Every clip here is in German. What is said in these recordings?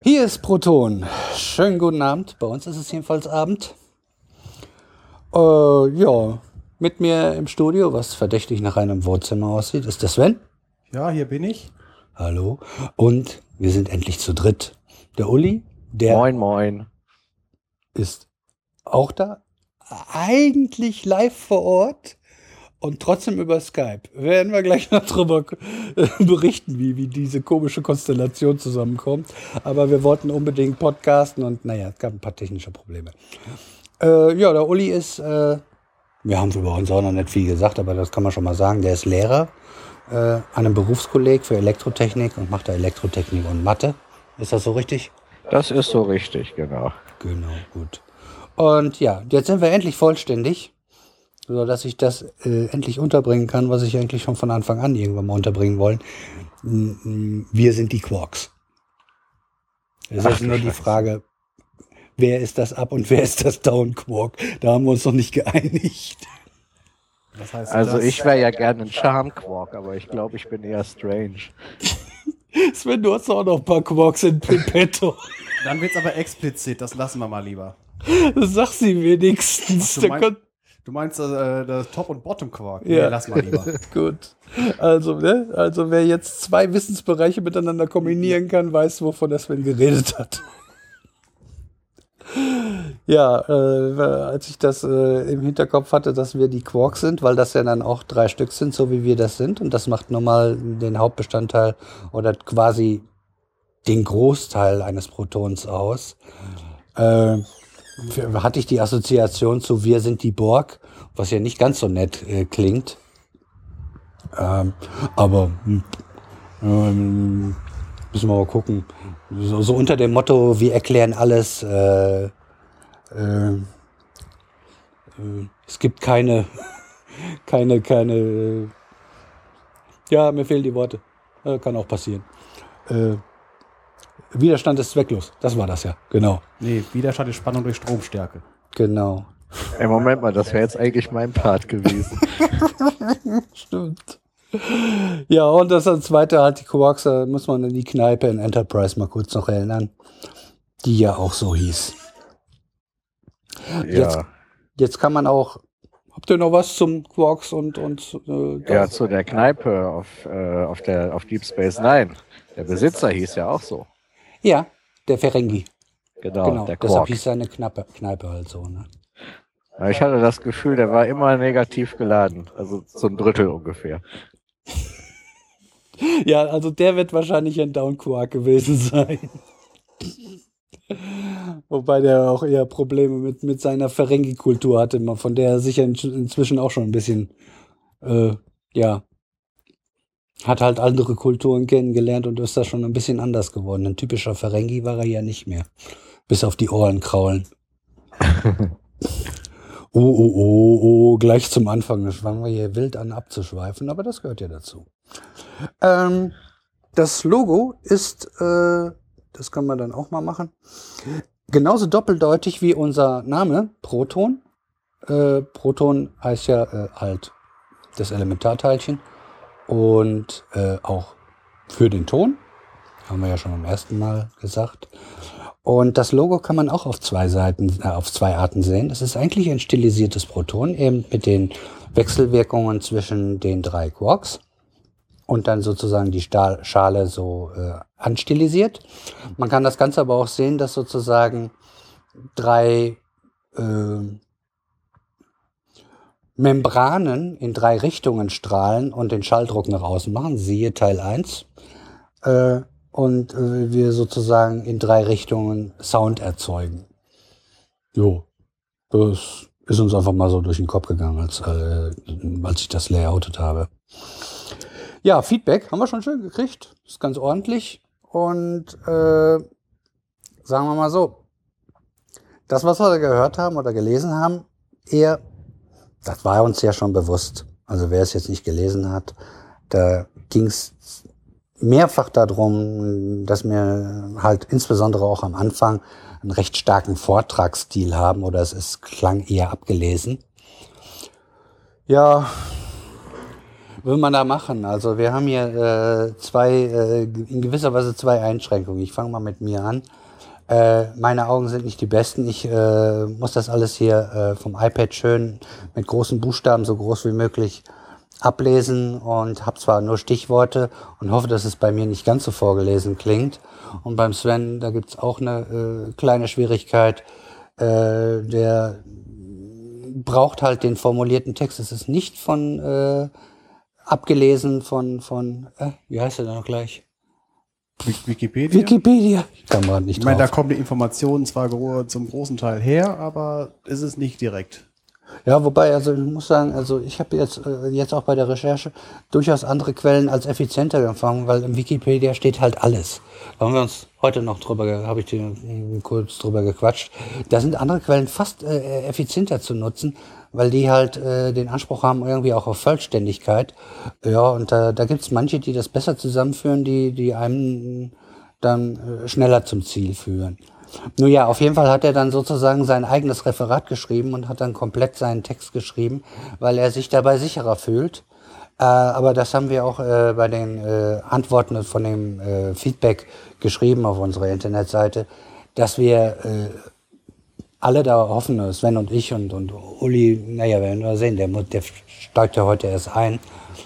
Hier ist Proton. Schönen guten Abend. Bei uns ist es jedenfalls Abend. Ja, mit mir im Studio, was verdächtig nach einem Wohnzimmer aussieht, ist der Sven. Ja, hier bin ich. Hallo. Und wir sind endlich zu dritt. Der Uli, der Moin. ist auch da. Eigentlich live vor Ort und trotzdem über Skype. Werden wir gleich noch drüber berichten, wie diese komische Konstellation zusammenkommt. Aber wir wollten unbedingt podcasten und naja, es gab ein paar technische Probleme. Ja, der Uli ist, wir haben über uns auch noch nicht viel gesagt, aber das kann man schon mal sagen, der ist Lehrer an einem Berufskolleg für Elektrotechnik und macht da Elektrotechnik und Mathe. Ist das so richtig? Das ist so richtig, genau. Genau, gut. Und ja, jetzt sind wir endlich vollständig, sodass ich das endlich unterbringen kann, was ich eigentlich schon von Anfang an irgendwann mal unterbringen wollen. Wir sind die Quarks. Es ist nur die Frage, wer ist das Up- und wer ist das Down-Quark? Da haben wir uns noch nicht geeinigt. Was heißt Also das? ich wäre ja gerne ein Charm-Quark, aber ich glaube, ich bin eher strange. Sven, du hast auch noch ein paar Quarks in petto. Dann wird's aber explizit, das lassen wir mal lieber. Das sag sie wenigstens. Du meinst das Top- und Bottom-Quark? Ja. Nee, lass mal lieber. Gut. Also wer jetzt zwei Wissensbereiche miteinander kombinieren kann, weiß, wovon der Sven geredet hat. Ja, als ich das im Hinterkopf hatte, dass wir die Quarks sind, weil das ja dann auch 3 Stück sind, so wie wir das sind, und das macht nochmal den Hauptbestandteil oder quasi den Großteil eines Protons aus, hatte ich die Assoziation zu wir sind die Borg, was ja nicht ganz so nett klingt. Aber müssen wir mal gucken. So unter dem Motto, wir erklären alles. Es gibt keine. Ja, mir fehlen die Worte. Kann auch passieren. Widerstand ist zwecklos. Das war das ja. Genau. Nee, Widerstand ist Spannung durch Stromstärke. Genau. Ey, Moment mal, das wäre jetzt eigentlich mein Part gewesen. Stimmt. Ja, und das als zweite halt die Quarks, da muss man in die Kneipe in Enterprise mal kurz noch erinnern, die ja auch so hieß. Ja. Jetzt kann man auch, habt ihr noch was zum Quarks und Ja, zu der Kneipe auf Deep Space Nine. Der Besitzer hieß ja auch so. Ja, der Ferengi. Genau, der deshalb Quark. hieß seine Kneipe halt so, ne? Ja, ich hatte das Gefühl, der war immer negativ geladen. Also so ein Drittel ungefähr. Ja, also der wird wahrscheinlich ein Down-Quark gewesen sein. Wobei der auch eher Probleme mit seiner Ferengi-Kultur hatte, von der er sicher inzwischen auch schon ein bisschen, hat halt andere Kulturen kennengelernt und ist da schon ein bisschen anders geworden. Ein typischer Ferengi war er ja nicht mehr. Bis auf die Ohren kraulen. Gleich zum Anfang. Das fangen wir hier wild an abzuschweifen, aber das gehört ja dazu. Das Logo ist, das können wir dann auch mal machen, genauso doppeldeutig wie unser Name, Proton. Proton heißt ja halt das Elementarteilchen und auch für den Ton, haben wir ja schon beim ersten Mal gesagt. Und das Logo kann man auch auf 2 Seiten, auf 2 Arten sehen. Das ist eigentlich ein stilisiertes Proton, eben mit den Wechselwirkungen zwischen den 3 Quarks und dann sozusagen die Schale so anstilisiert. Man kann das Ganze aber auch sehen, dass sozusagen 3 Membranen in 3 Richtungen strahlen und den Schalldruck nach außen machen, siehe Teil 1. Und wir sozusagen in 3 Richtungen Sound erzeugen. Jo, das ist uns einfach mal so durch den Kopf gegangen, als ich das layoutet habe. Ja, Feedback haben wir schon schön gekriegt. Ist ganz ordentlich. Und sagen wir mal so, das, was wir gehört haben oder gelesen haben, das war uns ja schon bewusst. Also wer es jetzt nicht gelesen hat, da ging es mehrfach darum, dass wir halt insbesondere auch am Anfang einen recht starken Vortragsstil haben oder es klang eher abgelesen. Ja, will man da machen? Also wir haben hier in gewisser Weise zwei Einschränkungen. Ich fange mal mit mir an. Meine Augen sind nicht die besten. Ich muss das alles hier vom iPad schön mit großen Buchstaben, so groß wie möglich, ablesen und habe zwar nur Stichworte und hoffe, dass es bei mir nicht ganz so vorgelesen klingt. Und beim Sven, da gibt's auch eine kleine Schwierigkeit. Der braucht halt den formulierten Text. Es ist nicht abgelesen von wie heißt er da noch gleich? Wikipedia? Wikipedia. Ich kann man nicht Ich meine, da drauf. kommen die Informationen zwar zum großen Teil her, aber ist es nicht direkt. Ja, wobei, also ich muss sagen, also ich habe jetzt auch bei der Recherche durchaus andere Quellen als effizienter empfangen, weil im Wikipedia steht halt alles. Da haben wir uns heute noch habe ich dir kurz drüber gequatscht. Da sind andere Quellen fast effizienter zu nutzen, weil die halt den Anspruch haben irgendwie auch auf Vollständigkeit. Ja, und da gibt's manche, die das besser zusammenführen, die einem dann schneller zum Ziel führen. Nun ja, auf jeden Fall hat er dann sozusagen sein eigenes Referat geschrieben und hat dann komplett seinen Text geschrieben, weil er sich dabei sicherer fühlt. Aber das haben wir auch bei den Antworten von dem Feedback geschrieben auf unserer Internetseite, dass wir alle da hoffen, Sven und ich und Uli, naja, werden wir sehen, der steigt ja heute erst ein,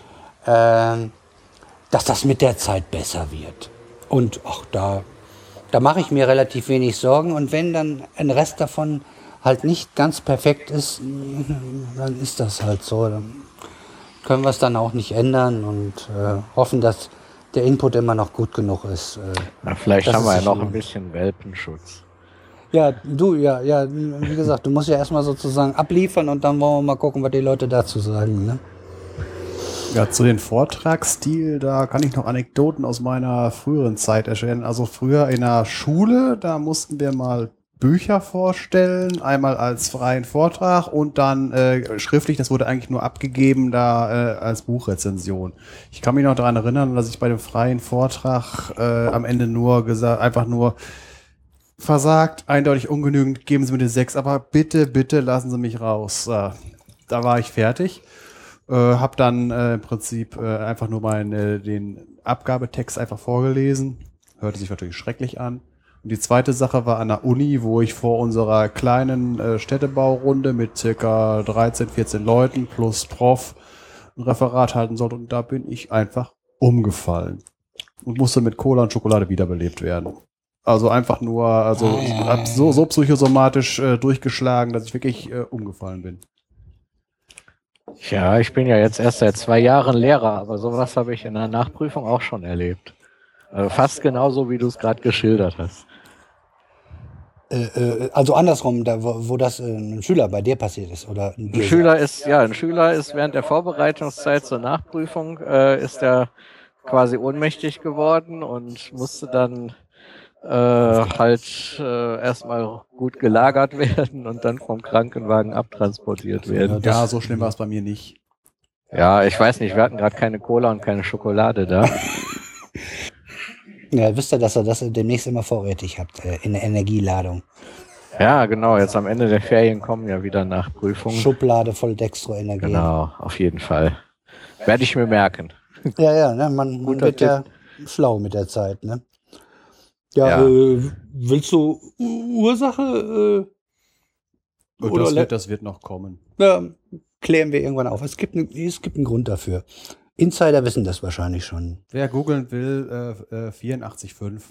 dass das mit der Zeit besser wird. Und auch da mache ich mir relativ wenig Sorgen. Und wenn dann ein Rest davon halt nicht ganz perfekt ist, dann ist das halt so. Dann können wir es dann auch nicht ändern und hoffen, dass der Input immer noch gut genug ist. Na, vielleicht dass haben es wir ja sich noch ein lohnt. bisschen Welpenschutz. Ja, wie gesagt, du musst ja erstmal sozusagen abliefern und dann wollen wir mal gucken, was die Leute dazu sagen, ne? Ja, zu den Vortragsstil, da kann ich noch Anekdoten aus meiner früheren Zeit erstellen. Also früher in der Schule, da mussten wir mal Bücher vorstellen, einmal als freien Vortrag und dann schriftlich, das wurde eigentlich nur abgegeben da als Buchrezension. Ich kann mich noch daran erinnern, dass ich bei dem freien Vortrag am Ende einfach nur versagt, eindeutig ungenügend, geben Sie mir die 6, aber bitte, bitte lassen Sie mich raus. Da war ich fertig. Hab dann im Prinzip einfach nur den Abgabetext einfach vorgelesen. Hörte sich natürlich schrecklich an. Und die zweite Sache war an der Uni, wo ich vor unserer kleinen Städtebaurunde mit circa 13, 14 Leuten plus Prof ein Referat halten sollte. Und da bin ich einfach umgefallen und musste mit Cola und Schokolade wiederbelebt werden. Also einfach nur, hab so psychosomatisch durchgeschlagen, dass ich wirklich umgefallen bin. Ja, ich bin ja jetzt erst seit 2 Jahren Lehrer, aber sowas habe ich in der Nachprüfung auch schon erlebt. Also fast genauso, wie du es gerade geschildert hast. Also andersrum, da wo das ein Schüler bei dir passiert ist, oder Ein Schüler ist während der Vorbereitungszeit zur Nachprüfung ist er quasi ohnmächtig geworden und musste dann erstmal gut gelagert werden und dann vom Krankenwagen abtransportiert werden. Ja, so schlimm war es bei mir nicht. Ja, ich weiß nicht, wir hatten gerade keine Cola und keine Schokolade da. Ja, wisst ihr, dass ihr das demnächst immer vorrätig habt, in der Energieladung. Ja, genau, jetzt am Ende der Ferien kommen ja wieder Nachprüfungen. Schublade voll Dextroenergie. Genau, auf jeden Fall. Werde ich mir merken. Ja, ne, man wird ja schlau mit der Zeit, ne? Ja, willst du Ursache? Und das wird noch kommen. Ja, klären wir irgendwann auf. Es gibt einen Grund dafür. Insider wissen das wahrscheinlich schon. Wer googeln will, 84,5.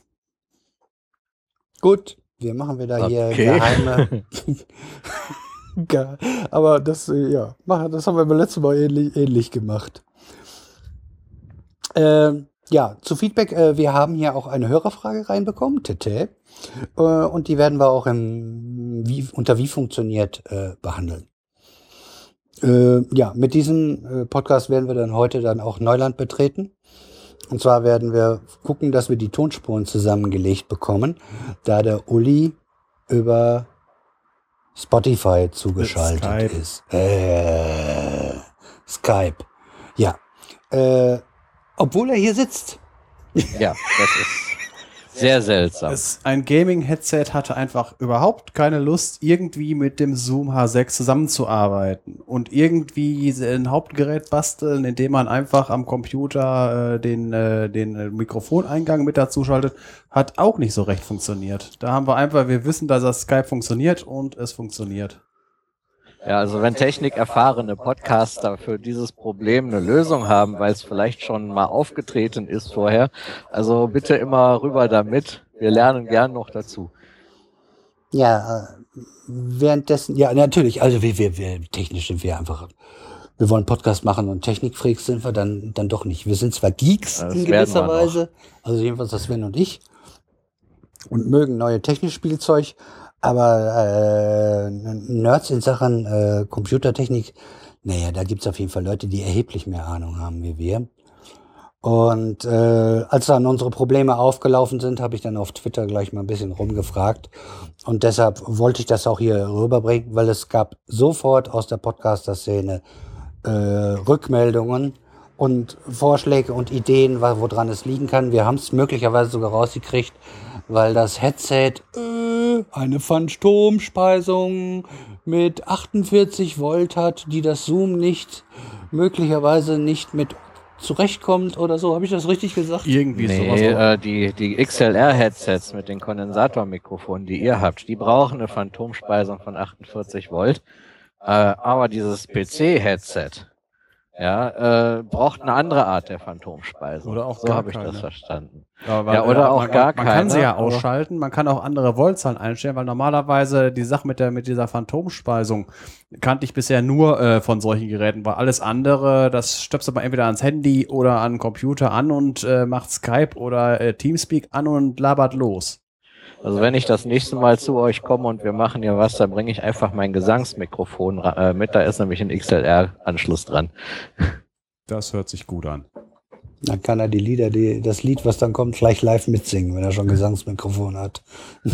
Gut, wir machen wieder hier Okay. geheime. Aber das, das haben wir beim letzten Mal ähnlich gemacht. Ja, zu Feedback, wir haben hier auch eine Hörerfrage reinbekommen, Tete. Und die werden wir auch unter wie funktioniert behandeln. Ja, mit diesem Podcast werden wir dann heute dann auch Neuland betreten. Und zwar werden wir gucken, dass wir die Tonspuren zusammengelegt bekommen, da der Uli über Spotify zugeschaltet ist. Skype. Ja. Obwohl er hier sitzt. Ja, das ist Sehr seltsam. Ein Gaming-Headset hatte einfach überhaupt keine Lust, irgendwie mit dem Zoom H6 zusammenzuarbeiten und irgendwie ein Hauptgerät basteln, indem man einfach am Computer den Mikrofoneingang mit dazu schaltet, hat auch nicht so recht funktioniert. Da haben wir wissen, dass das Skype funktioniert und es funktioniert. Ja, also wenn technikerfahrene Podcaster für dieses Problem eine Lösung haben, weil es vielleicht schon mal aufgetreten ist vorher, also bitte immer rüber damit. Wir lernen gern noch dazu. Ja, währenddessen, ja, natürlich, also wir technisch sind wir einfach, wir wollen Podcast machen und Technikfreaks sind wir dann doch nicht. Wir sind zwar Geeks in gewisser Weise, also jedenfalls das Sven und ich, und mögen neue Technikspielzeug, aber Nerds in Sachen Computertechnik, naja, da gibt's auf jeden Fall Leute, die erheblich mehr Ahnung haben wie wir. Und als dann unsere Probleme aufgelaufen sind, habe ich dann auf Twitter gleich mal ein bisschen rumgefragt. Und deshalb wollte ich das auch hier rüberbringen, weil es gab sofort aus der Podcaster-Szene Rückmeldungen und Vorschläge und Ideen, woran es liegen kann. Wir haben es möglicherweise sogar rausgekriegt, weil das Headset eine Phantomspeisung mit 48 Volt hat, die das Zoom möglicherweise nicht mit zurechtkommt oder so. Habe ich das richtig gesagt? Irgendwie sowas. Die XLR-Headsets mit den Kondensatormikrofonen, die ihr habt, die brauchen eine Phantomspeisung von 48 Volt. Aber dieses PC-Headset, braucht eine andere Art der Phantomspeisung. Oder auch so habe ich das verstanden. Oder auch gar keine. Man kann sie ja ausschalten, man kann auch andere Voltzahlen einstellen, weil normalerweise die Sache mit dieser Phantomspeisung kannte ich bisher nur von solchen Geräten, weil alles andere, das stöpselt man entweder ans Handy oder an den Computer an und macht Skype oder Teamspeak an und labert los. Also wenn ich das nächste Mal zu euch komme und wir machen hier was, dann bringe ich einfach mein Gesangsmikrofon mit. Da ist nämlich ein XLR-Anschluss dran. Das hört sich gut an. Dann kann er das Lied, was dann kommt, gleich live mitsingen, wenn er schon Gesangsmikrofon hat.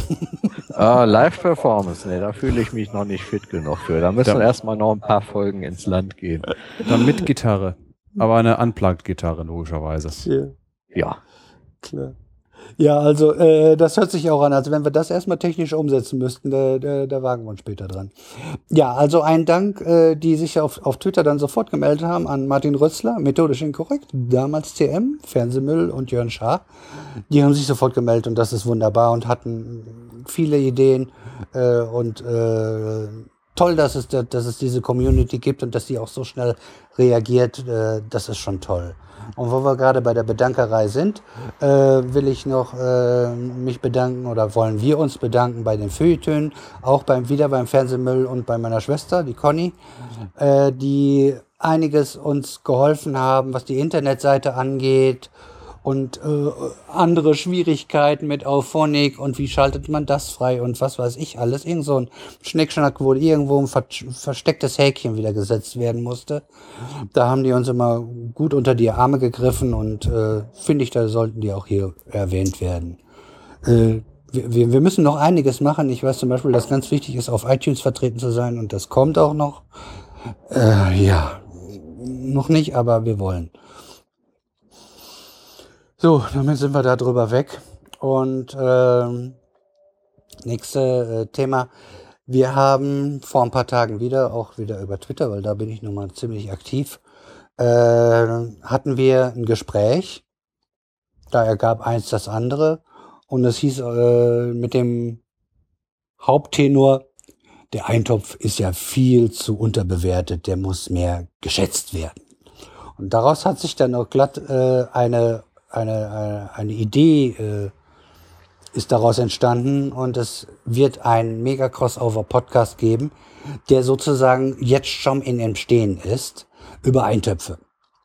Live-Performance, da fühle ich mich noch nicht fit genug für. Da müssen erstmal noch ein paar Folgen ins Land gehen. Dann mit Gitarre. Aber eine Unplugged-Gitarre, logischerweise. Ja, klar. Ja, also das hört sich auch an, als wenn wir das erstmal technisch umsetzen müssten. Da wagen wir uns später dran. Ja, also ein Dank, die sich auf Twitter dann sofort gemeldet haben an Martin Rötzler, methodisch inkorrekt, damals TM, Fernsehmüll und Jörn Schaar. Die haben sich sofort gemeldet und das ist wunderbar und hatten viele Ideen und toll, dass es diese Community gibt und dass die auch so schnell reagiert. Das ist schon toll. Und wo wir gerade bei der Bedankerei sind, will ich noch mich bedanken oder wollen wir uns bedanken bei den Feuilletönen, auch wieder beim Fernsehmüll und bei meiner Schwester, die Conny, die einiges uns geholfen haben, was die Internetseite angeht und andere Schwierigkeiten mit Auphonic und wie schaltet man das frei und was weiß ich alles. Irgend so ein Schnickschnack, wo irgendwo ein verstecktes Häkchen wieder gesetzt werden musste. Da haben die uns immer gut unter die Arme gegriffen und finde ich, da sollten die auch hier erwähnt werden. Wir müssen noch einiges machen. Ich weiß zum Beispiel, dass ganz wichtig ist, auf iTunes vertreten zu sein und das kommt auch noch. Noch nicht, aber wir wollen. So, damit sind wir da drüber weg. Und nächste Thema. Wir haben vor ein paar Tagen auch wieder über Twitter, weil da bin ich nun mal ziemlich aktiv, hatten wir ein Gespräch. Da ergab eins das andere. Und es hieß mit dem Haupttenor, der Eintopf ist ja viel zu unterbewertet, der muss mehr geschätzt werden. Und daraus hat sich dann auch glatt eine Idee ist daraus entstanden und es wird ein Mega-Crossover-Podcast geben, der sozusagen jetzt schon in Entstehen ist, über Eintöpfe.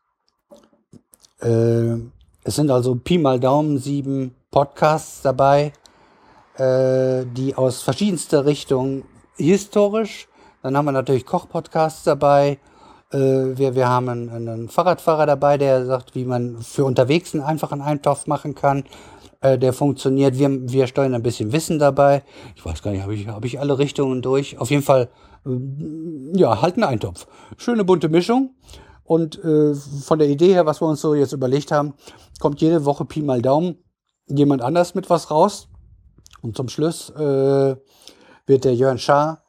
Es sind also Pi mal Daumen 7 Podcasts dabei, die aus verschiedenster Richtung historisch, dann haben wir natürlich Koch-Podcasts dabei, wir haben einen Fahrradfahrer dabei, der sagt, wie man für unterwegs einen einfachen Eintopf machen kann. Der funktioniert. Wir steuern ein bisschen Wissen dabei. Ich weiß gar nicht, habe ich alle Richtungen durch? Auf jeden Fall, halt ein Eintopf. Schöne bunte Mischung. Und von der Idee her, was wir uns so jetzt überlegt haben, kommt jede Woche Pi mal Daumen jemand anders mit was raus. Und zum Schluss wird der Jörn Schaar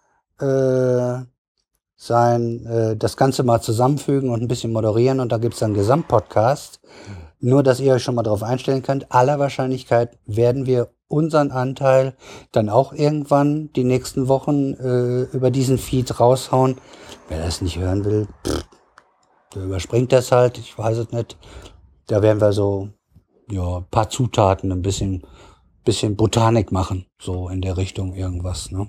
das Ganze mal zusammenfügen und ein bisschen moderieren. Und da gibt es dann einen Gesamtpodcast. Nur, dass ihr euch schon mal darauf einstellen könnt. Aller Wahrscheinlichkeit werden wir unseren Anteil dann auch irgendwann die nächsten Wochen über diesen Feed raushauen. Wer das nicht hören will, der überspringt das halt. Ich weiß es nicht. Da werden wir so ein paar Zutaten, ein bisschen Botanik machen. So in der Richtung irgendwas, ne?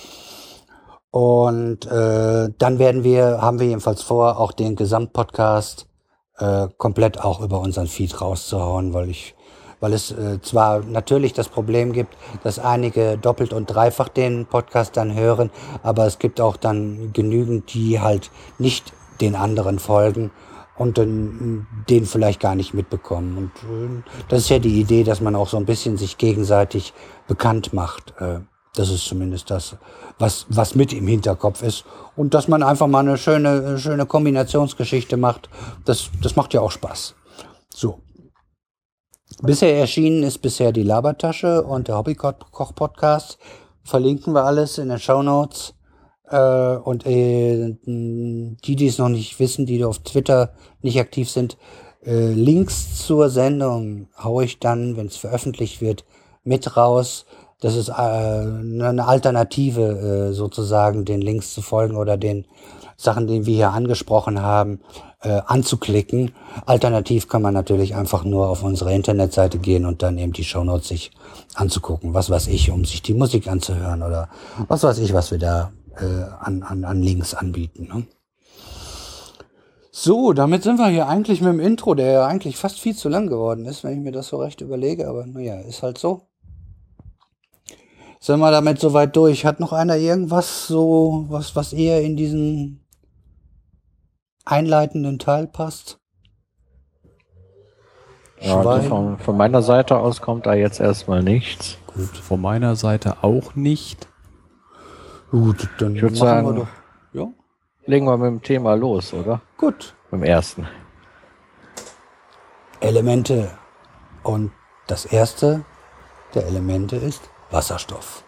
Und dann haben wir jedenfalls vor, auch den Gesamtpodcast komplett auch über unseren Feed rauszuhauen, weil es zwar natürlich das Problem gibt, dass einige doppelt und dreifach den Podcast dann hören, aber es gibt auch dann genügend, die halt nicht den anderen folgen und den vielleicht gar nicht mitbekommen. Und das ist ja die Idee, dass man auch so ein bisschen sich gegenseitig bekannt macht. Das ist zumindest das, was mit im Hinterkopf ist. Und dass man einfach mal eine schöne Kombinationsgeschichte macht, das macht ja auch Spaß. So. Bisher erschienen ist die Labertasche und der Hobbykoch-Podcast. Verlinken wir alles in den Shownotes. Und die es noch nicht wissen, die auf Twitter nicht aktiv sind, Links zur Sendung haue ich dann, wenn es veröffentlicht wird, mit raus. Das ist eine Alternative, sozusagen den Links zu folgen oder den Sachen, die wir hier angesprochen haben, anzuklicken. Alternativ kann man natürlich einfach nur auf unsere Internetseite gehen und dann eben die Shownotes sich anzugucken. Was weiß ich, um sich die Musik anzuhören oder was weiß ich, was wir da an Links anbieten. Ne? So, damit sind wir hier eigentlich mit dem Intro, der ja eigentlich fast viel zu lang geworden ist, wenn ich mir das so recht überlege. Aber naja, ist halt so. Sind wir damit soweit durch? Hat noch einer irgendwas so, was eher in diesen einleitenden Teil passt? Ja, also von meiner Seite aus kommt da jetzt erstmal nichts. Gut, von meiner Seite auch nicht. Gut, dann ich würde sagen, wir doch. Ja? Legen wir mit dem Thema los, oder? Gut. Mit dem ersten. Elemente. Und das erste der Elemente ist Wasserstoff.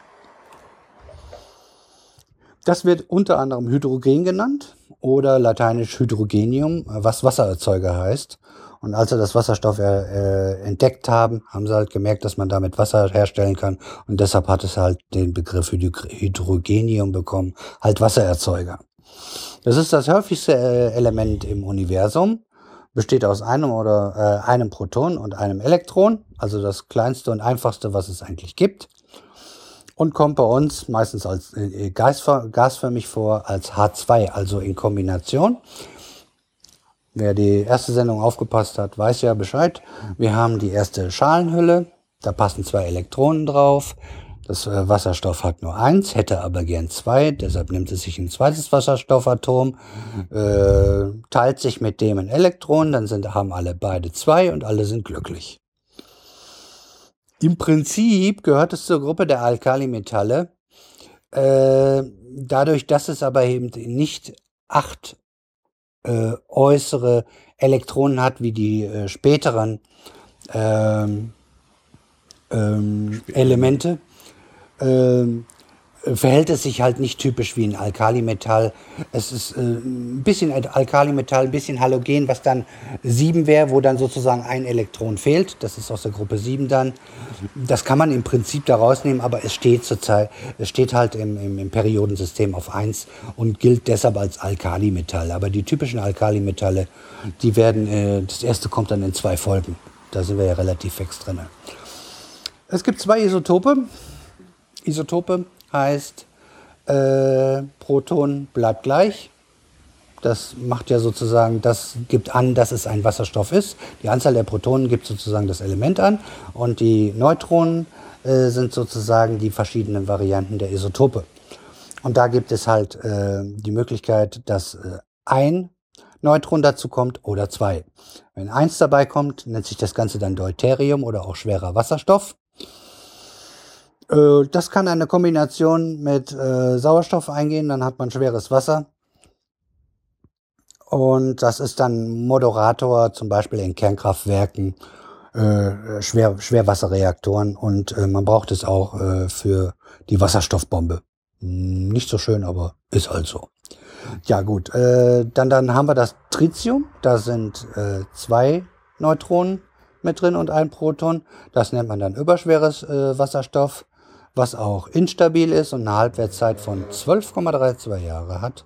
Das wird unter anderem Hydrogen genannt oder lateinisch Hydrogenium, was Wassererzeuger heißt. Und als sie das Wasserstoff entdeckt haben, haben sie halt gemerkt, dass man damit Wasser herstellen kann. Und deshalb hat es halt den Begriff Hydrogenium bekommen, halt Wassererzeuger. Das ist das häufigste Element im Universum. Besteht aus einem Proton und einem Elektron, also das kleinste und einfachste, was es eigentlich gibt. Und kommt bei uns meistens als gasförmig vor, als H2, also in Kombination. Wer die erste Sendung aufgepasst hat, weiß ja Bescheid. Wir haben die erste Schalenhülle, da passen 2 Elektronen drauf. Das Wasserstoff hat nur 1, hätte aber gern 2, deshalb nimmt es sich ein zweites Wasserstoffatom, teilt sich mit dem ein Elektron, dann haben alle beide 2 und alle sind glücklich. Im Prinzip gehört es zur Gruppe der Alkalimetalle, dadurch, dass es aber eben nicht 8 äußere Elektronen hat, wie die späteren Elemente, verhält es sich halt nicht typisch wie ein Alkalimetall. Es ist ein bisschen Alkalimetall, ein bisschen Halogen, was dann 7 wäre, wo dann sozusagen ein Elektron fehlt. Das ist aus der Gruppe 7 dann. Das kann man im Prinzip da rausnehmen, aber es steht halt im Periodensystem auf 1 und gilt deshalb als Alkalimetall. Aber die typischen Alkalimetalle, die werden, das erste kommt dann in 2 Folgen. Da sind wir ja relativ fix drin. Es gibt 2 Isotope. Isotope heißt, Proton bleibt gleich. Das macht ja sozusagen, das gibt an, dass es ein Wasserstoff ist. Die Anzahl der Protonen gibt sozusagen das Element an. Und die Neutronen sind sozusagen die verschiedenen Varianten der Isotope. Und da gibt es halt die Möglichkeit, dass ein Neutron dazu kommt oder 2. Wenn 1 dabei kommt, nennt sich das Ganze dann Deuterium oder auch schwerer Wasserstoff. Das kann eine Kombination mit Sauerstoff eingehen, dann hat man schweres Wasser. Und das ist dann Moderator, zum Beispiel in Kernkraftwerken, Schwerwasserreaktoren und man braucht es auch für die Wasserstoffbombe. Nicht so schön, aber ist halt so. Ja gut, dann haben wir das Tritium. Da sind 2 Neutronen mit drin und ein Proton. Das nennt man dann überschweres Wasserstoff, was auch instabil ist und eine Halbwertszeit von 12,32 Jahre hat.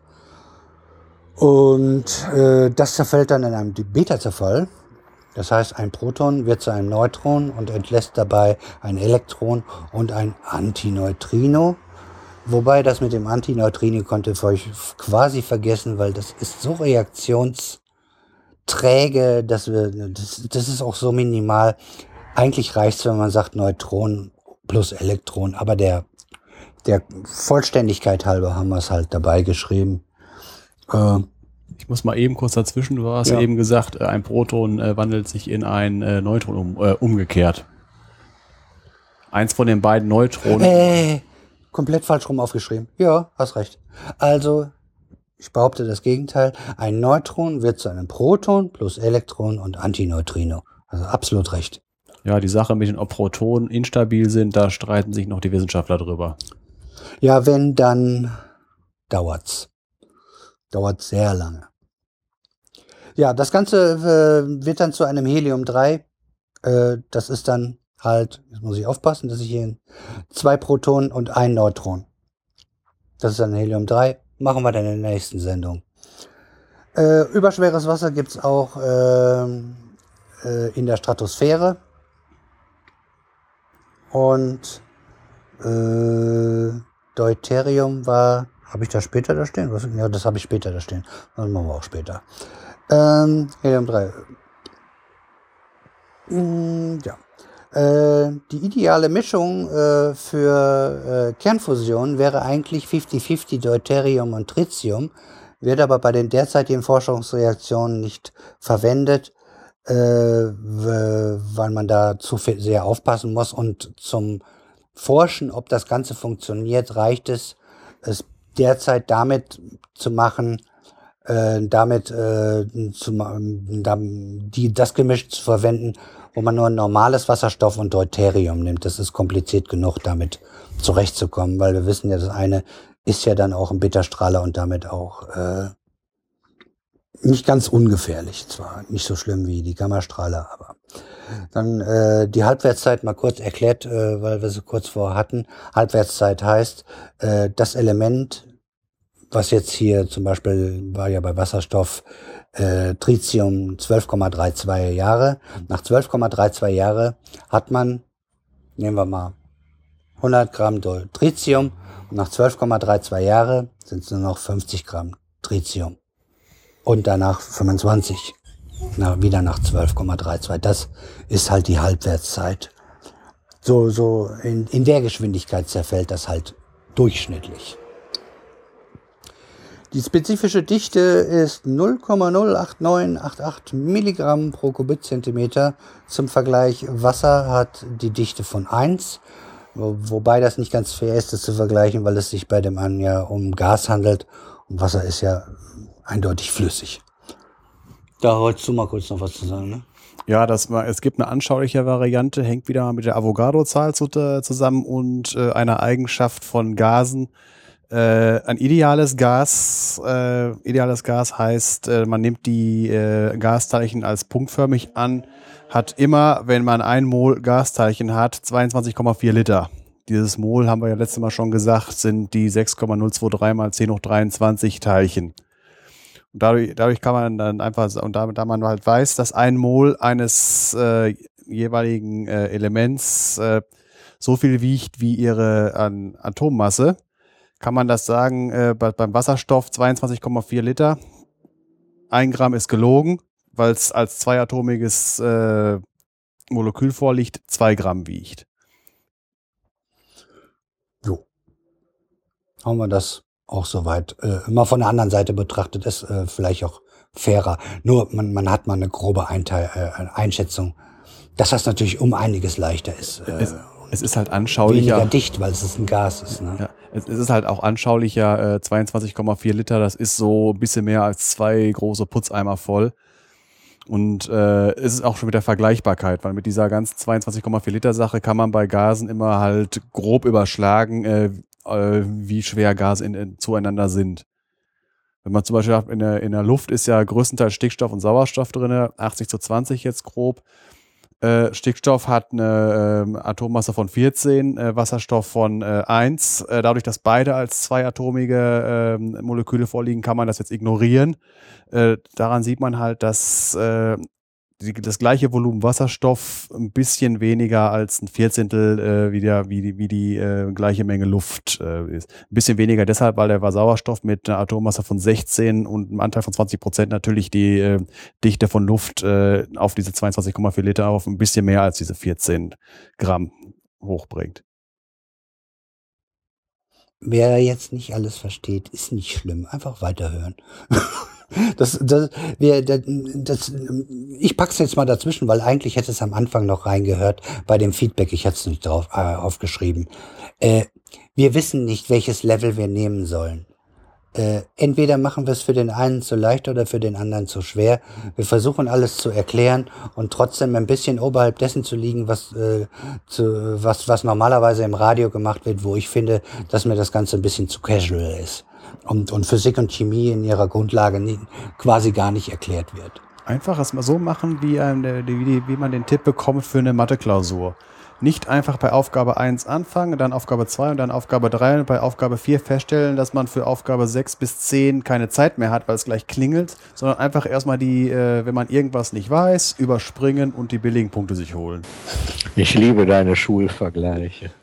Und das zerfällt dann in einem Beta-Zerfall. Das heißt, ein Proton wird zu einem Neutron und entlässt dabei ein Elektron und ein Antineutrino. Wobei das mit dem Antineutrino konnte ich euch quasi vergessen, weil das ist so reaktionsträge, das ist auch so minimal. Eigentlich reicht es, wenn man sagt Neutron plus Elektron, aber der Vollständigkeit halber haben wir es halt dabei geschrieben. Ich muss mal eben kurz dazwischen, du hast eben gesagt, ein Proton wandelt sich in ein Neutron umgekehrt. Eins von den beiden Neutronen. Komplett falsch rum aufgeschrieben. Ja, hast recht. Also, ich behaupte das Gegenteil. Ein Neutron wird zu einem Proton plus Elektron und Antineutrino. Also absolut recht. Ja, die Sache mit den, ob Protonen instabil sind, da streiten sich noch die Wissenschaftler drüber. Ja, wenn, dann dauert's. Dauert sehr lange. Ja, das Ganze wird dann zu einem Helium-3. Das ist dann halt, jetzt muss ich aufpassen, dass ich hier 2 Protonen und ein Neutron. Das ist dann Helium-3. Machen wir dann in der nächsten Sendung. Überschweres Wasser gibt es auch in der Stratosphäre. Und Deuterium war... Habe ich das später da stehen? Ja, das habe ich später da stehen. Das machen wir auch später. Helium-3. Ja. Die ideale Mischung für Kernfusion wäre eigentlich 50-50 Deuterium und Tritium, wird aber bei den derzeitigen Forschungsreaktionen nicht verwendet, weil man da zu sehr aufpassen muss. Und zum Forschen, ob das Ganze funktioniert, reicht es derzeit damit zu machen, das Gemisch zu verwenden, wo man nur ein normales Wasserstoff und Deuterium nimmt. Das ist kompliziert genug, damit zurechtzukommen, weil wir wissen ja, das eine ist ja dann auch ein Beta-Strahler und damit auch nicht ganz ungefährlich. Zwar nicht so schlimm wie die Gammastrahler, aber dann die Halbwertszeit mal kurz erklärt, weil wir sie kurz vorher hatten. Halbwertszeit heißt, das Element, was jetzt hier zum Beispiel war ja bei Wasserstoff Tritium 12,32 Jahre. Nach 12,32 Jahre hat man, nehmen wir mal 100 Gramm Tritium und nach 12,32 Jahre sind es nur noch 50 Gramm Tritium. Und danach 25. Wieder nach 12,32. Das ist halt die Halbwertszeit. So in der Geschwindigkeit zerfällt das halt durchschnittlich. Die spezifische Dichte ist 0,08988 Milligramm pro Kubikzentimeter. Zum Vergleich, Wasser hat die Dichte von 1, wobei das nicht ganz fair ist, das zu vergleichen, weil es sich bei dem einen ja um Gas handelt und Wasser ist ja eindeutig flüssig. Da wolltest du mal kurz noch was zu sagen, ne? Ja, es gibt eine anschauliche Variante, hängt wieder mal mit der Avogadro-Zahl zusammen und einer Eigenschaft von Gasen. Ein ideales Gas heißt, man nimmt die Gasteilchen als punktförmig an, hat immer, wenn man 1 Mol Gasteilchen hat, 22,4 Liter. Dieses Mol, haben wir ja letztes Mal schon gesagt, sind die 6,023 mal 10 hoch 23 Teilchen. Und dadurch kann man dann einfach, und da man halt weiß, dass 1 Mol eines jeweiligen Elements so viel wiegt wie ihre Atommasse, kann man das sagen, beim Wasserstoff 22,4 Liter. 1 Gramm ist gelogen, weil es als zweiatomiges Molekül vorliegt, 2 Gramm wiegt. Jo. Haben wir das auch soweit. Immer von der anderen Seite betrachtet ist vielleicht auch fairer. Nur man hat mal eine grobe Einschätzung, dass das natürlich um einiges leichter ist. Es ist halt anschaulicher. Weniger dicht, weil es ein Gas ist. Ne? Ja, es ist halt auch anschaulicher, 22,4 Liter, das ist so ein bisschen mehr als 2 große Putzeimer voll. Und es ist auch schon mit der Vergleichbarkeit, weil mit dieser ganzen 22,4 Liter Sache kann man bei Gasen immer halt grob überschlagen, wie schwer Gase zueinander sind. Wenn man zum Beispiel sagt, in der Luft ist ja größtenteils Stickstoff und Sauerstoff drin, 80:20 jetzt grob. Stickstoff hat eine Atommasse von 14, Wasserstoff von 1. Dadurch, dass beide als zweiatomige Moleküle vorliegen, kann man das jetzt ignorieren. Daran sieht man halt, dass das gleiche Volumen Wasserstoff ein bisschen weniger als ein Vierzehntel wie die gleiche Menge Luft ist. Ein bisschen weniger deshalb, weil der Sauerstoff mit einer Atommasse von 16 und einem Anteil von 20% natürlich die Dichte von Luft auf diese 22,4 Liter auf ein bisschen mehr als diese 14 Gramm hochbringt. Wer jetzt nicht alles versteht, ist nicht schlimm. Einfach weiterhören. Ich pack's jetzt mal dazwischen, weil eigentlich hätte es am Anfang noch reingehört bei dem Feedback. Ich hätte es nicht drauf aufgeschrieben. Wir wissen nicht, welches Level wir nehmen sollen. Entweder machen wir es für den einen zu leicht oder für den anderen zu schwer. Wir versuchen alles zu erklären und trotzdem ein bisschen oberhalb dessen zu liegen, was normalerweise im Radio gemacht wird, wo ich finde, dass mir das Ganze ein bisschen zu casual ist. Und Physik und Chemie in ihrer Grundlage quasi gar nicht erklärt wird. Einfach es mal so machen, wie man den Tipp bekommt für eine Mathe-Klausur. Nicht einfach bei Aufgabe 1 anfangen, dann Aufgabe 2 und dann Aufgabe 3 und bei Aufgabe 4 feststellen, dass man für Aufgabe 6 bis 10 keine Zeit mehr hat, weil es gleich klingelt, sondern einfach erstmal wenn man irgendwas nicht weiß, überspringen und die billigen Punkte sich holen. Ich liebe deine Schulvergleiche.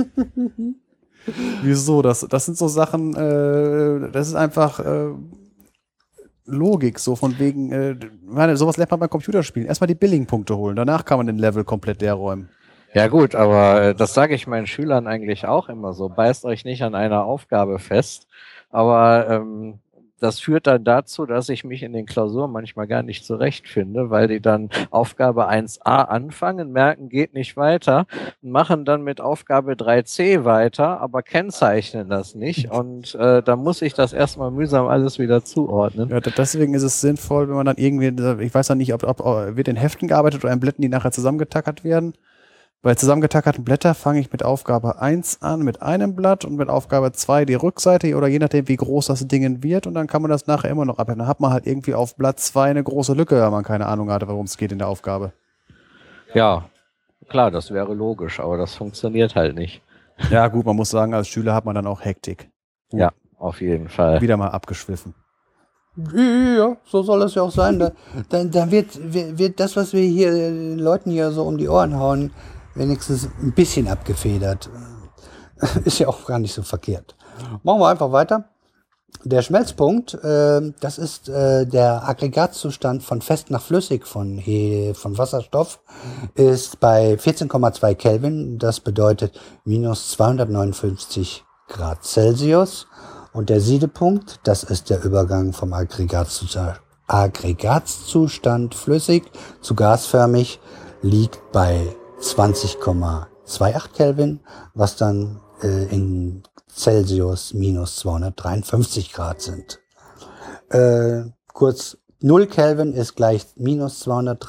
Wieso? Das sind so Sachen, das ist einfach Logik, so von wegen, sowas lernt man beim Computerspielen. Erstmal die billigen Punkte holen, danach kann man den Level komplett leer räumen. Ja gut, aber das sage ich meinen Schülern eigentlich auch immer so. Beißt euch nicht an einer Aufgabe fest. Aber das führt dann dazu, dass ich mich in den Klausuren manchmal gar nicht zurechtfinde, weil die dann Aufgabe 1a anfangen, merken, geht nicht weiter, machen dann mit Aufgabe 3c weiter, aber kennzeichnen das nicht. Und da muss ich das erstmal mühsam alles wieder zuordnen. Ja, deswegen ist es sinnvoll, wenn man dann irgendwie, ich weiß noch nicht, ob wird in Heften gearbeitet oder in Blättern, die nachher zusammengetackert werden. Bei zusammengetackerten Blätter fange ich mit Aufgabe 1 an mit einem Blatt und mit Aufgabe 2 die Rückseite oder je nachdem, wie groß das Ding wird und dann kann man das nachher immer noch abhängen. Dann hat man halt irgendwie auf Blatt 2 eine große Lücke, wenn man keine Ahnung hatte, worum es geht in der Aufgabe. Ja, klar, das wäre logisch, aber das funktioniert halt nicht. Ja gut, man muss sagen, als Schüler hat man dann auch Hektik. Ja, auf jeden Fall. Wieder mal abgeschwiffen. Ja, so soll es ja auch sein. Dann wird das, was wir hier den Leuten hier so um die Ohren hauen, wenigstens ein bisschen abgefedert. Ist ja auch gar nicht so verkehrt. Machen wir einfach weiter. Der Schmelzpunkt, das ist der Aggregatzustand von fest nach flüssig von Wasserstoff, ist bei 14,2 Kelvin. Das bedeutet minus 259 Grad Celsius. Und der Siedepunkt, das ist der Übergang vom Aggregatzustand flüssig zu gasförmig, liegt bei 20,28 Kelvin, was dann in Celsius minus 253 Grad sind. Kurz, 0 Kelvin ist gleich minus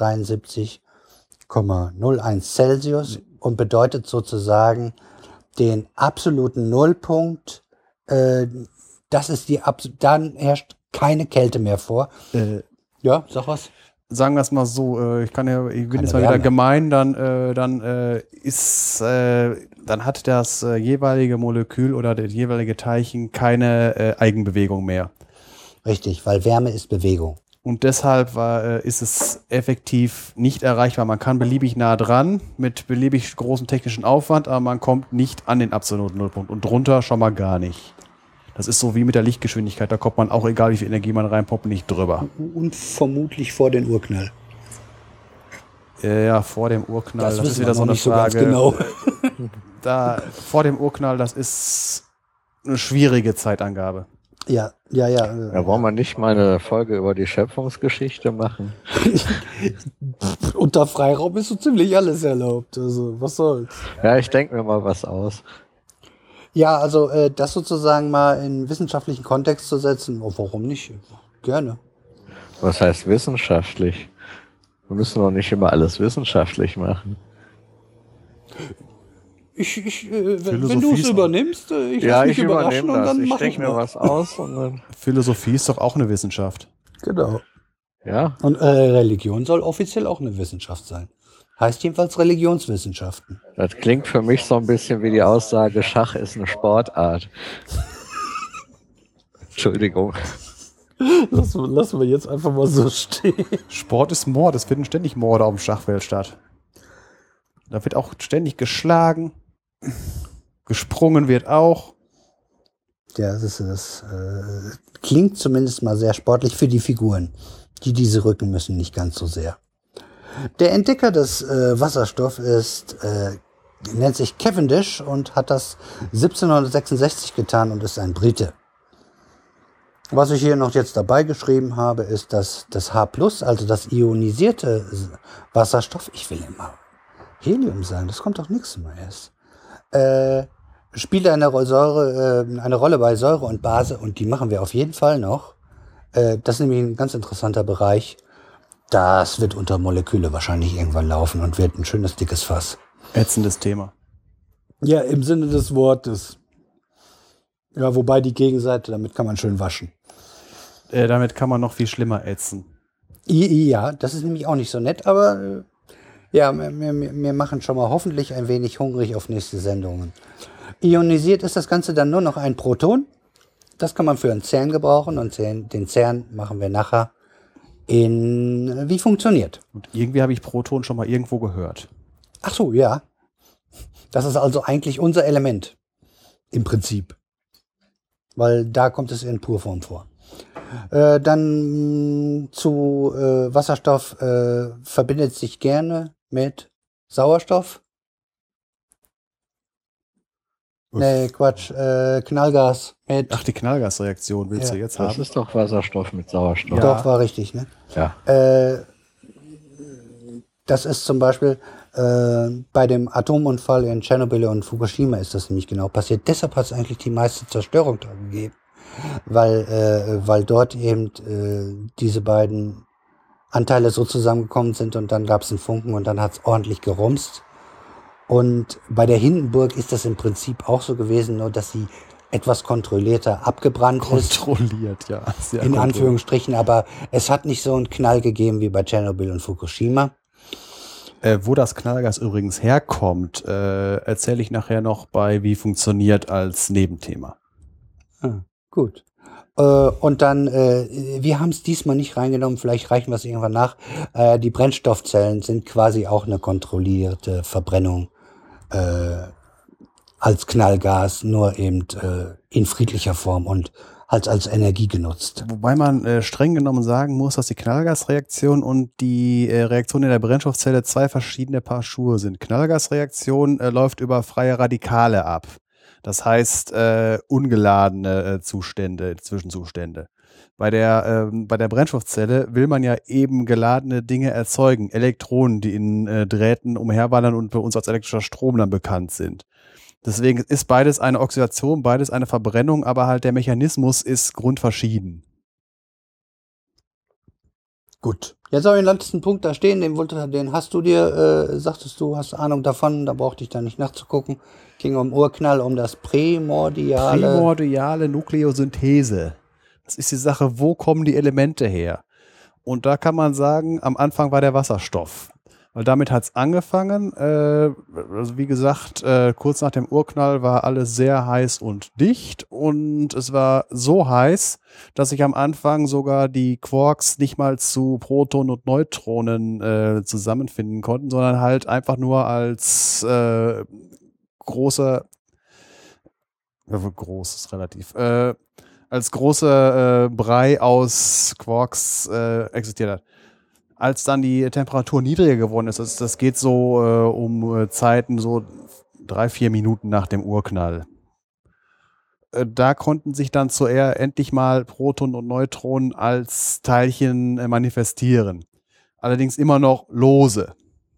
273,01 Celsius und bedeutet sozusagen den absoluten Nullpunkt. Das ist dann herrscht keine Kälte mehr vor. Ja, sag was. Sagen wir es mal so, ich bin jetzt mal wieder gemein, dann hat das jeweilige Molekül oder das jeweilige Teilchen keine Eigenbewegung mehr. Richtig, weil Wärme ist Bewegung. Und deshalb ist es effektiv nicht erreichbar. Man kann beliebig nah dran, mit beliebig großem technischen Aufwand, aber man kommt nicht an den absoluten Nullpunkt. Und drunter schon mal gar nicht. Das ist so wie mit der Lichtgeschwindigkeit, da kommt man auch, egal wie viel Energie man reinpumpt, nicht drüber. Und vermutlich vor den Urknall. Ja, vor dem Urknall, das ist wieder so eine nicht Frage. So ganz genau. Vor dem Urknall, das ist eine schwierige Zeitangabe. Ja. Da wollen wir nicht mal eine Folge über die Schöpfungsgeschichte machen. Unter Freiraum ist so ziemlich alles erlaubt. Also, was soll's? Ja, ich denke mir mal was aus. Ja, also das sozusagen mal in wissenschaftlichen Kontext zu setzen, warum nicht? Gerne. Was heißt wissenschaftlich? Wir müssen doch nicht immer alles wissenschaftlich machen. Wenn du es übernimmst, ich lass mich überraschen und dann mache ich mir was aus. Und dann Philosophie ist doch auch eine Wissenschaft. Genau. ja. Und Religion soll offiziell auch eine Wissenschaft sein. Heißt jedenfalls Religionswissenschaften. Das klingt für mich so ein bisschen wie die Aussage, Schach ist eine Sportart. Entschuldigung. Lassen wir jetzt einfach mal so stehen. Sport ist Mord. Es finden ständig Morde auf dem Schachfeld statt. Da wird auch ständig geschlagen. Gesprungen wird auch. Ja, das klingt zumindest mal sehr sportlich für die Figuren. Die diese rücken müssen, nicht ganz so sehr. Der Entdecker des Wasserstoff nennt sich Cavendish und hat das 1766 getan und ist ein Brite. Was ich hier noch jetzt dabei geschrieben habe, ist, dass das H+, also das ionisierte Wasserstoff, ich will immer Helium sagen, das kommt doch nichts mehr erst, spielt eine Rolle bei Säure und Base und die machen wir auf jeden Fall noch. Das ist nämlich ein ganz interessanter Bereich. Das wird unter Moleküle wahrscheinlich irgendwann laufen und wird ein schönes, dickes Fass. Ätzendes Thema. Ja, im Sinne des Wortes. Ja, wobei die Gegenseite, damit kann man schön waschen. Damit kann man noch viel schlimmer ätzen. Ja, das ist nämlich auch nicht so nett, aber ja, wir machen schon mal hoffentlich ein wenig hungrig auf nächste Sendungen. Ionisiert ist das Ganze dann nur noch ein Proton. Das kann man für einen CERN gebrauchen und den CERN machen wir nachher in wie funktioniert. Und irgendwie habe ich Proton schon mal irgendwo gehört. Ach so, ja. Das ist also eigentlich unser Element. Im Prinzip. Weil da kommt es in Purform vor. Dann zu Wasserstoff verbindet sich gerne mit Sauerstoff. Nee, Quatsch, Knallgas mit. Ach, die Knallgasreaktion willst du jetzt Das haben? ist doch Wasserstoff mit Sauerstoff. Ja. Doch, war richtig, ne? Ja. Das ist zum Beispiel bei dem Atomunfall in Tschernobyl und Fukushima ist das nämlich genau passiert. Deshalb hat es eigentlich die meiste Zerstörung da gegeben. Weil dort eben diese beiden Anteile so zusammengekommen sind und dann gab es einen Funken und dann hat es ordentlich gerumst. Und bei der Hindenburg ist das im Prinzip auch so gewesen, nur dass sie etwas kontrollierter abgebrannt ist. Kontrolliert, ja. Sehr In Anführungsstrichen, aber es hat nicht so einen Knall gegeben wie bei Tschernobyl und Fukushima. Wo das Knallgas übrigens herkommt, erzähle ich nachher noch bei Wie funktioniert als Nebenthema. Gut. Und dann, wir haben es diesmal nicht reingenommen, vielleicht reichen wir es irgendwann nach. Die Brennstoffzellen sind quasi auch eine kontrollierte Verbrennung als Knallgas, nur eben in friedlicher Form und halt als Energie genutzt. Wobei man streng genommen sagen muss, dass die Knallgasreaktion und die Reaktion in der Brennstoffzelle zwei verschiedene Paar Schuhe sind. Knallgasreaktion läuft über freie Radikale ab. Das heißt ungeladene Zustände, Zwischenzustände. Bei der Brennstoffzelle will man ja eben geladene Dinge erzeugen. Elektronen, die in Drähten umherwandern und bei uns als elektrischer Strom dann bekannt sind. Deswegen ist beides eine Oxidation, beides eine Verbrennung, aber halt der Mechanismus ist grundverschieden. Gut. Jetzt habe ich den letzten Punkt da stehen, den hast du dir, sagtest du, hast Ahnung davon, da brauchte ich da nicht nachzugucken. Ging um Urknall, um das Primordiale Nukleosynthese. Das ist die Sache, wo kommen die Elemente her? Und da kann man sagen, am Anfang war der Wasserstoff. Weil damit hat es angefangen. Also wie gesagt, kurz nach dem Urknall war alles sehr heiß und dicht. Und es war so heiß, dass sich am Anfang sogar die Quarks nicht mal zu Protonen und Neutronen zusammenfinden konnten, sondern halt einfach nur als großer Brei aus Quarks existiert hat. Als dann die Temperatur niedriger geworden ist, das geht so um Zeiten so 3-4 Minuten nach dem Urknall. Da konnten sich dann zuerst endlich mal Protonen und Neutronen als Teilchen manifestieren. Allerdings immer noch lose.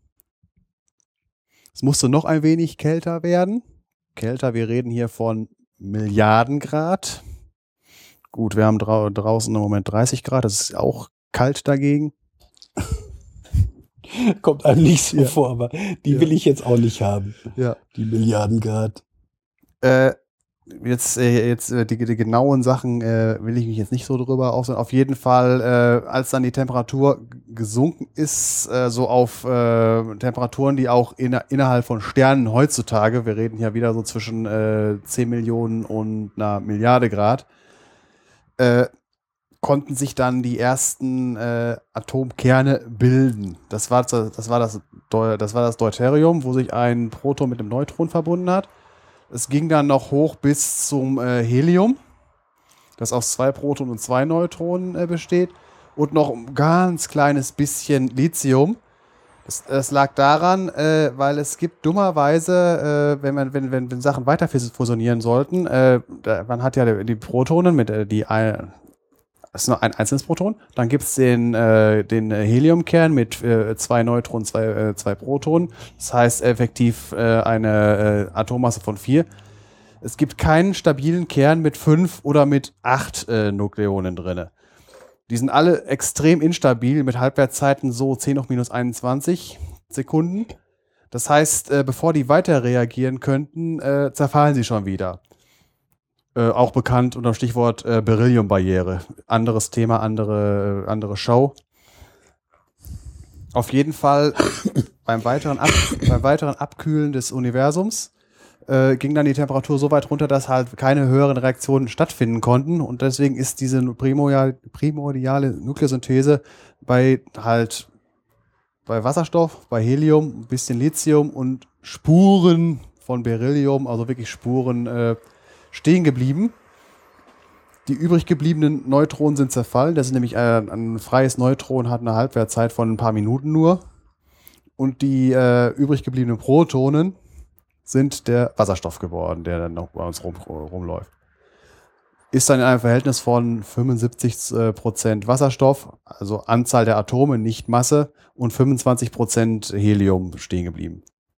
Es musste noch ein wenig kälter werden. Kälter, wir reden hier von Milliarden Grad. Gut, wir haben draußen im Moment 30 Grad, das ist auch kalt dagegen. Kommt einem nicht so Ja. vor, aber die Ja. will ich jetzt auch nicht haben. Ja. Die Milliardengrad. Jetzt die genauen Sachen will ich mich jetzt nicht so drüber aufsehen. Auf jeden Fall, als dann die Temperatur gesunken ist, so auf Temperaturen, die auch innerhalb von Sternen heutzutage, wir reden ja wieder so zwischen 10 Millionen und einer Milliarde Grad, konnten sich dann die ersten Atomkerne bilden. Das war das Deuterium, wo sich ein Proton mit einem Neutron verbunden hat. Es ging dann noch hoch bis zum Helium, das aus 2 Protonen und 2 Neutronen besteht. Und noch ein ganz kleines bisschen Lithium. Das lag daran, weil es gibt dummerweise, wenn Sachen weiter fusionieren sollten, man hat ja die Protonen mit das ist nur ein einzelnes Proton. Dann gibt es den Heliumkern mit 2 Neutronen, 2 Protonen. Das heißt effektiv eine Atommasse von 4. Es gibt keinen stabilen Kern mit 5 oder mit 8 Nukleonen drin. Die sind alle extrem instabil mit Halbwertszeiten so 10 hoch minus 21 Sekunden. Das heißt, bevor die weiter reagieren könnten, zerfallen sie schon wieder. Auch bekannt unter dem Stichwort Beryllium-Barriere. Anderes Thema, andere Show. Auf jeden Fall beim weiteren Abkühlen des Universums ging dann die Temperatur so weit runter, dass halt keine höheren Reaktionen stattfinden konnten. Und deswegen ist diese primordiale Nukleosynthese bei Wasserstoff, bei Helium, ein bisschen Lithium und Spuren von Beryllium, also wirklich Spuren, stehen geblieben. Die übrig gebliebenen Neutronen sind zerfallen. Das ist nämlich ein freies Neutron, hat eine Halbwertszeit von ein paar Minuten nur. Und die übrig gebliebenen Protonen sind der Wasserstoff geworden, der dann noch bei uns rumläuft. Ist dann in einem Verhältnis von 75% Wasserstoff, also Anzahl der Atome, nicht Masse, und 25% Helium stehen geblieben.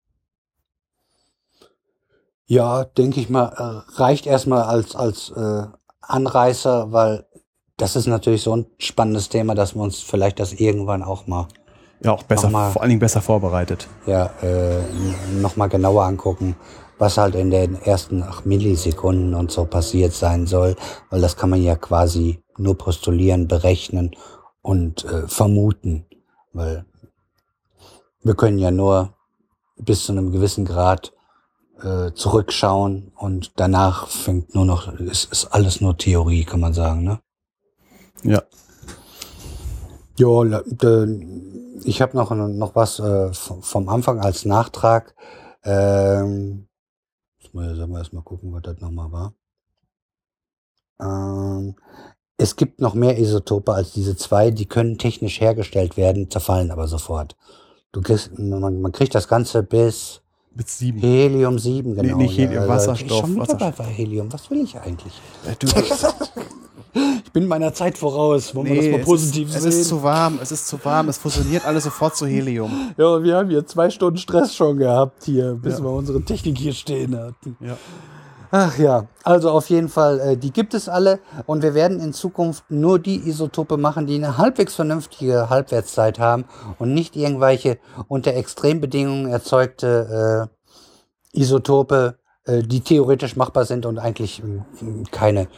Ja, denke ich mal, reicht erstmal als Anreißer, weil das ist natürlich so ein spannendes Thema, dass wir uns vielleicht das irgendwann auch mal Ja, auch besser, Nochmal. vor allen Dingen besser vorbereitet. nochmal genauer angucken, was halt in den ersten 8 Millisekunden und so passiert sein soll, weil das kann man ja quasi nur postulieren, berechnen und vermuten, weil wir können ja nur bis zu einem gewissen Grad zurückschauen und danach ist alles nur Theorie, kann man sagen, ne? Ja. Ja, ich habe noch was vom Anfang als Nachtrag. Sollen wir erstmal gucken, was das nochmal war. Es gibt noch mehr Isotope als diese 2, die können technisch hergestellt werden, zerfallen aber sofort. Man kriegt das Ganze bis Mit 7. Helium 7, genau. nicht Helium, Ja, Wasserstoff. Schon wieder bei Helium, was will ich eigentlich? Ich bin meiner Zeit voraus, wollen wir das mal positiv es sehen? ist zu warm, es fusioniert alles sofort zu Helium. Ja, wir haben hier 2 Stunden Stress schon gehabt hier, bis Ja. wir unsere Technik hier stehen hatten. Ja. Ach ja, also auf jeden Fall, die gibt es alle und wir werden in Zukunft nur die Isotope machen, die eine halbwegs vernünftige Halbwertszeit haben und nicht irgendwelche unter Extrembedingungen erzeugte Isotope, die theoretisch machbar sind und eigentlich keine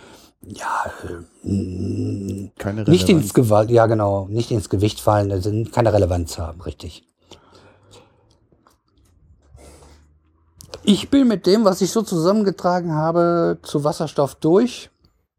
Keine nicht Relevanz. nicht ins Gewicht fallen, also keine Relevanz haben, richtig. Ich bin mit dem, was ich so zusammengetragen habe, zu Wasserstoff durch.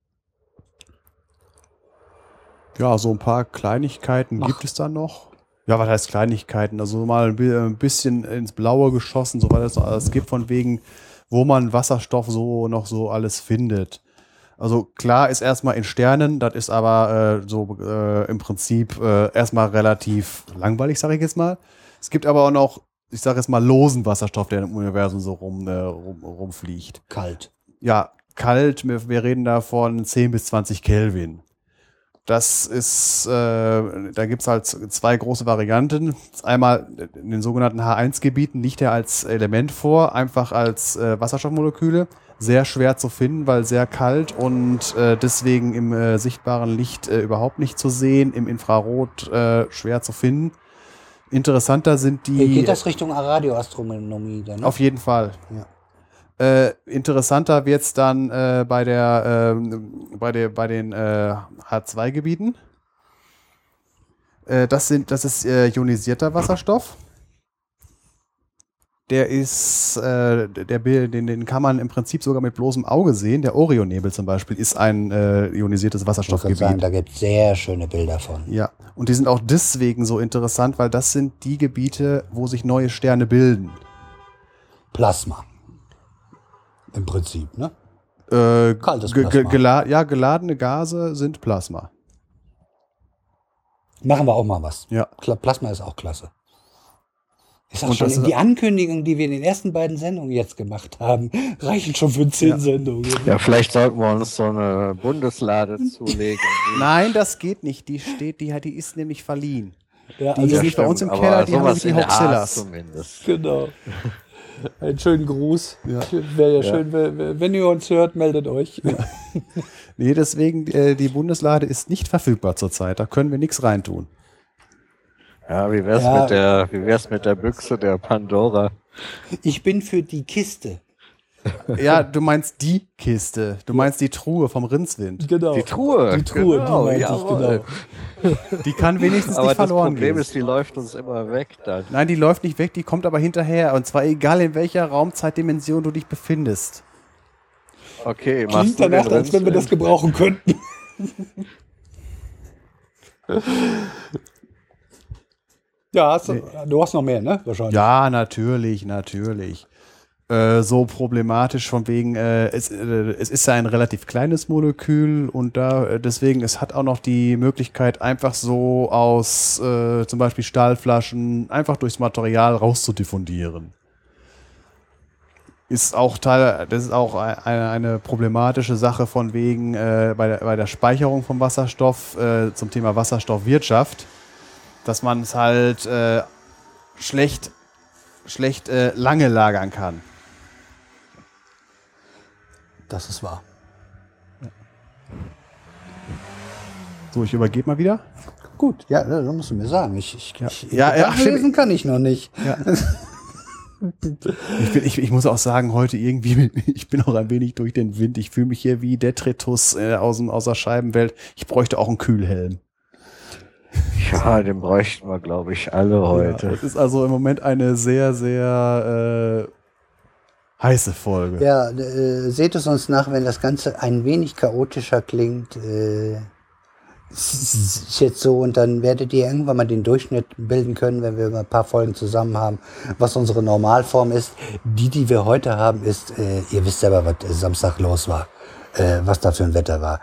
Ja, so ein paar Kleinigkeiten gibt es da noch. Ja, was heißt Kleinigkeiten? Also mal ein bisschen ins Blaue geschossen, soweit es noch alles gibt, von wegen, wo man Wasserstoff so noch so alles findet. Also klar ist erstmal in Sternen, das ist aber im Prinzip erstmal relativ langweilig, sage ich jetzt mal. Es gibt aber auch noch, ich sage jetzt mal, losen Wasserstoff, der im Universum so rumfliegt. Kalt. Ja, kalt, wir reden da von 10 bis 20 Kelvin. Das ist, da gibt's halt 2 große Varianten. Einmal in den sogenannten H1-Gebieten liegt er als Element vor, einfach als Wasserstoffmoleküle. Sehr schwer zu finden, weil sehr kalt und deswegen im sichtbaren Licht überhaupt nicht zu sehen, im Infrarot schwer zu finden. Interessanter sind die... Geht das Richtung Radioastronomie dann? Auf jeden Fall. Ja. Interessanter wird es dann bei den H2-Gebieten. Das ist ionisierter Wasserstoff. Der ist, den kann man im Prinzip sogar mit bloßem Auge sehen. Der Orionnebel zum Beispiel ist ein ionisiertes Wasserstoffgebiet. Ich würde sagen, da gibt es sehr schöne Bilder von. Ja, und die sind auch deswegen so interessant, weil das sind die Gebiete, wo sich neue Sterne bilden. Plasma. Im Prinzip, ne? Kaltes Plasma. Geladene Gase sind Plasma. Machen wir auch mal was. Ja. Plasma ist auch klasse. Ich sag schon, die Ankündigungen, die wir in den ersten beiden Sendungen jetzt gemacht haben, reichen schon für 10 Sendungen. Ja, vielleicht sollten wir uns so eine Bundeslade zulegen. Nein, das geht nicht. Die ist nämlich verliehen. Ja, die ist nicht bei uns im Keller, die haben die Hoaxillas. Zumindest. Genau. Einen schönen Gruß. Ja. Wäre ja schön, wenn ihr uns hört, meldet euch. Ja. Nee, deswegen, die Bundeslade ist nicht verfügbar zurzeit. Da können wir nichts reintun. Ja, wie wär's mit der Büchse der Pandora? Ich bin für die Kiste. Ja, du meinst die Kiste. Du meinst die Truhe vom Rindswind. Genau. Die Truhe, genau, die meinte ich, genau. Die kann wenigstens nicht verloren gehen. Aber das Problem ist, die läuft uns immer weg dann. Nein, die läuft nicht weg, die kommt aber hinterher. Und zwar egal, in welcher Raumzeitdimension du dich befindest. Okay, klingt danach, als wenn wir das gebrauchen könnten. Ja, du hast noch mehr, ne? Wahrscheinlich. Ja, natürlich. So problematisch von wegen, es ist ja ein relativ kleines Molekül und deswegen, es hat auch noch die Möglichkeit, einfach so aus zum Beispiel Stahlflaschen einfach durchs Material rauszudiffundieren. Das ist auch eine problematische Sache von wegen bei der Speicherung von Wasserstoff zum Thema Wasserstoffwirtschaft, dass man es halt schlecht lange lagern kann. Das ist wahr. So, ich übergebe mal wieder. Gut, ja, das musst du mir sagen. Lesen kann ich noch nicht. Ja. Ich muss auch sagen, heute irgendwie, ich bin auch ein wenig durch den Wind. Ich fühle mich hier wie Detritus aus der Scheibenwelt. Ich bräuchte auch einen Kühlhelm. Ja, den bräuchten wir, glaube ich, alle heute. Ja, es ist also im Moment eine sehr, sehr heiße Folge. Ja, seht es uns nach, wenn das Ganze ein wenig chaotischer klingt. Ist jetzt so, und dann werdet ihr irgendwann mal den Durchschnitt bilden können, wenn wir ein paar Folgen zusammen haben, was unsere Normalform ist. Die wir heute haben, ist, ihr wisst aber, was Samstag los war, was da für ein Wetter war.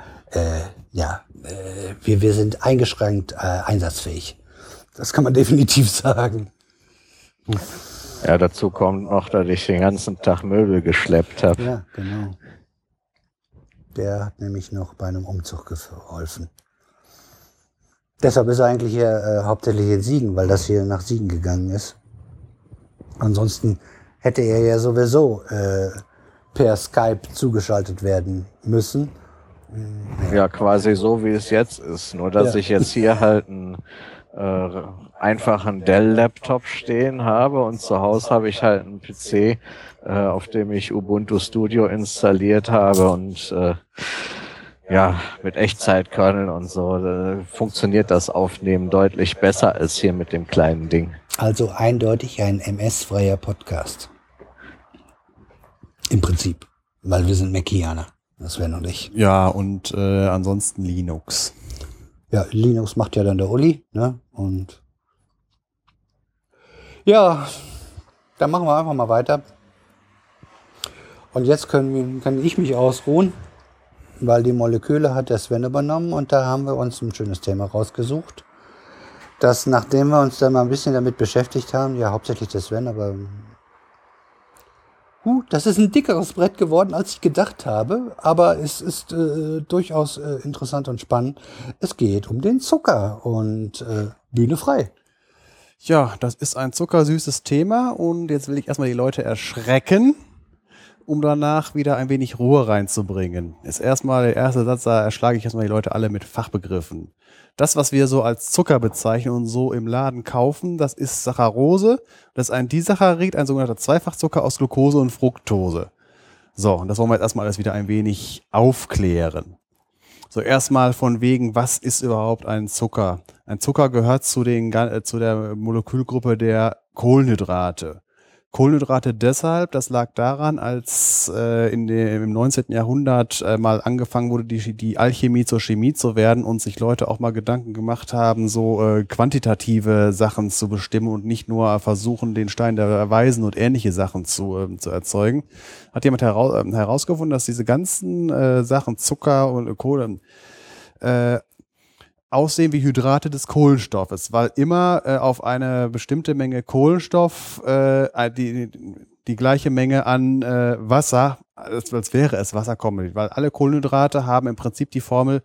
Wir sind eingeschränkt einsatzfähig. Das kann man definitiv sagen. Ja, dazu kommt noch, dass ich den ganzen Tag Möbel geschleppt habe. Ja, genau. Der hat nämlich noch bei einem Umzug geholfen. Deshalb ist er eigentlich hier hauptsächlich in Siegen, weil das hier nach Siegen gegangen ist. Ansonsten hätte er ja sowieso per Skype zugeschaltet werden müssen. Ja, quasi so, wie es jetzt ist. Nur, dass ich jetzt hier halt einen einfachen Dell-Laptop stehen habe und zu Hause habe ich halt einen PC, auf dem ich Ubuntu Studio installiert habe und mit Echtzeitkernel und so funktioniert das Aufnehmen deutlich besser als hier mit dem kleinen Ding. Also eindeutig ein MS-freier Podcast. Im Prinzip, weil wir sind Macianer. Das wäre noch nicht. Ja, und ansonsten Linux. Ja, Linux macht ja dann der Uli, ne? Und ja, dann machen wir einfach mal weiter. Und jetzt kann ich mich ausruhen, weil die Moleküle hat der Sven übernommen und da haben wir uns ein schönes Thema rausgesucht. Das, nachdem wir uns dann mal ein bisschen damit beschäftigt haben, ja hauptsächlich der Sven, aber das ist ein dickeres Brett geworden, als ich gedacht habe, aber es ist durchaus interessant und spannend. Es geht um den Zucker und Bühne frei. Ja, das ist ein zuckersüßes Thema und jetzt will ich erstmal die Leute erschrecken um danach wieder ein wenig Ruhe reinzubringen. Ist erstmal der erste Satz, da erschlage ich erstmal die Leute alle mit Fachbegriffen. Das, was wir so als Zucker bezeichnen und so im Laden kaufen, das ist Saccharose. Das ist ein Disaccharid, ein sogenannter Zweifachzucker aus Glucose und Fructose. So, und das wollen wir jetzt erstmal alles wieder ein wenig aufklären. So, erstmal von wegen, was ist überhaupt ein Zucker? Ein Zucker gehört zu der Molekülgruppe der Kohlenhydrate. Kohlenhydrate deshalb, das lag daran, als im 19. Jahrhundert mal angefangen wurde, die Alchemie zur Chemie zu werden und sich Leute auch mal Gedanken gemacht haben, so quantitative Sachen zu bestimmen und nicht nur versuchen, den Stein der Weisen und ähnliche Sachen zu erzeugen. Hat jemand herausgefunden, dass diese ganzen Sachen, Zucker und Kohle, aussehen wie Hydrate des Kohlenstoffes, weil immer auf eine bestimmte Menge Kohlenstoff die gleiche Menge an Wasser, als wäre es Wasser, kommt, weil alle Kohlenhydrate haben im Prinzip die Formel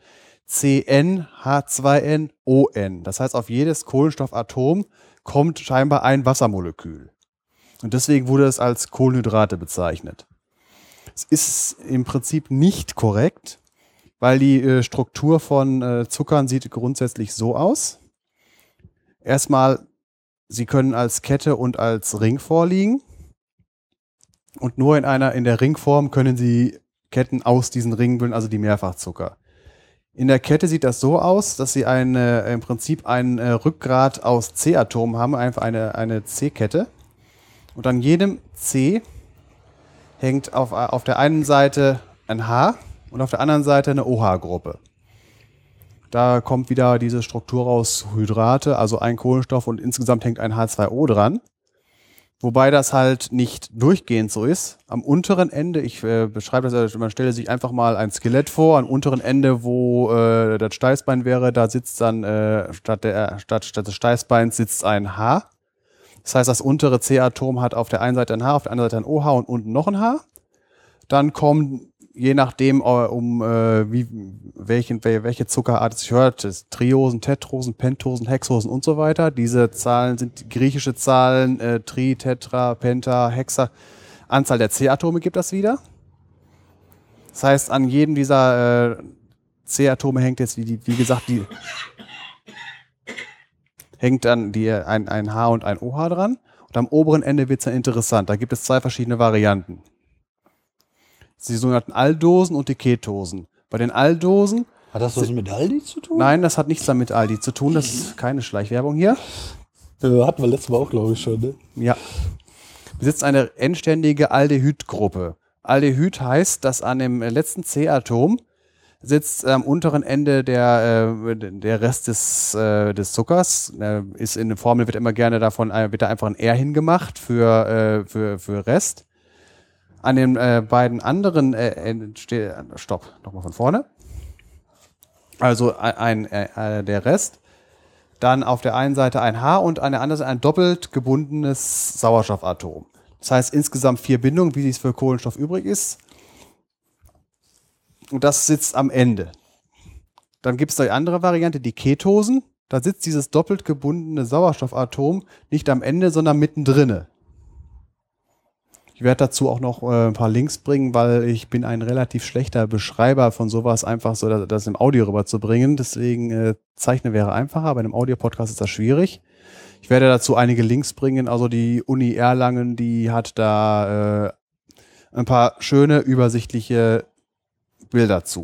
CnH2nOn. Das heißt, auf jedes Kohlenstoffatom kommt scheinbar ein Wassermolekül. Und deswegen wurde es als Kohlenhydrate bezeichnet. Es ist im Prinzip nicht korrekt, weil die Struktur von Zuckern sieht grundsätzlich so aus. Erstmal, sie können als Kette und als Ring vorliegen. Und nur in der Ringform können sie Ketten aus diesen Ringen bilden, also die Mehrfachzucker. In der Kette sieht das so aus, dass sie im Prinzip ein Rückgrat aus C-Atomen haben, einfach eine C-Kette. Und an jedem C hängt auf der einen Seite ein H und auf der anderen Seite eine OH-Gruppe. Da kommt wieder diese Struktur aus Hydrate, also ein Kohlenstoff und insgesamt hängt ein H2O dran. Wobei das halt nicht durchgehend so ist. Am unteren Ende, ich beschreibe das, man stelle sich einfach mal ein Skelett vor, am unteren Ende, wo das Steißbein wäre, da sitzt dann statt des Steißbeins sitzt ein H. Das heißt, das untere C-Atom hat auf der einen Seite ein H, auf der anderen Seite ein OH und unten noch ein H. Dann kommen, je nachdem, welche Zuckerart es sich hört, Triosen, Tetrosen, Pentosen, Hexosen und so weiter. Diese Zahlen sind griechische Zahlen, Tri, Tetra, Penta, Hexa. Anzahl der C-Atome gibt das wieder. Das heißt, an jedem dieser C-Atome hängt jetzt, wie gesagt, hängt dann ein H und ein OH dran. Und am oberen Ende wird es dann interessant. Da gibt es zwei verschiedene Varianten. Die sogenannten Aldosen und die Ketosen. Bei den Aldosen... Hat das was mit Aldi zu tun? Nein, das hat nichts damit mit Aldi zu tun. Das ist keine Schleichwerbung hier. Hatten wir letztes Mal auch, glaube ich, schon, ne? Ja. Besitzt eine endständige Aldehydgruppe. Aldehyd heißt, dass an dem letzten C-Atom sitzt am unteren Ende der Rest des Zuckers. Ist in der Formel, wird immer gerne wird da einfach ein R hingemacht für Rest. An den beiden anderen nochmal von vorne. Also der Rest. Dann auf der einen Seite ein H und an der anderen Seite ein doppelt gebundenes Sauerstoffatom. Das heißt insgesamt 4 Bindungen, wie es für Kohlenstoff übrig ist. Und das sitzt am Ende. Dann gibt es die andere Variante, die Ketosen. Da sitzt dieses doppelt gebundene Sauerstoffatom nicht am Ende, sondern mittendrin. Ich werde dazu auch noch ein paar Links bringen, weil ich bin ein relativ schlechter Beschreiber von sowas, einfach so das im Audio rüberzubringen. Deswegen Zeichnen wäre einfacher, aber in einem Audio-Podcast ist das schwierig. Ich werde dazu einige Links bringen. Also die Uni Erlangen, die hat da ein paar schöne, übersichtliche Bilder zu.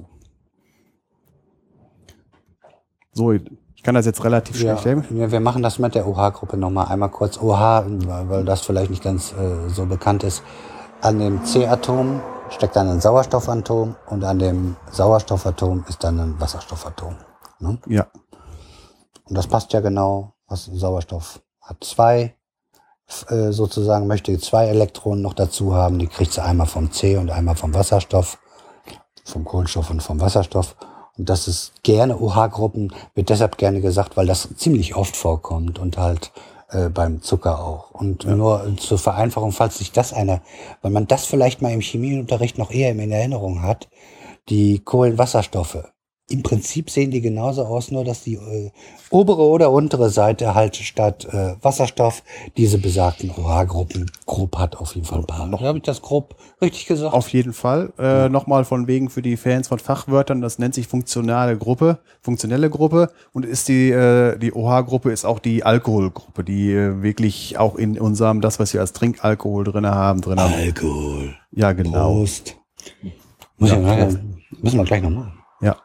So, ich kann das jetzt relativ schlecht nehmen. Ja, wir machen das mit der OH-Gruppe nochmal einmal kurz. OH, weil das vielleicht nicht ganz so bekannt ist. An dem C-Atom steckt dann ein Sauerstoffatom und an dem Sauerstoffatom ist dann ein Wasserstoffatom. Ne? Ja. Und das passt ja genau. Sauerstoff hat 2, sozusagen möchte 2 Elektronen noch dazu haben. Die kriegt sie einmal vom C und einmal vom Wasserstoff, vom Kohlenstoff und vom Wasserstoff. Und das ist gerne OH-Gruppen, wird deshalb gerne gesagt, weil das ziemlich oft vorkommt und halt beim Zucker auch. Und nur zur Vereinfachung, falls sich weil man das vielleicht mal im Chemieunterricht noch eher in Erinnerung hat, die Kohlenwasserstoffe, Im Prinzip sehen die genauso aus, nur dass die obere oder untere Seite halt statt Wasserstoff diese besagten OH-Gruppen grob hat, auf jeden Fall ein paar. Noch habe ich das grob richtig gesagt? Auf jeden Fall. Nochmal von wegen für die Fans von Fachwörtern, das nennt sich funktionelle Gruppe und ist die OH-Gruppe ist auch die Alkoholgruppe, die wirklich auch in unserem, das was wir als Trinkalkohol drin haben. Alkohol. Ja, genau. Prost. Müssen wir gleich noch machen. Ja.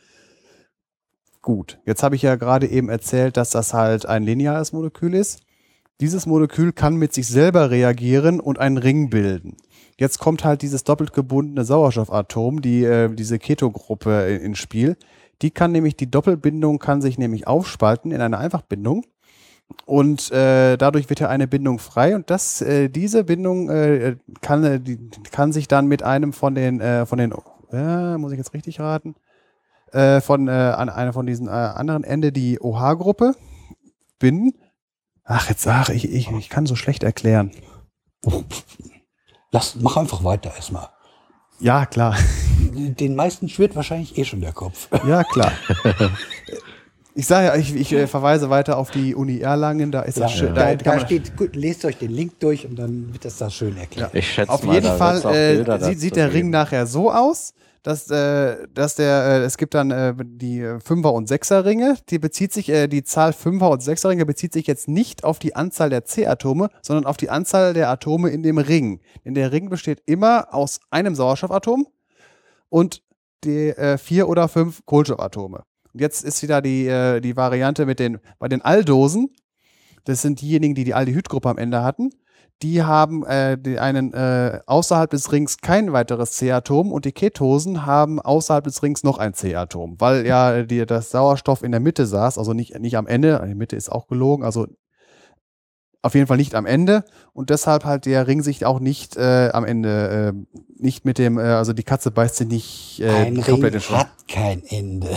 Gut, jetzt habe ich ja gerade eben erzählt, dass das halt ein lineares Molekül ist. Dieses Molekül kann mit sich selber reagieren und einen Ring bilden. Jetzt kommt halt dieses doppelt gebundene Sauerstoffatom, diese Ketogruppe ins Spiel. Die Doppelbindung kann sich nämlich aufspalten in eine Einfachbindung. Und dadurch wird ja eine Bindung frei. Und diese Bindung kann sich dann mit einem von den muss ich jetzt richtig raten? An einer von diesen anderen Ende die OH-Gruppe binden. Ich kann so schlecht erklären. Mach einfach weiter erstmal. Ja, klar. Den meisten schwirrt wahrscheinlich schon der Kopf. Ja, klar. Ich sage ja, ich verweise weiter auf die Uni Erlangen, da ist das schön. Da steht, gut, lest euch den Link durch und dann wird das da schön erklärt. Ich schätze auf mal, jeden da wird's auch Fall Bilder dazu sieht der Ring geben. nachher so aus, dass es gibt dann die 5er und 6er Ringe, die Zahl 5er und 6er Ringe bezieht sich jetzt nicht auf die Anzahl der C-Atome, sondern auf die Anzahl der Atome in dem Ring. Denn der Ring besteht immer aus einem Sauerstoffatom und die 4 oder 5 Kohlenstoffatome. Und jetzt ist wieder die Variante bei den Aldosen, das sind diejenigen, die Aldehydgruppe am Ende hatten, die haben außerhalb des Rings kein weiteres C-Atom und die Ketosen haben außerhalb des Rings noch ein C-Atom, weil ja das Sauerstoff in der Mitte saß, also nicht am Ende, die Mitte ist auch gelogen, also auf jeden Fall nicht am Ende und deshalb halt der Ring sich auch nicht am Ende nicht mit dem, also die Katze beißt sich nicht Ein komplett Ring in Schwanz. hat kein Ende.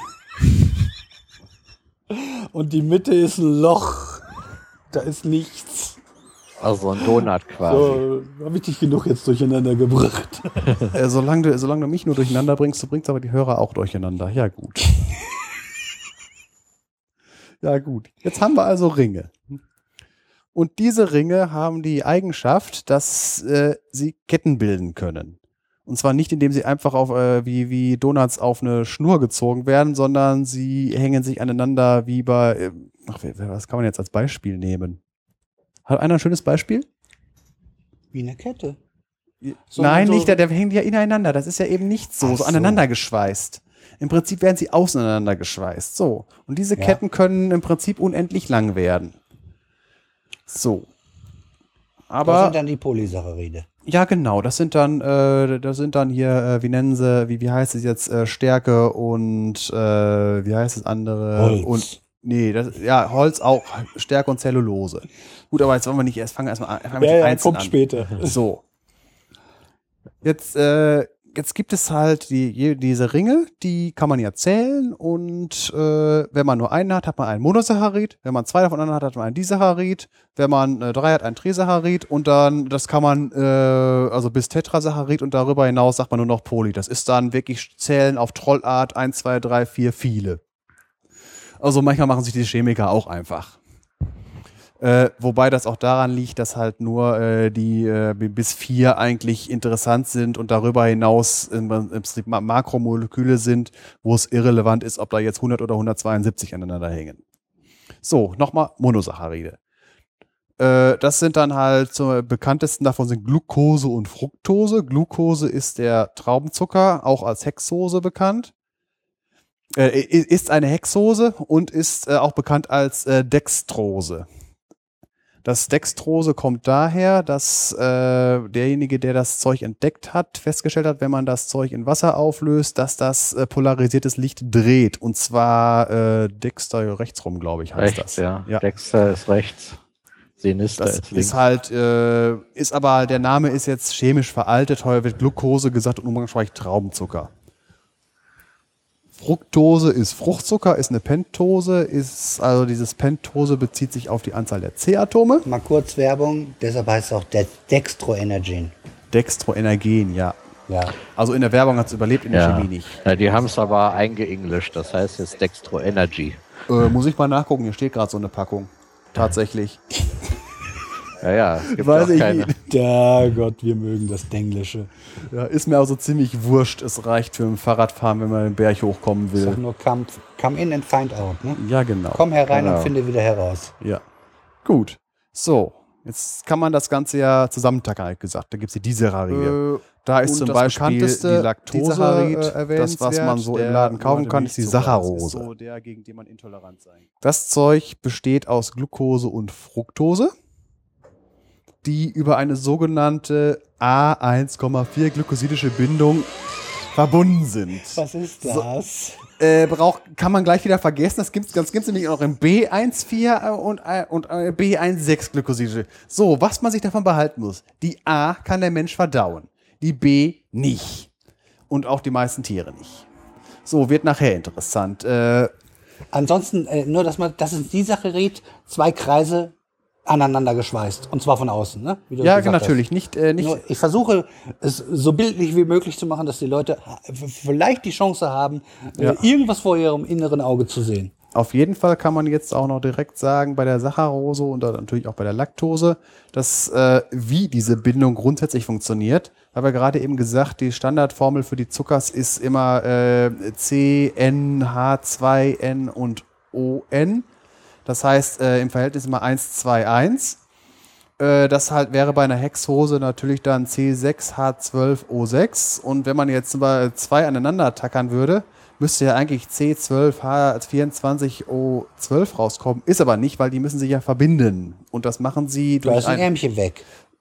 Und die Mitte ist ein Loch. Da ist nichts. Also ein Donut quasi. So, habe ich dich genug jetzt durcheinander gebracht. Solange du mich nur durcheinander bringst, du bringst aber die Hörer auch durcheinander. Ja, gut. Ja, gut. Jetzt haben wir also Ringe. Und diese Ringe haben die Eigenschaft, dass sie Ketten bilden können. Und zwar nicht, indem sie einfach wie Donuts auf eine Schnur gezogen werden, sondern sie hängen sich aneinander wie bei, was kann man jetzt als Beispiel nehmen? Hat einer ein schönes Beispiel? Wie eine Kette. Nein, nicht, der hängt ja ineinander. Das ist ja eben nicht so aneinander geschweißt. Im Prinzip werden sie auseinander geschweißt. So. Und diese Ketten können im Prinzip unendlich lang werden. So. Aber Das sind dann die Polysaccharide. ja, genau. Das sind dann hier, wie heißt es jetzt, Stärke und wie heißt das andere? Holz. Und Holz auch, Stärke und Zellulose. Gut, aber jetzt wollen wir nicht fangen wir erstmal mit den Einzelnen kommt an. später. So. Jetzt gibt es halt diese Ringe, die kann man ja zählen und wenn man nur einen hat man einen Monosaccharid, wenn man 2 davon hat man einen Disaccharid, wenn man 3 hat, ein Trisaccharid und dann, das kann man also bis Tetrasaccharid und darüber hinaus sagt man nur noch Poly. Das ist dann wirklich Zählen auf Trollart 1, 2, 3, 4, viele. Also manchmal machen sich die Chemiker auch einfach. Wobei das auch daran liegt, dass halt nur die bis 4 eigentlich interessant sind und darüber hinaus im Prinzip Makromoleküle sind, wo es irrelevant ist, ob da jetzt 100 oder 172 aneinander hängen. So, nochmal Monosaccharide. Das sind dann halt so bekanntesten davon sind Glucose und Fructose. Glucose ist der Traubenzucker, auch als Hexose bekannt. Ist eine Hexose und ist auch bekannt als Dextrose. Das Dextrose kommt daher, dass derjenige, der das Zeug entdeckt hat, festgestellt hat, wenn man das Zeug in Wasser auflöst, dass das polarisiertes Licht dreht. Und zwar Dexter rechtsrum, glaube ich, heißt Rechts, das. ja. Dexter ist rechts. Sinister Das ist links. ist halt, ist aber, der Name ist jetzt chemisch veraltet. Heuer wird Glucose gesagt und umgangssprachlich Traubenzucker. Fructose ist Fruchtzucker, ist eine Pentose, also dieses Pentose bezieht sich auf die Anzahl der C-Atome. Mal kurz Werbung, deshalb heißt es auch Dextroenergen. Dextroenergen, ja. Ja. Also in der Werbung hat es überlebt, in der Chemie nicht. Ja, die haben es aber eingeenglischt, das heißt jetzt Dextro Energy. Muss ich mal nachgucken, hier steht gerade so eine Packung. Tatsächlich. Ja, es gibt Weiß auch ich keine. Ja Gott, wir mögen das Denglische. Ja, ist mir also ziemlich wurscht. Es reicht für ein Fahrradfahren, wenn man den Berg hochkommen Ich sag will. nur come in and find out. Ne? Ja, genau. Komm herein Genau. und finde wieder heraus. Ja. Gut. So, jetzt kann man das Ganze ja zusammentackern, halt gesagt. Da gibt es die Disaccharide. Da ist und zum das Beispiel die bekannteste Laktose, Disaccharid, das, was man so im Laden kaufen kann, ist die Saccharose. Das ist so der, gegen den man intolerant sein kann. Das Zeug besteht aus Glucose und Fructose, die über eine sogenannte A1,4 glykosidische Bindung verbunden sind. Was ist das? Kann man gleich wieder vergessen. Das gibt's nämlich auch im B1,4 und B1,6 glykosidische. So, was man sich davon behalten muss. Die A kann der Mensch verdauen. Die B nicht. Und auch die meisten Tiere nicht. So, wird nachher interessant. Ansonsten, nur, das ist Disaccharid, 2 Kreise aneinander geschweißt. Und zwar von außen, ne? Wie du Ja, gesagt natürlich. hast. Nicht Nur, ich versuche, es so bildlich wie möglich zu machen, dass die Leute vielleicht die Chance haben, irgendwas vor ihrem inneren Auge zu sehen. Auf jeden Fall kann man jetzt auch noch direkt sagen, bei der Saccharose und natürlich auch bei der Laktose, dass wie diese Bindung grundsätzlich funktioniert. Habe ja gerade eben gesagt, die Standardformel für die Zuckers ist immer CN, H2N und ON. Das heißt im Verhältnis immer 1, 2, 1. Das halt wäre bei einer Hexhose natürlich dann C6H12O6. Und wenn man jetzt mal 2 aneinander tackern würde, müsste ja eigentlich C12H24O12 rauskommen. Ist aber nicht, weil die müssen sich ja verbinden. Und das machen sie Da durch ist ein Ärmchen weg.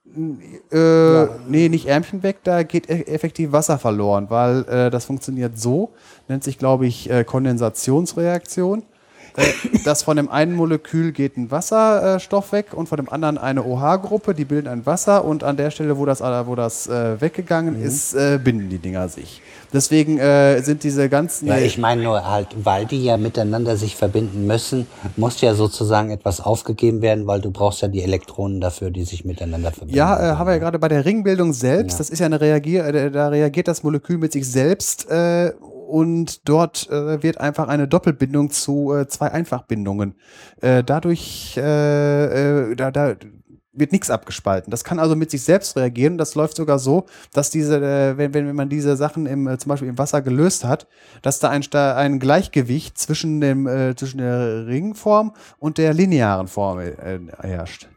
Nee, nicht Ärmchen weg, da geht effektiv Wasser verloren, weil das funktioniert so, nennt sich, glaube ich, Kondensationsreaktion. Das von dem einen Molekül geht ein Wasserstoff weg und von dem anderen eine OH-Gruppe, die bilden ein Wasser und an der Stelle, wo das weggegangen ist, binden die Dinger sich. Deswegen sind diese ganzen... Ja, ich meine nur halt, weil die ja miteinander sich verbinden müssen, muss ja sozusagen etwas aufgegeben werden, weil du brauchst ja die Elektronen dafür, die sich miteinander verbinden. Ja, haben wir ja gerade bei der Ringbildung selbst, Ja. das ist ja eine da reagiert das Molekül mit sich selbst und dort wird einfach eine Doppelbindung zu 2 Einfachbindungen. Dadurch da wird nichts abgespalten. Das kann also mit sich selbst reagieren. Das läuft sogar so, dass wenn man diese Sachen zum Beispiel im Wasser gelöst hat, dass da ein Gleichgewicht zwischen der Ringform und der linearen Form herrscht.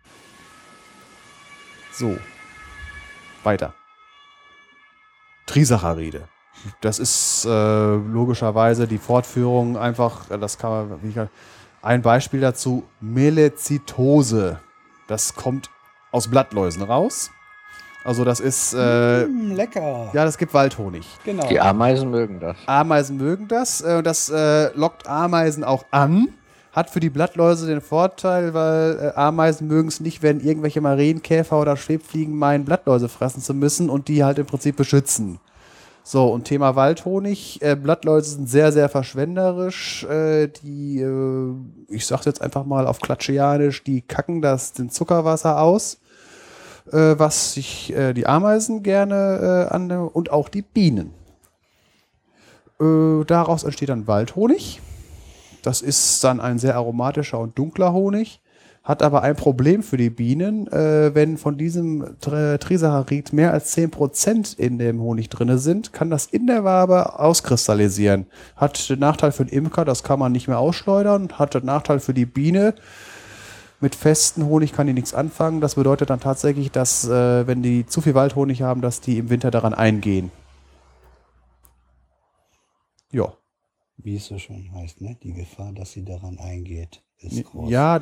So. Weiter. Trisaccharide. Das ist logischerweise die Fortführung einfach, ein Beispiel dazu, Melezitose. Das kommt aus Blattläusen raus. Also das ist, Lecker. ja, das gibt Waldhonig. Genau. Die Ameisen mögen das. Ameisen mögen das. Das lockt Ameisen auch an. Hat für die Blattläuse den Vorteil, weil Ameisen mögen es nicht, wenn irgendwelche Marienkäfer oder Schwebfliegen meinen, Blattläuse fressen zu müssen und die halt im Prinzip beschützen. So, und Thema Waldhonig. Blattläuse sind sehr, sehr verschwenderisch. Ich sag's jetzt einfach mal auf Klatschianisch, die kacken den Zuckerwasser aus, was sich die Ameisen gerne annehmen und auch die Bienen. Daraus entsteht dann Waldhonig. Das ist dann ein sehr aromatischer und dunkler Honig. Hat aber ein Problem für die Bienen, wenn von diesem Trisaccharid mehr als 10% in dem Honig drin sind, kann das in der Wabe auskristallisieren. Hat den Nachteil für den Imker, das kann man nicht mehr ausschleudern. Hat den Nachteil für die Biene, mit festem Honig kann die nichts anfangen. Das bedeutet dann tatsächlich, dass wenn die zu viel Waldhonig haben, dass die im Winter daran eingehen. Ja. Wie es so schon heißt, ne? Die Gefahr, dass sie daran eingeht, ist groß. Ja,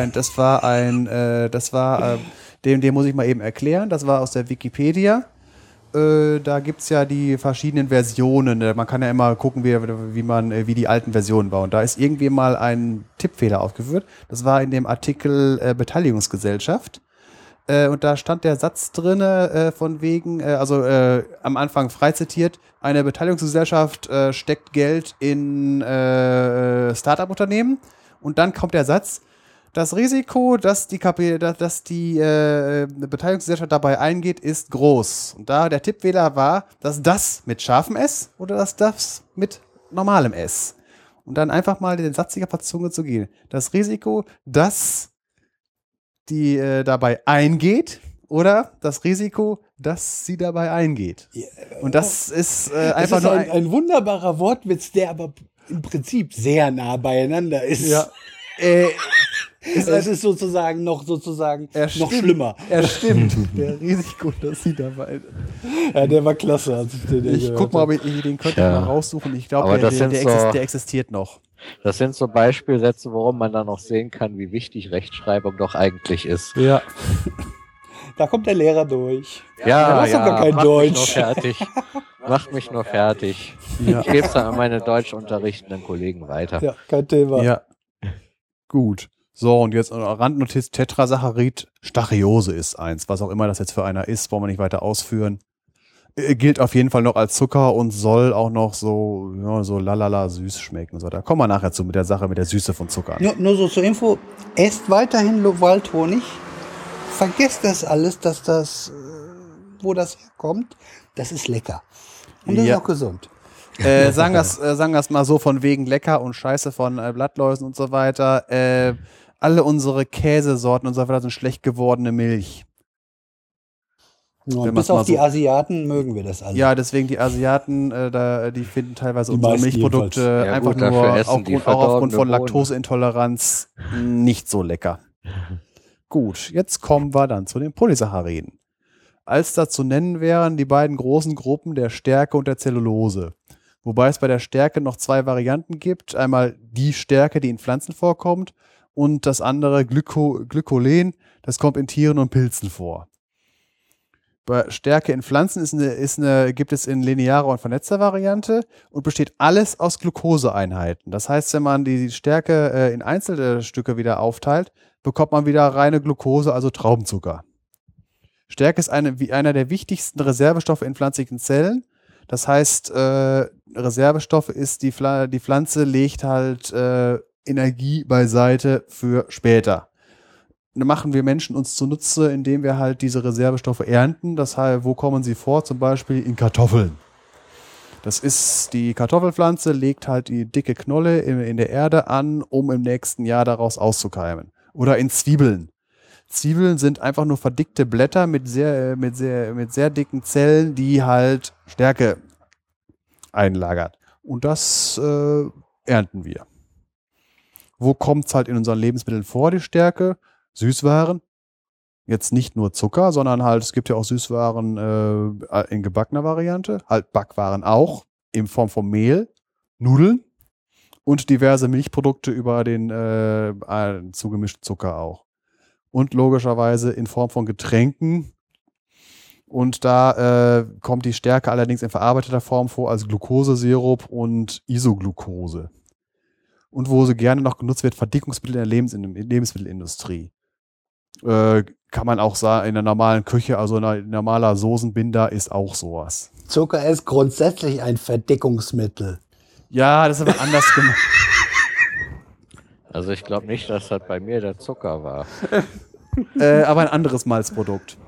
dem muss ich mal eben erklären. Das war aus der Wikipedia. Da gibt's ja die verschiedenen Versionen. Man kann ja immer gucken, wie die alten Versionen waren. Und da ist irgendwie mal ein Tippfehler aufgeführt. Das war in dem Artikel Beteiligungsgesellschaft. Und da stand der Satz drin, von wegen, am Anfang frei zitiert, eine Beteiligungsgesellschaft steckt Geld in Start-up-Unternehmen. Und dann kommt der Satz, das Risiko, dass die Beteiligungsgesellschaft dabei eingeht, ist groß. Und da der Tippfehler war, dass das mit scharfem S oder das mit normalem S. Und dann einfach mal den Satz auf der Zunge zu gehen. Das Risiko, dass die dabei eingeht oder das Risiko, dass sie dabei eingeht. Und das ist einfach nur ein wunderbarer Wortwitz, der aber im Prinzip sehr nah beieinander ist. Ja. Es ist sozusagen noch schlimmer. Er stimmt. Der Risiko, dass sie dabei. Ja, der war klasse. Als ich guck mal, ob ich den könnte mal raussuchen. Ich glaube, der existiert noch. Das sind so Beispielsätze, worum man dann noch sehen kann, wie wichtig Rechtschreibung doch eigentlich ist. Ja. Da kommt der Lehrer durch. Ja, doch gar kein Deutsch. Macht mich nur fertig. Ja. Ich gebe es dann an meine deutsch unterrichtenden Kollegen weiter. Ja, kein Thema. Ja. Gut. So, und jetzt Randnotiz: Tetrasaccharid, Stachyose ist eins. Was auch immer das jetzt für einer ist, wollen wir nicht weiter ausführen. Gilt auf jeden Fall noch als Zucker und soll auch noch so lalala süß schmecken und so. Da kommen wir nachher zu mit der Sache mit der Süße von Zucker. Nur so zur Info: Esst weiterhin Waldhonig. Vergesst das alles, dass das, wo das herkommt, das ist lecker. Und das ist auch gesund. Sagen wir's mal so, von wegen lecker und Scheiße von Blattläusen und so weiter. Alle unsere Käsesorten und so weiter sind schlecht gewordene Milch. Und bis auf die Asiaten mögen wir das alle. Ja, deswegen die Asiaten, die finden teilweise unsere Milchprodukte einfach gut, nur aufgrund von Laktoseintoleranz nicht so lecker. Gut, jetzt kommen wir dann zu den Polysacchariden. Als da zu nennen wären die beiden großen Gruppen der Stärke und der Zellulose. Wobei es bei der Stärke noch zwei Varianten gibt. Einmal die Stärke, die in Pflanzen vorkommt, und das andere Glykolen, das kommt in Tieren und Pilzen vor. Bei Stärke in Pflanzen gibt es in linearer und vernetzter Variante und besteht alles aus Glukoseeinheiten. Das heißt, wenn man die Stärke in Einzelstücke wieder aufteilt, bekommt man wieder reine Glucose, also Traubenzucker. Stärke ist einer der wichtigsten Reservestoffe in pflanzlichen Zellen. Das heißt, Reservestoffe ist, die Pflanze legt halt Energie beiseite für später. Dann machen wir Menschen uns zunutze, indem wir halt diese Reservestoffe ernten. Das heißt, wo kommen sie vor? Zum Beispiel in Kartoffeln. Das ist, die Kartoffelpflanze legt halt die dicke Knolle in der Erde an, um im nächsten Jahr daraus auszukeimen. Oder in Zwiebeln. Zwiebeln sind einfach nur verdickte Blätter mit sehr dicken Zellen, die halt Stärke einlagern. Und das ernten wir. Wo kommt es halt in unseren Lebensmitteln vor, die Stärke? Süßwaren. Jetzt nicht nur Zucker, sondern halt, es gibt ja auch Süßwaren in gebackener Variante. Halt Backwaren auch, in Form von Mehl, Nudeln und diverse Milchprodukte über den zugemischten Zucker auch. Und logischerweise in Form von Getränken. Und da kommt die Stärke allerdings in verarbeiteter Form vor als Glukosesirup und Isoglucose. Und wo sie gerne noch genutzt wird, Verdickungsmittel in der Lebensmittelindustrie. Kann man auch sagen, in der normalen Küche, also ein normaler Soßenbinder ist auch sowas. Zucker ist grundsätzlich ein Verdickungsmittel. Ja, das ist aber anders gemacht. Also ich glaube nicht, dass das bei mir der Zucker war. Aber ein anderes Malzprodukt.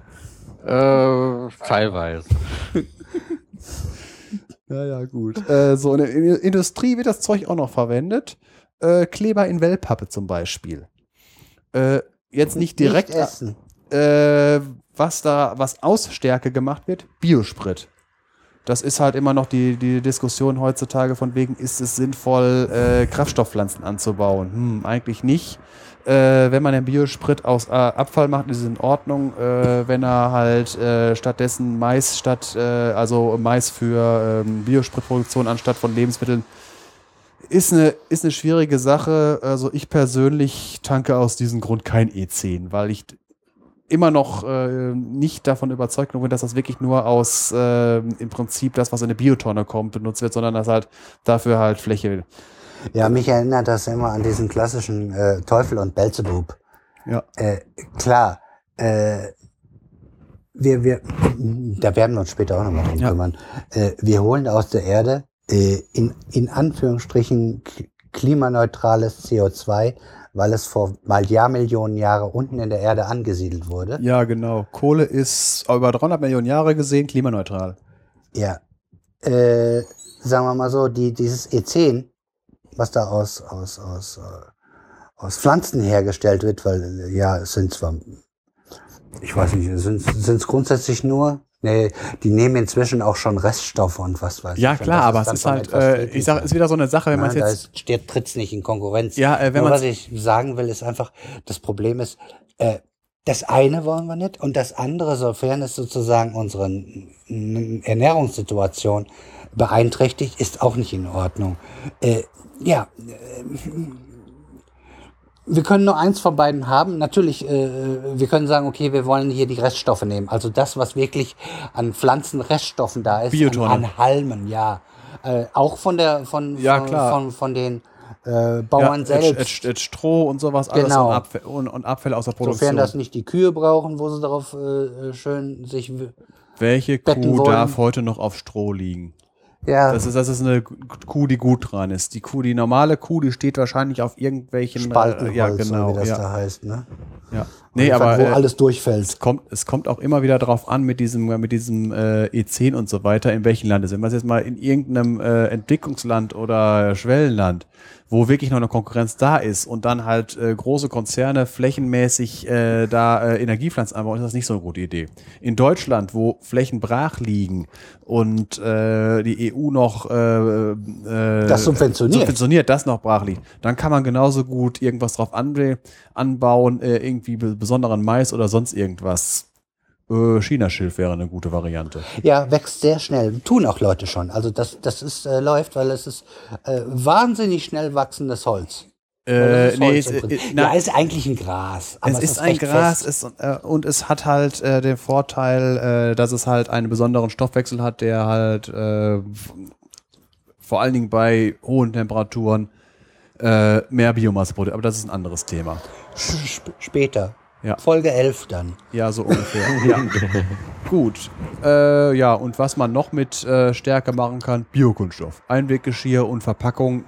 Teilweise. Ja, gut. So in der Industrie wird das Zeug auch noch verwendet. Kleber in Wellpappe zum Beispiel. Jetzt nicht direkt essen. Was aus Stärke gemacht wird, Biosprit. Das ist halt immer noch die Diskussion heutzutage von wegen, ist es sinnvoll, Kraftstoffpflanzen anzubauen? Eigentlich nicht. Wenn man den Biosprit aus Abfall macht, ist es in Ordnung. Wenn er halt stattdessen Mais für Biospritproduktion anstatt von Lebensmitteln, ist eine schwierige Sache. Also ich persönlich tanke aus diesem Grund kein E10, weil ich immer noch nicht davon überzeugt bin, dass das wirklich nur aus im Prinzip das, was in eine Biotonne kommt, benutzt wird, sondern dass halt dafür halt Fläche. Ja, mich erinnert das immer an diesen klassischen Teufel und Belzebub. Ja. Klar, da werden wir uns später auch nochmal drum kümmern. Wir holen aus der Erde in Anführungsstrichen klimaneutrales CO2, weil es vor mal Jahrmillionen Jahre unten in der Erde angesiedelt wurde. Ja, genau. Kohle ist über 300 Millionen Jahre gesehen klimaneutral. Ja. Sagen wir mal so, dieses E10, was da aus Pflanzen hergestellt wird, weil ja, es sind zwar, ich weiß nicht, sind es grundsätzlich nur, nee, die nehmen inzwischen auch schon Reststoffe und was weiß ich. Ja, klar, aber es ist halt, ich sag, ist wieder so eine Sache, wenn man es jetzt... tritt's nicht in Konkurrenz. Ja, wenn Nur man was ich sagen will, ist einfach, das Problem ist, das eine wollen wir nicht und das andere, sofern es sozusagen unsere Ernährungssituation beeinträchtigt, ist auch nicht in Ordnung. Wir können nur eins von beiden haben. Natürlich, wir können sagen, okay, wir wollen hier die Reststoffe nehmen. Also das, was wirklich an Pflanzenreststoffen da ist, an Halmen, ja. Auch von den Bauern selbst. Stroh und sowas, alles Genau. und Abfälle aus der Produktion. Sofern das nicht die Kühe brauchen, wo sie darauf schön sich Welche betten Kuh wollen. darf heute noch auf Stroh liegen? Ja, Das ist eine Kuh, die gut dran ist. Die normale Kuh, die steht wahrscheinlich auf irgendwelchen Spaltenholz, ja, genau, so wie das ja. da heißt, ne? Ja. Auf Nee, jeden Fall, aber wo alles durchfällt. es kommt auch immer wieder drauf an mit diesem E10 und so weiter, in welchem Land es ist. Wenn man es jetzt mal in irgendeinem Entwicklungsland oder Schwellenland, wo wirklich noch eine Konkurrenz da ist und dann halt große Konzerne flächenmäßig Energiepflanzen anbauen, ist das nicht so eine gute Idee. In Deutschland, wo Flächen brach liegen und die EU noch Das subventioniert. das noch brach liegt, dann kann man genauso gut irgendwas drauf anbauen, irgendwie besonderen Mais oder sonst irgendwas. Chinaschilf wäre eine gute Variante. Ja, wächst sehr schnell. Tun auch Leute schon. Also das ist läuft, weil es ist wahnsinnig schnell wachsendes Holz. Das ist Holz im Prinzip. Ist eigentlich ein Gras. Aber es ist ein recht Gras fest. und es hat halt den Vorteil, dass es halt einen besonderen Stoffwechsel hat, der halt vor allen Dingen bei hohen Temperaturen mehr Biomasse produziert. Aber das ist ein anderes Thema. Später. Ja. Folge 11 dann. Ja, so ungefähr. Ja. Gut. Ja, und was man noch mit Stärke machen kann, Biokunststoff. Einweggeschirr und Verpackung.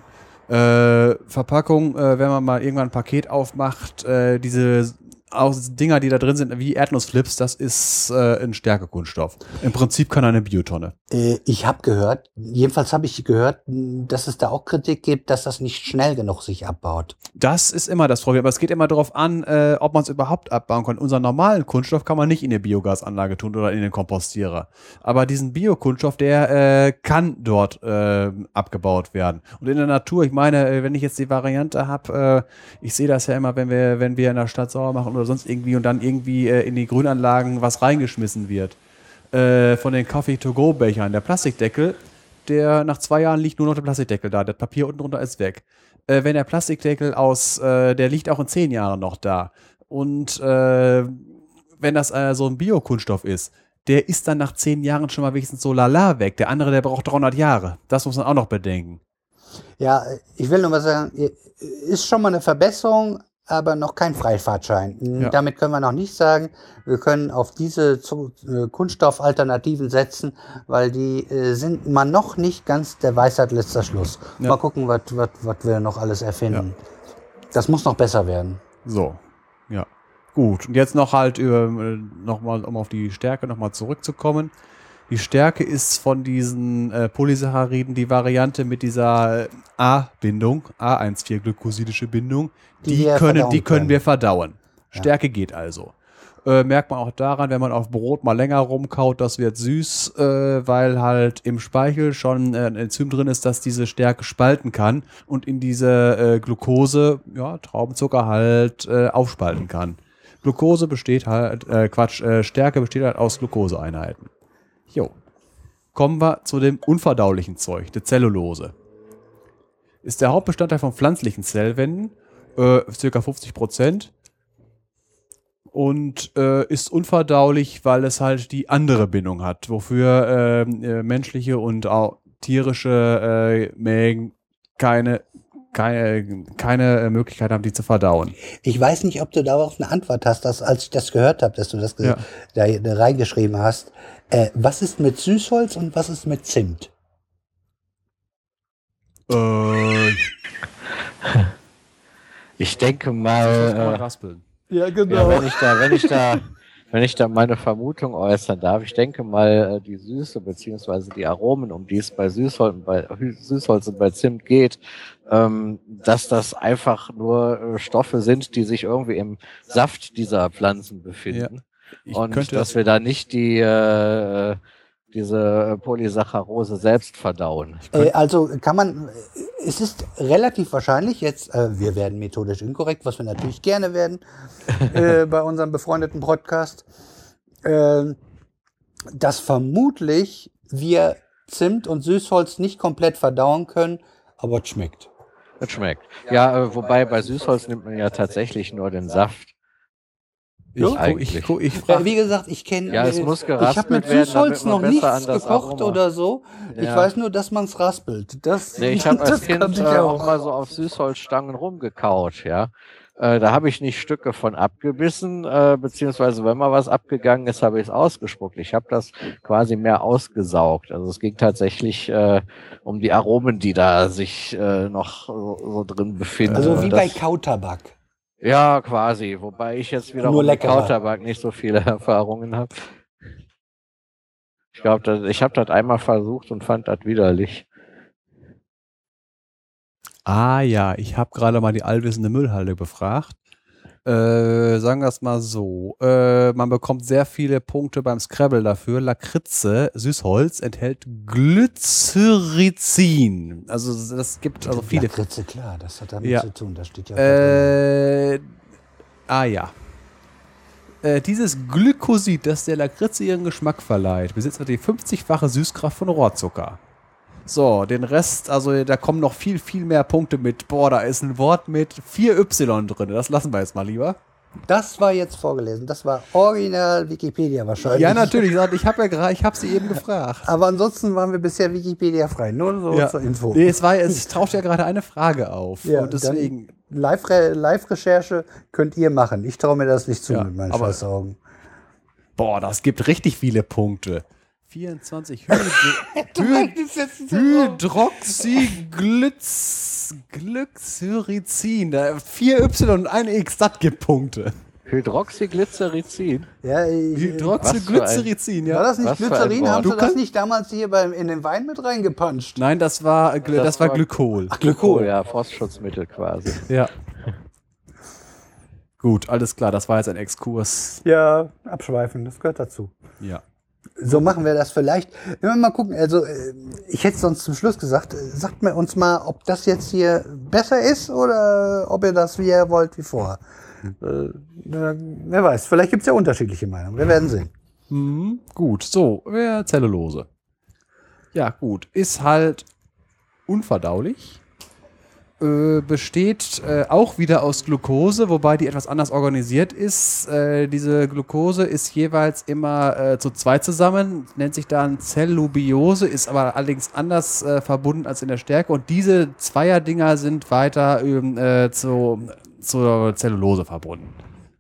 Verpackung, wenn man mal irgendwann ein Paket aufmacht, diese Dinger, die da drin sind, wie Erdnussflips, das ist ein Stärkekunststoff. Im Prinzip kann eine Biotonne. Ich habe gehört, jedenfalls habe ich gehört, dass es da auch Kritik gibt, dass das nicht schnell genug sich abbaut. Das ist immer das Problem, aber es geht immer darauf an, ob man es überhaupt abbauen kann. Unseren normalen Kunststoff kann man nicht in eine Biogasanlage tun oder in den Kompostierer. Aber diesen Biokunststoff, der kann dort abgebaut werden. Und in der Natur, ich meine, wenn ich jetzt die Variante habe, ich sehe das ja immer, wenn wir in der Stadt sauber machen oder sonst irgendwie und dann irgendwie in die Grünanlagen was reingeschmissen wird. Von den Coffee-to-go-Bechern, der Plastikdeckel, der nach 2 Jahren liegt nur noch der Plastikdeckel da, das Papier unten drunter ist weg. Wenn der Plastikdeckel der liegt auch in 10 Jahren noch da. Und wenn das so ein Biokunststoff ist, der ist dann nach 10 Jahren schon mal wenigstens so lala weg. Der andere, der braucht 300 Jahre. Das muss man auch noch bedenken. Ja, ich will nur mal sagen, ist schon mal eine Verbesserung, aber noch kein Freifahrtschein. Ja. Damit können wir noch nicht sagen, wir können auf diese Kunststoffalternativen setzen, weil die sind mal noch nicht ganz der Weisheit letzter Schluss. Ja. Mal gucken, was wir noch alles erfinden. Ja. Das muss noch besser werden. So, ja. Gut, und jetzt noch halt nochmal, um auf die Stärke nochmal zurückzukommen. Die Stärke ist von diesen Polysacchariden die Variante mit dieser A-Bindung, A1,4-glykosidische Bindung. Die können wir verdauen. Ja. Stärke geht also. Merkt man auch daran, wenn man auf Brot mal länger rumkaut, das wird süß, weil halt im Speichel schon ein Enzym drin ist, das diese Stärke spalten kann und in diese Glucose, ja, Traubenzucker halt aufspalten kann. Glucose besteht halt, Stärke besteht halt aus Glucoseeinheiten. Jo. Kommen wir zu dem unverdaulichen Zeug, der Zellulose. Ist der Hauptbestandteil von pflanzlichen Zellwänden, ca. 50%. Und ist unverdaulich, weil es halt die andere Bindung hat, wofür menschliche und auch tierische Mägen keine Möglichkeit haben, die zu verdauen. Ich weiß nicht, ob du darauf eine Antwort hast, als ich das gehört habe, dass du das da reingeschrieben hast. Was ist mit Süßholz und was ist mit Zimt? Ich denke Das kann mal, man raspeln. Ja, ja, genau. wenn ich da meine Vermutung äußern darf, ich denke mal, die Süße beziehungsweise die Aromen, um die es bei Süßholz und bei Zimt geht, dass das einfach nur Stoffe sind, die sich irgendwie im Saft dieser Pflanzen befinden. Ich Und könnte dass wir da nicht diese Polysaccharose selbst verdauen. Also kann man, es ist relativ wahrscheinlich jetzt, wir werden methodisch inkorrekt, was wir natürlich gerne werden bei unserem befreundeten Podcast, dass vermutlich wir Zimt und Süßholz nicht komplett verdauen können, aber es schmeckt. Das schmeckt. Ja, wobei bei Süßholz nimmt man ja tatsächlich nur den Saft. Ich frage, Wie gesagt, ich kenne, Ja, es muss ich habe geraspelt mit werden, Süßholz damit man noch besser nichts an das gekocht Aroma- oder so. Ich Ja. weiß nur, dass man es raspelt. Nee, ich habe als das Kind kannte ich auch mal so auf Süßholzstangen rumgekaut, ja. Da habe ich nicht Stücke von abgebissen, beziehungsweise wenn mal was abgegangen ist, habe ich es ausgespuckt. Ich habe das quasi mehr ausgesaugt. Also es ging tatsächlich um die Aromen, die da sich noch so drin befinden. Also wie Und bei das- Kautabak. Ja, quasi. Wobei ich jetzt wieder Nur mit leckerer. Kautabak nicht so viele Erfahrungen habe. Ich glaube, ich habe das einmal versucht und fand das widerlich. ja, ich habe gerade mal die allwissende Müllhalde befragt. Sagen wir es mal so. Man bekommt sehr viele Punkte beim Scrabble dafür. Lakritze, Süßholz, enthält Glycyrrhizin. Also das gibt also viele. Lakritze, klar, das hat damit Ja. zu tun. Das steht ja. Da drin. Ja. Dieses Glykosid, das der Lakritze ihren Geschmack verleiht, besitzt die 50-fache Süßkraft von Rohrzucker. So, den Rest, also da kommen noch viel, viel mehr Punkte mit. Boah, da ist ein Wort mit 4Y drin. Das lassen wir jetzt mal lieber. Das war jetzt vorgelesen. Das war original Wikipedia wahrscheinlich. Ja, natürlich. Ich habe sie eben gefragt. Aber ansonsten waren wir bisher Wikipedia frei. Nur so Ja. zur Info. Nee, es taucht ja gerade eine Frage auf. Ja, und deswegen. Live-Recherche könnt ihr machen. Ich traue mir das nicht zu Ja, mit meinen aber- scheiß Augen. Boah, das gibt richtig viele Punkte. 24 Hydroxyglycyrrhizin. 4Y und ein X, das gibt Punkte. Hydroxyglycyrrhin. Ja, Hydroxyglycyrrhizin, war ja. das nicht Was für ein Glycerin? Wort. Haben Sie Du das kannst- nicht damals hier in den Wein mit reingepanscht? Nein, das war war- Glykol. Glykol, ja, Frostschutzmittel quasi. Ja. Gut, alles klar, das war jetzt ein Exkurs. Ja, abschweifen, das gehört dazu. Ja. So machen wir das vielleicht. Wenn wir mal gucken, also ich hätte sonst zum Schluss gesagt, sagt mir uns mal, ob das jetzt hier besser ist oder ob ihr das wie ihr wollt wie vorher. Wer weiß, vielleicht gibt es ja unterschiedliche Meinungen. Wir werden sehen. Gut, so, Zellulose. Ja, gut, ist halt unverdaulich. Besteht auch wieder aus Glucose, wobei die etwas anders organisiert ist. Diese Glucose ist jeweils immer zu zweit zusammen, nennt sich dann Zellubiose, ist aber allerdings anders verbunden als in der Stärke. Und diese Zweierdinger sind weiter zur Zellulose verbunden.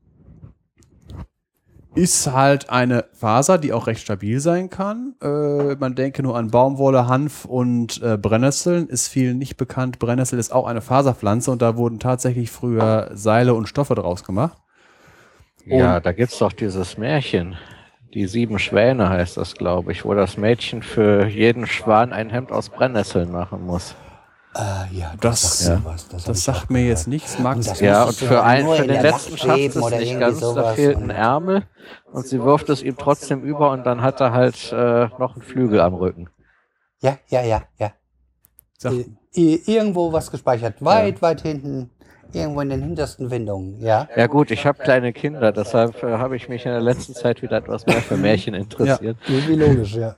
Ist halt eine Faser, die auch recht stabil sein kann. Man denke nur an Baumwolle, Hanf und Brennnesseln. Ist vielen nicht bekannt. Brennnessel ist auch eine Faserpflanze und da wurden tatsächlich früher Seile und Stoffe draus gemacht. Ja, da gibt's doch dieses Märchen. Die 7 Schwäne heißt das, glaube ich, wo das Mädchen für jeden Schwan ein Hemd aus Brennnesseln machen muss. Ja, Das- sagt mir was. hab Das ich sagt auch mir gehört. jetzt nichts. Mag Und das Ja, und musstest du für ja nur für in den der letzten Nacht schafft schweben es oder nicht irgendwie ganz, da sowas. fehlt ein Und- Ärmel und sie wirft es ihm trotzdem über und dann hat er halt noch einen Flügel am Rücken. Ja. Sag, Irgendwo was gespeichert. Weit hinten. Irgendwo in den hintersten Windungen. Ja. Ja gut, ich habe kleine Kinder, deshalb habe ich mich in der letzten Zeit wieder etwas mehr für Märchen interessiert. Irgendwie logisch, ja.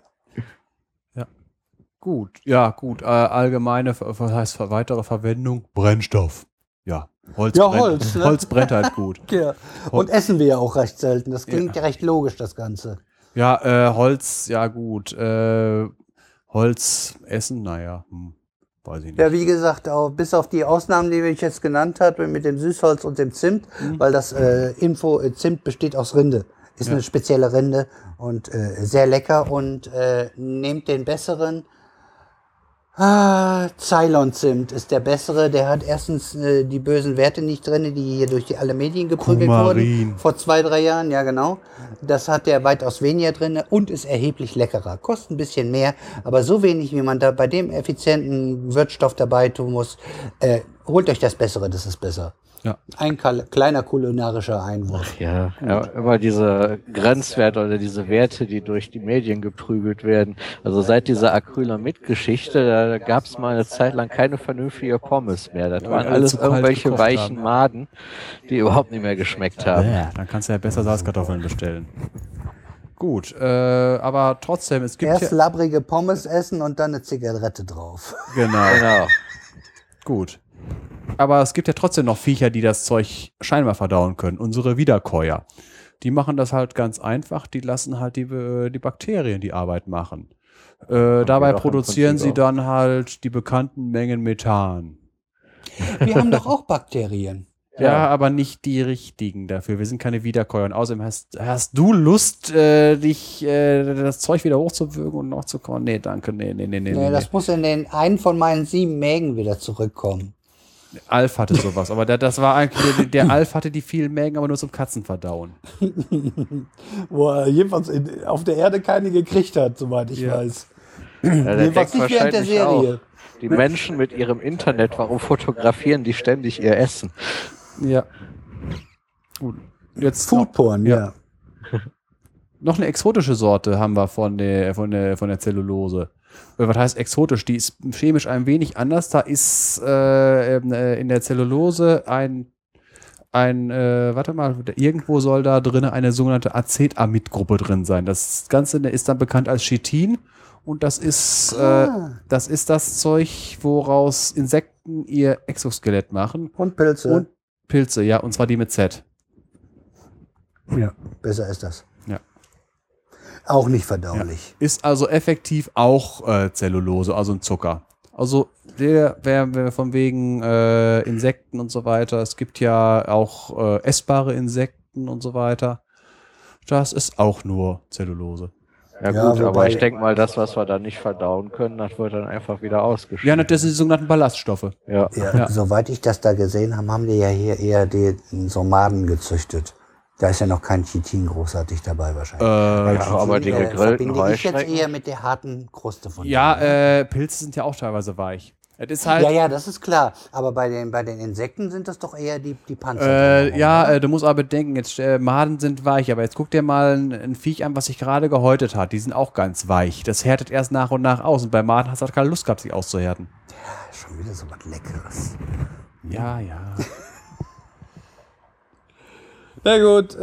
gut, allgemeine, was heißt weitere Verwendung? Brennstoff. Ja, Holz, Ja, brennt, Holz, ne? Holz brennt halt gut. Ja. Und essen wir ja auch recht selten. Das klingt ja recht logisch, das Ganze. Ja, Holz, ja gut. Holz essen, naja, weiß ich nicht. Ja, wie gesagt, auch bis auf die Ausnahmen, die ich jetzt genannt habe, mit dem Süßholz und dem Zimt, weil das Zimt besteht aus Rinde. Ist eine spezielle Rinde und sehr lecker und nehmt den besseren. Ceylon-Zimt ist der bessere. Der hat erstens die bösen Werte nicht drin, die hier durch alle Medien geprügelt wurden. Vor 2-3 Jahren, ja genau. Das hat der weitaus weniger drin und ist erheblich leckerer. Kostet ein bisschen mehr, aber so wenig, wie man da bei dem effizienten Wirkstoff dabei tun muss. Holt euch das Bessere, das ist besser. Ja. Ein kleiner kulinarischer Einwurf. Ja, immer diese Grenzwerte oder diese Werte, die durch die Medien geprügelt werden. Also seit dieser Acrylamid-Geschichte, da gab es mal eine Zeit lang keine vernünftige Pommes mehr. Das waren alles irgendwelche weichen Maden, die überhaupt nicht mehr geschmeckt haben. Ja, dann kannst du ja besser Salzkartoffeln bestellen. Gut, aber trotzdem, es gibt Erst labbrige Pommes essen und dann eine Zigarette drauf. Genau. Gut. Aber es gibt ja trotzdem noch Viecher, die das Zeug scheinbar verdauen können. Unsere Wiederkäuer. Die machen das halt ganz einfach. Die lassen halt die Bakterien die Arbeit machen. Dabei produzieren sie dann halt die bekannten Mengen Methan. Wir haben doch auch Bakterien. Ja, aber nicht die richtigen dafür. Wir sind keine Wiederkäuer. Und außerdem hast du Lust, das Zeug wieder hochzuwürgen und noch zu kochen? Nee, danke. Nee. Das muss in den einen von meinen 7 Mägen wieder zurückkommen. Alf hatte sowas, aber das war eigentlich, der Alf hatte die vielen Mägen, aber nur zum Katzenverdauen. Wo er jedenfalls auf der Erde keine gekriegt hat, soweit ich weiß. Ja, Jedenfalls nicht während der Serie. Auch. Die Menschen mit ihrem Internet, warum fotografieren die ständig ihr Essen? Ja. Gut. Jetzt Foodporn, ja. Noch eine exotische Sorte haben wir von der Zellulose. Was heißt exotisch? Die ist chemisch ein wenig anders. Da ist in der Zellulose irgendwo soll da drin eine sogenannte Acetamid-Gruppe drin sein. Das Ganze ist dann bekannt als Chitin und das ist das Zeug, woraus Insekten ihr Exoskelett machen. Und Pilze. Ja, und zwar die mit Z. Ja, besser ist das. Ja. Auch nicht verdaulich. Ja. Ist also effektiv auch Zellulose, also ein Zucker. Also wer von wegen Insekten und so weiter, es gibt ja auch essbare Insekten und so weiter. Das ist auch nur Zellulose. Ja gut, aber ich denke mal, das, was wir da nicht verdauen können, das wird dann einfach wieder ausgeschieden. Ja, das sind die sogenannten Ballaststoffe. Ja. Soweit ich das da gesehen habe, haben die ja hier eher so Maden gezüchtet. Da ist ja noch kein Chitin großartig dabei wahrscheinlich. Aber die gegrillten Heuschrecken. Ich jetzt Heuschrecken. eher mit der harten Kruste von Ja, Pilze sind ja auch teilweise weich. Es ist halt, ja, das ist klar. Aber bei den Insekten sind das doch eher die Panzer. du musst aber bedenken, jetzt Maden sind weich, aber jetzt guck dir mal ein Viech an, was sich gerade gehäutet hat. Die sind auch ganz weich. Das härtet erst nach und nach aus. Und bei Maden hast du halt keine Lust gehabt, sich auszuhärten. Ja, schon wieder so was Leckeres. Ja. Na gut,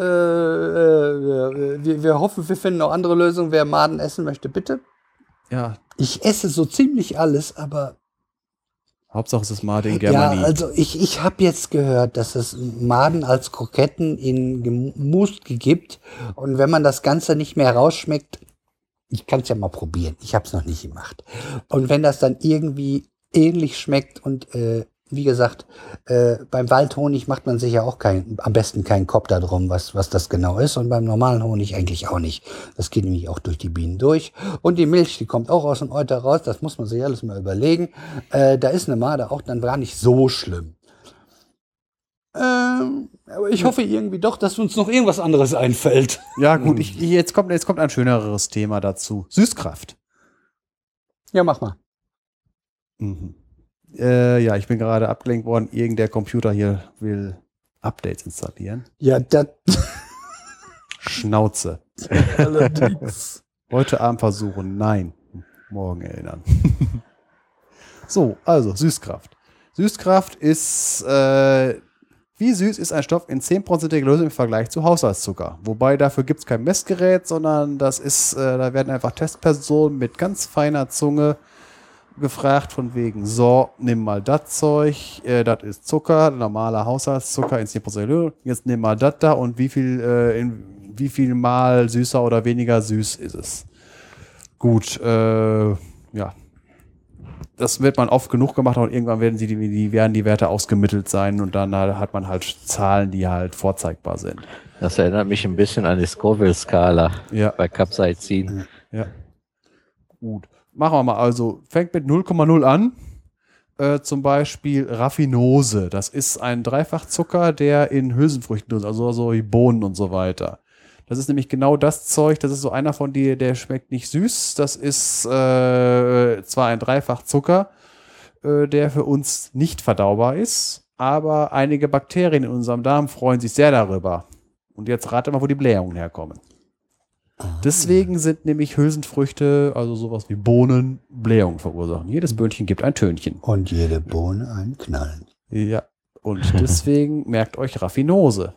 wir hoffen, wir finden noch andere Lösungen. Wer Maden essen möchte, bitte. Ja. Ich esse so ziemlich alles, aber Hauptsache es ist Made in Germany. ja, also ich habe jetzt gehört, dass es Maden als Kroketten in Gemust gibt. Und wenn man das Ganze nicht mehr rausschmeckt, ich kann es ja mal probieren. Ich habe es noch nicht gemacht. Und wenn das dann irgendwie ähnlich schmeckt und wie gesagt, beim Waldhonig macht man sich ja auch am besten keinen Kopf darum, was das genau ist. Und beim normalen Honig eigentlich auch nicht. Das geht nämlich auch durch die Bienen durch. Und die Milch, die kommt auch aus dem Euter raus. Das muss man sich alles mal überlegen. Da ist eine Made auch dann gar nicht so schlimm. Aber ich hoffe irgendwie doch, dass uns noch irgendwas anderes einfällt. Ja gut, jetzt kommt ein schöneres Thema dazu. Süßkraft. Ja, mach mal. Mhm. Ja, ich bin gerade abgelenkt worden. Irgendein Computer hier will Updates installieren. Ja, das Schnauze. allerdings. Heute Abend versuchen. Nein. Morgen erinnern. So, also Süßkraft. Süßkraft ist, wie süß ist ein Stoff in 10%iger Lösung im Vergleich zu Haushaltszucker? Wobei dafür gibt es kein Messgerät, sondern das ist, da werden einfach Testpersonen mit ganz feiner Zunge gefragt von wegen, so, nimm mal das Zeug, das ist Zucker, normaler Haushaltszucker in 10% Lösung, jetzt nimm mal das da und wie viel mal süßer oder weniger süß ist es. Gut, ja. Das wird man oft genug gemacht und irgendwann werden die Werte ausgemittelt sein und dann hat man halt Zahlen, die halt vorzeigbar sind. Das erinnert mich ein bisschen an die Scoville-Skala bei Capsaicin. Ja. Gut. machen wir mal. Also fängt mit 0,0 an. Zum Beispiel Raffinose. Das ist ein Dreifachzucker, der in Hülsenfrüchten drin ist, also so wie Bohnen und so weiter. Das ist nämlich genau das Zeug, das ist so einer von dir, der schmeckt nicht süß. Das ist zwar ein Dreifachzucker, der für uns nicht verdaubar ist, aber einige Bakterien in unserem Darm freuen sich sehr darüber. Und jetzt rate mal, wo die Blähungen herkommen. Deswegen sind nämlich Hülsenfrüchte, also sowas wie Bohnen, Blähungen verursachen. Jedes Böhnchen gibt ein Tönchen. Und jede Bohne ein Knallen. Ja, und deswegen merkt euch Raffinose.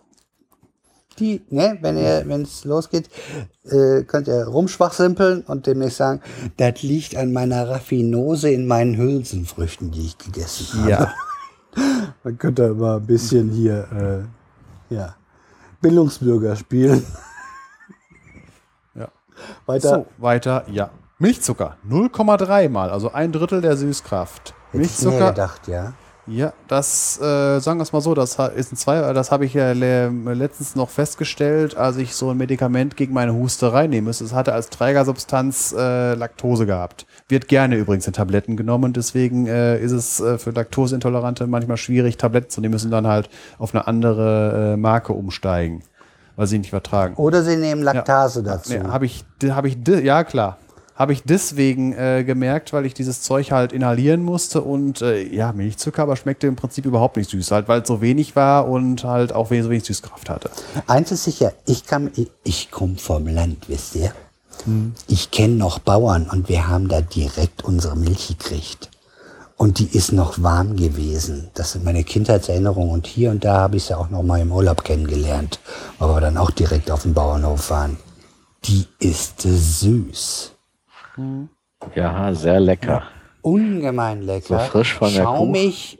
Wenn es losgeht, könnt ihr rumschwachsimpeln und demnächst sagen, das liegt an meiner Raffinose in meinen Hülsenfrüchten, die ich gegessen habe. Ja. Dann könnt ihr mal ein bisschen hier Bildungsbürger spielen. Ja. Weiter. So, weiter, ja. Milchzucker, 0,3 mal, also 1/3 der Süßkraft. Hätte ich mir Milchzucker, gedacht, ja. ja, das, sagen wir es mal so, das habe ich ja letztens noch festgestellt, als ich so ein Medikament gegen meine Husterei nehmen musste. Es hatte als Trägersubstanz Laktose gehabt. Wird gerne übrigens in Tabletten genommen, deswegen ist es für Laktoseintolerante manchmal schwierig, Tabletten zu nehmen, müssen dann halt auf eine andere Marke umsteigen, weil sie nicht vertragen. Oder sie nehmen Laktase dazu. Nee, ja klar. Habe ich deswegen gemerkt, weil ich dieses Zeug halt inhalieren musste und Milchzucker, aber schmeckte im Prinzip überhaupt nicht süß, halt, weil es so wenig war und halt auch so wenig Süßkraft hatte. Eins ist sicher, ich komme vom Land, wisst ihr? Ich kenne noch Bauern und wir haben da direkt unsere Milch gekriegt. Und die ist noch warm gewesen. Das sind meine Kindheitserinnerungen. Und hier und da habe ich sie auch noch mal im Urlaub kennengelernt, weil wir dann auch direkt auf dem Bauernhof waren. Die ist süß. Ja, sehr lecker. Ungemein lecker. So frisch von der Kuh. Schaumig.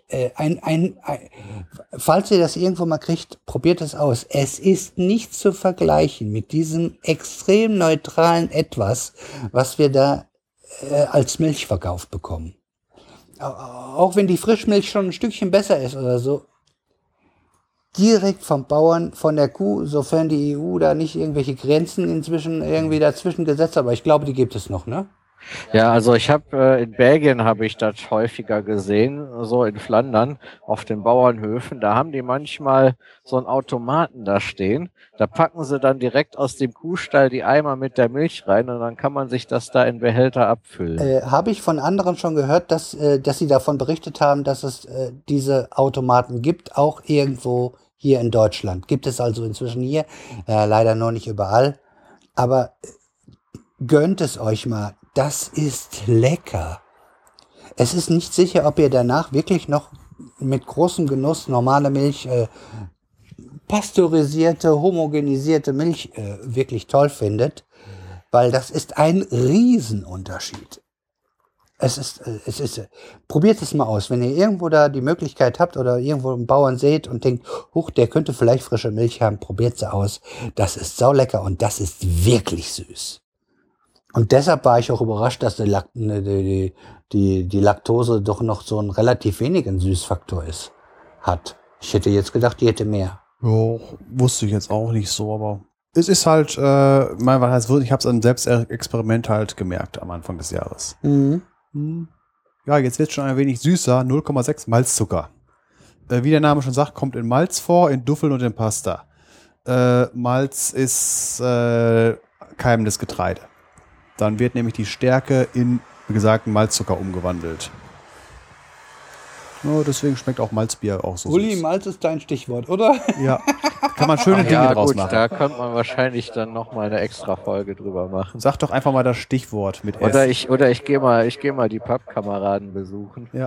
Falls ihr das irgendwo mal kriegt, probiert es aus. Es ist nicht zu vergleichen mit diesem extrem neutralen Etwas, was wir da als Milch verkauft bekommen. Auch wenn die Frischmilch schon ein Stückchen besser ist oder so. Direkt vom Bauern, von der Kuh, sofern die EU da nicht irgendwelche Grenzen inzwischen irgendwie dazwischen gesetzt, aber ich glaube, die gibt es noch, ne? Ja, also ich habe in Belgien habe ich das häufiger gesehen, so in Flandern auf den Bauernhöfen. Da haben die manchmal so einen Automaten da stehen. Da packen sie dann direkt aus dem Kuhstall die Eimer mit der Milch rein und dann kann man sich das da in Behälter abfüllen. Habe ich von anderen schon gehört, dass sie davon berichtet haben, dass es diese Automaten gibt, auch irgendwo hier in Deutschland. Gibt es also inzwischen hier, leider noch nicht überall. Aber gönnt es euch mal. Das ist lecker. Es ist nicht sicher, ob ihr danach wirklich noch mit großem Genuss normale Milch, pasteurisierte, homogenisierte Milch wirklich toll findet, weil das ist ein Riesenunterschied. Probiert es mal aus. Wenn ihr irgendwo da die Möglichkeit habt oder irgendwo einen Bauern seht und denkt, huch, der könnte vielleicht frische Milch haben, probiert sie aus. Das ist saulecker und das ist wirklich süß. Und deshalb war ich auch überrascht, dass die Laktose doch noch so einen relativ wenigen Süßfaktor hat. Ich hätte jetzt gedacht, die hätte mehr. Ja, wusste ich jetzt auch nicht so, aber es ist halt, ich habe es an Selbstexperiment halt gemerkt am Anfang des Jahres. Mhm. Ja, jetzt wird es schon ein wenig süßer, 0,6 Malzzucker. Wie der Name schon sagt, kommt in Malz vor, in Duffeln und in Pasta. Malz ist keimendes Getreide. Dann wird nämlich die Stärke in, wie gesagt, Malzzucker umgewandelt. Ja, deswegen schmeckt auch Malzbier auch so Uli, süß. Malz ist dein Stichwort, oder? Ja, kann man schöne Dinge draus gut, machen. da könnte man wahrscheinlich dann noch mal eine extra Folge drüber machen. Sag doch einfach mal das Stichwort mit Oder S. ich gehe mal die Pappkameraden besuchen. Ja.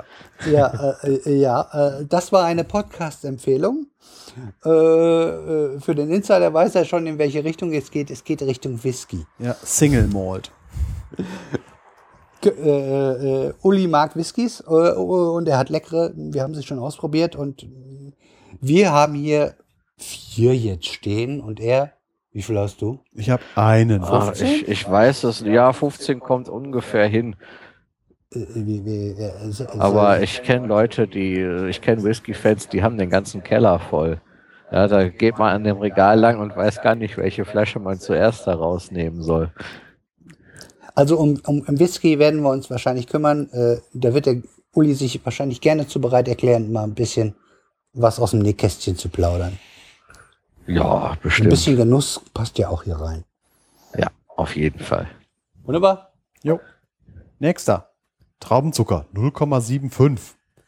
Das war eine Podcast-Empfehlung. Für den Insider weiß er schon, in welche Richtung es geht. Es geht Richtung Whisky. Ja, Single Malt. Uli mag Whiskys und er hat leckere, wir haben sie schon ausprobiert und wir haben hier 4 jetzt stehen und er, wie viel hast du? Ich habe einen. Ich weiß es, ja, 15 kommt ungefähr hin. Aber ich kenne Leute, ich kenne Whisky-Fans, die haben den ganzen Keller voll. Ja, da geht man an dem Regal lang und weiß gar nicht, welche Flasche man zuerst da rausnehmen soll. Also um Whisky werden wir uns wahrscheinlich kümmern. Da wird der Uli sich wahrscheinlich gerne zu bereit erklären, mal ein bisschen was aus dem Nähkästchen zu plaudern. Ja, Ein bestimmt. bisschen Genuss passt ja auch hier rein. Ja, auf jeden Fall. Wunderbar. Jo. Nächster. Traubenzucker 0,75.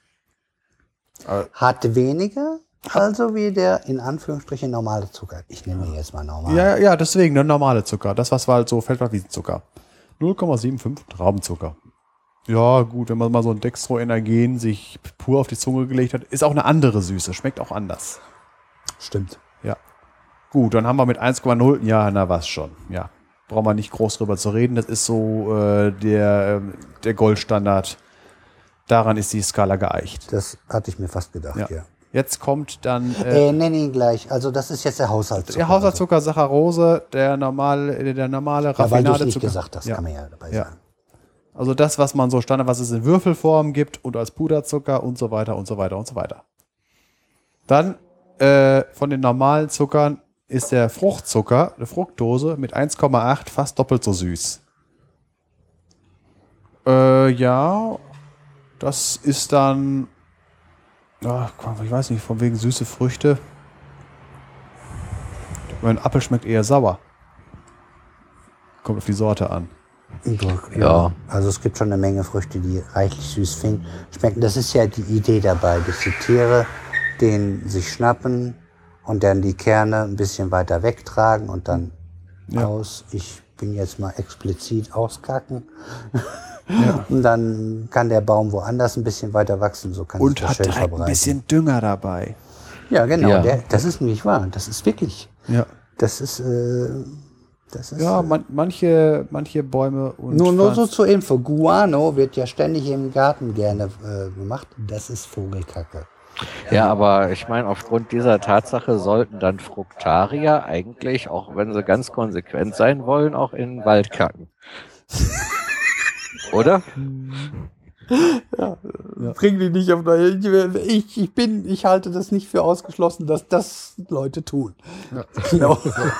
Hat weniger, also wie der in Anführungsstrichen normale Zucker. Ich nehme ihn jetzt mal normal. Ja, deswegen der normale Zucker. Das, was war halt so Feldweizenzucker. 0,75 Traubenzucker. Ja, gut, wenn man mal so ein Dextroenergen sich pur auf die Zunge gelegt hat, ist auch eine andere Süße. Schmeckt auch anders. Stimmt. Ja. Gut, dann haben wir mit 1,0. Ja, na was schon. Ja. Brauchen wir nicht groß drüber zu reden. Das ist so der Goldstandard. Daran ist die Skala geeicht. Das hatte ich mir fast gedacht, ja. Jetzt kommt dann Nenn ihn gleich. Also das ist jetzt der Haushaltszucker. der Haushaltszucker Saccharose, der normale Ja, weil du es Raffinadezucker. nicht gesagt hast, Ja. kann man ja dabei Ja. sagen. Also das, was man so Standard, was es in Würfelform gibt und als Puderzucker und so weiter und so weiter und so weiter. Dann von den normalen Zuckern ist der Fruchtzucker, eine Fructose mit 1,8 fast doppelt so süß. Ja, das ist dann, ich weiß nicht, von wegen süße Früchte. Mein Apfel schmeckt eher sauer. Kommt auf die Sorte an. Ja. Also es gibt schon eine Menge Früchte, die reichlich süß schmecken. Das ist ja die Idee dabei, dass die Tiere den sich schnappen und dann die Kerne ein bisschen weiter wegtragen und dann ich bin jetzt mal explizit auskacken. Ja. Und dann kann der Baum woanders ein bisschen weiter wachsen, so kann Und sich das hat schön direkt verbreiten. ein bisschen Dünger dabei. Ja, genau. Ja. Das ist nämlich wahr. Das ist wirklich. Ja. Das ist. Ja, manche Bäume und nur so Pflanzen- zur Info. Guano wird ja ständig im Garten gerne gemacht. Das ist Vogelkacke. Ja, aber ich meine, aufgrund dieser Tatsache sollten dann Fruktarier eigentlich, auch wenn sie ganz konsequent sein wollen, auch in den Wald kacken. Oder? Bring die nicht auf neue. Ich halte das nicht für ausgeschlossen, dass das Leute tun. Ja. Genau.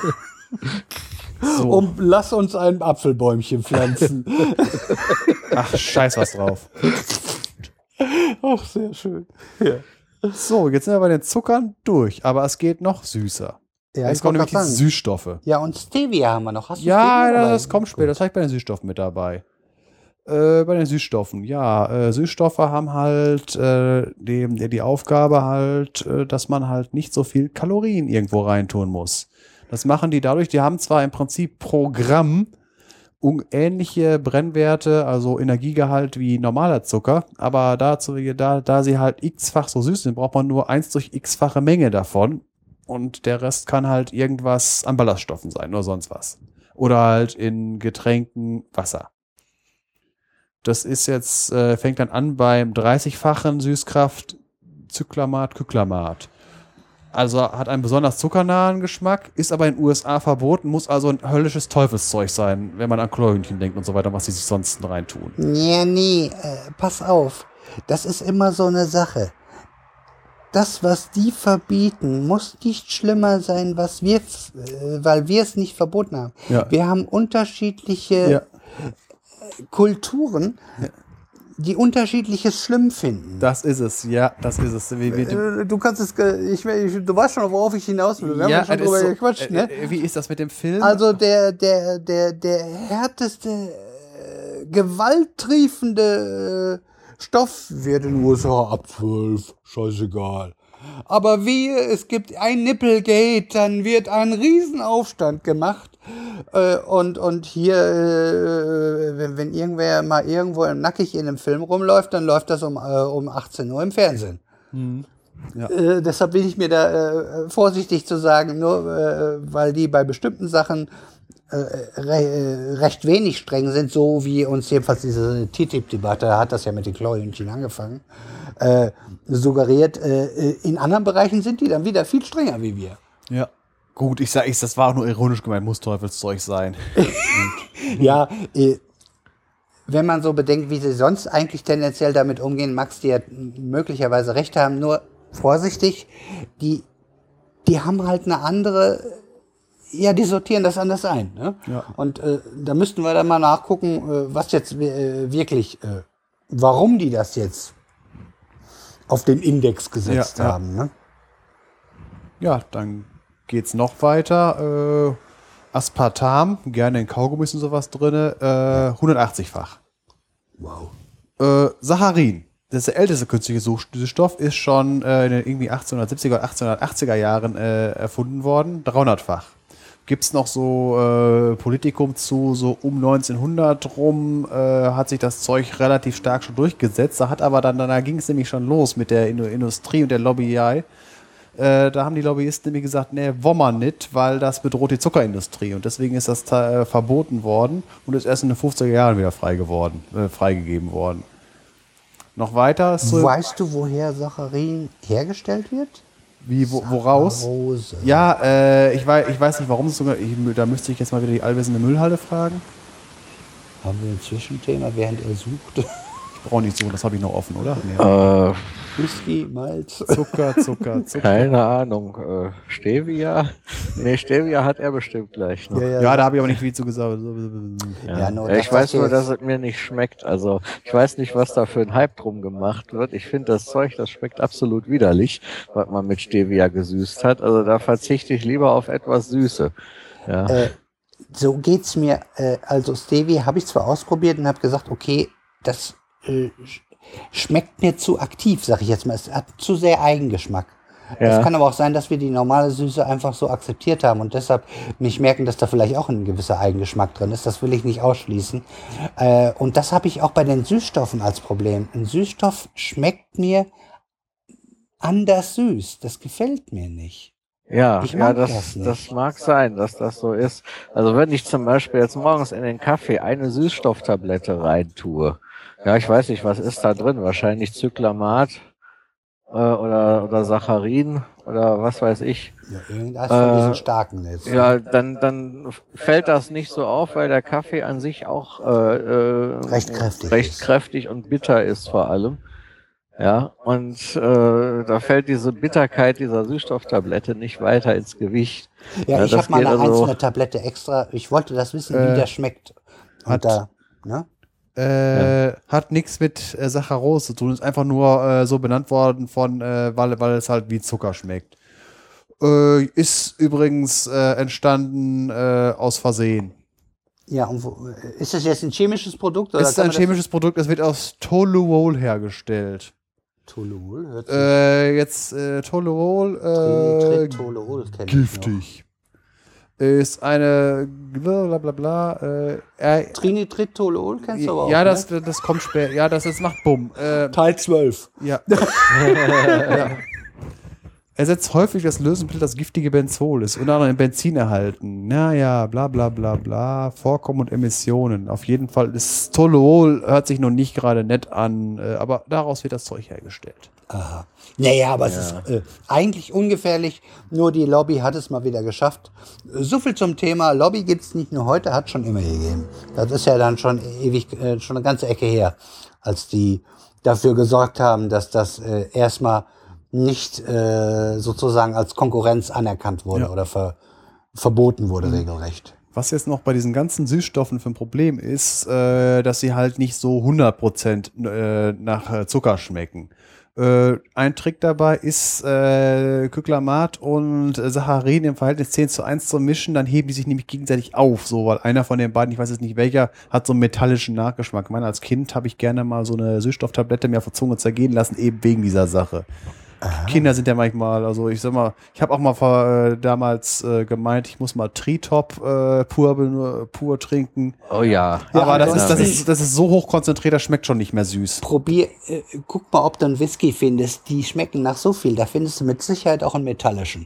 So. Lass uns ein Apfelbäumchen pflanzen. Ach, scheiß was drauf. Ach, sehr schön. Ja. So, jetzt sind wir bei den Zuckern durch, aber es geht noch süßer. Ja, Jetzt ich kommen wollte nämlich die gerade sagen. Süßstoffe. Ja, und Stevia haben wir noch. Hast du Ja, Stevia dabei? das kommt später. Das habe ich bei den Süßstoffen mit dabei. Bei den Süßstoffen, ja. Süßstoffe haben halt die Aufgabe halt, dass man halt nicht so viel Kalorien irgendwo reintun muss. Das machen die dadurch, die haben zwar im Prinzip pro Gramm ähnliche Brennwerte, also Energiegehalt wie normaler Zucker, aber da sie halt x-fach so süß sind, braucht man nur 1 durch x-fache Menge davon und der Rest kann halt irgendwas an Ballaststoffen sein oder sonst was. Oder halt in Getränken Wasser. Das ist jetzt, fängt dann an beim 30-fachen Süßkraft Cyclamat, Kyklamat. Also hat einen besonders zuckernahen Geschmack, ist aber in den USA verboten, muss also ein höllisches Teufelszeug sein, wenn man an Chlorhühnchen denkt und so weiter, was sie sich sonst reintun. Ja, nee, pass auf. Das ist immer so eine Sache. Das, was die verbieten, muss nicht schlimmer sein, was wir, weil wir es nicht verboten haben. Ja. Wir haben unterschiedliche Kulturen, die unterschiedliches schlimm finden. Das ist es, ja, das ist es. Du kannst es, du weißt schon, worauf ich hinaus will. Wir haben ja schon drüber gequatscht, ne? Wie ist das mit dem Film? Also der härteste, gewalttriefende Stoff wird in den USA ab 12. Scheißegal. Aber es gibt ein Nipplegate, dann wird ein Riesenaufstand gemacht. Und hier, wenn irgendwer mal irgendwo nackig in einem Film rumläuft, dann läuft das um 18 Uhr im Fernsehen. Ja. Deshalb bin ich mir da vorsichtig zu sagen, nur weil die bei bestimmten Sachen recht wenig streng sind, so wie uns jedenfalls diese TTIP-Debatte, hat das ja mit den Chlorhühnchen angefangen, suggeriert, in anderen Bereichen sind die dann wieder viel strenger wie wir. Ja. Gut, das war auch nur ironisch gemeint, muss Teufelszeug sein. Ja, wenn man so bedenkt, wie sie sonst eigentlich tendenziell damit umgehen, magst du ja möglicherweise recht haben, nur vorsichtig, die haben halt eine andere Ja, die sortieren das anders ein. Ne? Ja. Und da müssten wir dann mal nachgucken, was jetzt wirklich, warum die das jetzt auf den Index gesetzt haben. Ne? Ja, dann geht's noch weiter. Aspartam, gerne in Kaugummis und sowas drin, 180-fach. Wow. Saccharin, das ist der älteste künstliche Süßstoff, ist schon in den irgendwie 1870er oder 1880er Jahren erfunden worden, 300-fach. Gibt es noch so Politikum zu, so um 1900 rum hat sich das Zeug relativ stark schon durchgesetzt. Da ging es nämlich schon los mit der Industrie und der Lobbyei. Da haben die Lobbyisten nämlich gesagt, nee, wollen wir nicht, weil das bedroht die Zuckerindustrie. Und deswegen ist das verboten worden und ist erst in den 50er Jahren wieder freigegeben worden. Noch weiter? Weißt du, woher Saccharin hergestellt wird? Wie, woraus? Saccharose. Ja, ich weiß nicht, warum es sogar. Da müsste ich jetzt mal wieder die allwissende Müllhalde fragen. Haben wir ein Zwischenthema, während er sucht? Ich brauche nicht so, das habe ich noch offen, oder? Nee. Whisky, Malz. Zucker. Keine Ahnung. Stevia? Nee, Stevia hat er bestimmt gleich noch. Ja, da habe ich aber nicht viel zu gesagt. Ja, nur Ich das, weiß was nur, jetzt- dass es mir nicht schmeckt. Also ich weiß nicht, was da für ein Hype drum gemacht wird. Ich finde das Zeug, das schmeckt absolut widerlich, was man mit Stevia gesüßt hat. Also da verzichte ich lieber auf etwas Süße. Ja. So geht's mir. Also Stevia habe ich zwar ausprobiert und habe gesagt, okay, das schmeckt mir zu aktiv, sag ich jetzt mal. Es hat zu sehr Eigengeschmack. Ja. Es kann aber auch sein, dass wir die normale Süße einfach so akzeptiert haben und deshalb nicht merken, dass da vielleicht auch ein gewisser Eigengeschmack drin ist. Das will ich nicht ausschließen. Und das habe ich auch bei den Süßstoffen als Problem. Ein Süßstoff schmeckt mir anders süß. Das gefällt mir nicht. Ja, Ich mag das das nicht. mag sein, dass das so ist. Also wenn ich zum Beispiel jetzt morgens in den Kaffee eine Süßstofftablette reintue, ja, ich weiß nicht, was ist da drin? Wahrscheinlich Zyklamat oder Saccharin oder was weiß ich. Ja, irgendwas von diesen starken jetzt. Ja, dann fällt das nicht so auf, weil der Kaffee an sich auch Recht kräftig ist. kräftig und bitter ist vor allem. Ja, und da fällt diese Bitterkeit dieser Süßstofftablette nicht weiter ins Gewicht. Ja, ich das habe mal geht eine also- einzelne Tablette extra. Ich wollte das wissen, wie der schmeckt. Und hat- da, ne? Hat nichts mit Saccharose zu tun, ist einfach nur so benannt worden weil es halt wie Zucker schmeckt. Ist übrigens entstanden aus Versehen. Ja, und ist das jetzt ein chemisches Produkt? Oder Es ist kann ein man das- chemisches Produkt, es wird aus Toluol hergestellt. Toluol? Hört sich Toluol, Trinitrit-Toluol kenn ich noch. giftig. Ist eine blablabla. Trinitrit-Toluol kennst du aber auch, Ja, ne? das kommt später. Ja, das macht Bumm. Teil 12. Ja. Ja. Ersetzt häufig das Lösungsmittel, das giftige Benzol ist, unter anderem in Benzin erhalten. Naja, bla bla bla bla, Vorkommen und Emissionen. Auf jeden Fall ist Toluol, hört sich noch nicht gerade nett an, aber daraus wird das Zeug hergestellt. Aha. Naja, aber es ist eigentlich ungefährlich. Nur die Lobby hat es mal wieder geschafft. So viel zum Thema. Lobby gibt es nicht nur heute, hat schon immer gegeben. Das ist ja dann schon ewig, schon eine ganze Ecke her, als die dafür gesorgt haben, dass das erstmal nicht sozusagen als Konkurrenz anerkannt wurde Ja. oder verboten wurde regelrecht. Was jetzt noch bei diesen ganzen Süßstoffen für ein Problem ist, dass sie halt nicht so 100% nach Zucker schmecken. Ein Trick dabei ist, Cyclamat und Saccharin im Verhältnis 10:1 zu mischen, dann heben die sich nämlich gegenseitig auf, so, weil einer von den beiden, ich weiß jetzt nicht welcher, hat so einen metallischen Nachgeschmack. Ich meine, als Kind habe ich gerne mal so eine Süßstofftablette mir auf der Zunge zergehen lassen, eben wegen dieser Sache. Kinder sind ja manchmal, also ich sag mal, ich habe auch mal damals gemeint, ich muss mal Tritop pur trinken. Oh ja. Ja, Aber das ansonsten- ist so hochkonzentriert, das schmeckt schon nicht mehr süß. Guck mal, ob du einen Whisky findest. Die schmecken nach so viel. Da findest du mit Sicherheit auch einen metallischen.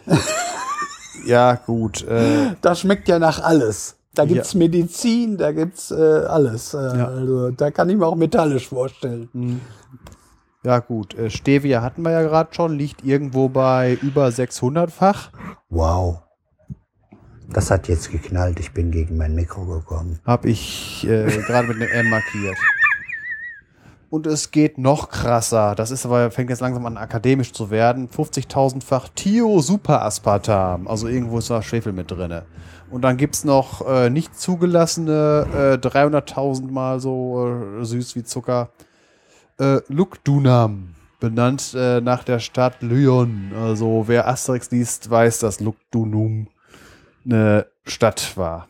Ja, gut. Das schmeckt ja nach alles. Da gibt's Ja. Medizin, da gibt's alles. Also, da kann ich mir auch metallisch vorstellen. Ja, gut. Stevia hatten wir ja gerade schon, liegt irgendwo bei über 600-fach. Wow. Das hat jetzt geknallt. Ich bin gegen mein Mikro gekommen. Habe ich gerade mit einem M markiert. Und es geht noch krasser. Das ist aber, fängt jetzt langsam an akademisch zu werden. 50.000-fach Thio-Superaspartam. Also irgendwo ist da Schwefel mit drin. Und dann gibt es noch nicht zugelassene 300.000 Mal so süß wie Zucker. Lugdunam. Benannt nach der Stadt Lyon. Also wer Asterix liest, weiß, dass Lugdunum eine Stadt war.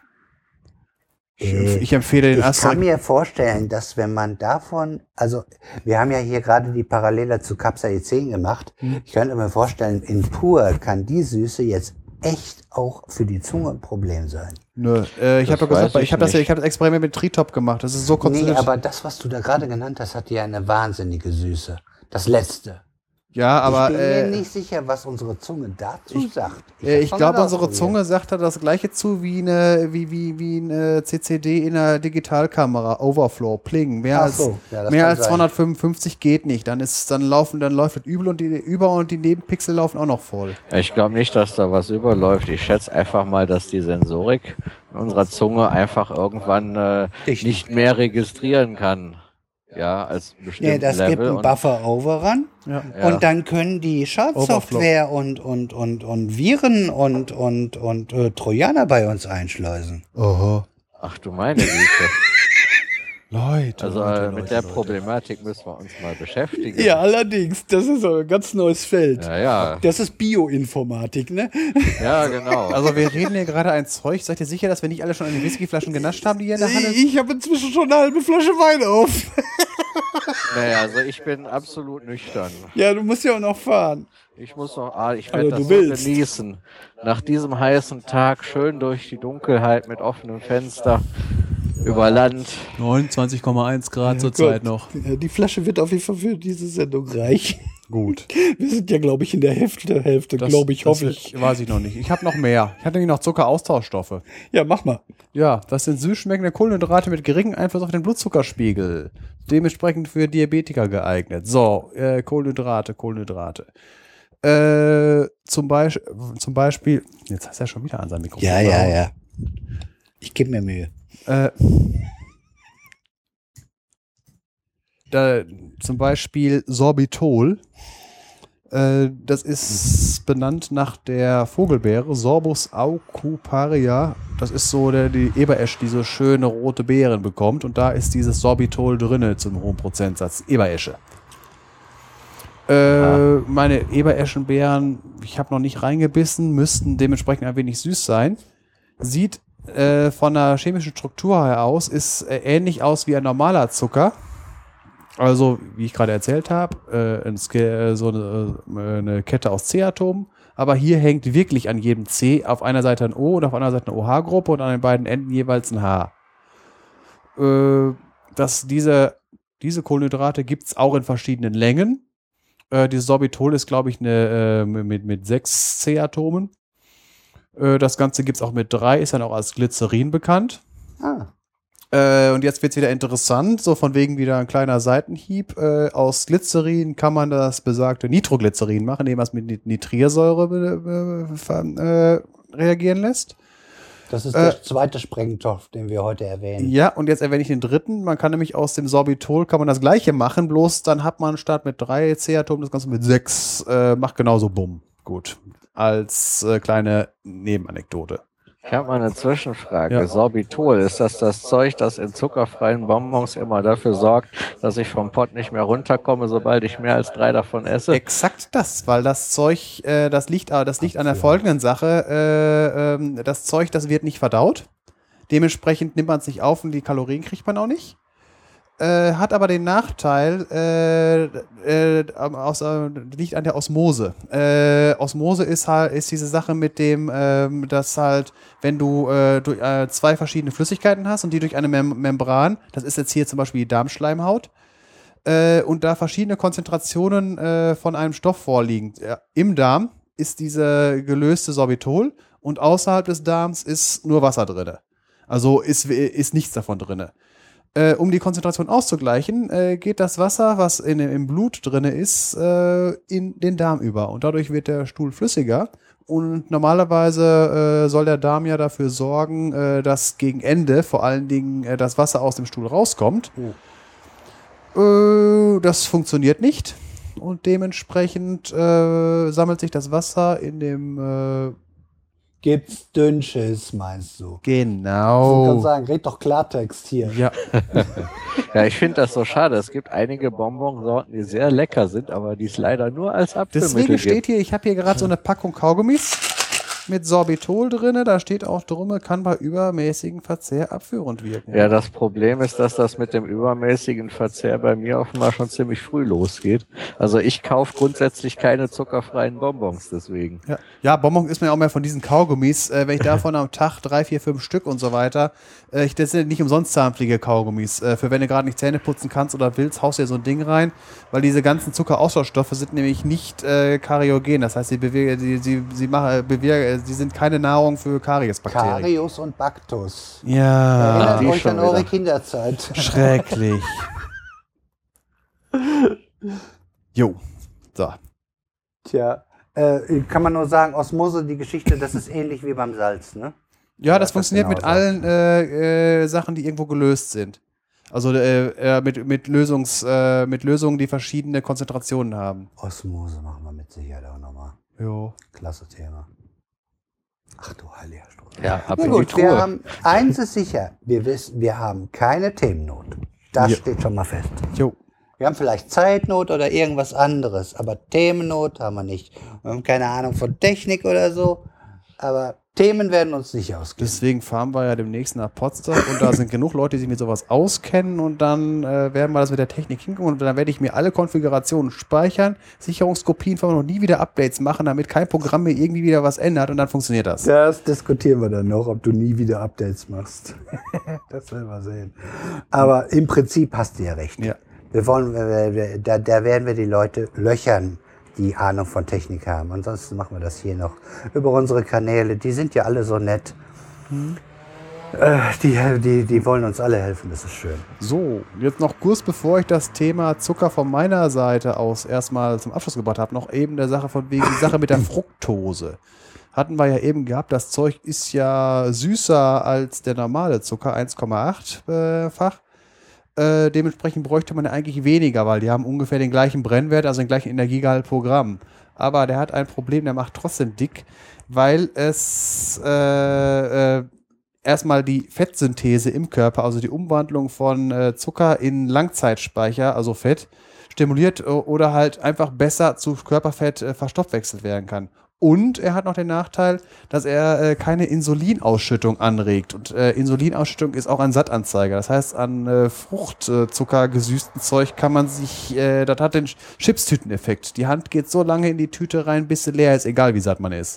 Ich empfehle den Ich Asterix. kann mir vorstellen, dass wenn man davon, also wir haben ja hier gerade die Parallele zu Capsaicin gemacht. Ich könnte mir vorstellen, in pur kann die Süße jetzt echt auch für die Zunge ein Problem sein. Nö, ich habe doch gesagt, ich habe das Experiment mit Tritop gemacht. Das ist so konzentriert. Nee, aber das, was du da gerade genannt hast, hat ja eine wahnsinnige Süße. Das letzte. Ja, aber ich bin mir nicht sicher, was unsere Zunge dazu sagt. Ich glaube, unsere Zunge sagt da das Gleiche zu wie eine CCD in einer Digitalkamera. Overflow, Pling. Mehr als 255 geht nicht. Dann läuft es übel und die Nebenpixel laufen auch noch voll. Ich glaube nicht, dass da was überläuft. Ich schätze einfach mal, dass die Sensorik in unserer Zunge einfach irgendwann nicht mehr registrieren kann. Ja, als bestimmten das Level. gibt einen Buffer-Overrun. Ja. Und dann können die Schadsoftware und Viren und Trojaner bei uns einschleusen. Oho. Ach du meine Güte. Leute. Also mit der Problematik müssen wir uns mal beschäftigen. Ja, allerdings. Das ist ein ganz neues Feld. Ja. Das ist Bioinformatik, ne? Ja, genau. Also wir reden hier gerade ein Zeug. Seid ihr sicher, dass wir nicht alle schon an den Whiskyflaschen genascht haben, die hier in der Hand sind? Ich habe inzwischen schon eine halbe Flasche Wein auf. Naja, also ich bin absolut nüchtern. Ja, du musst ja auch noch fahren. Ich muss noch, ich werde Aber das du so willst. genießen. Nach diesem heißen Tag schön durch die Dunkelheit mit offenem Fenster über Land. 29,1 Grad zurzeit noch. Die Flasche wird auf jeden Fall für diese Sendung reich. Gut. Wir sind ja, glaube ich, in der Hälfte, glaube ich, hoffe ich. Weiß ich noch nicht. Ich habe noch mehr. Ich hatte nämlich noch Zuckeraustauschstoffe. Ja, mach mal. Ja, das sind süß schmeckende Kohlenhydrate mit geringem Einfluss auf den Blutzuckerspiegel. Dementsprechend für Diabetiker geeignet. So, Kohlenhydrate. Zum Beispiel, jetzt hast du ja schon wieder an seinem Mikrofon. Ja. Ich gebe mir Mühe. Zum Beispiel Sorbitol. Das ist benannt nach der Vogelbeere, Sorbus aucuparia. Das ist so die Eberesch, die so schöne rote Beeren bekommt. Und da ist dieses Sorbitol drinne zum hohen Prozentsatz. Eberesche. Meine Ebereschenbeeren, ich habe noch nicht reingebissen, müssten dementsprechend ein wenig süß sein. Sieht von der chemischen Struktur her aus, ist ähnlich aus wie ein normaler Zucker. Also, wie ich gerade erzählt habe, eine Kette aus C-Atomen. Aber hier hängt wirklich an jedem C auf einer Seite ein O und auf einer Seite eine OH-Gruppe und an den beiden Enden jeweils ein H. Diese Kohlenhydrate gibt es auch in verschiedenen Längen. Dieses Sorbitol ist, glaube ich, mit 6 C-Atomen. Das Ganze gibt es auch mit 3, ist dann auch als Glycerin bekannt. Und jetzt wird es wieder interessant, so von wegen wieder ein kleiner Seitenhieb. Aus Glycerin kann man das besagte Nitroglycerin machen, indem man es mit Nitriersäure reagieren lässt. Das ist der zweite Sprengstoff, den wir heute erwähnen. Ja, und jetzt erwähne ich den dritten. Man kann nämlich aus dem Sorbitol kann man das gleiche machen, bloß dann hat man statt mit 3 C-Atomen das Ganze mit 6. Macht genauso bumm. Gut. Als kleine Nebenanekdote. Ich habe mal eine Zwischenfrage. Ja. Sorbitol, ist das Zeug, das in zuckerfreien Bonbons immer dafür sorgt, dass ich vom Pott nicht mehr runterkomme, sobald ich mehr als 3 davon esse? Exakt das, weil das Zeug, das liegt an der folgenden Sache. Das Zeug, das wird nicht verdaut. Dementsprechend nimmt man es nicht auf und die Kalorien kriegt man auch nicht. Hat aber den Nachteil, liegt an der Osmose. Osmose ist diese Sache mit dem, dass halt, wenn du durch 2 verschiedene Flüssigkeiten hast und die durch eine Membran, das ist jetzt hier zum Beispiel die Darmschleimhaut, und da verschiedene Konzentrationen von einem Stoff vorliegen. Im Darm ist diese gelöste Sorbitol und außerhalb des Darms ist nur Wasser drin. Also ist nichts davon drin. Um die Konzentration auszugleichen, geht das Wasser, was im Blut drin ist, in den Darm über. Und dadurch wird der Stuhl flüssiger. Und normalerweise soll der Darm ja dafür sorgen, dass gegen Ende vor allen Dingen das Wasser aus dem Stuhl rauskommt. Das funktioniert nicht. Und dementsprechend sammelt sich das Wasser in dem Gibt's Dünnschiss, meinst du? Du genau. kannst sagen, red doch Klartext hier. Ja, Ja, ich finde das so schade. Es gibt einige Bonbonsorten, die sehr lecker sind, aber die es leider nur als Abführmittel deswegen gibt. steht hier, ich habe hier gerade so eine Packung Kaugummis mit Sorbitol drin. Da steht auch drum, kann bei übermäßigen Verzehr abführend wirken. Ja, das Problem ist, dass das mit dem übermäßigen Verzehr bei mir offenbar schon ziemlich früh losgeht. Also ich kaufe grundsätzlich keine zuckerfreien Bonbons deswegen. Ja, Bonbon ist mir auch mehr von diesen Kaugummis. Wenn ich davon am Tag 3, 4, 5 Stück und so weiter, das sind nicht umsonst zahnfliege Kaugummis. Für wenn du gerade nicht Zähne putzen kannst oder willst, haust du dir so ein Ding rein, weil diese ganzen Zuckeraustauschstoffe sind nämlich nicht kariogen. Das heißt, sie sind keine Nahrung für Kariesbakterien. Karius und Baktus. Ja, Erinnert die euch schon an eure wieder. Kinderzeit. schrecklich. Jo, so. Tja, kann man nur sagen, Osmose, die Geschichte, das ist ähnlich wie beim Salz, ne? Ja, das das funktioniert genau mit allen Sachen, die irgendwo gelöst sind. Also mit Lösungen, die verschiedene Konzentrationen haben. Osmose machen wir mit Sicherheit auch nochmal. Jo. Klasse Thema. Ach du heiliger Stroh. Ja, ab Na in die gut, wir Truhe. haben, eins ist sicher, wir wissen, wir haben keine Themennot. Das Ja. steht schon mal fest. Jo. Wir haben vielleicht Zeitnot oder irgendwas anderes, aber Themennot haben wir nicht. Wir haben keine Ahnung von Technik oder so, aber Themen werden uns nicht ausgehen. Deswegen fahren wir ja demnächst nach Potsdam und da sind genug Leute, die sich mit sowas auskennen und dann werden wir das mit der Technik hinkommen und dann werde ich mir alle Konfigurationen speichern, Sicherungskopien von noch nie wieder Updates machen, damit kein Programm mir irgendwie wieder was ändert und dann funktioniert das. Das diskutieren wir dann noch, ob du nie wieder Updates machst. Das werden wir sehen. Aber im Prinzip hast du ja recht. Ja. Wir wollen, da werden wir die Leute löchern, die Ahnung von Technik haben. Ansonsten machen wir das hier noch über unsere Kanäle. Die sind ja alle so nett. Die wollen uns alle helfen, das ist schön. So, jetzt noch kurz bevor ich das Thema Zucker von meiner Seite aus erstmal zum Abschluss gebracht habe, noch eben der Sache von wegen die Sache mit der Fructose. Hatten wir ja eben gehabt, das Zeug ist ja süßer als der normale Zucker, 1,8-fach. Dementsprechend bräuchte man ja eigentlich weniger, weil die haben ungefähr den gleichen Brennwert, also den gleichen Energiegehalt pro Gramm. Aber der hat ein Problem, der macht trotzdem dick, weil es erstmal die Fettsynthese im Körper, also die Umwandlung von Zucker in Langzeitspeicher, also Fett, stimuliert oder halt einfach besser zu Körperfett verstoffwechselt werden kann. Und er hat noch den Nachteil, dass er keine Insulinausschüttung anregt. Und Insulinausschüttung ist auch ein Sattanzeiger. Das heißt, an Fruchtzucker gesüßten Zeug kann man sich, das hat den Chipstüteneffekt. Die Hand geht so lange in die Tüte rein, bis sie leer ist, egal wie satt man ist.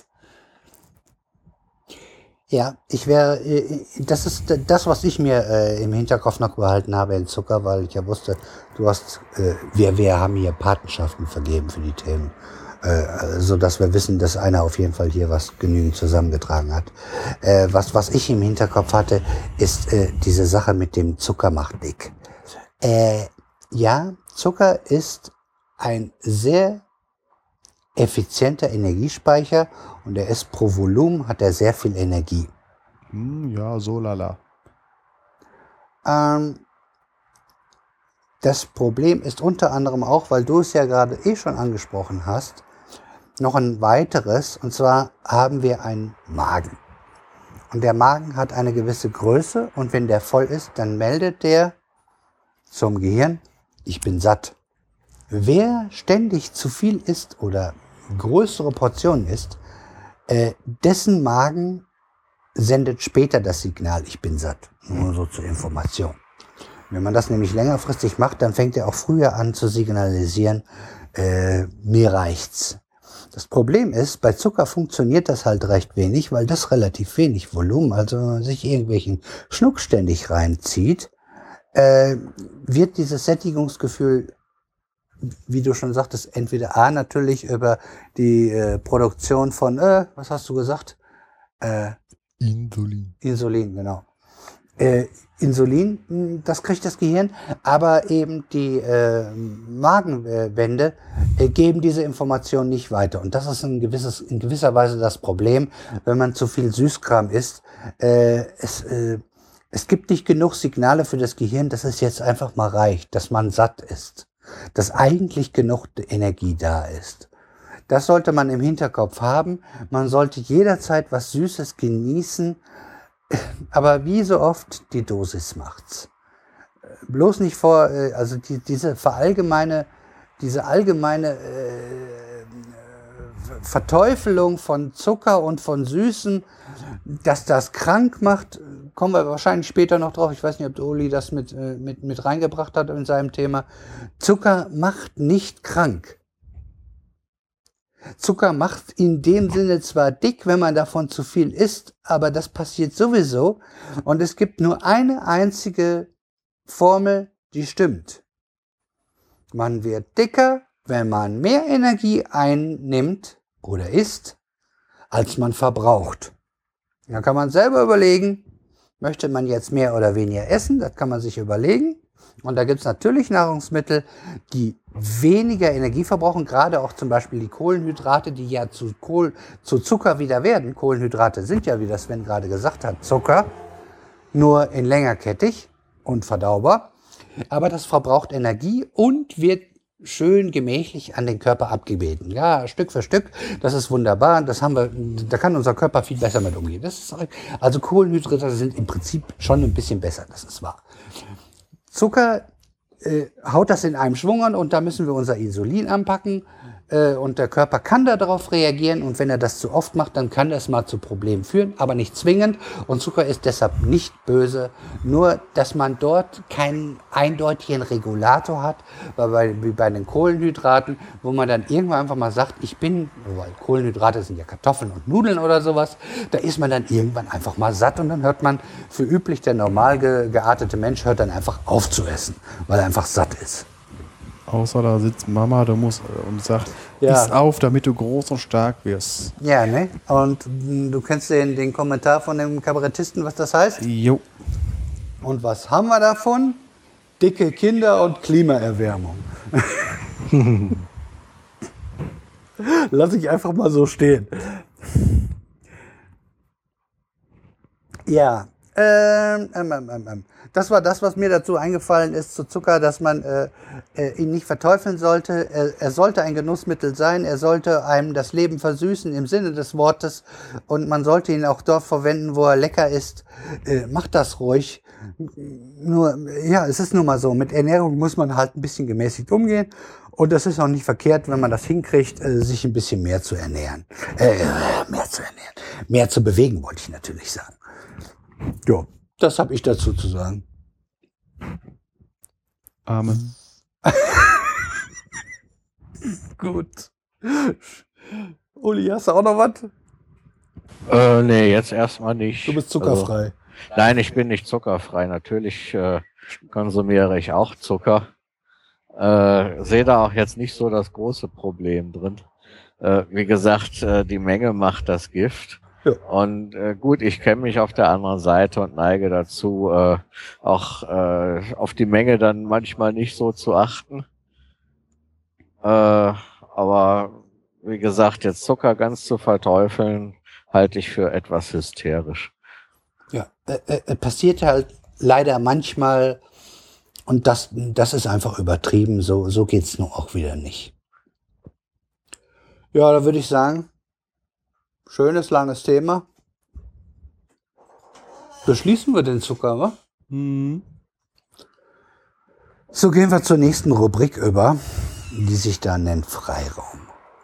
Ja, das ist das, was ich mir im Hinterkopf noch behalten habe in Zucker, weil ich ja wusste, wir haben hier Patenschaften vergeben für die Themen. So dass wir wissen, dass einer auf jeden Fall hier was genügend zusammengetragen hat. Was ich im Hinterkopf hatte, ist diese Sache mit dem Zucker macht dick. Ja, Zucker ist ein sehr effizienter Energiespeicher und er ist pro Volumen, hat er sehr viel Energie. Ja, so lala. Das Problem ist unter anderem auch, weil du es ja gerade schon angesprochen hast, noch ein weiteres, und zwar haben wir einen Magen. Und der Magen hat eine gewisse Größe und wenn der voll ist, dann meldet der zum Gehirn, ich bin satt. Wer ständig zu viel isst oder größere Portionen isst, dessen Magen sendet später das Signal, ich bin satt. Nur so zur Information. Wenn man das nämlich längerfristig macht, dann fängt er auch früher an zu signalisieren, mir reicht's. Das Problem ist, bei Zucker funktioniert das halt recht wenig, weil das relativ wenig Volumen, also wenn man sich irgendwelchen Schnuck ständig reinzieht, wird dieses Sättigungsgefühl, wie du schon sagtest, entweder natürlich über die Produktion von, was hast du gesagt? Insulin, genau. Insulin, das kriegt das Gehirn, aber eben die Magenwände geben diese Information nicht weiter. Und das ist in gewisser Weise das Problem, wenn man zu viel Süßkram isst. Es Es gibt nicht genug Signale für das Gehirn, dass es jetzt einfach mal reicht, dass man satt ist, dass eigentlich genug Energie da ist. Das sollte man im Hinterkopf haben. Man sollte jederzeit was Süßes genießen, aber wie so oft, die Dosis macht's. Bloß nicht also diese allgemeine Verteufelung von Zucker und von Süßen, dass das krank macht, kommen wir wahrscheinlich später noch drauf. Ich weiß nicht, ob der Uli das mit reingebracht hat in seinem Thema. Zucker macht nicht krank. Zucker macht in dem Sinne zwar dick, wenn man davon zu viel isst, aber das passiert sowieso. Und es gibt nur eine einzige Formel, die stimmt. Man wird dicker, wenn man mehr Energie einnimmt oder isst, als man verbraucht. Da kann man selber überlegen, möchte man jetzt mehr oder weniger essen, das kann man sich überlegen. Und da gibt es natürlich Nahrungsmittel, die weniger Energie verbrauchen, gerade auch zum Beispiel die Kohlenhydrate, die ja zu Zucker wieder werden. Kohlenhydrate sind ja, wie das Sven gerade gesagt hat, Zucker, nur in längerkettig und verdaubar. Aber das verbraucht Energie und wird schön gemächlich an den Körper abgebeten. Ja, Stück für Stück, das ist wunderbar. Da kann unser Körper viel besser mit umgehen. Also Kohlenhydrate sind im Prinzip schon ein bisschen besser, das ist wahr. Zucker haut das in einem Schwung an und da müssen wir unser Insulin anpacken und der Körper kann darauf reagieren und wenn er das zu oft macht, dann kann das mal zu Problemen führen, aber nicht zwingend und Zucker ist deshalb nicht böse, nur dass man dort keinen eindeutigen Regulator hat, wie bei den Kohlenhydraten, wo man dann irgendwann einfach mal sagt, weil Kohlenhydrate sind ja Kartoffeln und Nudeln oder sowas, da ist man dann irgendwann einfach mal satt und dann hört man, für üblich der normal geartete Mensch hört dann einfach auf zu essen, weil er einfach satt ist. Außer da sitzt Mama und sagt, Ja. iss auf, damit du groß und stark wirst. Ja, ne? Und du kennst den Kommentar von dem Kabarettisten, was das heißt? Jo. Und was haben wir davon? Dicke Kinder und Klimaerwärmung. Lass ich einfach mal so stehen. Ja, das war das, was mir dazu eingefallen ist zu Zucker, dass man ihn nicht verteufeln sollte. Er sollte ein Genussmittel sein, er sollte einem das Leben versüßen im Sinne des Wortes und man sollte ihn auch dort verwenden, wo er lecker ist. Macht das ruhig. Nur, ja, es ist nun mal so, mit Ernährung muss man halt ein bisschen gemäßigt umgehen und das ist auch nicht verkehrt, wenn man das hinkriegt, sich ein bisschen mehr zu ernähren. Mehr zu bewegen, wollte ich natürlich sagen. Ja, das habe ich dazu zu sagen. Amen. Gut. Uli, hast du auch noch was? Nee, jetzt erstmal nicht. Du bist zuckerfrei. Also, nein, ich bin nicht zuckerfrei. Natürlich konsumiere ich auch Zucker. Sehe da auch jetzt nicht so das große Problem drin. Wie gesagt, die Menge macht das Gift. Ja. Und gut, ich kenne mich auf der anderen Seite und neige dazu, auch auf die Menge dann manchmal nicht so zu achten. Aber wie gesagt, jetzt Zucker ganz zu verteufeln, halte ich für etwas hysterisch. Ja, passiert halt leider manchmal und das ist einfach übertrieben. So geht's nur auch wieder nicht. Ja, da würde ich sagen, schönes, langes Thema. Beschließen wir den Zucker, wa? Mhm. So gehen wir zur nächsten Rubrik über, die sich da nennt Freiraum.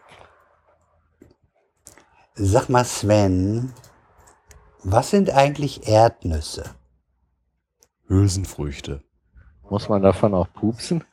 Sag mal, Sven, was sind eigentlich Erdnüsse? Hülsenfrüchte. Muss man davon auch pupsen?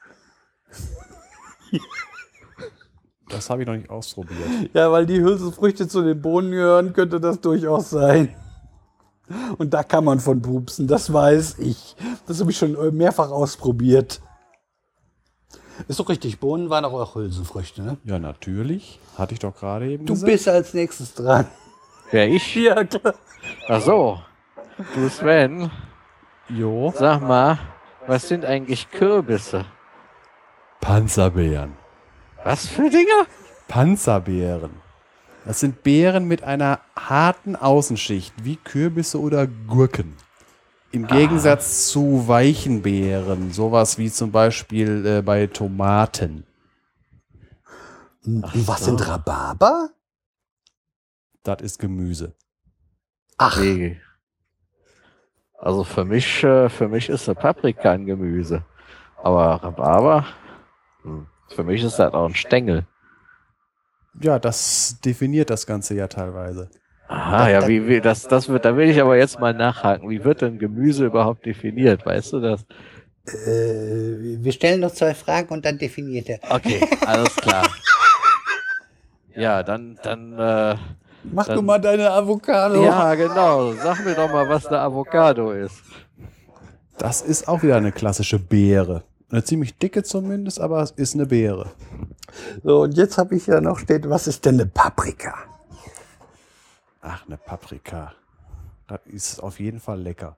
Das habe ich noch nicht ausprobiert. Ja, weil die Hülsenfrüchte zu den Bohnen gehören, könnte das durchaus sein. Und da kann man von pupsen, das weiß ich. Das habe ich schon mehrfach ausprobiert. Ist doch richtig, Bohnen waren auch Hülsenfrüchte, ne? Ja, natürlich. Hatte ich doch gerade eben Du gesagt. bist als nächstes dran. Wer ich? Ja, klar. Ach so. Du Sven, Jo. sag mal, was sind eigentlich Kürbisse? Panzerbeeren. Was für Dinger? Panzerbeeren. Das sind Beeren mit einer harten Außenschicht, wie Kürbisse oder Gurken. Im Gegensatz zu weichen Beeren, sowas wie zum Beispiel bei Tomaten. Und was sind Rhabarber? Das ist Gemüse. Ach, Nee. Also für mich ist eine Paprika ein Gemüse. Aber Rhabarber, für mich ist das auch ein Stängel. Ja, das definiert das Ganze ja teilweise. Aha, ja, da will ich aber jetzt mal nachhaken. Wie wird denn Gemüse überhaupt definiert? Weißt du das? wir stellen noch 2 Fragen und dann definiert er. Okay, alles klar. Ja, dann Mach du mal deine Avocado. ja, genau. Sag mir doch mal, was eine Avocado ist. Das ist auch wieder eine klassische Beere. Eine ziemlich dicke zumindest, aber es ist eine Beere. So, und jetzt habe ich ja noch steht, was ist denn eine Paprika? Ach, eine Paprika. Das ist auf jeden Fall lecker.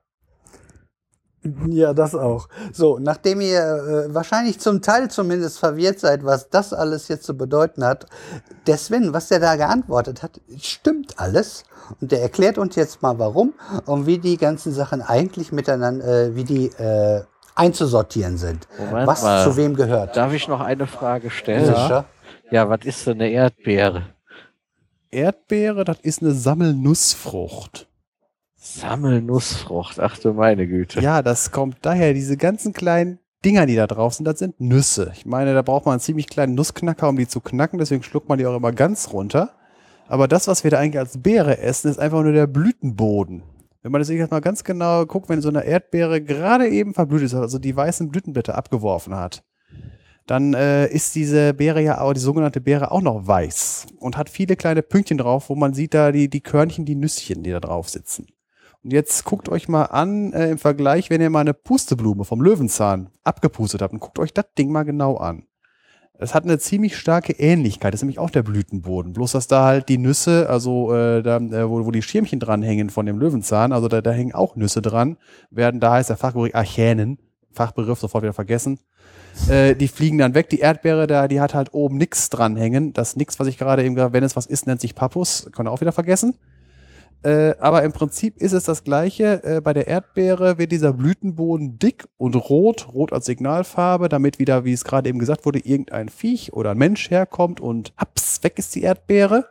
Ja, das auch. So, nachdem ihr wahrscheinlich zum Teil zumindest verwirrt seid, was das alles jetzt zu bedeuten hat, der Sven, was der da geantwortet hat, stimmt alles. Und der erklärt uns jetzt mal warum und wie die ganzen Sachen eigentlich miteinander, wie die einzusortieren sind. Moment was mal. zu wem gehört. Darf ich noch eine Frage stellen? Sicher? Ja, was ist denn eine Erdbeere? Erdbeere, das ist eine Sammelnussfrucht. Sammelnussfrucht, ach du meine Güte. Ja, das kommt daher, diese ganzen kleinen Dinger, die da drauf sind, das sind Nüsse. Ich meine, da braucht man einen ziemlich kleinen Nussknacker, um die zu knacken, deswegen schluckt man die auch immer ganz runter. Aber das, was wir da eigentlich als Beere essen, ist einfach nur der Blütenboden. Wenn man das jetzt mal ganz genau guckt, wenn so eine Erdbeere gerade eben verblüht ist, also die weißen Blütenblätter abgeworfen hat, dann ist diese Beere ja auch, die sogenannte Beere auch noch weiß und hat viele kleine Pünktchen drauf, wo man sieht da die Körnchen, die Nüsschen, die da drauf sitzen. Und jetzt guckt euch mal an, im Vergleich, wenn ihr mal eine Pusteblume vom Löwenzahn abgepustet habt und guckt euch das Ding mal genau an. Es hat eine ziemlich starke Ähnlichkeit, das ist nämlich auch der Blütenboden. Bloß, dass da halt die Nüsse, also wo die Schirmchen dranhängen von dem Löwenzahn, also da hängen auch Nüsse dran, da heißt der Fachbegriff Achänen, Fachbegriff sofort wieder vergessen. Die fliegen dann weg. Die Erdbeere, die hat halt oben nichts dranhängen. Das nix, was ich gerade eben gesagt, wenn es was ist, nennt sich Pappus. Kann auch wieder vergessen. Aber im Prinzip ist es das Gleiche. Bei der Erdbeere wird dieser Blütenboden dick und rot als Signalfarbe, damit wieder, wie es gerade eben gesagt wurde, irgendein Viech oder ein Mensch herkommt und haps, weg ist die Erdbeere.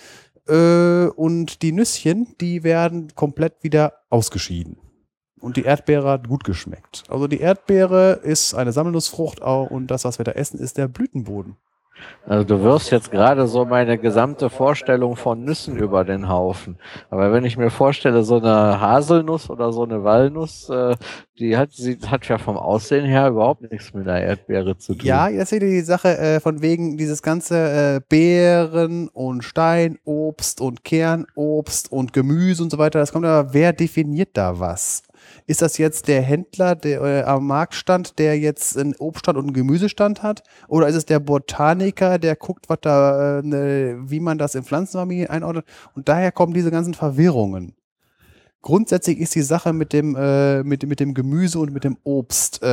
Und die Nüsschen, die werden komplett wieder ausgeschieden. Und die Erdbeere hat gut geschmeckt. Also die Erdbeere ist eine Sammelnussfrucht und das, was wir da essen, ist der Blütenboden. Also du wirfst jetzt gerade so meine gesamte Vorstellung von Nüssen über den Haufen. Aber wenn ich mir vorstelle, so eine Haselnuss oder so eine Walnuss, die hat ja vom Aussehen her überhaupt nichts mit einer Erdbeere zu tun. Ja, jetzt seht ihr die Sache von wegen dieses ganze Beeren und Steinobst und Kernobst und Gemüse und so weiter. Das kommt aber, wer definiert da was? Ist das jetzt der Händler, der am Marktstand, der jetzt einen Obststand und einen Gemüsestand hat? Oder ist es der Botaniker, der guckt, was da, wie man das in Pflanzenfamilien einordnet? Und daher kommen diese ganzen Verwirrungen. Grundsätzlich ist die Sache mit dem Gemüse und mit dem Obst,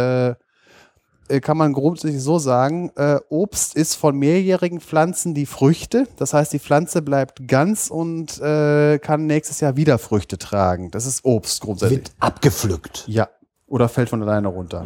kann man grundsätzlich so sagen, Obst ist von mehrjährigen Pflanzen die Früchte. Das heißt, die Pflanze bleibt ganz und kann nächstes Jahr wieder Früchte tragen. Das ist Obst grundsätzlich. Wird abgepflückt. Ja, oder fällt von alleine runter.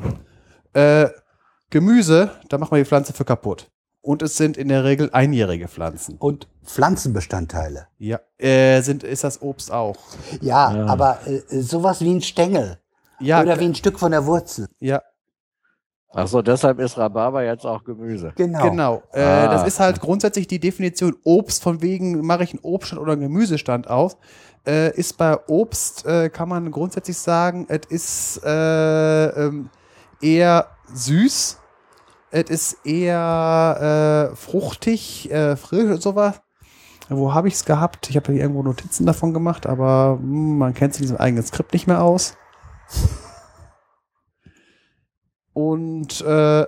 Ja. Gemüse, da macht man die Pflanze für kaputt. Und es sind in der Regel einjährige Pflanzen. Und Pflanzenbestandteile. Ja, ist das Obst auch. Ja, aber sowas wie ein Stängel. Ja, Oder wie ein Stück von der Wurzel. ja. Ach so, deshalb ist Rhabarber jetzt auch Gemüse. Genau. Das ist halt grundsätzlich die Definition Obst, von wegen mache ich einen Obststand oder einen Gemüsestand auf. Ist bei Obst, kann man grundsätzlich sagen, es ist eher süß, es ist eher fruchtig, frisch und sowas. Wo habe ich es gehabt? Ich habe ja irgendwo Notizen davon gemacht, aber man kennt sich in diesem eigenen Skript nicht mehr aus. Und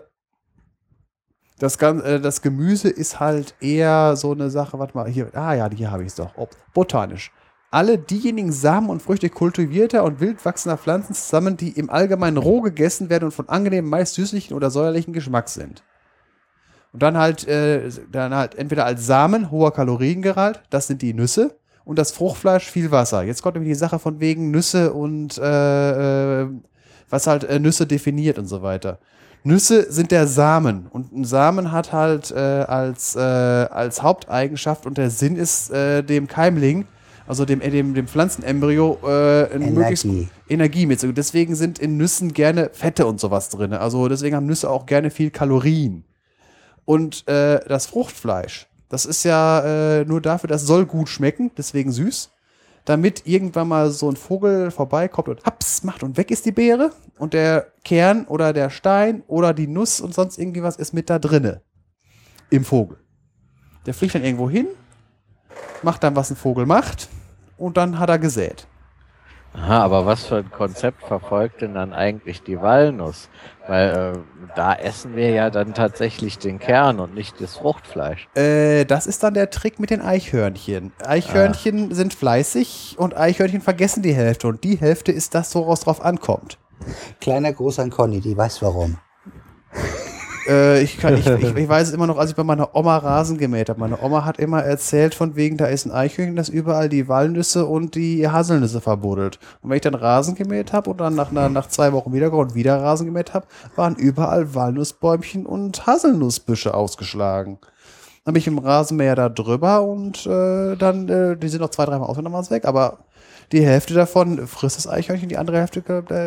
das Gemüse ist halt eher so eine Sache, warte mal, hier habe ich es doch. Botanisch. Alle diejenigen Samen und Früchte kultivierter und wild wachsender Pflanzen zusammen, die im Allgemeinen roh gegessen werden und von angenehmen, meist süßlichen oder säuerlichen Geschmack sind. Und dann halt entweder als Samen, hoher Kaloriengehalt, das sind die Nüsse. und das Fruchtfleisch viel Wasser. Jetzt kommt nämlich die Sache von wegen Nüsse und was halt Nüsse definiert und so weiter. Nüsse sind der Samen und ein Samen hat halt als Haupteigenschaft und der Sinn ist dem Keimling, also dem Pflanzenembryo, möglichst Energie mitzugeben. Deswegen sind in Nüssen gerne Fette und sowas drin. Also deswegen haben Nüsse auch gerne viel Kalorien. Und das Fruchtfleisch, das ist ja nur dafür, das soll gut schmecken, deswegen süß, damit irgendwann mal so ein Vogel vorbeikommt und haps macht und weg ist die Beere und der Kern oder der Stein oder die Nuss und sonst irgendwie was ist mit da drinne im Vogel. Der fliegt dann irgendwo hin, macht dann, was ein Vogel macht und dann hat er gesät. Aha, aber was für ein Konzept verfolgt denn dann eigentlich die Walnuss? Weil da essen wir ja dann tatsächlich den Kern und nicht das Fruchtfleisch. Das ist dann der Trick mit den Eichhörnchen. Eichhörnchen sind fleißig und Eichhörnchen vergessen die Hälfte und die Hälfte ist das, woraus drauf ankommt. Kleiner Gruß an Conny, die weiß warum. Ich weiß es immer noch, als ich bei meiner Oma Rasen gemäht habe. Meine Oma hat immer erzählt von wegen, da ist ein Eichhörnchen, das überall die Walnüsse und die Haselnüsse verbuddelt. Und wenn ich dann Rasen gemäht habe und dann nach 2 Wochen wieder Rasen gemäht habe, waren überall Walnussbäumchen und Haselnussbüsche ausgeschlagen. Dann bin ich im Rasenmäher da drüber und dann, die sind noch 2-3 Mal aus und dann war es weg. Aber die Hälfte davon frisst das Eichhörnchen, die andere Hälfte,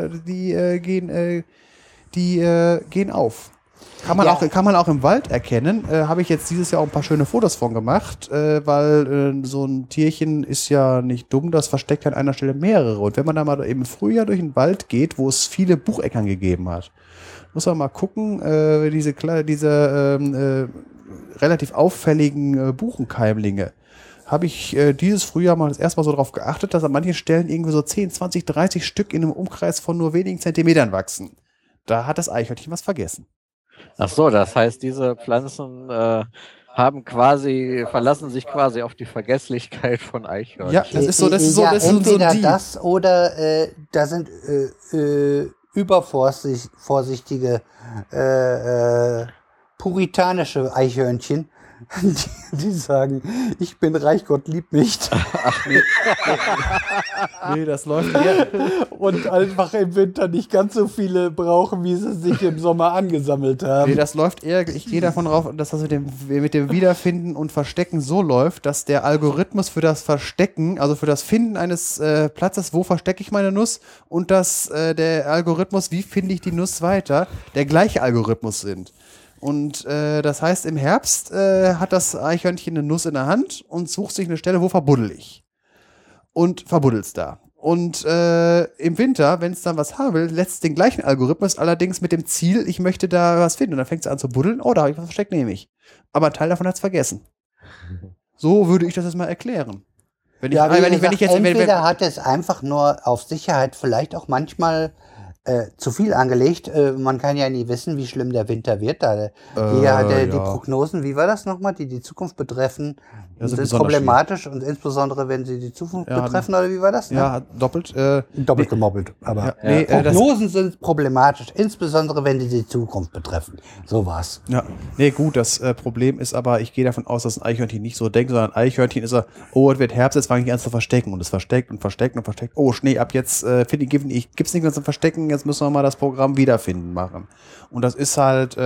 die gehen auf. Kann man auch im Wald erkennen. Habe ich jetzt dieses Jahr auch ein paar schöne Fotos von gemacht, weil so ein Tierchen ist ja nicht dumm, das versteckt an einer Stelle mehrere. Und wenn man da mal im Frühjahr durch den Wald geht, wo es viele Bucheckern gegeben hat, muss man mal gucken, diese relativ auffälligen Buchenkeimlinge. Habe ich dieses Frühjahr mal das erste Mal so darauf geachtet, dass an manchen Stellen irgendwie so 10, 20, 30 Stück in einem Umkreis von nur wenigen Zentimetern wachsen. Da hat das Eichhörnchen was vergessen. Ach so, das heißt, diese Pflanzen verlassen sich quasi auf die Vergesslichkeit von Eichhörnchen. Ja, das ist so entweder so das oder da sind übervorsichtige puritanische Eichhörnchen, die sagen, ich bin reich, Gott liebt mich. Nee, das läuft eher. Und einfach im Winter nicht ganz so viele brauchen, wie sie sich im Sommer angesammelt haben. Nee, das läuft eher, ich gehe davon rauf, dass das mit dem Wiederfinden und Verstecken so läuft, dass der Algorithmus für das Verstecken, also für das Finden eines Platzes, wo verstecke ich meine Nuss, und der Algorithmus, wie finde ich die Nuss weiter, der gleiche Algorithmus sind. Und das heißt, im Herbst hat das Eichhörnchen eine Nuss in der Hand und sucht sich eine Stelle, wo verbuddel ich. Und verbuddelt's da. Und im Winter, wenn es dann was haben will, lässt den gleichen Algorithmus, allerdings mit dem Ziel, ich möchte da was finden. Und dann fängt es an zu buddeln. Oh, da habe ich was versteckt, nehme ich. Aber ein Teil davon hat es vergessen. So würde ich das jetzt mal erklären. Entweder hat es einfach nur auf Sicherheit vielleicht auch manchmal zu viel angelegt. Man kann ja nie wissen, wie schlimm der Winter wird. Die Prognosen, wie war das nochmal, die Zukunft betreffen, sind problematisch und insbesondere, wenn sie die Zukunft betreffen, oder wie war das? Ne? Ja, doppelt gemoppelt. Aber Prognosen sind problematisch, insbesondere, wenn sie die Zukunft betreffen. So war's. Ja, nee, gut, das Problem ist aber, ich gehe davon aus, dass ein Eichhörnchen nicht so denkt, sondern ein Eichhörnchen ist es wird Herbst, jetzt fange ich an zu verstecken. Und es versteckt und versteckt und versteckt. Oh, Schnee, ab jetzt gibt's nichts mehr zum Verstecken, jetzt müssen wir mal das Programm Wiederfinden machen. Und das ist halt,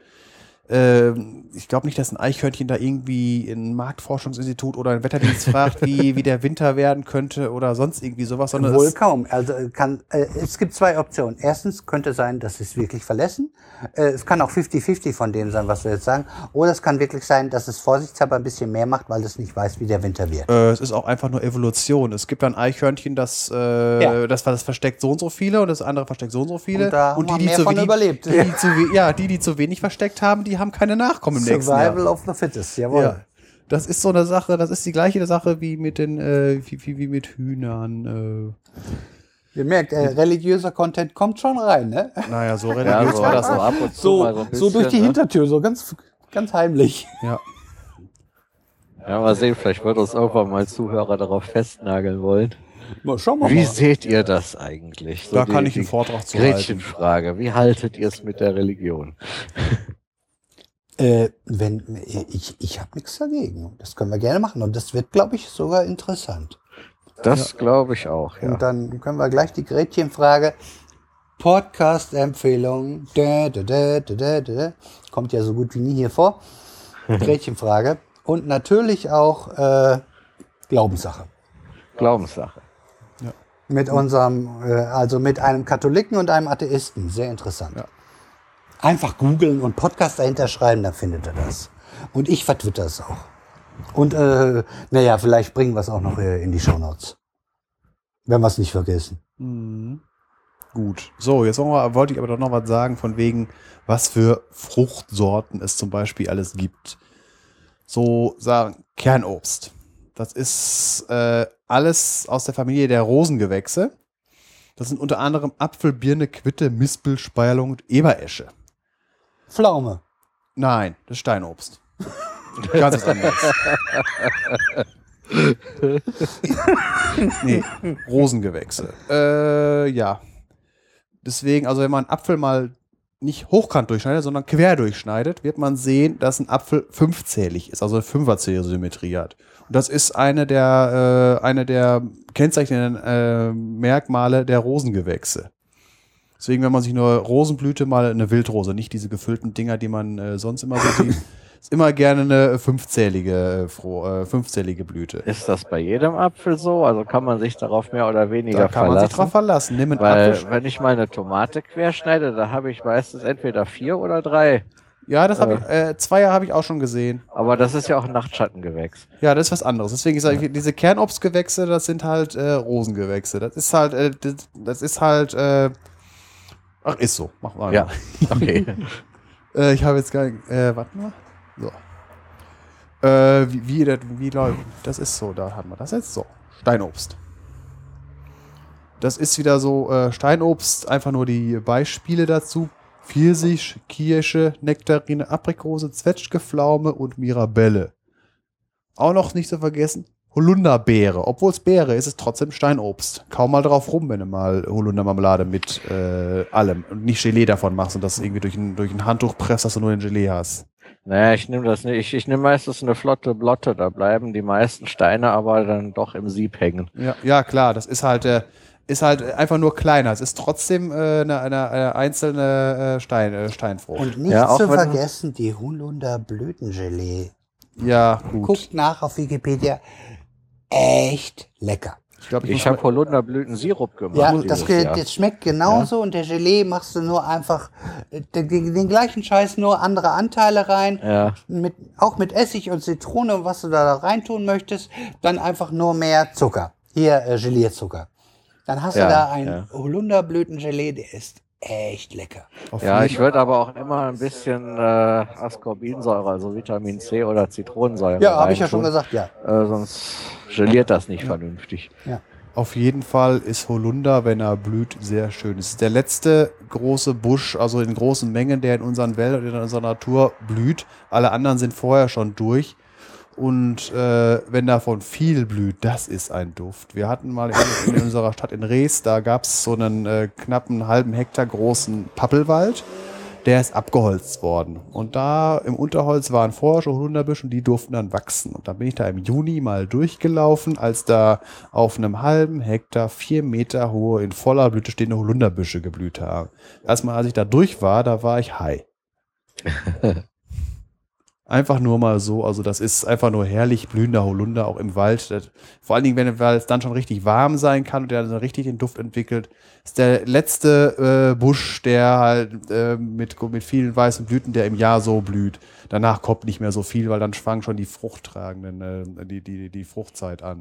ich glaube nicht, dass ein Eichhörnchen da irgendwie ein Marktforschungsinstitut oder ein Wetterdienst fragt, wie der Winter werden könnte oder sonst irgendwie sowas. Sondern wohl kaum. Also es gibt 2 Optionen. Erstens könnte sein, dass sie es wirklich verlassen. Es kann auch 50-50 von dem sein, was wir jetzt sagen. Oder es kann wirklich sein, dass es vorsichtshalber ein bisschen mehr macht, weil es nicht weiß, wie der Winter wird. Es ist auch einfach nur Evolution. Es gibt ein Eichhörnchen, das versteckt so und so viele und das andere versteckt so und so viele. Und die zu wenig überlebt. Die zu wenig versteckt haben, die haben keine Nachkommen im nächsten Jahr. Survival of the fittest, jawohl. Ja. Das ist so eine Sache, das ist die gleiche Sache wie mit den wie mit Hühnern. Ihr merkt, religiöser Content kommt schon rein, ne? Naja, so religiös war das so ab und zu mal so ein bisschen, so durch die Hintertür, so ganz heimlich. Ja. Ja, mal sehen, vielleicht wird uns irgendwann mal Zuhörer darauf festnageln wollen. Schauen wir mal. Wie seht ihr das eigentlich? So da kann ich einen Vortrag zu halten. Gretchenfrage, wie haltet ihr es mit der Religion? Ich habe nichts dagegen. Das können wir gerne machen. Und das wird, glaube ich, sogar interessant. Das glaube ich auch, ja. Und dann können wir gleich die Gretchenfrage. Podcast-Empfehlung. Kommt ja so gut wie nie hier vor. Gretchenfrage. Und natürlich auch Glaubenssache. Glaubenssache. Mit unserem, also mit einem Katholiken und einem Atheisten. Sehr interessant. Ja. Einfach googeln und Podcast dahinter schreiben, dann findet ihr das. Und ich vertwitter es auch. Und vielleicht bringen wir es auch noch in die Shownotes. Wenn wir es nicht vergessen. Mhm. Gut. So, jetzt wollte ich aber doch noch was sagen von wegen, was für Fruchtsorten es zum Beispiel alles gibt. So sagen, Kernobst. Das ist alles aus der Familie der Rosengewächse. Das sind unter anderem Apfel, Birne, Quitte, Mispel, Speierling und Eberesche. Pflaume. Nein, das ist Steinobst. Ganz was anderes. Nee, Rosengewächse. Ja. Deswegen, also wenn man einen Apfel mal nicht hochkant durchschneidet, sondern quer durchschneidet, wird man sehen, dass ein Apfel fünfzählig ist, also eine Fünferzähler-Symmetrie hat. Und das ist eine der kennzeichnenden Merkmale der Rosengewächse. Deswegen, wenn man sich nur Rosenblüte, mal eine Wildrose, nicht diese gefüllten Dinger, die man sonst immer so sieht, ist immer gerne eine fünfzählige Blüte. Ist das bei jedem Apfel so? Also kann man sich darauf mehr oder weniger Da kann man sich drauf verlassen. Nimm einen Weil, Apfel. wenn ich mal eine Tomate querschneide, da habe ich meistens entweder 4 oder 3. Ja, das habe ich, Zweier habe ich auch schon gesehen. Aber das ist ja auch ein Nachtschattengewächs. Ja, das ist was anderes. Deswegen sage ich, diese Kernobstgewächse, das sind halt Rosengewächse. Das ist halt, ach, ist so. Mach mal. Ja, okay. Ich habe jetzt gar nicht, warte mal. So. Wie läuft das? Ist so, da haben wir das jetzt so. Steinobst. Das ist wieder so Steinobst, einfach nur die Beispiele dazu. Pfirsich, Kirsche, Nektarine, Aprikose, Zwetschgepflaume und Mirabelle. Auch noch nicht zu vergessen, Holunderbeere. Obwohl es Beere ist, ist es trotzdem Steinobst. Kaum mal drauf rum, wenn du mal Holundermarmelade mit allem und nicht Gelee davon machst und das irgendwie durch ein Handtuch presst, dass du nur den Gelee hast. Naja, ich nehme das nicht. Ich nehme meistens eine flotte Blotte. Da bleiben die meisten Steine aber dann doch im Sieb hängen. Ja, klar, das ist halt einfach nur kleiner. Es ist trotzdem eine einzelne Steinfrucht. Und nicht Ja, auch zu wenn- vergessen, die Holunder Blütengelee. Ja, gut. Guckt nach auf Wikipedia. Echt lecker. Ich glaube, Ich habe Holunderblütensirup gemacht. Ja, dieses Jahr. das schmeckt genauso und der Gelee machst du nur einfach den gleichen Scheiß, nur andere Anteile rein. Ja. Auch mit Essig und Zitrone, was du da reintun möchtest, dann einfach nur mehr Zucker. Hier Gelierzucker. Dann hast du Ja, da ein ja. Holunderblütengelee, der ist echt lecker. Ja, ich würde aber auch immer ein bisschen Ascorbinsäure, also Vitamin C oder Zitronensäure Ja, habe ich ja schon reintun. gesagt, ja. Sonst geliert das nicht vernünftig. Auf jeden Fall ist Holunder, wenn er blüht, sehr schön. Es ist der letzte große Busch, also in großen Mengen, der in unseren Wäldern und in unserer Natur blüht. Alle anderen sind vorher schon durch. Und wenn davon viel blüht, das ist ein Duft. Wir hatten mal in unserer Stadt in Rees, da gab es so einen knappen halben Hektar großen Pappelwald. Der ist abgeholzt worden. Und da im Unterholz waren vorher schon Holunderbüsche und die durften dann wachsen. Und dann bin ich da im Juni mal durchgelaufen, als da auf einem halben Hektar 4 Meter hohe, in voller Blüte stehende Holunderbüsche geblüht haben. Erstmal, als ich da durch war, da war ich high. Einfach nur mal so, also das ist einfach nur herrlich blühender Holunder, auch im Wald. Vor allen Dingen, weil es dann schon richtig warm sein kann und der dann so richtig den Duft entwickelt. Ist der letzte Busch, der halt mit vielen weißen Blüten, der im Jahr so blüht. Danach kommt nicht mehr so viel, weil dann fangen schon die Fruchttragenden, die Fruchtzeit an.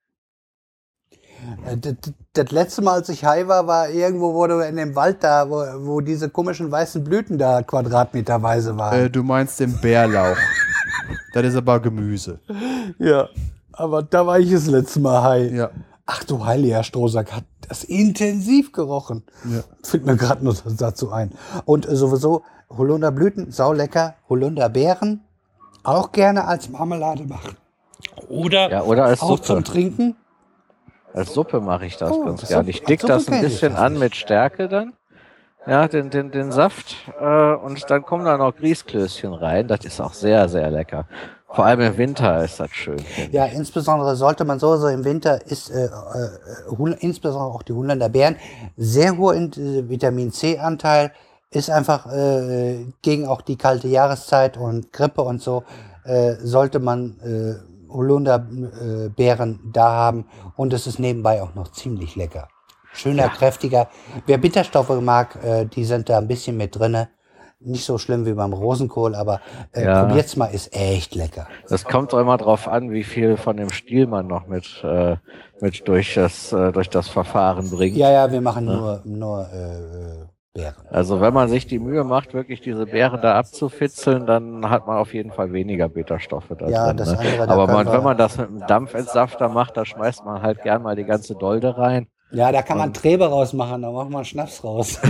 Das letzte Mal, als ich high war irgendwo, wo du in dem Wald da, wo diese komischen weißen Blüten da quadratmeterweise waren. Du meinst den Bärlauch. Das ist aber Gemüse. Ja, aber da war ich das letzte Mal high. Ja. Ach du heiliger Strohsack, hat das intensiv gerochen. Ja. Fällt mir gerade nur dazu ein. Und sowieso Holunderblüten, saulecker. Holunderbeeren auch gerne als Marmelade machen. Ja, oder als auch Suppe. zum Trinken. Als Suppe mache ich das Oh, ganz als gerne. Suppe- Ich dick als Suppe das ein kenn ich bisschen das an nicht. mit Stärke dann. Ja, den Saft und dann kommen da noch Grießklößchen rein. Das ist auch sehr, sehr lecker. Vor allem im Winter ist das schön. Ja, insbesondere sollte man so im Winter ist insbesondere auch die Holländer Beeren sehr hoher Vitamin C-Anteil, ist einfach gegen auch die kalte Jahreszeit und Grippe und so sollte man Holunder Beeren da haben und es ist nebenbei auch noch ziemlich lecker. Schöner, kräftiger. Wer Bitterstoffe mag, die sind da ein bisschen mit drinne. Nicht so schlimm wie beim Rosenkohl, aber probiert's mal, ist echt lecker. Das kommt auch immer drauf an, wie viel von dem Stiel man noch mit durch das Verfahren bringt. Ja, wir machen nur Beeren. Also wenn man sich die Mühe macht, wirklich diese Beeren da abzufitzeln, dann hat man auf jeden Fall weniger Bitterstoffe da Ja, drin. das Ne? andere, da Aber können wir- wenn man das mit einem Dampfentsafter macht, da schmeißt man halt gern mal die ganze Dolde rein. Ja, da kann man Trebe rausmachen, da macht man Schnaps raus.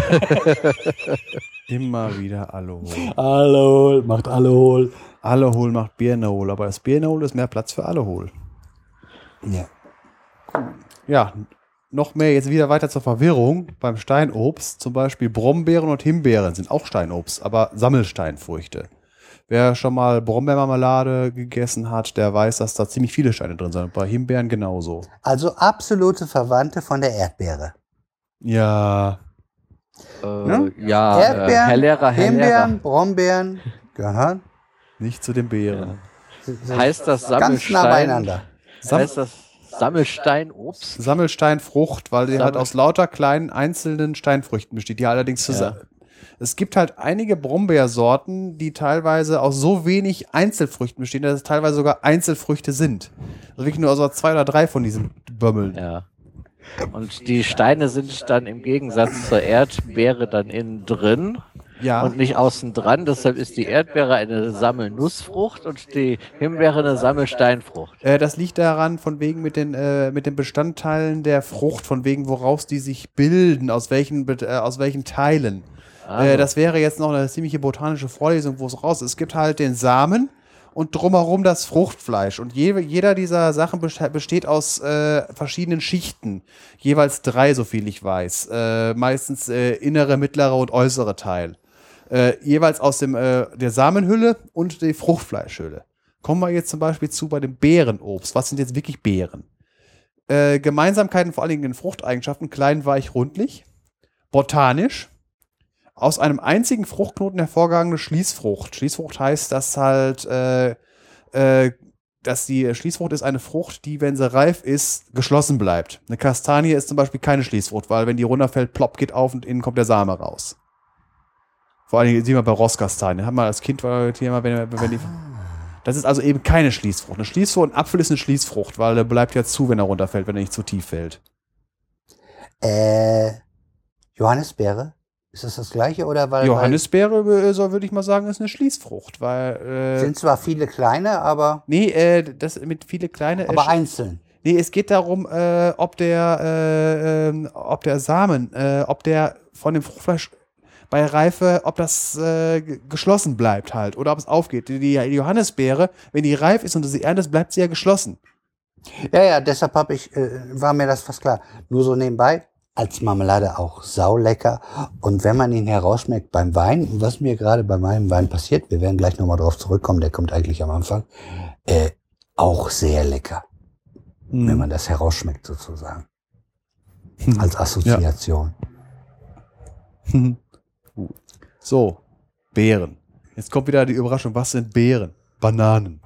Immer wieder Alkohol. Alkohol, macht Alkohol. Alkohol macht Birnehol, aber das Birnehol ist mehr Platz für Alkohol. Ja. Ja, noch mehr jetzt wieder weiter zur Verwirrung. Beim Steinobst, zum Beispiel Brombeeren und Himbeeren sind auch Steinobst, aber Sammelsteinfrüchte. Wer schon mal Brombeermarmelade gegessen hat, der weiß, dass da ziemlich viele Steine drin sind. Bei Himbeeren genauso. Also absolute Verwandte von der Erdbeere. Ja. Ja, Erdbeeren, Herr Lehrer. Himbeeren, Brombeeren gehören Nicht zu den Beeren. Heißt das ganz nah Sammelstein? beieinander. Heißt das Sammelsteinobst? Sammelsteinfrucht, weil die halt aus lauter kleinen einzelnen Steinfrüchten besteht, die allerdings zusammen. Es gibt halt einige Brombeersorten, die teilweise aus so wenig Einzelfrüchten bestehen, dass es teilweise sogar Einzelfrüchte sind. Also wirklich nur so 2 oder 3 von diesen Bömmeln. Ja. Und die Steine sind dann im Gegensatz zur Erdbeere dann innen drin Ja. und nicht außen dran. Deshalb ist die Erdbeere eine Sammelnussfrucht und die Himbeere eine Sammelsteinfrucht. Das liegt daran, von wegen mit den Bestandteilen der Frucht, von wegen woraus die sich bilden, aus welchen Teilen. Das wäre jetzt noch eine ziemliche botanische Vorlesung, wo es raus ist. Es gibt halt den Samen und drumherum das Fruchtfleisch. Und jeder dieser Sachen besteht aus verschiedenen Schichten. Jeweils 3, so viel ich weiß. Meistens innere, mittlere und äußere Teil. Jeweils aus der Samenhülle und der Fruchtfleischhülle. Kommen wir jetzt zum Beispiel bei dem Beerenobst. Was sind jetzt wirklich Beeren? Gemeinsamkeiten vor allen Dingen in Fruchteigenschaften. Klein, weich, rundlich. Botanisch. Aus einem einzigen Fruchtknoten hervorgehende Schließfrucht. Schließfrucht heißt, dass dass die Schließfrucht ist eine Frucht, die, wenn sie reif ist, geschlossen bleibt. Eine Kastanie ist zum Beispiel keine Schließfrucht, weil wenn die runterfällt, plopp, geht auf und innen kommt der Same raus. Vor allen Dingen sieht man bei Rosskastanien. Hat man als Kind wenn die. Das ist also eben keine Schließfrucht. Eine Schließfrucht, ein Apfel ist eine Schließfrucht, weil der bleibt ja zu, wenn er runterfällt, wenn er nicht zu tief fällt. Johannisbeere? Ist das gleiche oder weil Johannisbeere, würde ich mal sagen, ist eine Schließfrucht, weil sind zwar viele kleine, aber das mit viele kleine. einzeln. Nee, es geht darum, ob der Samen, ob der von dem Fruchtfleisch bei Reife, ob das geschlossen bleibt halt oder ob es aufgeht. Die Johannisbeere, wenn die reif ist und du sie erntest, bleibt sie ja geschlossen. Ja, deshalb war mir das fast klar. Nur so nebenbei, als Marmelade auch saulecker. Und wenn man ihn herausschmeckt beim Wein, was mir gerade bei meinem Wein passiert, wir werden gleich nochmal drauf zurückkommen, der kommt eigentlich am Anfang, auch sehr lecker. Wenn man das herausschmeckt sozusagen. Als Assoziation. So, Beeren. Jetzt kommt wieder die Überraschung. Was sind Beeren? Bananen.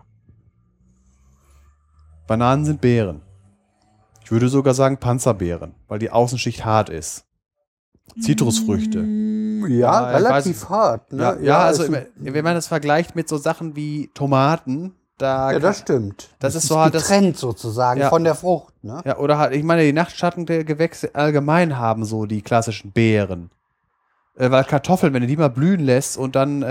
Bananen sind Beeren. Ich würde sogar sagen Panzerbeeren, weil die Außenschicht hart ist. Zitrusfrüchte. Ja, ich relativ weiß, hart. Ne? Also wenn man das vergleicht mit so Sachen wie Tomaten, das stimmt. Das ist so halt getrennt sozusagen von der Frucht. Ne? Ja, oder halt, ich meine, die Nachtschattengewächse allgemein haben so die klassischen Beeren. Weil Kartoffeln, wenn du die mal blühen lässt und dann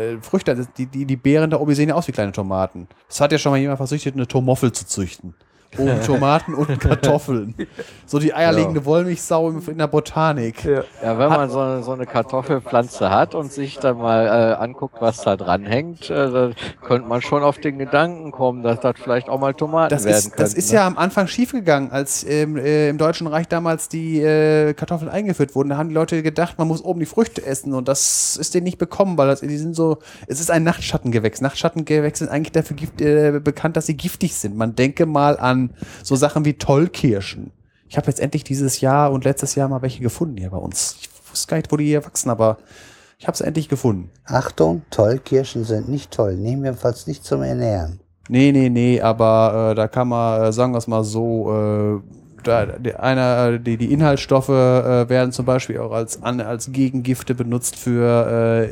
Früchte, die Beeren da oben, die sehen ja aus wie kleine Tomaten. Das hat ja schon mal jemand versucht, eine Tomoffel zu züchten. und Tomaten und Kartoffeln. So die eierlegende Wollmilchsau in der Botanik. Ja, wenn man so eine Kartoffelpflanze hat und sich dann mal anguckt, was da dran hängt, dann könnte man schon auf den Gedanken kommen, dass das vielleicht auch mal Tomaten werden könnten. Das ist ja am Anfang schiefgegangen, als im Deutschen Reich damals die Kartoffeln eingeführt wurden. Da haben die Leute gedacht, man muss oben die Früchte essen und das ist denen nicht bekommen, weil die sind so, es ist ein Nachtschattengewächs. Nachtschattengewächse sind eigentlich dafür bekannt, dass sie giftig sind. Man denke mal an so Sachen wie Tollkirschen. Ich habe jetzt endlich dieses Jahr und letztes Jahr mal welche gefunden hier bei uns. Ich wusste gar nicht, wo die hier wachsen, aber ich habe es endlich gefunden. Achtung, Tollkirschen sind nicht toll. Nehmen wir jedenfalls nicht zum Ernähren. Nee, aber da kann man, sagen wir es mal so, die Inhaltsstoffe werden zum Beispiel auch als Gegengifte benutzt für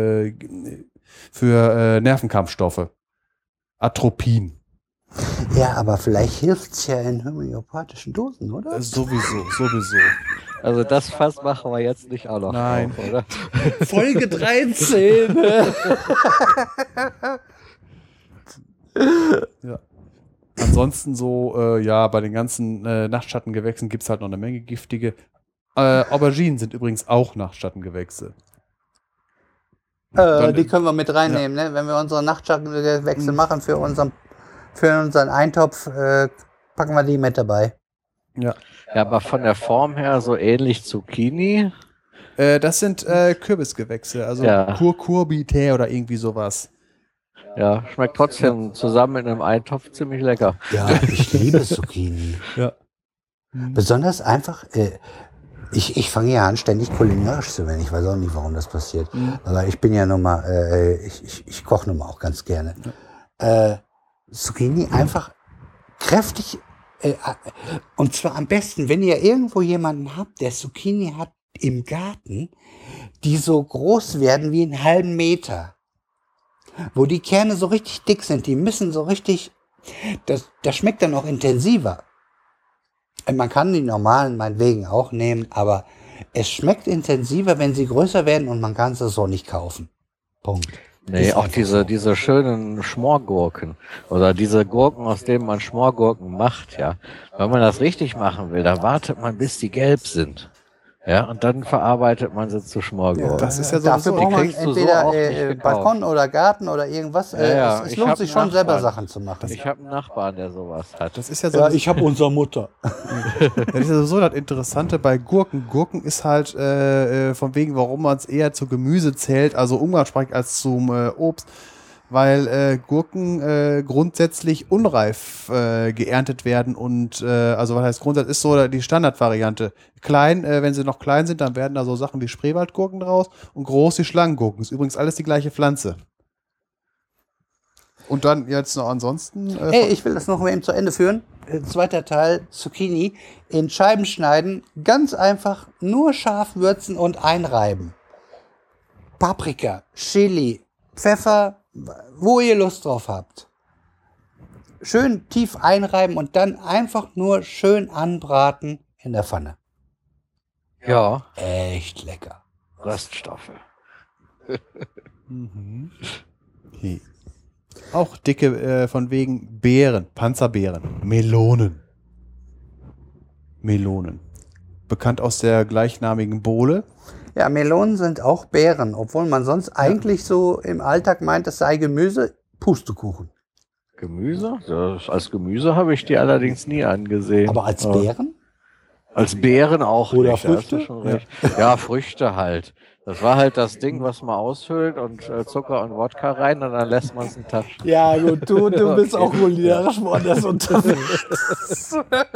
Nervenkampfstoffe. Atropin. Ja, aber vielleicht hilft's ja in homöopathischen Dosen, oder? Sowieso. Also das Fass machen wir jetzt nicht auch noch Nein. auf, oder? Folge 13. Ja. Ansonsten so, bei den ganzen Nachtschattengewächsen gibt es halt noch eine Menge giftige. Auberginen sind übrigens auch Nachtschattengewächse. Die können wir mit reinnehmen, ne? Wenn wir unsere Nachtschattengewächse machen für unseren Eintopf, packen wir die mit dabei. Ja. Ja, aber von der Form her so ähnlich Zucchini. Das sind Kürbisgewächse, also Ja. Curcurbitae oder irgendwie sowas. Ja, schmeckt trotzdem zusammen in einem Eintopf ziemlich lecker. Ja, ich liebe Zucchini. Ja. Besonders einfach, ich fange ja an, ständig kulinarisch zu werden. Ich weiß auch nicht, warum das passiert. Aber ich bin ja nun mal, ich koche nun mal auch ganz gerne. Zucchini einfach kräftig, und zwar am besten, wenn ihr irgendwo jemanden habt, der Zucchini hat im Garten, die so groß werden wie einen halben Meter. Wo die Kerne so richtig dick sind, die müssen so richtig, das schmeckt dann auch intensiver. Man kann die normalen meinetwegen auch nehmen, aber es schmeckt intensiver, wenn sie größer werden und man kann sie so nicht kaufen. Punkt. Nee, Ist auch einfach so. diese schönen Schmorgurken oder diese Gurken, aus denen man Schmorgurken macht, ja. Wenn man das richtig machen will, da wartet man, bis die gelb sind. Ja, und dann verarbeitet man sie zu Schmorgurken. Das ist ja Dafür sowieso, braucht die man kriegst du so entweder auch nicht gekauft. Balkon oder Garten oder irgendwas. Ja, Es ich lohnt hab sich einen schon, selber Nachbarn. Sachen zu machen. Ich habe einen Nachbarn, der sowas hat. das ist ja Ich habe unsere Mutter. Das ist ja sowieso das Interessante bei Gurken. Gurken ist halt von wegen, warum man es eher zu Gemüse zählt, also umgangssprachlich als zum Obst, weil Gurken grundsätzlich unreif geerntet werden und also was heißt grundsätzlich, ist so die Standardvariante. Klein, wenn sie noch klein sind, dann werden da so Sachen wie Spreewaldgurken draus und groß die Schlangengurken. Ist übrigens alles die gleiche Pflanze. Und dann jetzt noch ansonsten. Hey, ich will das noch mal eben zu Ende führen. Zweiter Teil, Zucchini. In Scheiben schneiden, ganz einfach, nur scharf würzen und einreiben. Paprika, Chili, Pfeffer, wo ihr Lust drauf habt. Schön tief einreiben und dann einfach nur schön anbraten in der Pfanne. Ja, Echt lecker. Röststoffe. Okay. Auch dicke von wegen Beeren, Panzerbeeren, Melonen. Bekannt aus der gleichnamigen Bohle. Ja, Melonen sind auch Beeren, obwohl man sonst eigentlich so im Alltag meint, es sei Gemüse, Pustekuchen. Gemüse? Als Gemüse habe ich die allerdings nie angesehen. Aber als Beeren? Als Beeren auch Oder nicht. da hast du Früchte? schon recht. Ja, Früchte halt. Das war halt das Ding, was man aushöhlt und Zucker und Wodka rein und dann lässt man es einen Tag. Ja, gut, du bist Okay. auch kulinarisch woanders unterwegs.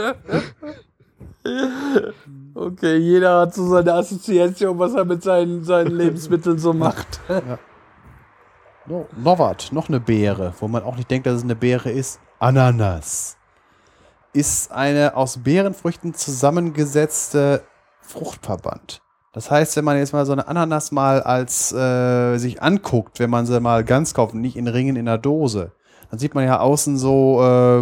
Okay, jeder hat so seine Assoziation, was er mit seinen Lebensmitteln so macht. Noch eine Beere, wo man auch nicht denkt, dass es eine Beere ist. Ananas. Ist eine aus Beerenfrüchten zusammengesetzte Fruchtverband. Das heißt, wenn man jetzt mal so eine Ananas mal als sich anguckt, wenn man sie mal ganz kauft und nicht in Ringen in der Dose, dann sieht man ja außen so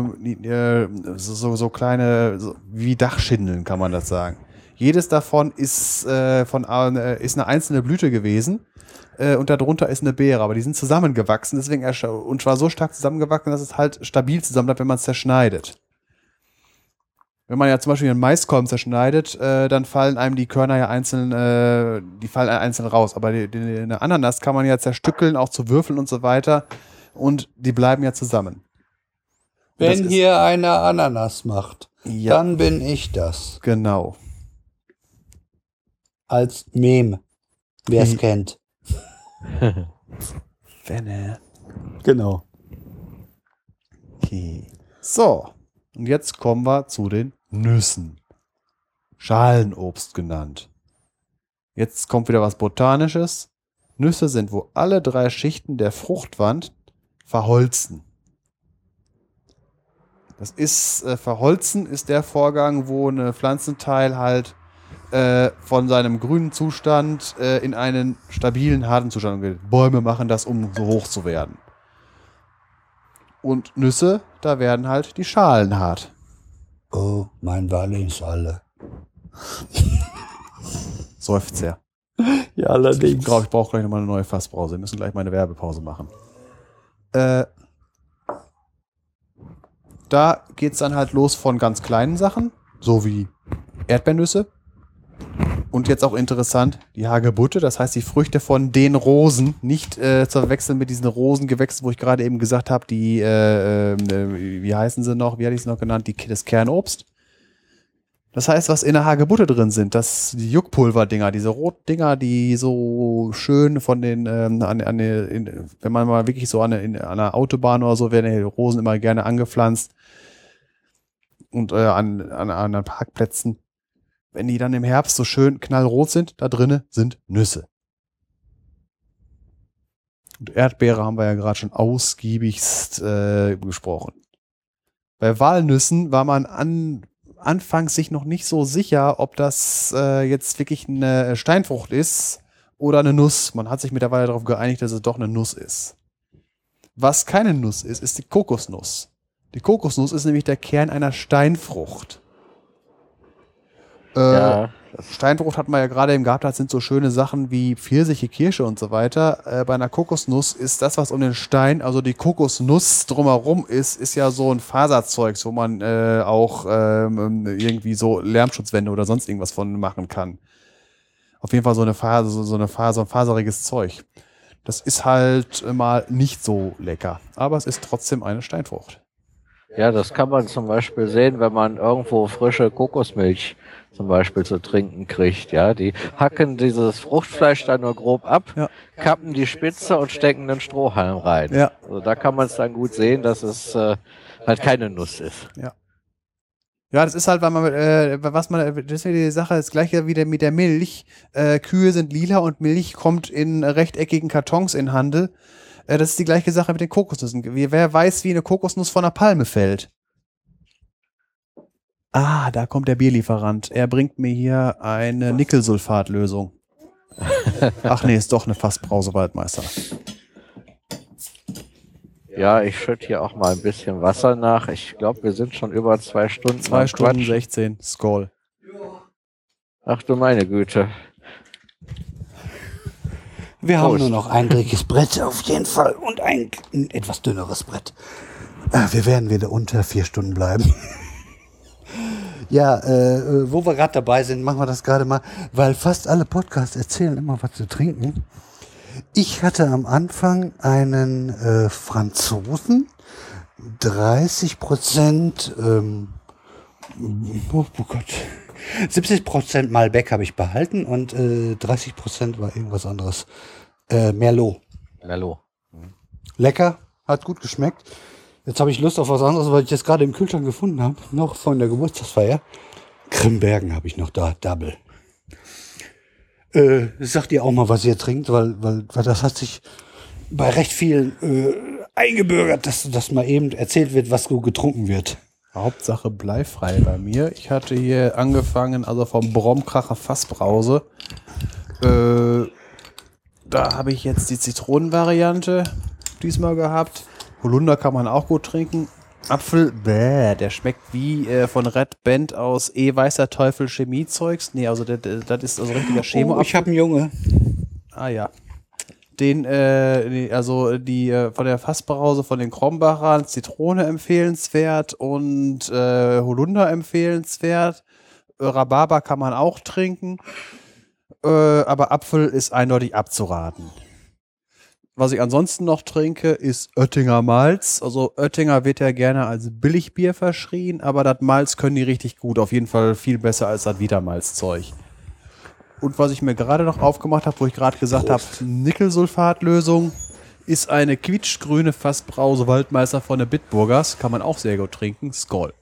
kleine, so wie Dachschindeln, kann man das sagen. Jedes davon ist ist eine einzelne Blüte gewesen und darunter ist eine Beere, aber die sind zusammengewachsen, deswegen und zwar so stark zusammengewachsen, dass es halt stabil zusammen bleibt, wenn man es zerschneidet. Wenn man ja zum Beispiel einen Maiskolben zerschneidet, dann fallen einem die Körner ja einzeln raus. Aber eine Ananas kann man ja zerstückeln, auch zu Würfeln und so weiter. Und die bleiben ja zusammen. Wenn hier einer Ananas macht, Ja. dann bin ich das. Genau. Als Meme, wer es kennt. Wenne. Genau. Okay. So. Und jetzt kommen wir zu den Nüssen. Schalenobst genannt. Jetzt kommt wieder was Botanisches. Nüsse sind, wo alle 3 Schichten der Fruchtwand verholzen. Das ist, verholzen ist der Vorgang, wo ein Pflanzenteil halt von seinem grünen Zustand in einen stabilen, harten Zustand geht. Bäume machen das, um so hoch zu werden. Und Nüsse, da werden halt die Schalen hart. Oh, mein Wallingswalle. Seufzer. Ja, Ich allerdings. glaube, ich brauche gleich nochmal eine neue Fassbrause. Wir müssen gleich mal eine Werbepause machen. Da geht es dann halt los von ganz kleinen Sachen, so wie Erdbeernüsse. Und jetzt auch interessant, die Hagebutte, das heißt die Früchte von den Rosen, nicht zu verwechseln mit diesen Rosengewächsen, wo ich gerade eben gesagt habe, die, wie heißen sie noch, wie hatte ich es noch genannt, das Kernobst. Das heißt, was in der Hagebutte drin sind, die Juckpulverdinger, diese Rotdinger, die so schön von den, wenn man mal wirklich so an einer Autobahn oder so, werden die Rosen immer gerne angepflanzt und an Parkplätzen. Wenn die dann im Herbst so schön knallrot sind, da drinnen sind Nüsse. Und Erdbeere haben wir ja gerade schon ausgiebigst besprochen. Bei Walnüssen war man anfangs sich noch nicht so sicher, ob das jetzt wirklich eine Steinfrucht ist oder eine Nuss. Man hat sich mittlerweile darauf geeinigt, dass es doch eine Nuss ist. Was keine Nuss ist, ist die Kokosnuss. Die Kokosnuss ist nämlich der Kern einer Steinfrucht. Ja, Steinfrucht hat man ja gerade eben gehabt, das sind so schöne Sachen wie Pfirsiche, Kirsche und so weiter. Bei einer Kokosnuss ist das, was um den Stein, also die Kokosnuss drumherum ist ja so ein Faserzeug, wo man auch irgendwie so Lärmschutzwände oder sonst irgendwas von machen kann. Auf jeden Fall so ein faseriges Zeug. Das ist halt mal nicht so lecker, aber es ist trotzdem eine Steinfrucht. ja, das kann man zum Beispiel sehen, wenn man irgendwo frische Kokosmilch zum Beispiel zu trinken kriegt. Ja, die hacken dieses Fruchtfleisch dann nur grob ab, Ja. kappen die Spitze und stecken einen Strohhalm rein. Ja. Also da kann man es dann gut sehen, dass es halt keine Nuss ist. Ja, das ist halt, weil man, das ist ja die Sache, das gleiche wieder mit der Milch. Kühe sind lila und Milch kommt in rechteckigen Kartons in Handel. Das ist die gleiche Sache mit den Kokosnüssen. Wer weiß, wie eine Kokosnuss von einer Palme fällt? Ah, da kommt der Bierlieferant. Er bringt mir hier eine Nickelsulfatlösung. Ach nee, ist doch eine Fassbrause, Waldmeister. Ja, ich schütte hier auch mal ein bisschen Wasser nach. Ich glaube, wir sind schon über 2 Stunden. 2 am Stunden Quatschen. 16. Skoll. Ach du meine Güte. Wir haben Prost. nur noch ein dickes Brett auf jeden Fall und ein etwas dünneres Brett. Wir werden wieder unter 4 Stunden bleiben. Ja, wo wir gerade dabei sind, machen wir das gerade mal, weil fast alle Podcasts erzählen immer was zu trinken. Ich hatte am Anfang einen Franzosen, 30%, oh Gott, 70% Malbec habe ich behalten und 30% war irgendwas anderes. Merlot. Merlot. Lecker, hat gut geschmeckt. Jetzt habe ich Lust auf was anderes, weil ich das gerade im Kühlschrank gefunden habe. Noch von der Geburtstagsfeier. Krimbergen habe ich noch da, Double. Sagt ihr auch mal, was ihr trinkt, weil das hat sich bei recht vielen eingebürgert, dass mal eben erzählt wird, was so getrunken wird. Hauptsache bleifrei bei mir. Ich hatte hier angefangen, also vom Bromkracher Fassbrause. Da habe ich jetzt die Zitronenvariante diesmal gehabt. Holunder kann man auch gut trinken. Apfel, der schmeckt wie von Red Band aus Weißer Teufel Chemiezeugs. Nee, also das ist also richtiger Chemo. Oh, ich habe einen Junge. Ah ja. von der Fassbrause von den Krombachern Zitrone empfehlenswert und Holunder empfehlenswert. Rhabarber kann man auch trinken, aber Apfel ist eindeutig abzuraten. Was ich ansonsten noch trinke, ist Oettinger Malz. Also Oettinger wird ja gerne als Billigbier verschrien, aber das Malz können die richtig gut. Auf jeden Fall viel besser als das Vitamalz-Zeug. Und was ich mir gerade noch aufgemacht habe, wo ich gerade gesagt habe, Nickelsulfatlösung, ist eine quietschgrüne Fassbrause Waldmeister von der Bitburgers. Kann man auch sehr gut trinken. Skol.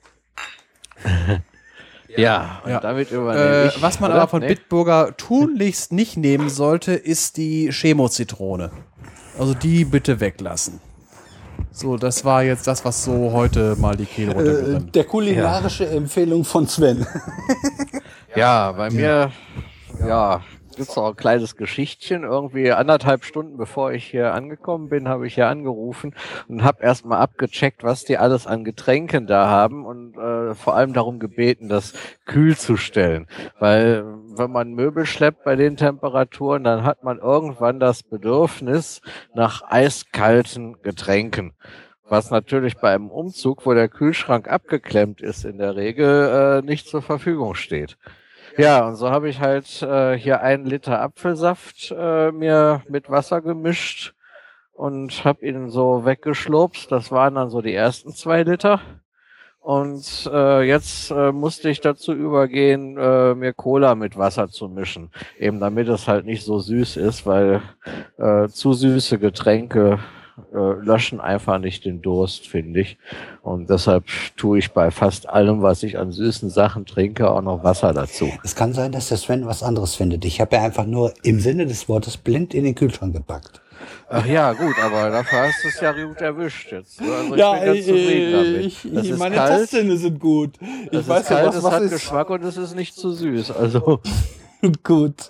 Ja, und damit übernehme ich. Was man aber von Bitburger tunlichst nicht nehmen sollte, ist die Chemo-Zitrone. Also die bitte weglassen. So, das war jetzt das, was so heute mal die Kehle runtergerannt. Der kulinarische Empfehlung von Sven. Ja, bei mir, gibt's auch ein kleines Geschichtchen. Irgendwie 1,5 Stunden bevor ich hier angekommen bin, habe ich hier angerufen und habe erstmal abgecheckt, was die alles an Getränken da haben und vor allem darum gebeten, das kühl zu stellen. Weil wenn man Möbel schleppt bei den Temperaturen, dann hat man irgendwann das Bedürfnis nach eiskalten Getränken. Was natürlich bei einem Umzug, wo der Kühlschrank abgeklemmt ist, in der Regel nicht zur Verfügung steht. Ja, und so habe ich halt hier 1 Liter Apfelsaft mir mit Wasser gemischt und habe ihn so weggeschlupst. Das waren dann so die ersten 2 Liter. Und jetzt musste ich dazu übergehen, mir Cola mit Wasser zu mischen. Eben damit es halt nicht so süß ist, weil zu süße Getränke löschen einfach nicht den Durst, finde ich. Und deshalb tue ich bei fast allem, was ich an süßen Sachen trinke, auch noch Wasser dazu. Es kann sein, dass der Sven was anderes findet. Ich habe ja einfach nur im Sinne des Wortes blind in den Kühlschrank gepackt. Ach ja, gut, aber dafür hast du es ja gut erwischt jetzt. Also ich bin ganz zufrieden damit. Meine Tastzähne sind gut. Ich weiß ja, es hat Geschmack und es ist nicht zu süß. Also gut.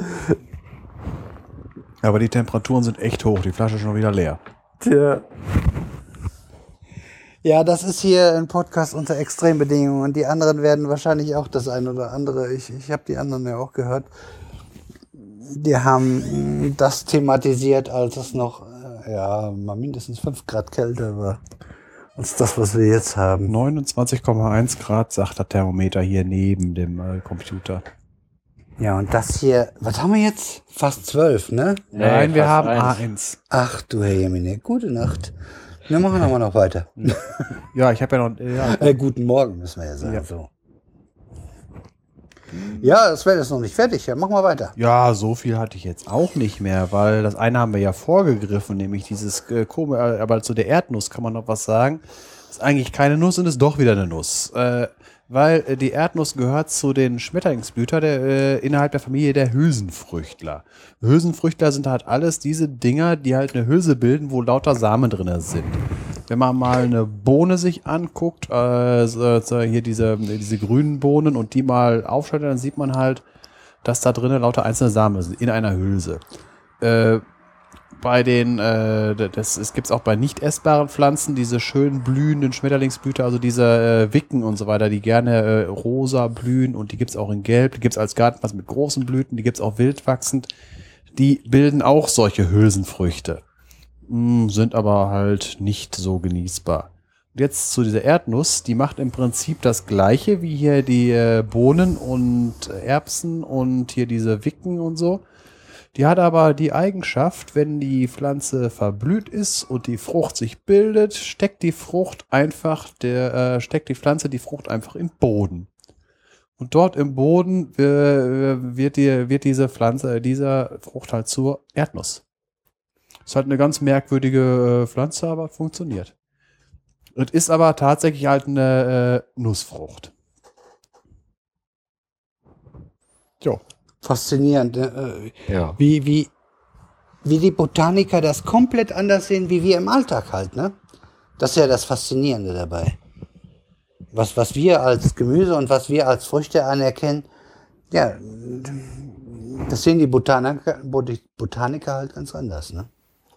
Aber die Temperaturen sind echt hoch. Die Flasche ist schon wieder leer. Tja. Ja, das ist hier ein Podcast unter Extrembedingungen und die anderen werden wahrscheinlich auch das ein oder andere. Ich habe die anderen ja auch gehört. Die haben das thematisiert, als es noch mal mindestens 5 Grad kälter war als das, was wir jetzt haben. 29,1 Grad sagt das Thermometer hier neben dem Computer. Ja, und das hier, was haben wir jetzt? Fast 12, ne? Nein, wir haben 1. A1. Ach du Herr Jemine, gute Nacht. Wir machen aber noch weiter. Ja, ich habe ja noch... guten Morgen, müssen wir ja sagen. Ja. So. Ja, das wäre jetzt noch nicht fertig. Ja, machen wir weiter. Ja, so viel hatte ich jetzt auch nicht mehr, weil das eine haben wir ja vorgegriffen, nämlich dieses aber zu der Erdnuss kann man noch was sagen. Ist eigentlich keine Nuss und ist doch wieder eine Nuss. Weil die Erdnuss gehört zu den Schmetterlingsblüter innerhalb der Familie der Hülsenfrüchtler. Hülsenfrüchtler sind halt alles diese Dinger, die halt eine Hülse bilden, wo lauter Samen drin sind. Wenn man mal eine Bohne sich anguckt, hier diese grünen Bohnen und die mal aufschaltet, dann sieht man halt, dass da drinnen lauter einzelne Samen sind in einer Hülse. Es gibt auch bei nicht essbaren Pflanzen diese schön blühenden Schmetterlingsblüter, also diese Wicken und so weiter, die gerne rosa blühen und die gibt's auch in Gelb, die gibt's als Gartenpflanze mit großen Blüten, die gibt's auch wild wachsend. Die bilden auch solche Hülsenfrüchte, sind aber halt nicht so genießbar. Und jetzt zu dieser Erdnuss, die macht im Prinzip das Gleiche wie hier die Bohnen und Erbsen und hier diese Wicken und so. Die hat aber die Eigenschaft, wenn die Pflanze verblüht ist und die Frucht sich bildet, steckt die Pflanze die Frucht einfach in den Boden. Und dort im Boden wird diese Frucht halt zur Erdnuss. Ist halt eine ganz merkwürdige Pflanze, aber funktioniert. Und ist aber tatsächlich halt eine Nussfrucht. Jo. Faszinierend. ja. Wie die Botaniker das komplett anders sehen, wie wir im Alltag halt, ne? Das ist ja das Faszinierende dabei. Was wir als Gemüse und was wir als Früchte anerkennen, ja, das sehen die Botaniker halt ganz anders, ne?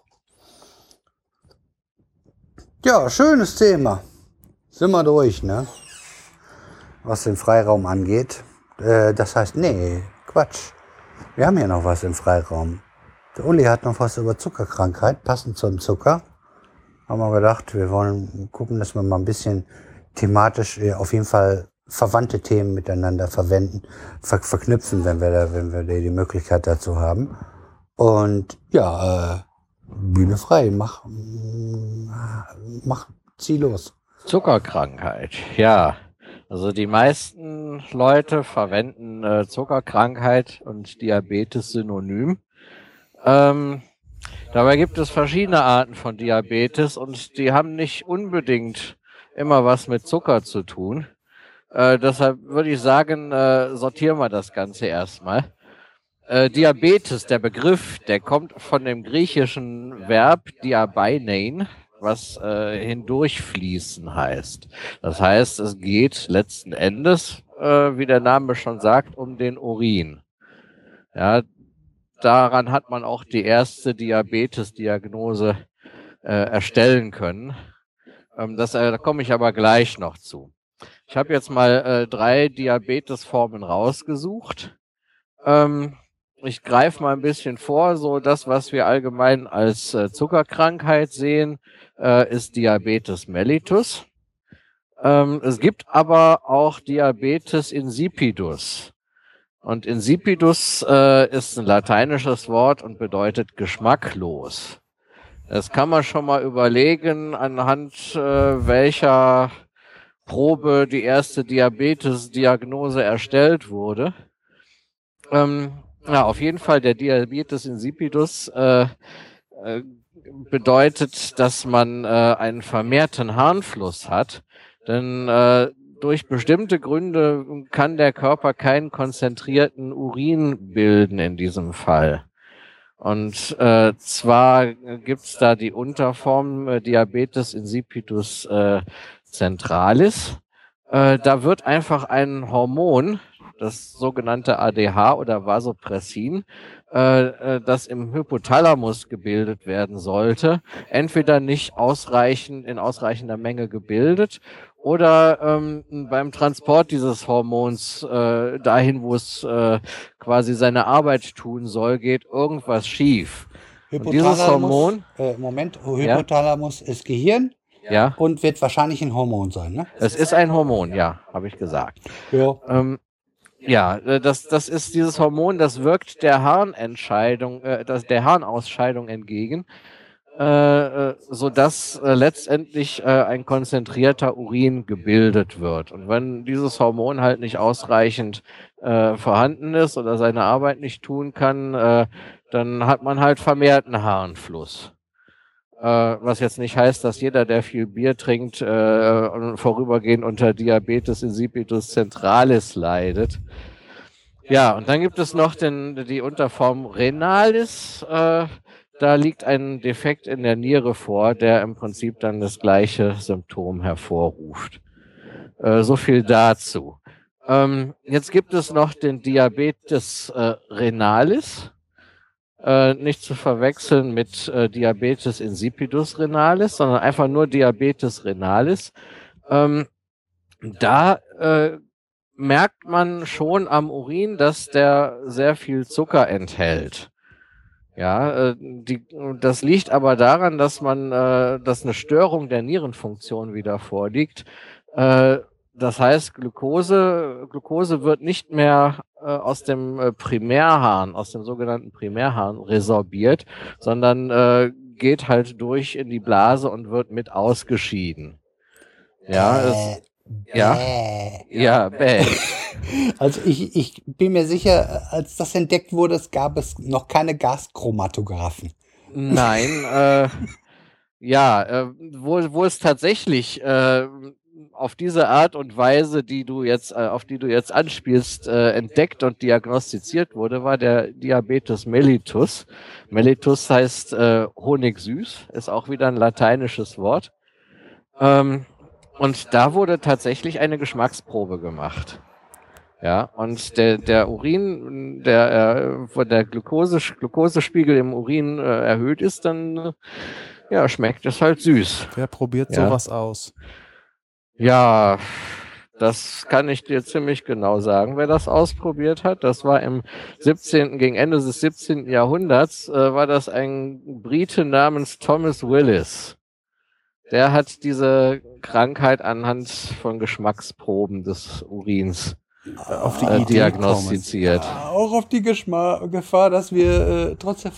Ja, schönes Thema. Sind wir durch, ne? Was den Freiraum angeht. Das heißt, nee, Quatsch. Wir haben hier noch was im Freiraum. Der Uli hat noch was über Zuckerkrankheit, passend zum Zucker. Haben wir gedacht, wir wollen gucken, dass wir mal ein bisschen thematisch auf jeden Fall verwandte Themen miteinander verknüpfen, wenn wir die Möglichkeit dazu haben. Und ja, Bühne frei, zieh los. Zuckerkrankheit, ja. Also die meisten Leute verwenden Zuckerkrankheit und Diabetes synonym. Dabei gibt es verschiedene Arten von Diabetes und die haben nicht unbedingt immer was mit Zucker zu tun. Deshalb würde ich sagen, sortieren wir das Ganze erstmal. Diabetes, der Begriff, der kommt von dem griechischen Verb diabeinein, was hindurchfließen heißt. Das heißt, es geht letzten Endes, wie der Name schon sagt, um den Urin. Ja, daran hat man auch die erste Diabetes-Diagnose erstellen können. Da komme ich aber gleich noch zu. Ich habe jetzt mal 3 Diabetesformen rausgesucht. Ich greife mal ein bisschen vor, so das, was wir allgemein als Zuckerkrankheit sehen, ist Diabetes mellitus. Es gibt aber auch Diabetes insipidus. Und insipidus ist ein lateinisches Wort und bedeutet geschmacklos. Das kann man schon mal überlegen, anhand welcher Probe die erste Diabetes-Diagnose erstellt wurde. Ja, auf jeden Fall der Diabetes insipidus bedeutet, dass man einen vermehrten Harnfluss hat, denn durch bestimmte Gründe kann der Körper keinen konzentrierten Urin bilden in diesem Fall. Und zwar gibt's da die Unterform Diabetes insipidus centralis. Da wird einfach ein Hormon, das sogenannte ADH oder Vasopressin, das im Hypothalamus gebildet werden sollte, entweder nicht in ausreichender Menge gebildet oder beim Transport dieses Hormons dahin, wo es quasi seine Arbeit tun soll, geht irgendwas schief. Und dieses Hormon, Hypothalamus ist Gehirn. Ja. Und wird wahrscheinlich ein Hormon sein, ne? Es ist ein Hormon, ja, habe ich gesagt. Ja. Das ist dieses Hormon, das wirkt der Harnausscheidung entgegen, sodass letztendlich ein konzentrierter Urin gebildet wird. Und wenn dieses Hormon halt nicht ausreichend vorhanden ist oder seine Arbeit nicht tun kann, dann hat man halt vermehrten Harnfluss. Was jetzt nicht heißt, dass jeder, der viel Bier trinkt, vorübergehend unter Diabetes insipidus centralis leidet. Ja, und dann gibt es noch die Unterform renalis. Da liegt ein Defekt in der Niere vor, der im Prinzip dann das gleiche Symptom hervorruft. So viel dazu. Jetzt gibt es noch den Diabetes renalis. Nicht zu verwechseln mit Diabetes insipidus renalis, sondern einfach nur Diabetes renalis. Da merkt man schon am Urin, dass der sehr viel Zucker enthält. Ja, das liegt aber daran, dass eine Störung der Nierenfunktion wieder vorliegt. Das heißt, Glucose wird nicht mehr aus dem Primärharn, aus dem sogenannten Primärharn resorbiert, sondern geht halt durch in die Blase und wird mit ausgeschieden. Ja, bäh. Also ich bin mir sicher, als das entdeckt wurde, gab es noch keine Gaschromatographen. Nein, wo es tatsächlich auf diese Art und Weise, auf die du jetzt anspielst, entdeckt und diagnostiziert wurde, war der Diabetes mellitus. Mellitus heißt honigsüß, ist auch wieder ein lateinisches Wort. Und da wurde tatsächlich eine Geschmacksprobe gemacht. Ja, und der Urin, wo der Glukosespiegel im Urin erhöht ist, dann schmeckt es halt süß. Wer probiert sowas aus? Ja, Das kann ich dir ziemlich genau sagen, wer das ausprobiert hat. Das war gegen Ende des 17. Jahrhunderts, war das ein Brite namens Thomas Willis. Der hat diese Krankheit anhand von Geschmacksproben des Urins auf die Idee diagnostiziert. Auch auf die Gefahr, dass wir trotz der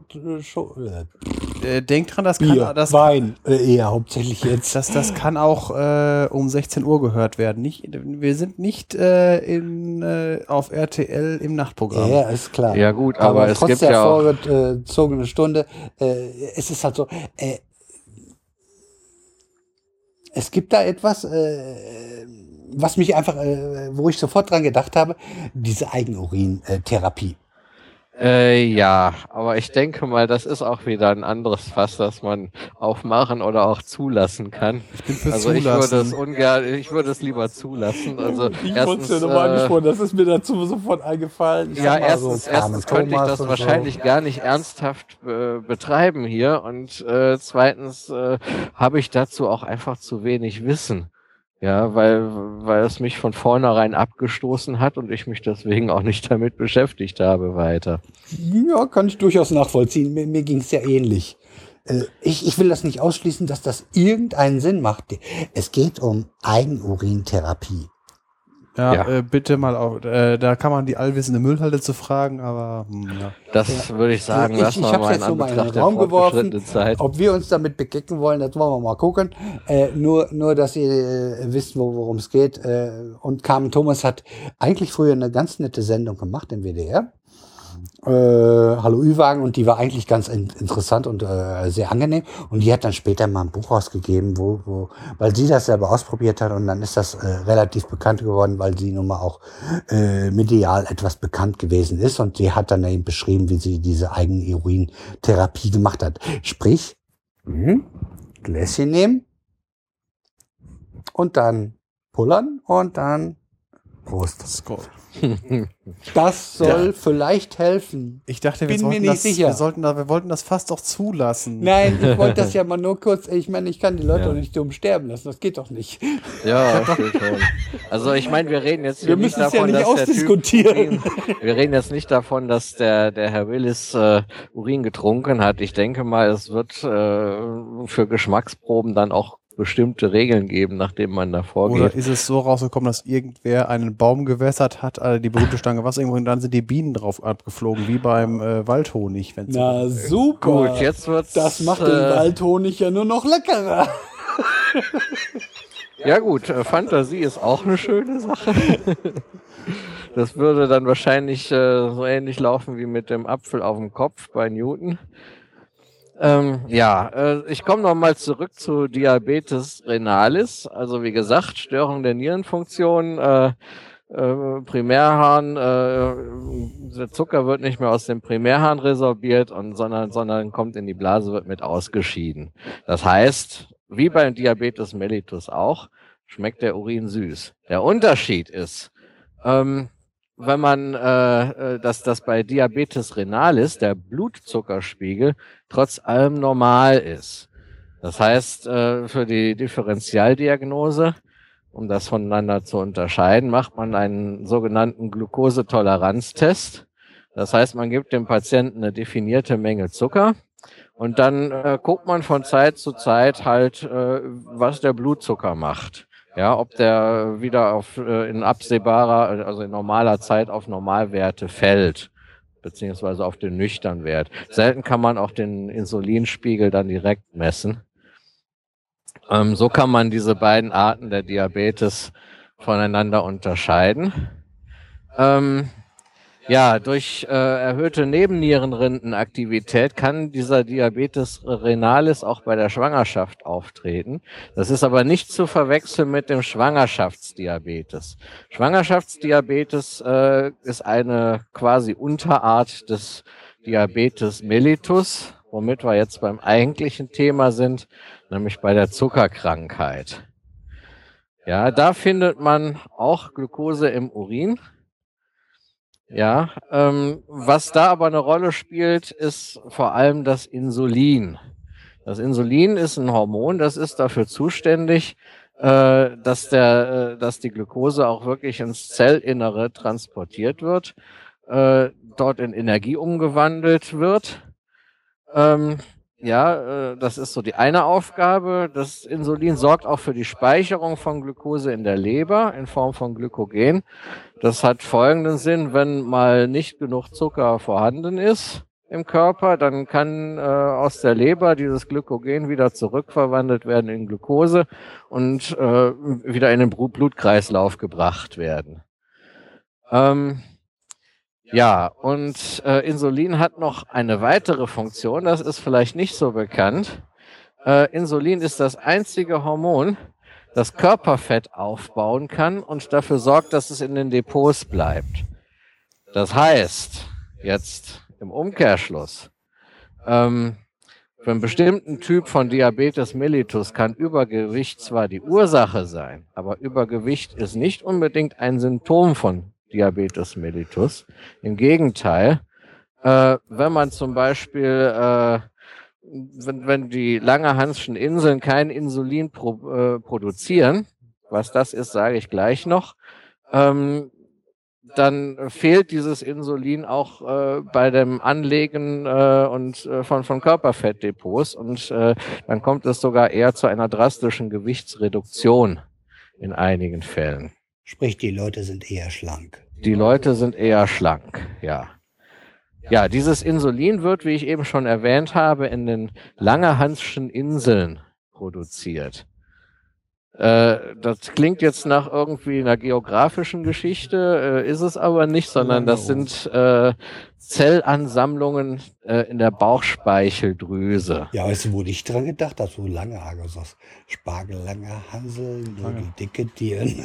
Denk dran, das Bier, kann das Wein eher hauptsächlich jetzt. Das kann auch um 16 Uhr gehört werden. Wir sind nicht auf RTL im Nachtprogramm. Ja, ist klar. Ja gut, aber es trotz gibt der ja auch vorgezogenen Stunde, es ist halt so, es gibt da etwas, was mich einfach, wo ich sofort dran gedacht habe, diese Eigenurin-Therapie. Ja, aber ich denke mal, das ist auch wieder ein anderes Fass, das man aufmachen oder auch zulassen kann. Ich bin für Also zulassen. ich würde es lieber zulassen. Also Ich wollte es ja nochmal angesprochen, das ist mir dazu sofort eingefallen. Ja, erstens könnte ich das wahrscheinlich gar nicht ernsthaft betreiben hier und zweitens habe ich dazu auch einfach zu wenig Wissen. Ja, weil es mich von vornherein abgestoßen hat und ich mich deswegen auch nicht damit beschäftigt habe weiter. Ja, kann ich durchaus nachvollziehen. Mir ging es ja ähnlich. Ich will das nicht ausschließen, dass das irgendeinen Sinn macht. Es geht um Eigenurintherapie. Ja. Bitte mal auf. Da kann man die allwissende Müllhalde zu fragen, aber ja. Das würde ich sagen, lassen wir mal in Anbetracht der fortgeschrittenen Zeit. Ob wir uns damit begecken wollen, das wollen wir mal gucken. Nur, dass ihr wisst, worum es geht. Und Carmen Thomas hat eigentlich früher eine ganz nette Sendung gemacht im WDR. Hallo Ü-Wagen, und die war eigentlich ganz interessant und sehr angenehm, und die hat dann später mal ein Buch rausgegeben, weil sie das selber ausprobiert hat, und dann ist das relativ bekannt geworden, weil sie nun mal auch medial etwas bekannt gewesen ist, und sie hat dann eben beschrieben, wie sie diese Eigenurin-Therapie gemacht hat. Sprich, Gläschen nehmen und dann pullern und dann Prost. Das soll vielleicht helfen. Ich dachte, wir wollten das fast doch zulassen. Nein, ich wollte das ja mal nur kurz, ich meine, ich kann die Leute doch nicht dumm sterben lassen, das geht doch nicht. Ja, steht schon. Also ich meine, wir reden jetzt nicht davon, dass ausdiskutieren. Wir reden jetzt nicht davon, dass der Herr Willis Urin getrunken hat. Ich denke mal, es wird für Geschmacksproben dann auch bestimmte Regeln geben, nachdem man da vorgeht. Oder ist es so rausgekommen, dass irgendwer einen Baum gewässert hat, die berühmte Stange Wasser irgendwo, und dann sind die Bienen drauf abgeflogen, wie beim Waldhonig. Na super, gut, jetzt wird's, das macht den Waldhonig ja nur noch leckerer. Ja gut, Fantasie ist auch eine schöne Sache. Das würde dann wahrscheinlich so ähnlich laufen wie mit dem Apfel auf dem Kopf bei Newton. Ich komme nochmal zurück zu Diabetes renalis. Also wie gesagt, Störung der Nierenfunktion, Primärharn, der Zucker wird nicht mehr aus dem Primärharn resorbiert, sondern kommt in die Blase, wird mit ausgeschieden. Das heißt, wie beim Diabetes mellitus auch, schmeckt der Urin süß. Der Unterschied ist, wenn man, dass bei Diabetes renalis der Blutzuckerspiegel trotz allem normal ist. Das heißt, für die Differentialdiagnose, um das voneinander zu unterscheiden, macht man einen sogenannten Glukosetoleranztest. Das heißt, man gibt dem Patienten eine definierte Menge Zucker und dann guckt man von Zeit zu Zeit halt, was der Blutzucker macht. Ja, ob der wieder in absehbarer, also in normaler Zeit auf Normalwerte fällt, beziehungsweise auf den nüchternen Wert. Selten kann man auch den Insulinspiegel dann direkt messen. So kann man diese beiden Arten der Diabetes voneinander unterscheiden. Durch erhöhte Nebennierenrindenaktivität kann dieser Diabetes renalis auch bei der Schwangerschaft auftreten. Das ist aber nicht zu verwechseln mit dem Schwangerschaftsdiabetes. Schwangerschaftsdiabetes ist eine quasi Unterart des Diabetes mellitus, womit wir jetzt beim eigentlichen Thema sind, nämlich bei der Zuckerkrankheit. Ja, da findet man auch Glucose im Urin. Ja, was da aber eine Rolle spielt, ist vor allem das Insulin. Das Insulin ist ein Hormon, das ist dafür zuständig, dass die Glucose auch wirklich ins Zellinnere transportiert wird, dort in Energie umgewandelt wird. Das ist so die eine Aufgabe. Das Insulin sorgt auch für die Speicherung von Glucose in der Leber in Form von Glykogen. Das hat folgenden Sinn: Wenn mal nicht genug Zucker vorhanden ist im Körper, dann kann aus der Leber dieses Glykogen wieder zurückverwandelt werden in Glucose und wieder in den Blutkreislauf gebracht werden. Insulin hat noch eine weitere Funktion, das ist vielleicht nicht so bekannt. Insulin ist das einzige Hormon, das Körperfett aufbauen kann und dafür sorgt, dass es in den Depots bleibt. Das heißt, jetzt im Umkehrschluss, für einen bestimmten Typ von Diabetes mellitus kann Übergewicht zwar die Ursache sein, aber Übergewicht ist nicht unbedingt ein Symptom von Diabetes mellitus. Im Gegenteil, wenn man zum Beispiel, wenn die Langerhanschen Inseln kein Insulin produzieren, was das ist, sage ich gleich noch, dann fehlt dieses Insulin auch bei dem Anlegen von Körperfettdepots und dann kommt es sogar eher zu einer drastischen Gewichtsreduktion in einigen Fällen. Sprich, die Leute sind eher schlank. Die Leute sind eher schlank, ja. Ja, dieses Insulin wird, wie ich eben schon erwähnt habe, in den Langerhanschen Inseln produziert. Das klingt jetzt nach irgendwie einer geografischen Geschichte, ist es aber nicht, sondern das sind Zellansammlungen in der Bauchspeicheldrüse. Ja, weißt du, wo ich dran gedacht habe? So lange Haare, so Spargellange Hansel, nur die dicke Tieren.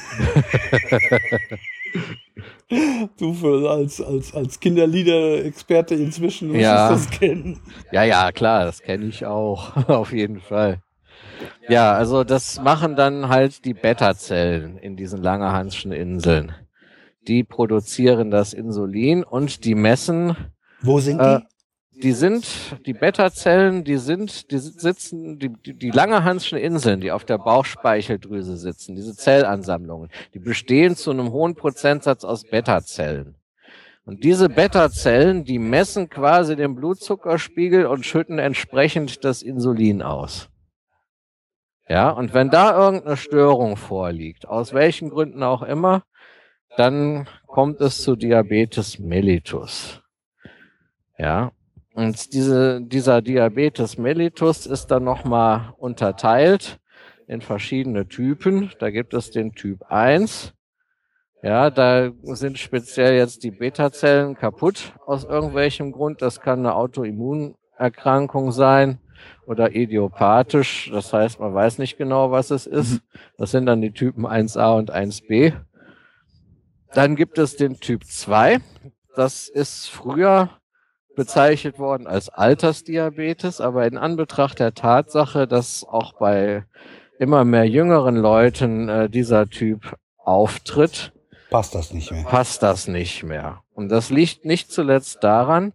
Du als Kinderlieder-Experte inzwischen musst das kennen. Ja, klar, das kenne ich auch, auf jeden Fall. Ja, also das machen dann halt die Beta-Zellen in diesen Langerhanschen Inseln. Die produzieren das Insulin und die messen. Wo sind die? Die Beta-Zellen, die Langerhanschen Inseln, die auf der Bauchspeicheldrüse sitzen, diese Zellansammlungen, die bestehen zu einem hohen Prozentsatz aus Beta-Zellen. Und diese Beta-Zellen, die messen quasi den Blutzuckerspiegel und schütten entsprechend das Insulin aus. Ja, und wenn da irgendeine Störung vorliegt, aus welchen Gründen auch immer, dann kommt es zu Diabetes mellitus. Ja, und dieser Diabetes mellitus ist dann nochmal unterteilt in verschiedene Typen. Da gibt es den Typ 1. Ja, da sind speziell jetzt die Beta-Zellen kaputt aus irgendwelchem Grund. Das kann eine Autoimmunerkrankung sein oder idiopathisch. Das heißt, man weiß nicht genau, was es ist. Das sind dann die Typen 1a und 1b. Dann gibt es den Typ 2. Das ist früher bezeichnet worden als Altersdiabetes, aber in Anbetracht der Tatsache, dass auch bei immer mehr jüngeren Leuten dieser Typ auftritt, passt das nicht mehr. Und das liegt nicht zuletzt daran,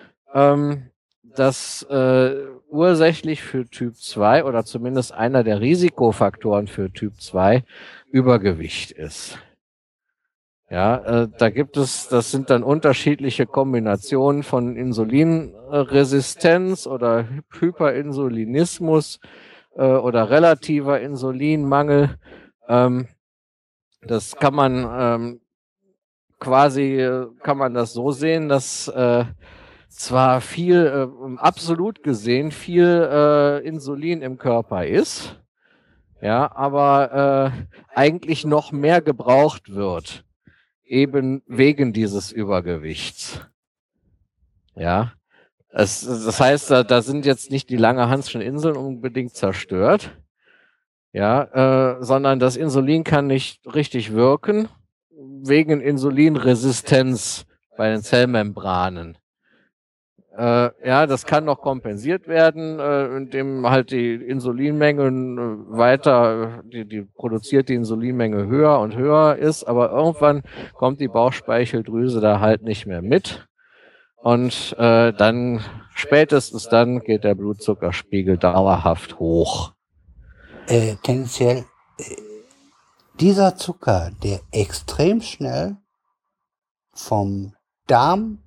dass ursächlich für Typ 2 oder zumindest einer der Risikofaktoren für Typ 2 Übergewicht ist. Ja, das sind dann unterschiedliche Kombinationen von Insulinresistenz oder Hyperinsulinismus oder relativer Insulinmangel. Das kann man kann man das so sehen, dass zwar absolut gesehen viel Insulin im Körper ist, ja, aber eigentlich noch mehr gebraucht wird. Eben wegen dieses Übergewichts. Ja, das heißt, da sind jetzt nicht die Langerhanschen Inseln unbedingt zerstört, ja, sondern das Insulin kann nicht richtig wirken wegen Insulinresistenz bei den Zellmembranen. Das kann noch kompensiert werden, indem halt die Insulinmenge die produzierte Insulinmenge höher und höher ist, aber irgendwann kommt die Bauchspeicheldrüse da halt nicht mehr mit und spätestens dann geht der Blutzuckerspiegel dauerhaft hoch. Tendenziell dieser Zucker, der extrem schnell vom Darm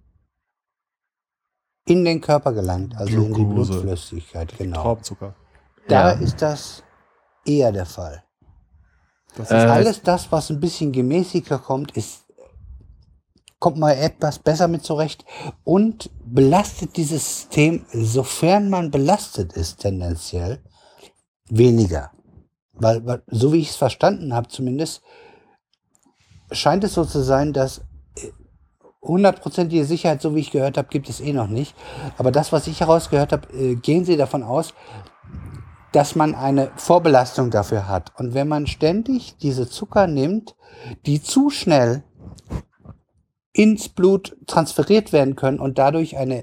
in den Körper gelangt, also in die Glucose. Blutflüssigkeit, genau. Traubenzucker. Da Ja. ist das eher der Fall. Das Alles das, was ein bisschen gemäßiger kommt, kommt mal etwas besser mit zurecht und belastet dieses System, sofern man belastet ist, tendenziell weniger. Weil so wie ich es verstanden habe zumindest, scheint es so zu sein, dass 100%ige Sicherheit, so wie ich gehört habe, gibt es eh noch nicht. Aber das, was ich herausgehört habe, gehen Sie davon aus, dass man eine Vorbelastung dafür hat. Und wenn man ständig diese Zucker nimmt, die zu schnell ins Blut transferiert werden können und dadurch eine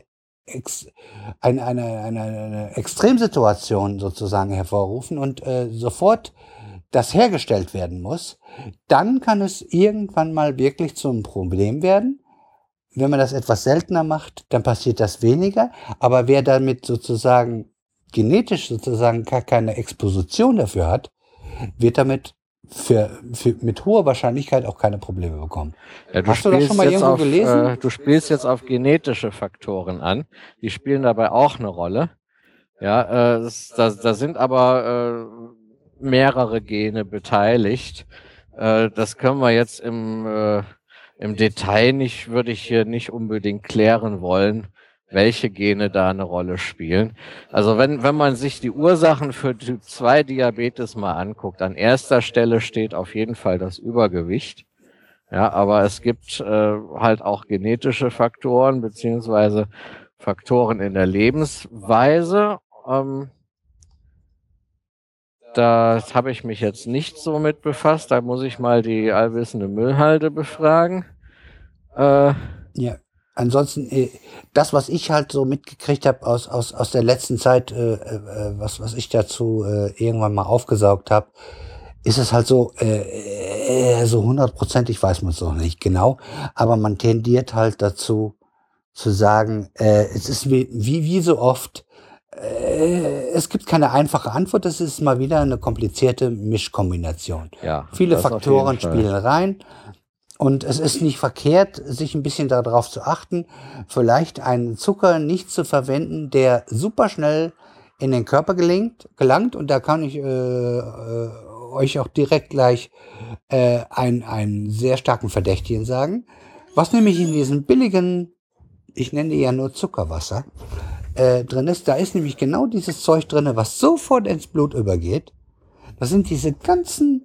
Extremsituation sozusagen hervorrufen und sofort das hergestellt werden muss, dann kann es irgendwann mal wirklich zum Problem werden. Wenn man das etwas seltener macht, dann passiert das weniger. Aber wer damit sozusagen genetisch sozusagen gar keine Exposition dafür hat, wird damit mit hoher Wahrscheinlichkeit auch keine Probleme bekommen. Ja, Hast du das schon mal irgendwo gelesen? Du spielst jetzt auf genetische Faktoren an. Die spielen dabei auch eine Rolle. Ja, da sind aber mehrere Gene beteiligt. Das können wir jetzt im Detail nicht, würde ich hier nicht unbedingt klären wollen, welche Gene da eine Rolle spielen. Also wenn man sich die Ursachen für Typ 2 Diabetes mal anguckt, an erster Stelle steht auf jeden Fall das Übergewicht. Ja, aber es gibt halt auch genetische Faktoren beziehungsweise Faktoren in der Lebensweise. Da habe ich mich jetzt nicht so mit befasst. Da muss ich mal die allwissende Müllhalde befragen. Ja, ansonsten, das, was ich halt so mitgekriegt habe aus der letzten Zeit, was ich dazu irgendwann mal aufgesaugt habe, ist es halt so 100%, ich weiß man es noch nicht genau, aber man tendiert halt dazu zu sagen, es ist wie so oft, es gibt keine einfache Antwort, es ist mal wieder eine komplizierte Mischkombination. Ja, Viele das auf Faktoren jeden Fall. spielen rein. Und es ist nicht verkehrt, sich ein bisschen darauf zu achten, vielleicht einen Zucker nicht zu verwenden, der super schnell in den Körper gelangt. Und da kann ich euch auch direkt gleich einen sehr starken Verdächtigen sagen. Was nämlich in diesem billigen, ich nenne die ja nur Zuckerwasser, drin ist, da ist nämlich genau dieses Zeug drin, was sofort ins Blut übergeht. Das sind diese ganzen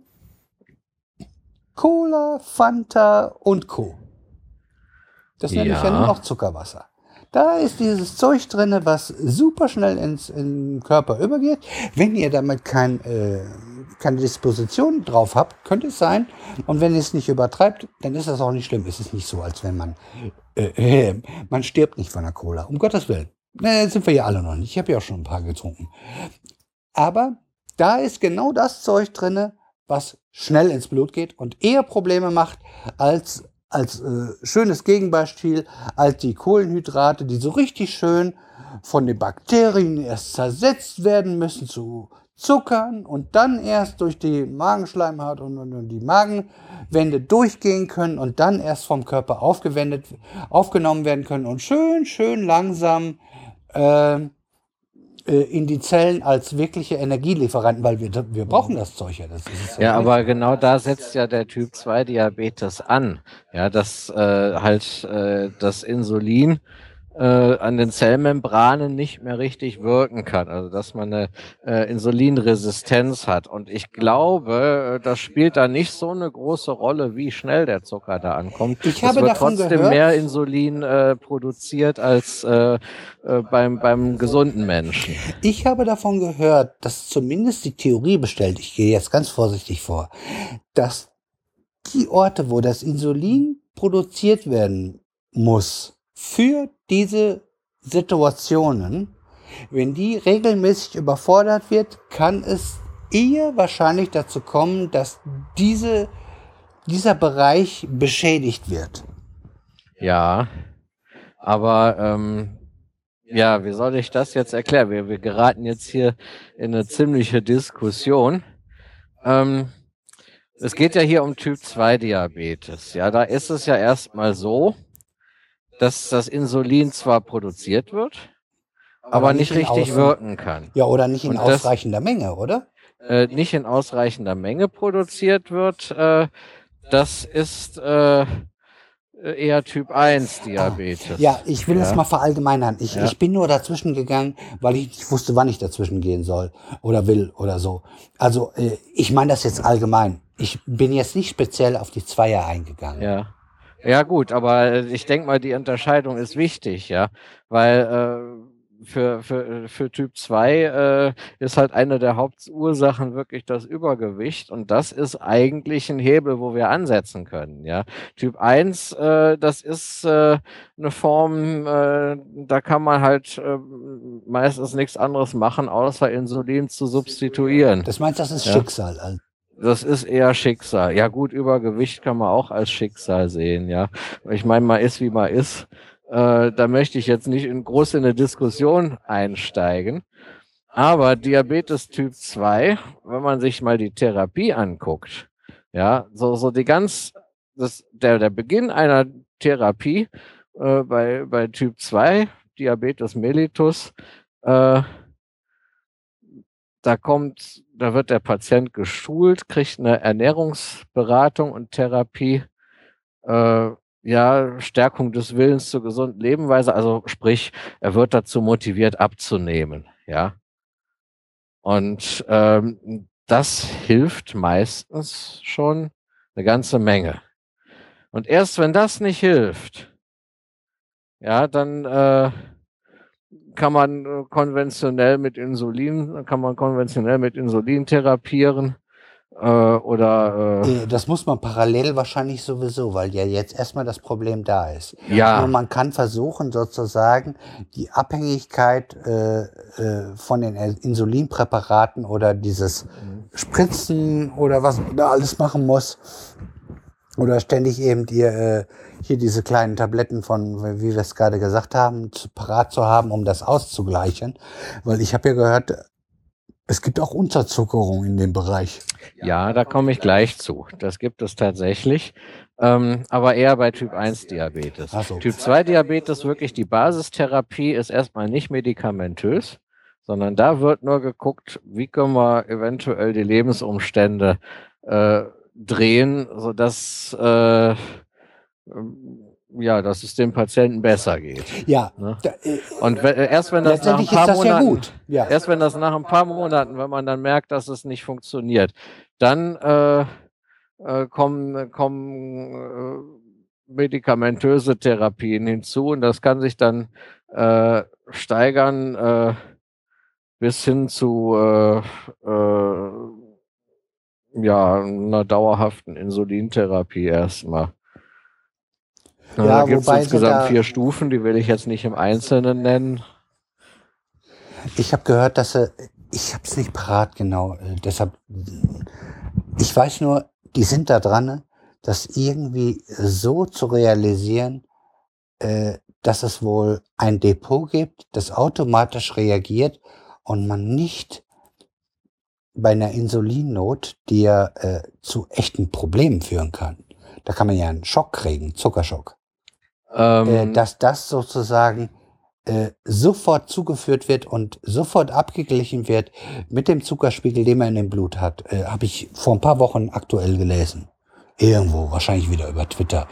Cola, Fanta und Co. Das nenne ich ja nur noch Zuckerwasser. Da ist dieses Zeug drin, was super schnell in den Körper übergeht. Wenn ihr damit keine Disposition drauf habt, könnte es sein. Und wenn ihr es nicht übertreibt, dann ist das auch nicht schlimm. Es ist nicht so, als wenn man stirbt nicht von der Cola. Um Gottes Willen. Sind wir ja alle noch nicht. Ich habe ja auch schon ein paar getrunken. Aber da ist genau das Zeug drin, was schnell ins Blut geht und eher Probleme macht als schönes Gegenbeispiel, als die Kohlenhydrate, die so richtig schön von den Bakterien erst zersetzt werden müssen zu Zuckern und dann erst durch die Magenschleimhaut und die Magenwände durchgehen können und dann erst vom Körper aufgenommen werden können und schön langsam in die Zellen als wirkliche Energielieferanten, weil wir brauchen das Zeug ja. Das ist Ja, aber genau da setzt ja der Typ 2 Diabetes an. Ja, dass das Insulin an den Zellmembranen nicht mehr richtig wirken kann. Also dass man eine Insulinresistenz hat. Und ich glaube, das spielt da nicht so eine große Rolle, wie schnell der Zucker da ankommt. Ich habe es wird davon trotzdem gehört, mehr Insulin produziert als beim gesunden Menschen. Ich habe davon gehört, dass zumindest die Theorie bestellt, ich gehe jetzt ganz vorsichtig vor, dass die Orte, wo das Insulin produziert werden muss, für diese Situationen, wenn die regelmäßig überfordert wird, kann es eher wahrscheinlich dazu kommen, dass dieser Bereich beschädigt wird. Ja, aber ja, wie soll ich das jetzt erklären? Wir geraten jetzt hier in eine ziemliche Diskussion. Es geht ja hier um Typ-2-Diabetes. Ja, da ist es ja erstmal so, dass das Insulin zwar produziert wird, aber nicht richtig wirken kann. Ja, oder nicht in Und das- ausreichender Menge, oder? Nicht in ausreichender Menge produziert wird, das ist eher Typ-1-Diabetes. Ja, ich will das Ja. mal verallgemeinern. Ja. Ich bin nur dazwischen gegangen, weil ich nicht wusste, wann ich dazwischen gehen soll oder will oder so. Also ich meine das jetzt allgemein. Ich bin jetzt nicht speziell auf die Zweier eingegangen. Ja. Ja, gut, aber ich denke mal, die Unterscheidung ist wichtig, ja, weil für Typ 2 ist halt eine der Hauptursachen wirklich das Übergewicht und das ist eigentlich ein Hebel, wo wir ansetzen können, ja. Typ 1, das ist eine Form, da kann man halt meistens nichts anderes machen, außer Insulin zu substituieren. Das meinst, das ist Ja. Schicksal. Also, Das ist eher Schicksal. Ja gut, Übergewicht kann man auch als Schicksal sehen, ja. Ich meine, man ist, wie man ist. Da möchte ich jetzt nicht groß in eine Diskussion einsteigen. Aber Diabetes Typ 2, wenn man sich mal die Therapie anguckt, ja, so der Beginn einer Therapie bei Typ 2, Diabetes mellitus, da wird der Patient geschult, kriegt eine Ernährungsberatung und Therapie, Stärkung des Willens zur gesunden Lebensweise, also sprich, er wird dazu motiviert abzunehmen, ja. Und das hilft meistens schon eine ganze Menge. Und erst wenn das nicht hilft, ja, dann kann man konventionell mit Insulin therapieren oder das muss man parallel wahrscheinlich sowieso, weil ja jetzt erstmal das Problem da ist. ja. Nur man kann versuchen, sozusagen die Abhängigkeit von den Insulinpräparaten oder dieses Spritzen oder was man da alles machen muss oder ständig eben hier diese kleinen Tabletten von, wie wir es gerade gesagt haben, parat zu haben, um das auszugleichen. Weil ich habe ja gehört, es gibt auch Unterzuckerung in dem Bereich. Ja, da komme ich gleich zu. Das gibt es tatsächlich, aber eher bei Typ 1 Diabetes. Ach so. Typ 2 Diabetes, wirklich die Basistherapie ist erstmal nicht medikamentös, sondern da wird nur geguckt, wie können wir eventuell die Lebensumstände drehen, sodass dass es dem Patienten besser geht. Ja. Ne? Da, Und erst wenn das nach ein letztendlich paar ist das ja Monaten, gut. Ja. erst wenn das nach ein paar Monaten, wenn man dann merkt, dass es nicht funktioniert, dann kommen medikamentöse Therapien hinzu und das kann sich dann steigern bis hin zu einer dauerhaften Insulintherapie erstmal. Ja, Da gibt es wobei sie insgesamt da- 4 Stufen, die will ich jetzt nicht im Einzelnen nennen. Ich habe gehört, dass ich habe es nicht parat genau, deshalb, ich weiß nur, die sind da dran, das irgendwie so zu realisieren, dass es wohl ein Depot gibt, das automatisch reagiert und man nicht bei einer Insulinnot, die ja zu echten Problemen führen kann. Da kann man ja einen Schock kriegen, Zuckerschock. Dass das sozusagen sofort zugeführt wird und sofort abgeglichen wird mit dem Zuckerspiegel, den man in dem Blut hat. Habe ich vor ein paar Wochen aktuell gelesen. Irgendwo, wahrscheinlich wieder über Twitter.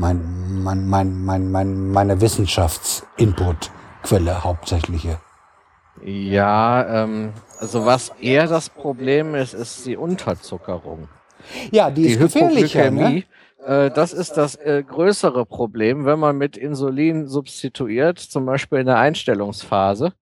Meine Wissenschaftsinput-Quelle hauptsächliche. Ja, also was eher das Problem ist, ist die Unterzuckerung. Ja, die ist gefährlicher, ne? Hypoglykämie, das ist das größere Problem, wenn man mit Insulin substituiert, zum Beispiel in der Einstellungsphase.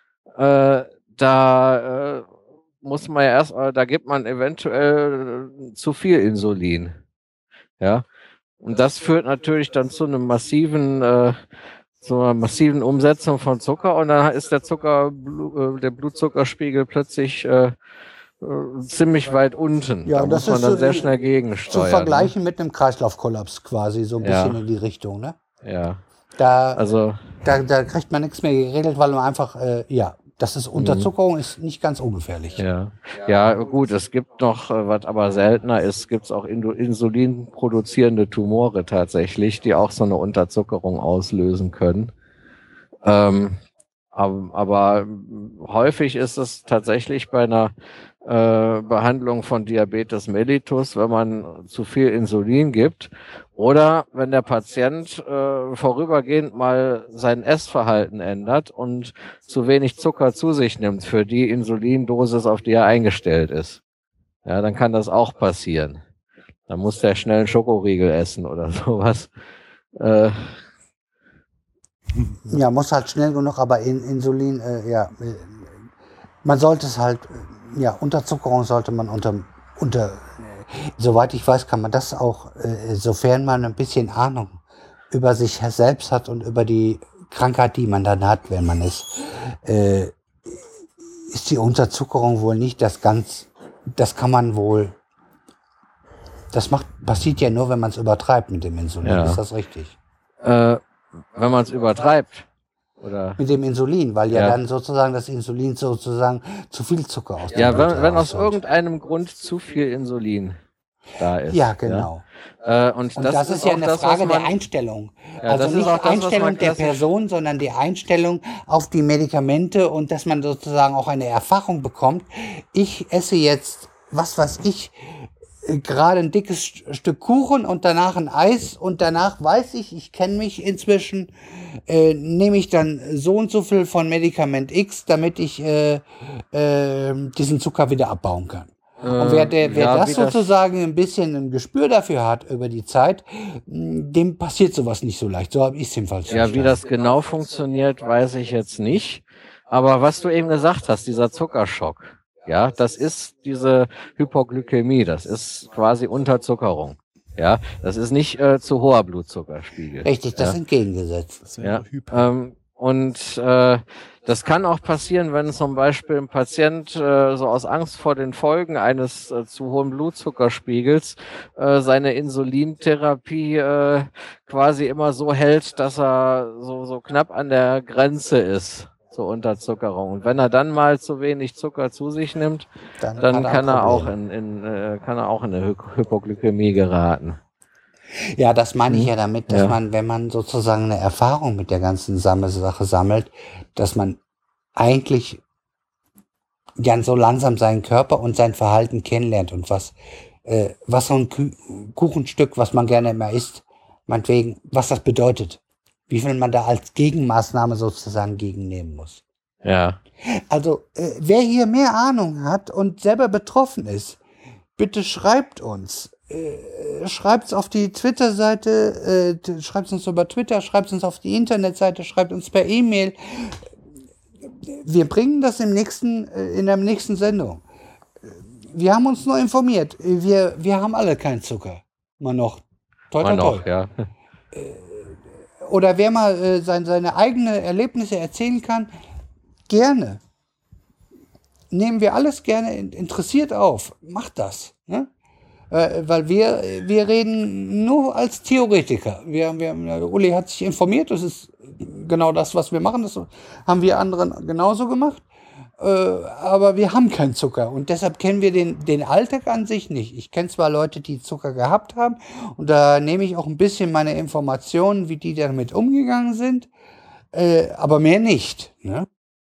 Da muss man ja da gibt man eventuell zu viel Insulin. Ja, und das führt natürlich dann zu einer massiven Umsetzung von Zucker und dann ist der Blutzuckerspiegel plötzlich ziemlich weit unten. Ja, Da das muss man ist dann so sehr die- schnell Zu gegensteuern. vergleichen mit einem Kreislaufkollaps quasi, so ein Ja. bisschen in die Richtung, ne? Ne? Ja, Da also kriegt man nichts mehr geregelt, weil man einfach, Das ist Unterzuckerung, ist nicht ganz ungefährlich. Ja, ja, gut, es gibt noch, was aber seltener ist, gibt es auch Insulin produzierende Tumore tatsächlich, die auch so eine Unterzuckerung auslösen können. Aber häufig ist es tatsächlich bei einer Behandlung von Diabetes mellitus, wenn man zu viel Insulin gibt oder wenn der Patient vorübergehend mal sein Essverhalten ändert und zu wenig Zucker zu sich nimmt für die Insulindosis, auf die er eingestellt ist. Ja, dann kann das auch passieren. Dann muss der schnell einen Schokoriegel essen oder sowas. Ja, muss halt schnell genug, aber Insulin, man sollte es halt, Unterzuckerung sollte man soweit ich weiß, kann man das auch, sofern man ein bisschen Ahnung über sich selbst hat und über die Krankheit, die man dann hat, wenn man ist die Unterzuckerung wohl nicht das kann man wohl, passiert ja nur, wenn man es übertreibt mit dem Insulin, Ja. ist das richtig? Wenn man es übertreibt. Oder? Mit dem Insulin, weil ja Ja. dann sozusagen das Insulin sozusagen zu viel Zucker aus dem Ja, Blut wenn aus herausholt. irgendeinem Grund zu viel Insulin da ist. Ja, genau. Ja? Und Und das ist ja auch eine das, Frage was man, der Einstellung. Ja, Also das ist nicht auch das, was Einstellung man der klassisch- Person, sondern die Einstellung auf die Medikamente und dass man sozusagen auch eine Erfahrung bekommt. Ich esse jetzt, was weiß ich, gerade ein dickes Stück Kuchen und danach ein Eis und danach weiß ich kenne mich inzwischen, nehme ich dann so und so viel von Medikament X, damit ich diesen Zucker wieder abbauen kann. Und wer ja, das wie sozusagen ein bisschen ein Gespür dafür hat über die Zeit, dem passiert sowas nicht so leicht. So habe ich es jedenfalls Ja, wie das genau funktioniert, weiß ich jetzt nicht. Aber was du eben gesagt hast, dieser Zuckerschock, ja, das ist diese Hypoglykämie, das ist quasi Unterzuckerung. Ja, das ist nicht zu hoher Blutzuckerspiegel. Richtig, das ja. entgegengesetzt. Das wäre Ja, Hyper. und das kann auch passieren, wenn zum Beispiel ein Patient so aus Angst vor den Folgen eines zu hohen Blutzuckerspiegels seine Insulintherapie quasi immer so hält, dass er so knapp an der Grenze ist zur Unterzuckerung. Und wenn er dann mal zu wenig Zucker zu sich nimmt, dann kann er auch kann er auch in eine Hypoglykämie geraten. Ja, das meine ich ja damit, dass Ja. man, wenn man sozusagen eine Erfahrung mit der ganzen Sache sammelt, dass man eigentlich gern so langsam seinen Körper und sein Verhalten kennenlernt und was so ein Kuchenstück, was man gerne immer isst, meinetwegen, was das bedeutet. Wie viel man da als Gegenmaßnahme sozusagen gegennehmen muss. Ja. Also, wer hier mehr Ahnung hat und selber betroffen ist, bitte schreibt uns. Schreibt es auf die Twitter-Seite, schreibt es uns über Twitter, schreibt es uns auf die Internetseite, schreibt uns per E-Mail. Wir bringen das in der nächsten Sendung. Wir haben uns nur informiert. Wir haben alle keinen Zucker. Mal noch. Toi, toi, Mal toi. noch, ja. Oder wer mal seine eigenen Erlebnisse erzählen kann, gerne. Nehmen wir alles gerne interessiert auf. Macht das. Ne? Weil wir reden nur als Theoretiker. Uli hat sich informiert, das ist genau das, was wir machen. Das haben wir anderen genauso gemacht. Aber wir haben keinen Zucker und deshalb kennen wir den Alltag an sich nicht. Ich kenne zwar Leute, die Zucker gehabt haben und da nehme ich auch ein bisschen meine Informationen, wie die damit umgegangen sind, aber mehr nicht. Ne?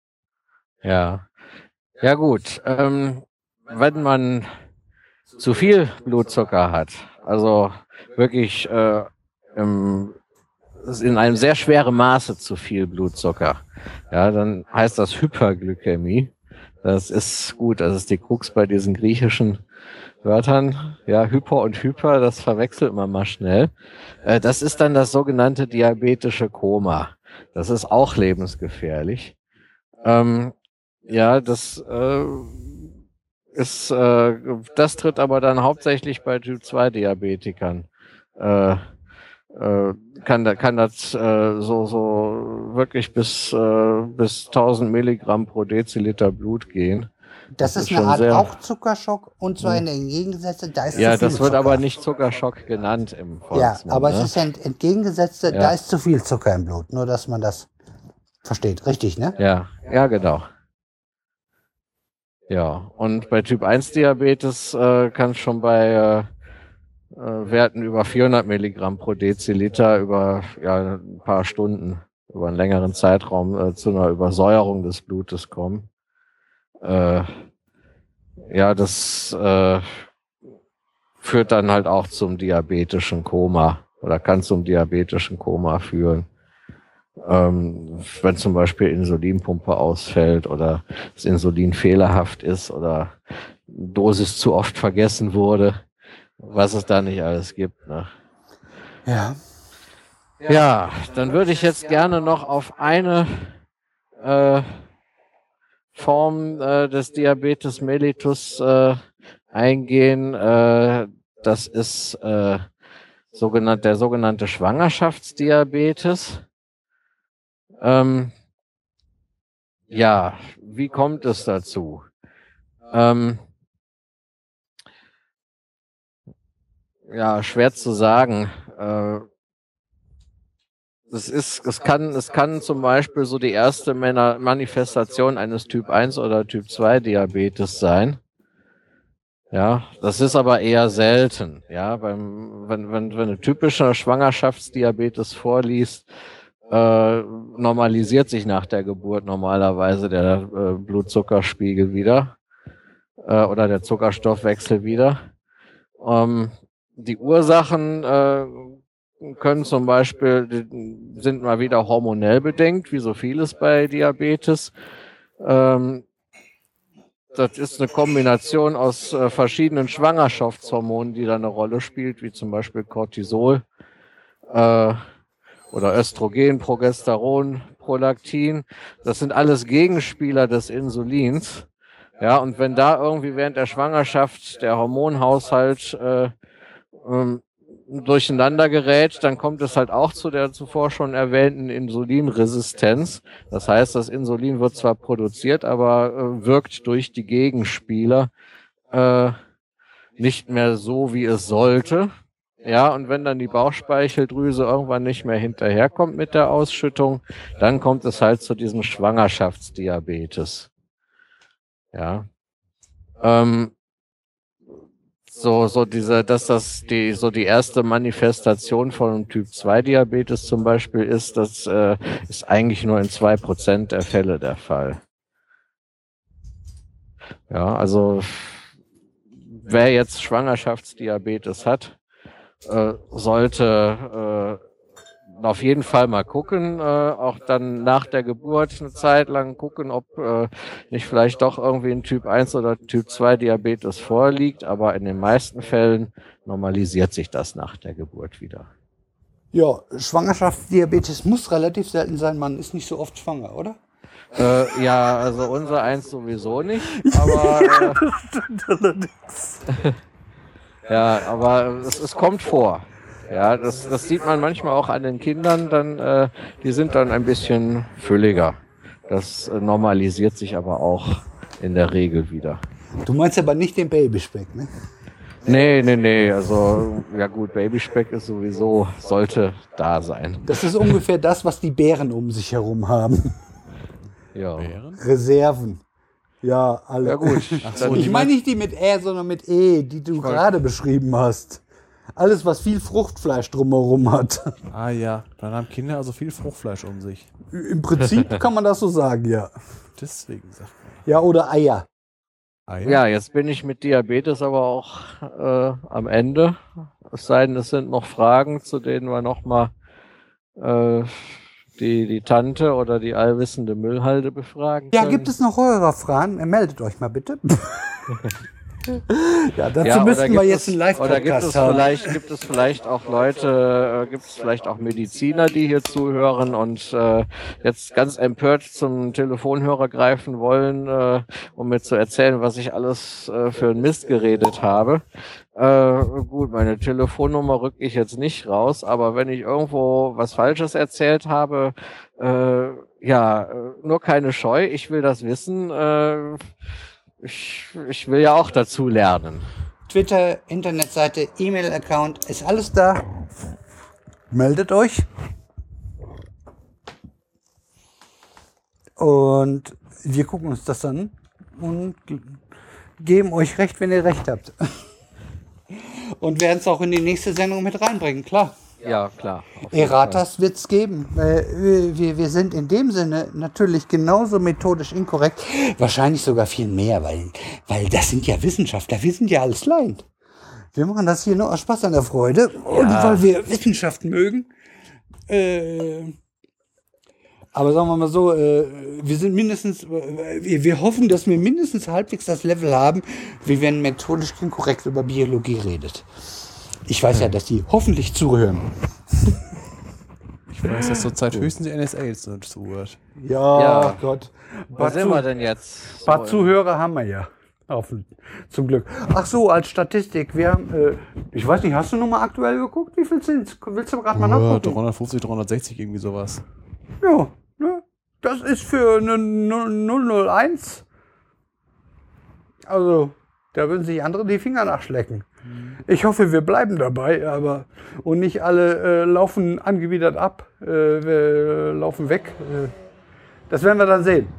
Ja. Ja gut. Wenn man zu viel Blutzucker hat, also wirklich in einem sehr schweren Maße zu viel Blutzucker, ja, dann heißt das Hyperglykämie. Das ist gut, das ist die Krux bei diesen griechischen Wörtern. Ja, Hyper und Hyper, das verwechselt man mal schnell. Das ist dann das sogenannte diabetische Koma. Das ist auch lebensgefährlich. Ja, das tritt aber dann hauptsächlich bei Typ-2-Diabetikern. Kann das so wirklich bis 1000 Milligramm pro Deziliter Blut gehen. Das ist eine schon Art sehr- auch Zuckerschock und zwar in der Gegensätze, da ist Ja, zu viel das wird Zucker. aber nicht Zuckerschock genannt im Ja, Volksmund. aber ne? es ist ja entgegengesetzte, Ja. da ist zu viel Zucker im Blut. Nur, dass man das versteht. Richtig, ne? Ja, genau. Ja, und bei Typ 1 Diabetes kann es schon bei Werten über 400 Milligramm pro Deziliter über ein paar Stunden, über einen längeren Zeitraum zu einer Übersäuerung des Blutes kommen. Das führt dann halt auch zum diabetischen Koma oder kann zum diabetischen Koma führen. Wenn zum Beispiel Insulinpumpe ausfällt oder das Insulin fehlerhaft ist oder Dosis zu oft vergessen wurde, was es da nicht alles gibt. Ne? Ja. Ja, dann würde ich jetzt gerne noch auf eine Form des Diabetes mellitus eingehen. Das ist der sogenannte Schwangerschaftsdiabetes. Wie kommt es dazu? Schwer zu sagen. Es kann zum Beispiel so die erste Manifestation eines Typ 1 oder Typ 2 Diabetes sein. Ja, das ist aber eher selten. Ja, wenn eine typische Schwangerschaftsdiabetes vorliegt, normalisiert sich nach der Geburt normalerweise der Blutzuckerspiegel wieder oder der Zuckerstoffwechsel wieder. Die Ursachen können zum Beispiel, sind mal wieder hormonell bedingt, wie so vieles bei Diabetes. Das ist eine Kombination aus verschiedenen Schwangerschaftshormonen, die da eine Rolle spielt, wie zum Beispiel Cortisol oder Östrogen, Progesteron, Prolaktin. Das sind alles Gegenspieler des Insulins. Ja, und wenn da irgendwie während der Schwangerschaft der Hormonhaushalt durcheinander gerät, dann kommt es halt auch zu der zuvor schon erwähnten Insulinresistenz. Das heißt, das Insulin wird zwar produziert, aber wirkt durch die Gegenspieler nicht mehr so, wie es sollte. Ja, und wenn dann die Bauchspeicheldrüse irgendwann nicht mehr hinterherkommt mit der Ausschüttung, dann kommt es halt zu diesem Schwangerschaftsdiabetes. Ja. Die erste Manifestation von Typ 2 Diabetes zum Beispiel ist, das ist eigentlich nur in 2% der Fälle der Fall. Ja, also wer jetzt Schwangerschaftsdiabetes hat, sollte auf jeden Fall mal gucken, auch dann nach der Geburt eine Zeit lang gucken, ob nicht vielleicht doch irgendwie ein Typ 1 oder Typ 2 Diabetes vorliegt, aber in den meisten Fällen normalisiert sich das nach der Geburt wieder. Ja, Schwangerschaftsdiabetes muss relativ selten sein, man ist nicht so oft schwanger, oder? Also unser eins sowieso nicht, aber das stimmt allerdings. ja, aber es kommt vor. Ja, das sieht man manchmal auch an den Kindern, dann die sind dann ein bisschen fülliger. Das normalisiert sich aber auch in der Regel wieder. Du meinst aber nicht den Babyspeck, ne? Nee. Also, ja gut, Babyspeck ist sowieso, sollte da sein. Das ist ungefähr das, was die Bären um sich herum haben. Ja. Bären? Reserven. Ja, alle. Ja gut. Ich meine nicht die mit Ä, sondern mit E, die du gerade beschrieben hast. Alles, was viel Fruchtfleisch drumherum hat. Ah ja, dann haben Kinder also viel Fruchtfleisch um sich. Im Prinzip kann man das so sagen, ja. Deswegen sagt man. Ja, oder Eier. Eier? Ja, jetzt bin ich mit Diabetes aber auch am Ende. Es sei denn, es sind noch Fragen, zu denen wir nochmal die Tante oder die allwissende Müllhalde befragen können. Ja, gibt es noch Hörerfragen? Meldet euch mal bitte. Ja, dazu müssten wir jetzt einen Live-Podcast haben. Oder gibt es vielleicht auch Leute, gibt es vielleicht auch Mediziner, die hier zuhören und jetzt ganz empört zum Telefonhörer greifen wollen, um mir zu erzählen, was ich alles für einen Mist geredet habe. Gut, meine Telefonnummer rücke ich jetzt nicht raus, aber wenn ich irgendwo was Falsches erzählt habe, nur keine Scheu, ich will das wissen. Ich will ja auch dazu lernen. Twitter, Internetseite, E-Mail-Account, ist alles da. Meldet euch. Und wir gucken uns das an. und geben euch recht, wenn ihr recht habt. Und werden es auch in die nächste Sendung mit reinbringen, klar. Ja, klar. Auf jeden Erratas wird es geben. Wir sind in dem Sinne natürlich genauso methodisch inkorrekt, wahrscheinlich sogar viel mehr, weil das sind ja Wissenschaftler, wir sind ja alles Laien. Wir machen das hier nur aus Spaß an der Freude und weil wir Wissenschaft mögen. Aber sagen wir mal so, wir sind mindestens, wir hoffen, dass wir mindestens halbwegs das Level haben, wie wenn methodisch inkorrekt über Biologie redet. Ich weiß ja, dass die hoffentlich zuhören. Ich weiß, dass zurzeit höchstens die NSA zuhört. Ja, Gott. Wo sind wir denn jetzt? Ein paar Zuhörer haben wir ja. Zum Glück. Ach so, als Statistik. Wir haben, ich weiß nicht, hast du nochmal aktuell geguckt? Wie viel sind es? Willst du gerade mal nachgucken? 350, 360, irgendwie sowas. Ja, ne? Das ist für eine 001. Also, da würden sich andere die Finger nachschlecken. Ich hoffe, wir bleiben dabei, aber und nicht alle laufen angewidert ab, wir laufen weg. Das werden wir dann sehen.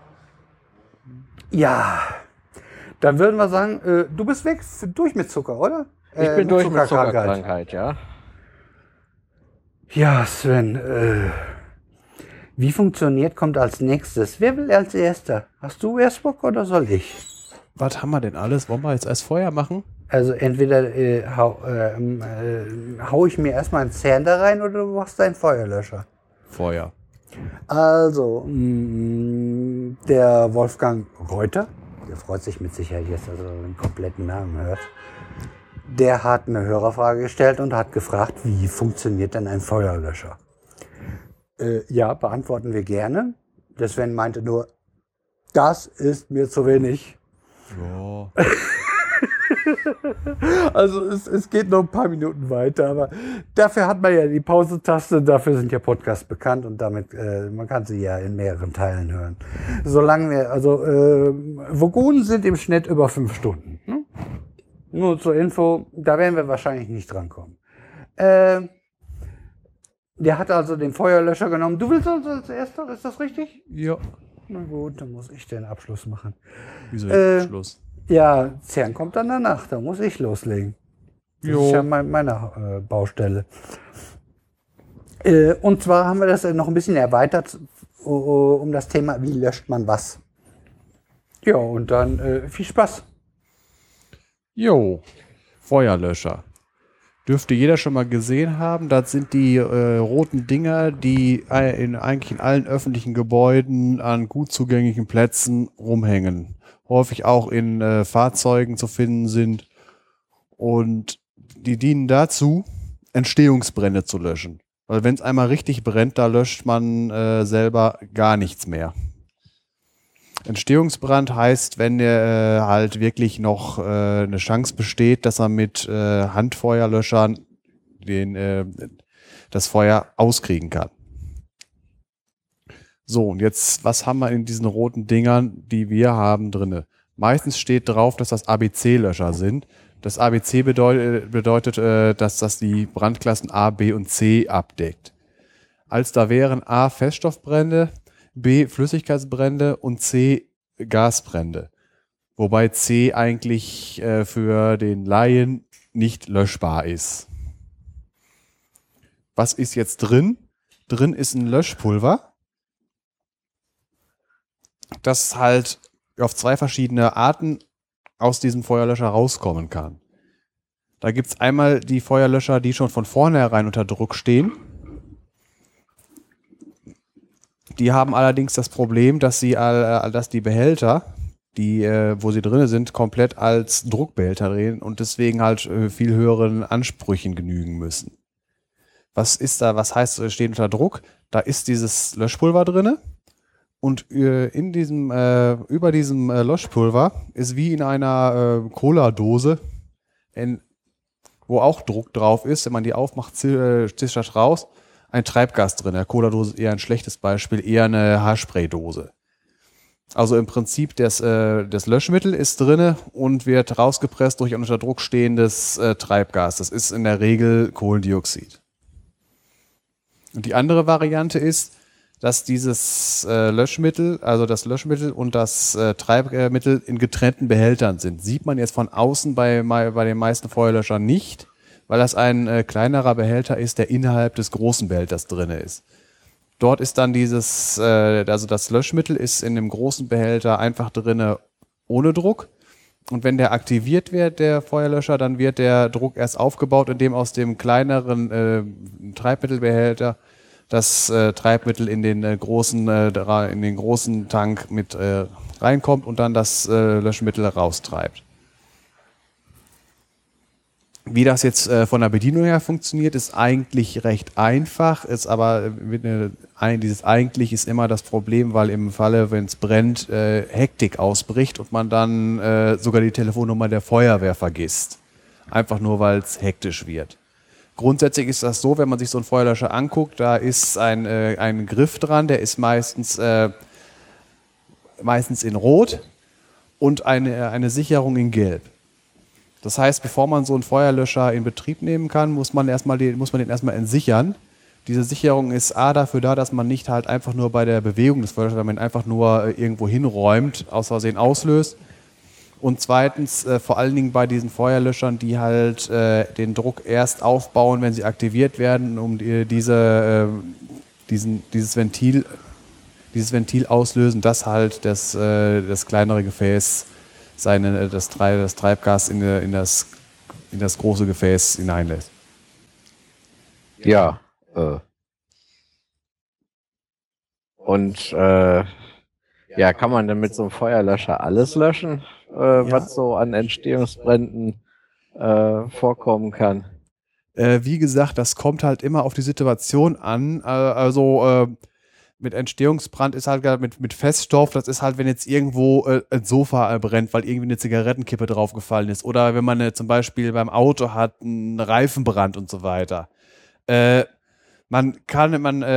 Ja, dann würden wir sagen, du bist weg, durch mit Zucker, oder? Ich bin durch mit Zuckerkrankheit, ja. Ja, Sven, wie funktioniert, kommt als nächstes. Wer will als Erster? Hast du erst Bock oder soll ich? Was haben wir denn alles? Wollen wir jetzt erst Feuer machen? Also entweder hau ich mir erstmal einen Zander rein oder du machst deinen Feuerlöscher. Feuer. Also, der Wolfgang Reuter, der freut sich mit Sicherheit jetzt, dass er den kompletten Namen hört, der hat eine Hörerfrage gestellt und hat gefragt, wie funktioniert denn ein Feuerlöscher? Ja, beantworten wir gerne. Der Sven meinte nur, das ist mir zu wenig. Ja. Also es geht noch ein paar Minuten weiter, aber dafür hat man ja die Pause-Taste, dafür sind ja Podcasts bekannt und damit, man kann sie ja in mehreren Teilen hören. Solange wir, also Vogonen sind im Schnitt über 5 Stunden. Ne? Nur zur Info, da werden wir wahrscheinlich nicht drankommen. Der hat also den Feuerlöscher genommen. Du willst also als Erster, ist das richtig? Ja. Na gut, dann muss ich den Abschluss machen. Wieso jetzt Schluss? Ja, CERN kommt dann danach, da muss ich loslegen. Das ist ja meine Baustelle. Und zwar haben wir das noch ein bisschen erweitert um das Thema, wie löscht man was. Ja, und dann viel Spaß. Jo, Feuerlöscher. Dürfte jeder schon mal gesehen haben. Das sind die roten Dinger, die eigentlich in allen öffentlichen Gebäuden an gut zugänglichen Plätzen rumhängen. Häufig auch in Fahrzeugen zu finden sind. Und die dienen dazu, Entstehungsbrände zu löschen. Weil wenn es einmal richtig brennt, da löscht man selber gar nichts mehr. Entstehungsbrand heißt, wenn halt wirklich noch eine Chance besteht, dass er mit Handfeuerlöschern das Feuer auskriegen kann. So, und jetzt, was haben wir in diesen roten Dingern, die wir haben drinne? Meistens steht drauf, dass das ABC-Löscher sind. Das ABC bedeutet, dass das die Brandklassen A, B und C abdeckt. Als da wären A Feststoffbrände, B Flüssigkeitsbrände und C Gasbrände. Wobei C eigentlich für den Laien nicht löschbar ist. Was ist jetzt drin? Drin ist ein Löschpulver, das halt auf 2 verschiedene Arten aus diesem Feuerlöscher rauskommen kann. Da gibt es einmal die Feuerlöscher, die schon von vornherein unter Druck stehen. Die haben allerdings das Problem, dass dass die Behälter, wo sie drin sind, komplett als Druckbehälter drehen und deswegen halt viel höheren Ansprüchen genügen müssen. Was heißt, steht unter Druck? Da ist dieses Löschpulver drin und über diesem Löschpulver ist wie in einer Cola-Dose, wo auch Druck drauf ist, wenn man die aufmacht, zischt das raus, ein Treibgas drin. Der Cola-Dose ist eher ein schlechtes Beispiel, eher eine Haarspray-Dose. Also im Prinzip das Löschmittel ist drin und wird rausgepresst durch ein unter Druck stehendes Treibgas. Das ist in der Regel Kohlendioxid. Und die andere Variante ist, dass dieses Löschmittel, also das Löschmittel und das Treibmittel in getrennten Behältern sind. Sieht man jetzt von außen bei den meisten Feuerlöschern nicht, weil das ein kleinerer Behälter ist, der innerhalb des großen Behälters drin ist. Dort ist dann also das Löschmittel ist in dem großen Behälter einfach drinne ohne Druck. Und wenn der aktiviert wird, der Feuerlöscher, dann wird der Druck erst aufgebaut, indem aus dem kleineren Treibmittelbehälter das Treibmittel in den großen Tank mit reinkommt und dann das Löschmittel raustreibt. Wie das jetzt von der Bedienung her funktioniert, ist eigentlich recht einfach, ist aber dieses eigentlich ist immer das Problem, weil im Falle, wenn es brennt, Hektik ausbricht und man dann sogar die Telefonnummer der Feuerwehr vergisst. Einfach nur, weil es hektisch wird. Grundsätzlich ist das so, wenn man sich so einen Feuerlöscher anguckt, da ist ein Griff dran, der ist meistens in Rot und eine Sicherung in Gelb. Das heißt, bevor man so einen Feuerlöscher in Betrieb nehmen kann, muss man den erstmal entsichern. Diese Sicherung ist dafür da, dass man nicht halt einfach nur bei der Bewegung des Feuerlöschers, wenn man einfach nur irgendwo hinräumt, aus Versehen auslöst. Und zweitens, vor allen Dingen bei diesen Feuerlöschern, die halt den Druck erst aufbauen, wenn sie aktiviert werden, um dieses Ventil auslösen, dass halt das kleinere Gefäß das Treibgas in das große Gefäß hineinlässt. Ja. Und kann man denn mit so einem Feuerlöscher alles löschen, was so an Entstehungsbränden vorkommen kann? Wie gesagt, das kommt halt immer auf die Situation an. Mit Entstehungsbrand ist halt mit Feststoff, das ist halt, wenn jetzt irgendwo ein Sofa brennt, weil irgendwie eine Zigarettenkippe draufgefallen ist. Oder wenn man zum Beispiel beim Auto hat einen Reifenbrand und so weiter. Man kann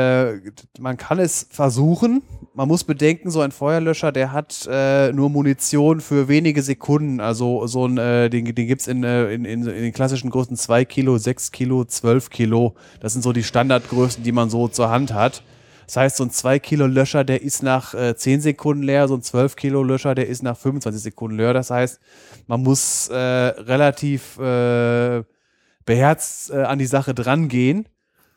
es versuchen. Man muss bedenken, so ein Feuerlöscher, der hat nur Munition für wenige Sekunden. Also den gibt es in den klassischen Größen 2 Kilo, 6 Kilo, 12 Kilo. Das sind so die Standardgrößen, die man so zur Hand hat. Das heißt, so ein 2 Kilo Löscher, der ist nach 10 Sekunden leer, so ein 12 Kilo Löscher, der ist nach 25 Sekunden leer. Das heißt, man muss relativ beherzt an die Sache drangehen.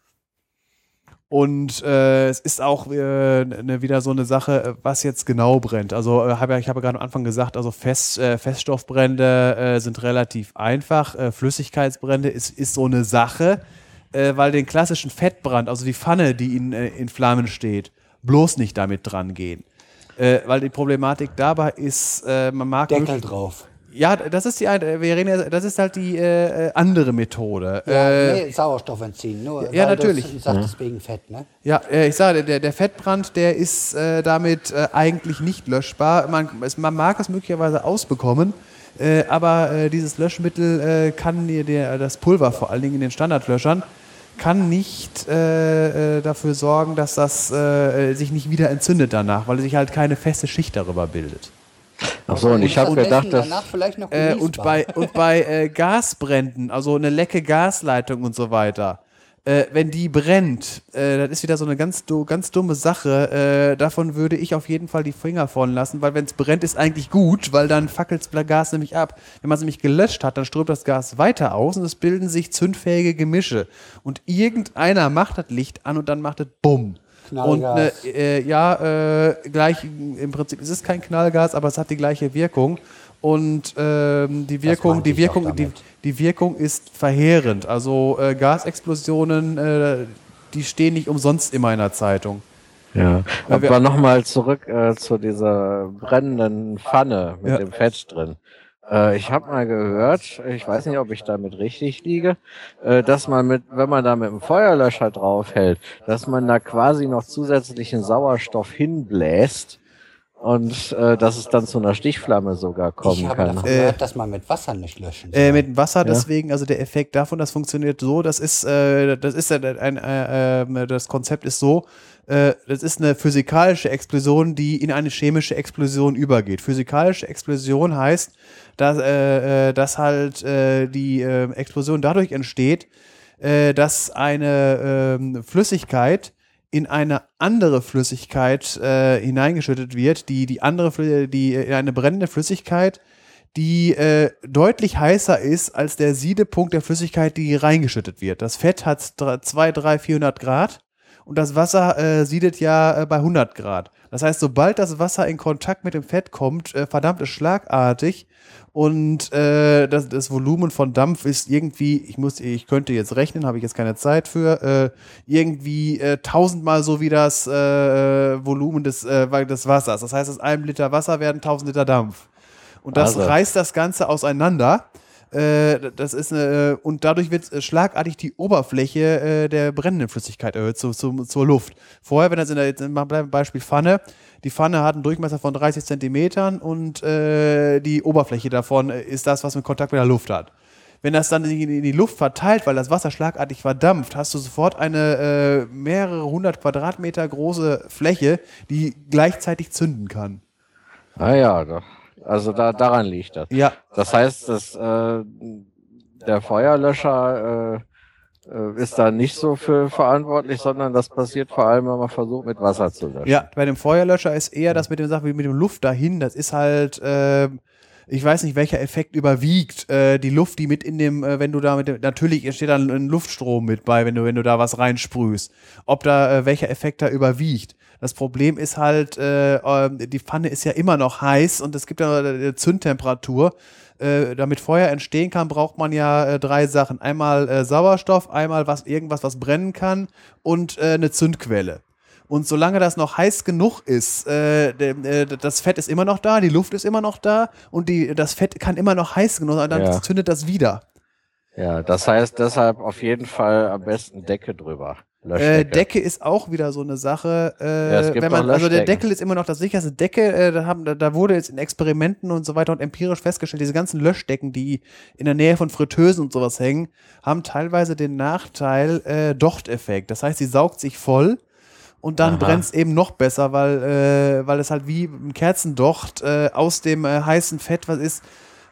Und es ist auch wieder so eine Sache, was jetzt genau brennt. Also ich habe gerade am Anfang gesagt, also Feststoffbrände sind relativ einfach. Flüssigkeitsbrände ist so eine Sache. Weil den klassischen Fettbrand, also die Pfanne, die in Flammen steht, bloß nicht damit dran gehen. Weil die Problematik dabei ist, man mag... Deckel drauf. Ja, das ist das ist halt die andere Methode. Ja, Sauerstoff entziehen. Nur ja, natürlich. Du sagtest wegen Fett, ne? Ja, ich sage, der Fettbrand, der ist damit eigentlich nicht löschbar. Man mag es möglicherweise ausbekommen, aber dieses Löschmittel kann das Pulver, vor allen Dingen in den Standardlöschern, kann nicht dafür sorgen, dass das sich nicht wieder entzündet danach, weil sich halt keine feste Schicht darüber bildet. Ach so, und ich habe gedacht, dass... Und bei Gasbränden, also eine Lecke Gasleitung und so weiter, wenn die brennt, das ist wieder so eine ganz dumme Sache. Davon würde ich auf jeden Fall die Finger von lassen, weil wenn es brennt, ist eigentlich gut, weil dann fackelt das Gas nämlich ab. Wenn man es nämlich gelöscht hat, dann strömt das Gas weiter aus und es bilden sich zündfähige Gemische. Und irgendeiner macht das Licht an und dann macht es Bumm. Knallgas. Und gleich im Prinzip ist es kein Knallgas, aber es hat die gleiche Wirkung. Und die Wirkung ist verheerend. Also Gasexplosionen, die stehen nicht umsonst immer in der Zeitung. Ja, aber nochmal zurück zu dieser brennenden Pfanne mit dem Fett drin. Ich habe mal gehört, ich weiß nicht, ob ich damit richtig liege, dass man wenn man da mit einem Feuerlöscher draufhält, dass man da quasi noch zusätzlichen Sauerstoff hinbläst und dass es dann zu einer Stichflamme sogar kommen kann. Ich habe davon gehört, dass man mit Wasser nicht löschen soll. Mit Wasser deswegen, also der Effekt davon, das funktioniert so, das Konzept ist so, das ist eine physikalische Explosion, die in eine chemische Explosion übergeht. Physikalische Explosion heißt, dass halt die Explosion dadurch entsteht, dass eine Flüssigkeit in eine andere Flüssigkeit hineingeschüttet wird, die in eine brennende Flüssigkeit, die deutlich heißer ist als der Siedepunkt der Flüssigkeit, die reingeschüttet wird. Das Fett hat 200, 300, 400 Grad und das Wasser siedet ja bei 100 Grad. Das heißt, sobald das Wasser in Kontakt mit dem Fett kommt, verdammt es schlagartig und das Volumen von Dampf ist irgendwie, ich könnte jetzt rechnen, habe ich jetzt keine Zeit für, irgendwie 1000-mal so wie das Volumen des Wassers. Das heißt, aus einem Liter Wasser werden 1000 Liter Dampf. Und das reißt das Ganze auseinander. Und dadurch wird schlagartig die Oberfläche der brennenden Flüssigkeit erhöht zur Luft. Vorher, wenn das bleiben wir Beispiel Pfanne, die Pfanne hat einen Durchmesser von 30 Zentimetern und die Oberfläche davon ist das, was mit Kontakt mit der Luft hat. Wenn das dann in die Luft verteilt, weil das Wasser schlagartig verdampft, hast du sofort eine mehrere 100 Quadratmeter große Fläche, die gleichzeitig zünden kann. Ah ja, doch. Also daran liegt das. Ja. Das heißt, dass der Feuerlöscher ist da nicht so für verantwortlich, sondern das passiert vor allem, wenn man versucht, mit Wasser zu löschen. Ja, bei dem Feuerlöscher ist eher das mit dem Sachen wie mit dem Luft dahin. Das ist halt, ich weiß nicht, welcher Effekt überwiegt. Die Luft, die mit in dem, wenn du da natürlich entsteht dann ein Luftstrom mit bei, wenn du da was reinsprühst. Ob da welcher Effekt da überwiegt. Das Problem ist halt, die Pfanne ist ja immer noch heiß und es gibt ja eine Zündtemperatur. Damit Feuer entstehen kann, braucht man ja 3 Sachen. Einmal Sauerstoff, einmal irgendwas, was brennen kann und eine Zündquelle. Und solange das noch heiß genug ist, das Fett ist immer noch da, die Luft ist immer noch da und das Fett kann immer noch heiß genug sein, dann zündet das wieder. Ja, das heißt deshalb auf jeden Fall am besten Decke drüber. Decke ist auch wieder so eine Sache. Also der Deckel ist immer noch das sicherste. Decke, da wurde jetzt in Experimenten und so weiter und empirisch festgestellt, diese ganzen Löschdecken, die in der Nähe von Fritteusen und sowas hängen, haben teilweise den Nachteil Dochteffekt. Das heißt, sie saugt sich voll und dann brennt es eben noch besser, weil es halt wie ein Kerzendocht aus dem heißen Fett, was ist,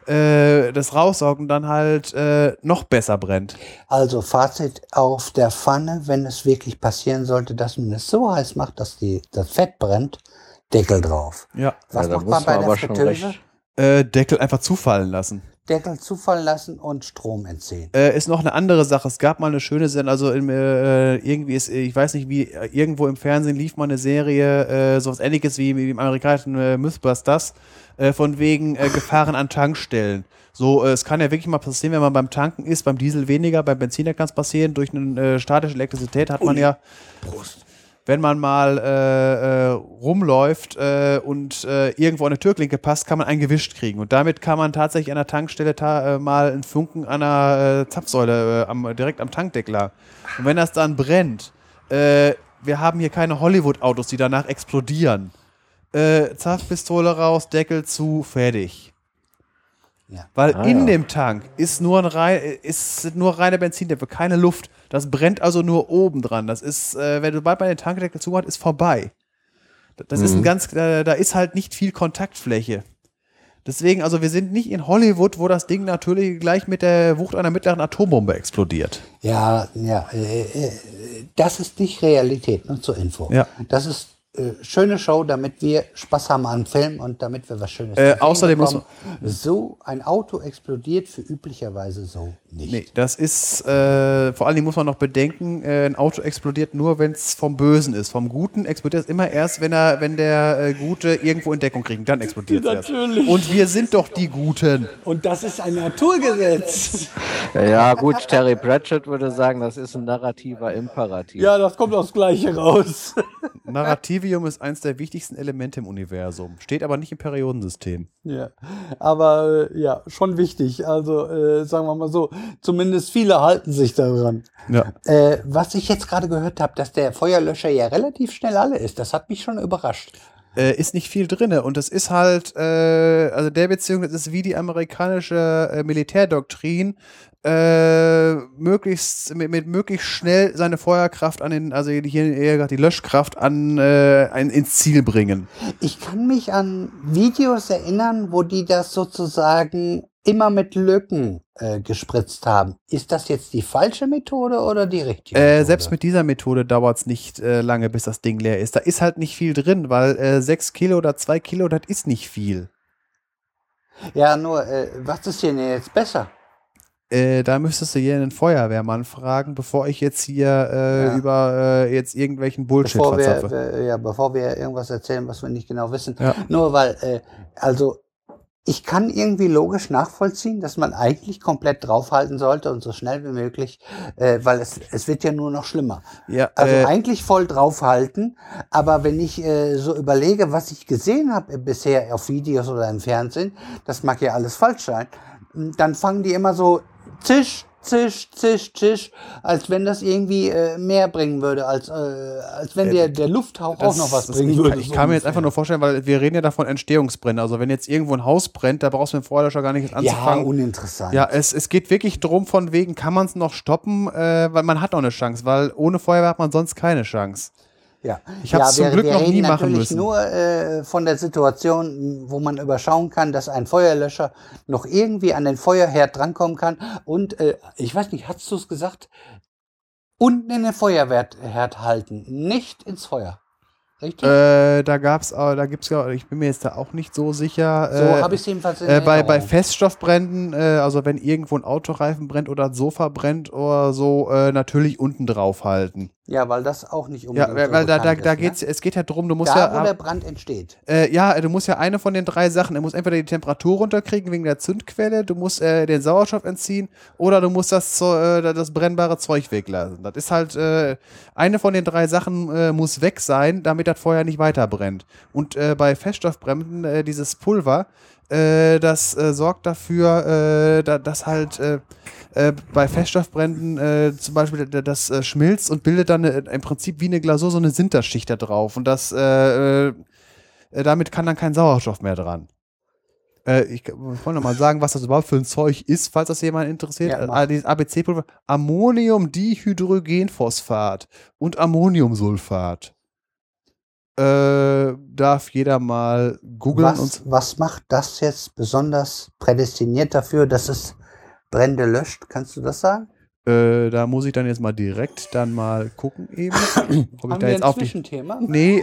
das raussaugen dann halt noch besser brennt. Also Fazit auf der Pfanne, wenn es wirklich passieren sollte, dass man es so heiß macht, dass das Fett brennt, Deckel drauf. Ja. Was macht man bei der Fritteuse? Deckel einfach zufallen lassen. Deckel zufallen lassen und Strom entziehen. Ist noch eine andere Sache. Es gab mal eine schöne Sendung, also irgendwie ist, ich weiß nicht wie, irgendwo im Fernsehen lief mal eine Serie, sowas ähnliches wie im amerikanischen Mythbusters, von wegen Gefahren an Tankstellen. So, es kann ja wirklich mal passieren, wenn man beim Tanken ist, beim Diesel weniger, beim Benziner kann es passieren, durch eine statische Elektrizität hat man ja, wenn man mal rumläuft und irgendwo an eine Türklinke passt, kann man einen gewischt kriegen. Und damit kann man tatsächlich an der Tankstelle mal einen Funken an einer Zapfsäule direkt am Tankdeckel haben. Und wenn das dann brennt, wir haben hier keine Hollywood-Autos, die danach explodieren. Zapfpistole raus, Deckel zu, fertig. Ja. Weil in dem Tank ist nur reine Benzindämpfe, keine Luft. Das brennt also nur oben dran. Das ist, wenn du bald mal den Tankdeckel zumacht, ist vorbei. Das ist da ist halt nicht viel Kontaktfläche. Deswegen, also wir sind nicht in Hollywood, wo das Ding natürlich gleich mit der Wucht einer mittleren Atombombe explodiert. Ja, das ist nicht Realität, nur zur Info. Ja. Das ist schöne Show, damit wir Spaß haben am Film und damit wir was Schönes außerdem bekommen. So ein Auto explodiert für üblicherweise so nicht. Nee, das ist, vor allen Dingen muss man noch bedenken, ein Auto explodiert nur, wenn es vom Bösen ist. Vom Guten explodiert es immer erst, wenn der Gute irgendwo in Deckung kriegt. Dann explodiert es erst. Und wir sind doch die Guten. Und das ist ein Naturgesetz. Ja gut, Terry Pratchett würde sagen, das ist ein narrativer Imperativ. Ja, das kommt aufs Gleiche raus. Narrativium ist eins der wichtigsten Elemente im Universum. Steht aber nicht im Periodensystem. Ja, aber ja, schon wichtig. Also sagen wir mal so, zumindest viele halten sich daran. Ja. Was ich jetzt gerade gehört habe, dass der Feuerlöscher ja relativ schnell alle ist, das hat mich schon überrascht. Ist nicht viel drinne und das ist halt, also der Beziehung, das ist wie die amerikanische Militärdoktrin, möglichst schnell seine Feuerkraft die Löschkraft ins Ziel bringen. Ich kann mich an Videos erinnern, wo die das sozusagen immer mit Lücken gespritzt haben. Ist das jetzt die falsche Methode oder die richtige Methode? Selbst mit dieser Methode dauert es nicht lange, bis das Ding leer ist. Da ist halt nicht viel drin, weil 6 Kilo oder 2 Kilo, das ist nicht viel. Ja, nur, was ist denn jetzt besser? Da müsstest du hier einen Feuerwehrmann fragen, bevor ich jetzt hier über jetzt irgendwelchen Bullshit verzapfe. Bevor wir irgendwas erzählen, was wir nicht genau wissen. Ja. Nur weil, ich kann irgendwie logisch nachvollziehen, dass man eigentlich komplett draufhalten sollte und so schnell wie möglich, weil es wird ja nur noch schlimmer. Ja, Also eigentlich voll draufhalten, aber wenn ich so überlege, was ich gesehen habe bisher auf Videos oder im Fernsehen, das mag ja alles falsch sein, dann fangen die immer so zisch, als wenn das irgendwie mehr bringen würde, als wenn der Lufthauch auch noch was bringen würde. Ich kann mir jetzt einfach nur vorstellen, weil wir reden ja davon Entstehungsbrände. Also wenn jetzt irgendwo ein Haus brennt, da brauchst du mit dem Feuerlöscher gar nicht anzufangen. Ja, uninteressant. Ja, es geht wirklich drum von wegen, kann man es noch stoppen, weil man hat noch eine Chance, weil ohne Feuerwehr hat man sonst keine Chance. Ja, ich habe es zum Glück noch nie machen müssen. Nur von der Situation, wo man überschauen kann, dass ein Feuerlöscher noch irgendwie an den Feuerherd drankommen kann. Und ich weiß nicht, hast du es gesagt? Unten in den Feuerherd halten, nicht ins Feuer. Richtig? Da gibt's ja, ich bin mir jetzt da auch nicht so sicher. So habe ich es jedenfalls in Erinnerung. Bei Feststoffbränden, also wenn irgendwo ein Autoreifen brennt oder ein Sofa brennt oder so, natürlich unten drauf halten. Ja, weil das auch nicht unbedingt weil so da ist, geht's, es geht ja drum, du musst wo der Brand entsteht. Du musst ja eine von den 3 Sachen, du musst entweder die Temperatur runterkriegen wegen der Zündquelle, du musst den Sauerstoff entziehen oder du musst das brennbare Zeug weglassen. Das ist halt, eine von den 3 Sachen muss weg sein, damit das Feuer nicht weiter brennt. Und bei Feststoffbränden, dieses Pulver, das sorgt dafür, dass halt bei Feststoffbränden zum Beispiel das schmilzt und bildet dann im Prinzip wie eine Glasur so eine Sinterschicht da drauf. Und das damit kann dann kein Sauerstoff mehr dran. Ich wollte noch mal sagen, was das überhaupt für ein Zeug ist, falls das jemand interessiert. Ja, dieses ABC-Pulver, Ammoniumdihydrogenphosphat und Ammoniumsulfat. Darf jeder mal googeln. Was macht das jetzt besonders prädestiniert dafür, dass es Brände löscht? Kannst du das sagen? Da muss ich dann jetzt mal direkt mal gucken eben. Haben wir jetzt ein Zwischenthema? Nee.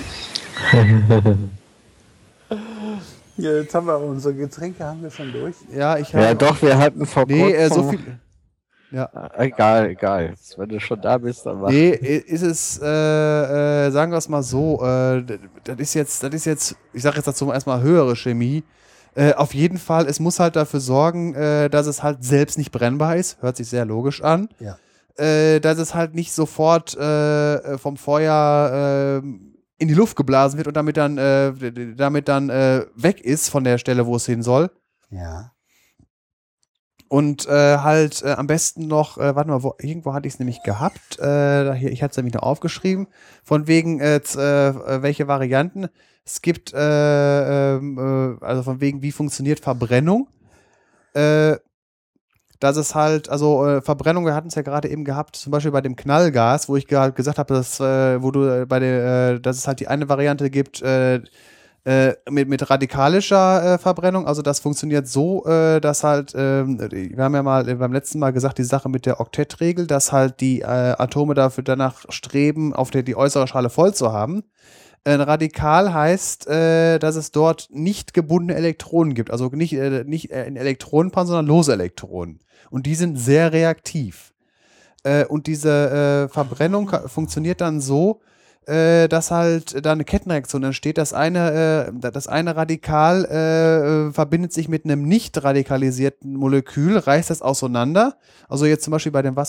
Ja, jetzt haben wir unsere Getränke schon durch. Ja, doch, wir hatten vor kurzem... so viel... Ja. Egal. Jetzt, wenn du schon da bist, dann mach. Nee, ist es, sagen wir es mal so, das ist jetzt, ich sage jetzt dazu erstmal höhere Chemie. Auf jeden Fall, es muss halt dafür sorgen, dass es halt selbst nicht brennbar ist. Hört sich sehr logisch an. Ja. Dass es halt nicht sofort vom Feuer in die Luft geblasen wird und damit dann weg ist von der Stelle, wo es hin soll. Ja. Und am besten noch, warte mal, irgendwo hatte ich es nämlich gehabt, ich hatte es nämlich noch aufgeschrieben, von wegen, welche Varianten. Es gibt, also von wegen, wie funktioniert Verbrennung. Dass es halt, also Verbrennung, wir hatten es ja gerade eben gehabt, zum Beispiel bei dem Knallgas, wo ich halt gesagt habe, dass, dass es halt die eine Variante gibt, mit radikalischer Verbrennung, also das funktioniert so, dass halt, wir haben ja mal beim letzten Mal gesagt, die Sache mit der Oktettregel, dass halt die Atome danach streben, die äußere Schale voll zu haben. Radikal heißt, dass es dort nicht gebundene Elektronen gibt, also nicht in Elektronenpaaren, sondern lose Elektronen. Und die sind sehr reaktiv. Und diese Verbrennung funktioniert dann so, dass halt da eine Kettenreaktion entsteht. Das eine Radikal verbindet sich mit einem nicht radikalisierten Molekül, reißt das auseinander. Also jetzt zum Beispiel bei den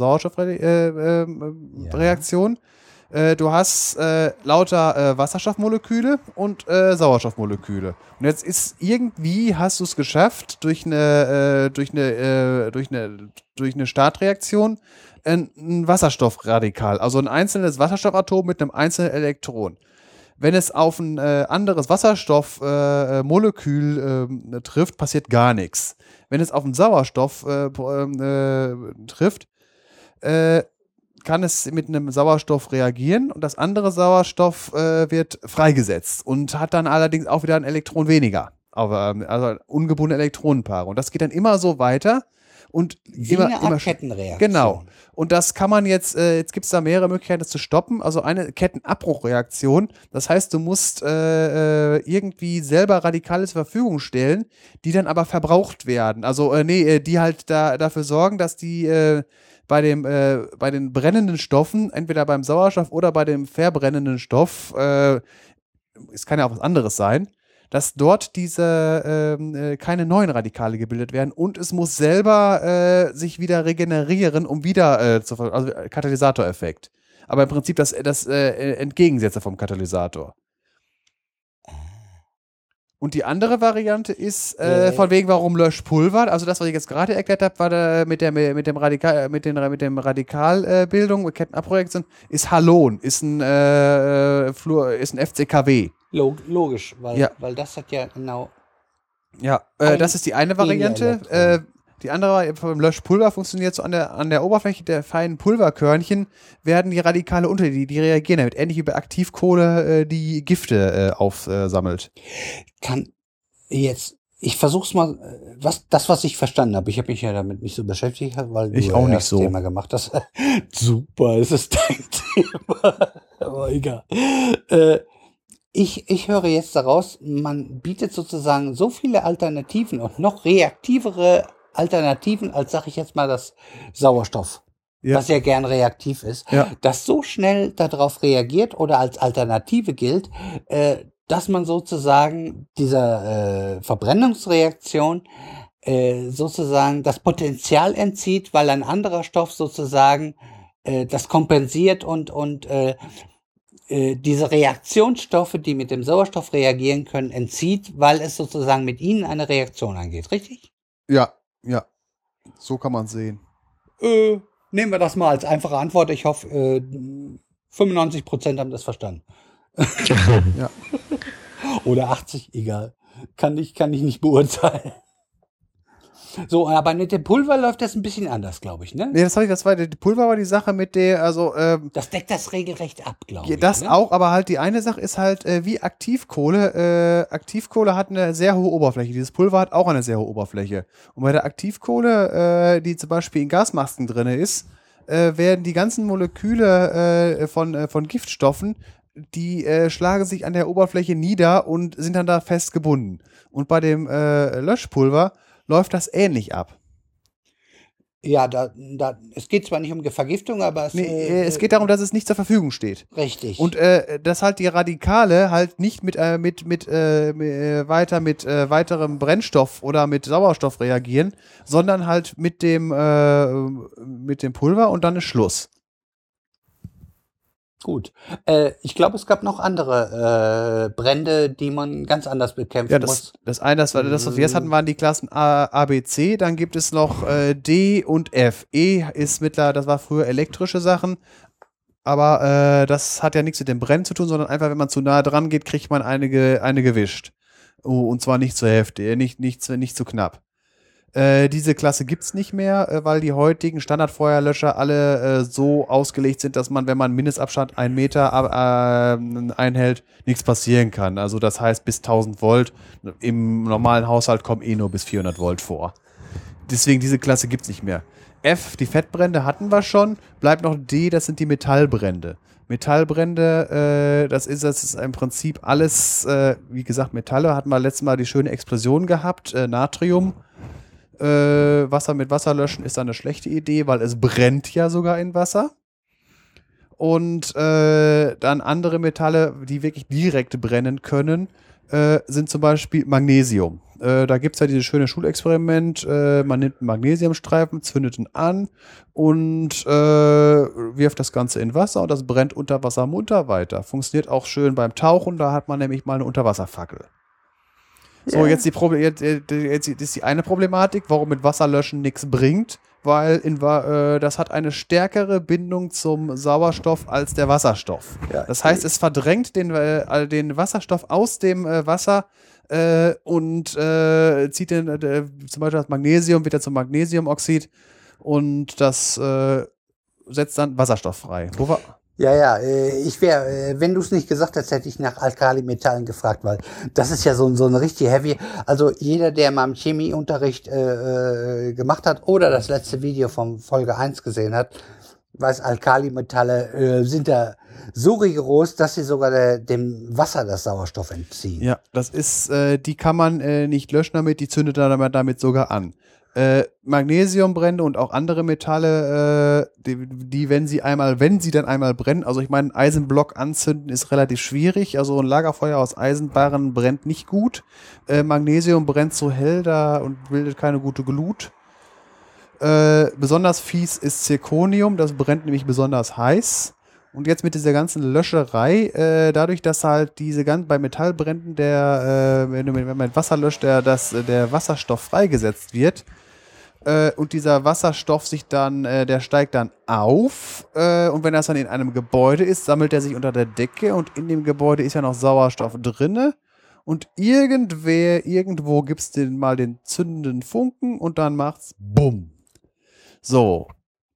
Wasserstoff-Sauerstoff-Reaktionen. Du hast lauter Wasserstoffmoleküle und Sauerstoffmoleküle. Und jetzt hast du es geschafft, durch eine Startreaktion ein Wasserstoffradikal, also ein einzelnes Wasserstoffatom mit einem einzelnen Elektron. Wenn es auf ein anderes Wasserstoffmolekül trifft, passiert gar nichts. Wenn es auf einen Sauerstoff trifft, kann es mit einem Sauerstoff reagieren und das andere Sauerstoff wird freigesetzt und hat dann allerdings auch wieder ein Elektron weniger. also ungebundene Elektronenpaare. Und das geht dann immer so weiter. Und Wie eine Art Kettenreaktion. Genau. Und das kann man jetzt gibt es da mehrere Möglichkeiten, das zu stoppen. Also eine Kettenabbruchreaktion. Das heißt, du musst irgendwie selber Radikale zur Verfügung stellen, die dann aber verbraucht werden. Also, die halt dafür sorgen, dass die bei den brennenden Stoffen, entweder beim Sauerstoff oder bei dem verbrennenden Stoff, es kann ja auch was anderes sein, dass dort keine neuen Radikale gebildet werden und es muss selber sich wieder regenerieren, um wieder also Katalysatoreffekt. Aber im Prinzip das Entgegensätze vom Katalysator. Und die andere Variante ist von wegen, warum Löschpulver, also das, was ich jetzt gerade erklärt habe, war da mit dem Radikalbildung, Kettenabbruchreaktion, ist Halon, ist ein FCKW. Logisch, weil das hat ja genau. Ja, das ist die eine Variante. Die andere vom Löschpulver funktioniert so an der Oberfläche der feinen Pulverkörnchen werden die Radikale unter die reagieren damit, ähnlich wie bei Aktivkohle die Gifte aufsammelt. Ich versuch's mal, was ich verstanden habe. Ich habe mich ja damit nicht so beschäftigt, weil du ich auch nicht so. Thema gemacht hast. Super, es ist dein Thema. Aber egal. Ich höre jetzt daraus, man bietet sozusagen so viele Alternativen und noch reaktivere Alternativen, als sag ich jetzt mal das Sauerstoff, was ja gern reaktiv ist, das so schnell darauf reagiert oder als Alternative gilt, dass man sozusagen dieser Verbrennungsreaktion sozusagen das Potenzial entzieht, weil ein anderer Stoff sozusagen das kompensiert und diese Reaktionsstoffe, die mit dem Sauerstoff reagieren können, entzieht, weil es sozusagen mit ihnen eine Reaktion angeht, richtig? Ja, so kann man sehen. Nehmen wir das mal als einfache Antwort. Ich hoffe, 95% haben das verstanden. Ja. Oder 80, egal. Kann ich nicht beurteilen. So, aber mit dem Pulver läuft das ein bisschen anders, glaube ich, ne? Nee, die Pulver war die Sache mit der, das deckt das regelrecht ab, glaube ich. Das auch, aber halt die eine Sache ist halt wie Aktivkohle. Aktivkohle hat eine sehr hohe Oberfläche. Dieses Pulver hat auch eine sehr hohe Oberfläche. Und bei der Aktivkohle, die zum Beispiel in Gasmasken drin ist, werden die ganzen Moleküle von Giftstoffen, die schlagen sich an der Oberfläche nieder und sind dann da fest gebunden. Und bei dem Löschpulver läuft das ähnlich ab. Ja, es geht zwar nicht um Vergiftung, aber es geht darum, dass es nicht zur Verfügung steht. Richtig. Und dass halt die Radikale halt nicht weiter mit weiterem Brennstoff oder mit Sauerstoff reagieren, sondern halt mit dem Pulver und dann ist Schluss. Gut. Ich glaube, es gab noch andere Brände, die man ganz anders bekämpfen muss. Das eine, das was wir jetzt hatten, waren die Klassen A, B, C. Dann gibt es noch D und F. E ist das war früher elektrische Sachen. Aber das hat ja nichts mit dem Brennen zu tun, sondern einfach, wenn man zu nah dran geht, kriegt man eine gewischt. Und zwar nicht zu heftig, nicht zu knapp. Diese Klasse gibt's nicht mehr, weil die heutigen Standardfeuerlöscher alle so ausgelegt sind, dass man, wenn man Mindestabstand 1 Meter einhält, nichts passieren kann. Also das heißt bis 1000 Volt. Im normalen Haushalt kommen nur bis 400 Volt vor. Deswegen diese Klasse gibt's nicht mehr. F, die Fettbrände hatten wir schon. Bleibt noch D, das sind die Metallbrände. Metallbrände, das ist im Prinzip alles, wie gesagt, Metalle. Hatten wir letztes Mal die schöne Explosion gehabt, Natrium. Wasser mit Wasser löschen ist eine schlechte Idee, weil es brennt ja sogar in Wasser. Und dann andere Metalle, die wirklich direkt brennen können, sind zum Beispiel Magnesium. Da gibt es ja dieses schöne Schulexperiment, man nimmt einen Magnesiumstreifen, zündet ihn an und wirft das Ganze in Wasser und das brennt unter Wasser munter weiter. Funktioniert auch schön beim Tauchen, da hat man nämlich mal eine Unterwasserfackel. So, jetzt ist die eine Problematik, warum mit Wasser löschen nichts bringt, weil das hat eine stärkere Bindung zum Sauerstoff als der Wasserstoff. Ja, das heißt, es verdrängt den Wasserstoff aus dem Wasser und zieht zum Beispiel das Magnesium wieder zum Magnesiumoxid und das setzt dann Wasserstoff frei. Ja, ich wäre, wenn du es nicht gesagt hättest, hätte ich nach Alkalimetallen gefragt, weil das ist ja so ein richtig heavy. Also jeder, der mal im Chemieunterricht gemacht hat oder das letzte Video von Folge 1 gesehen hat, weiß, Alkalimetalle sind da so rigoros, dass sie sogar dem Wasser das Sauerstoff entziehen. Ja, das ist, die kann man nicht löschen damit, die zündet damit sogar an. Magnesiumbrände und auch andere Metalle, die wenn sie dann einmal brennen, also ich meine, Eisenblock anzünden ist relativ schwierig, also ein Lagerfeuer aus Eisenbarren brennt nicht gut. Magnesium brennt so hell da und bildet keine gute Glut. Besonders fies ist Zirconium, das brennt nämlich besonders heiß. Und jetzt mit dieser ganzen Löscherei, dadurch, dass halt bei Metallbränden, wenn man Wasser löscht, der Wasserstoff freigesetzt wird, und dieser Wasserstoff der steigt dann auf, und wenn das dann in einem Gebäude ist, sammelt er sich unter der Decke und in dem Gebäude ist ja noch Sauerstoff drinne und irgendwo gibt's den zündenden Funken und dann macht's BUM. So.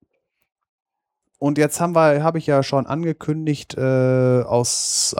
Und jetzt habe ich ja schon angekündigt aus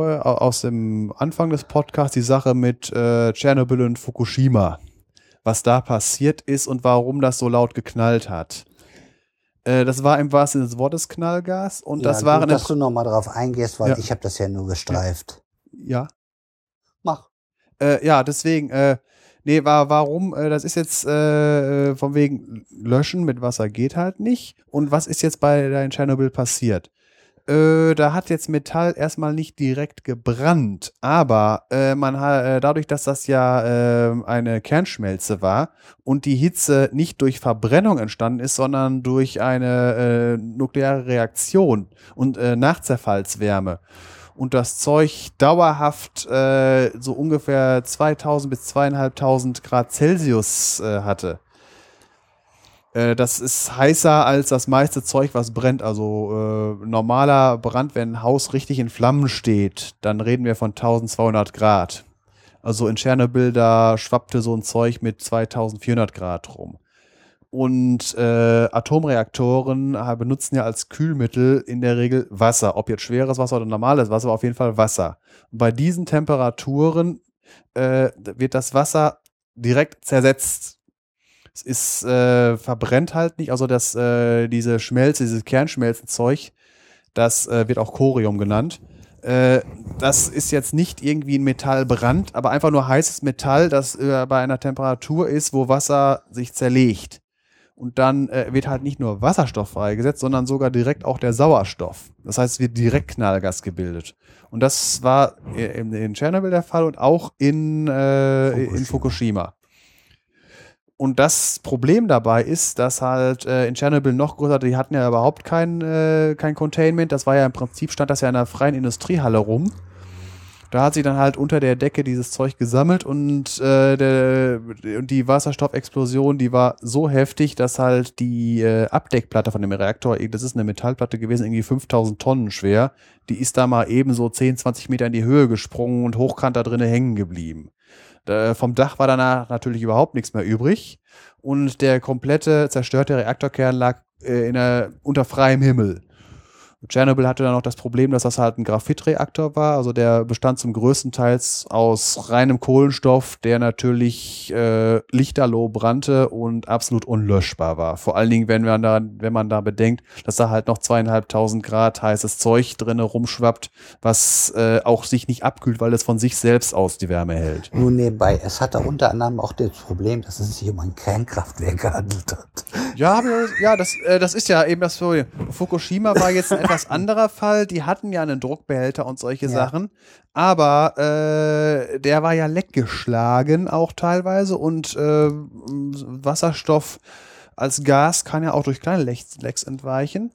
dem Anfang des Podcasts die Sache mit Tschernobyl und Fukushima. Was da passiert ist und warum das so laut geknallt hat. Das war im wahrsten Sinne des Wortes Knallgas. Und Ja, das waren... gut, dass du nochmal drauf eingehst, weil Ja. ich habe das ja nur gestreift. Ja. Mach. Ja, deswegen... warum? Das ist jetzt von wegen Löschen mit Wasser geht halt nicht. Und was ist jetzt in Tschernobyl passiert? Da hat jetzt Metall erstmal nicht direkt gebrannt, aber dadurch, dass das ja eine Kernschmelze war und die Hitze nicht durch Verbrennung entstanden ist, sondern durch eine nukleare Reaktion und Nachzerfallswärme und das Zeug dauerhaft so ungefähr 2000 bis 2500 Grad Celsius hatte. Das ist heißer als das meiste Zeug, was brennt. Also normaler Brand, wenn ein Haus richtig in Flammen steht, dann reden wir von 1200 Grad. Also in Tschernobyl, da schwappte so ein Zeug mit 2400 Grad rum. Und Atomreaktoren benutzen ja als Kühlmittel in der Regel Wasser. Ob jetzt schweres Wasser oder normales Wasser, aber auf jeden Fall Wasser. Und bei diesen Temperaturen wird das Wasser direkt zersetzt. Es ist verbrennt halt nicht, also diese Schmelze, dieses Kernschmelzenzeug, das wird auch Corium genannt. Das ist jetzt nicht irgendwie ein Metallbrand, aber einfach nur heißes Metall, das bei einer Temperatur ist, wo Wasser sich zerlegt. Und dann wird halt nicht nur Wasserstoff freigesetzt, sondern sogar direkt auch der Sauerstoff. Das heißt, es wird direkt Knallgas gebildet. Und das war in Tschernobyl der Fall und auch in Fukushima. Und das Problem dabei ist, dass halt in Tschernobyl noch größer, die hatten ja überhaupt kein Containment. Das war ja im Prinzip, stand das ja in einer freien Industriehalle rum. Da hat sich dann halt unter der Decke dieses Zeug gesammelt und die Wasserstoffexplosion, die war so heftig, dass halt die Abdeckplatte von dem Reaktor, das ist eine Metallplatte gewesen, irgendwie 5000 Tonnen schwer, die ist da mal eben so 10, 20 Meter in die Höhe gesprungen und hochkant da drinnen hängen geblieben. Vom Dach war danach natürlich überhaupt nichts mehr übrig und der komplette zerstörte Reaktorkern lag unter freiem Himmel. Tschernobyl hatte dann noch das Problem, dass das halt ein Graphitreaktor war, also der bestand zum größten Teil aus reinem Kohlenstoff, der natürlich lichterloh brannte und absolut unlöschbar war. Vor allen Dingen, wenn man da bedenkt, dass da halt noch 2500 Grad heißes Zeug drin rumschwappt, was auch sich nicht abkühlt, weil es von sich selbst aus die Wärme hält. Nur nebenbei, es hatte unter anderem auch das Problem, dass es sich um ein Kernkraftwerk gehandelt hat. Ja, das ist ja eben das Problem. Fukushima war jetzt ein etwas anderer Fall. Die hatten ja einen Druckbehälter und solche Sachen. Aber der war ja leckgeschlagen auch teilweise. Und Wasserstoff als Gas kann ja auch durch kleine Lecks entweichen.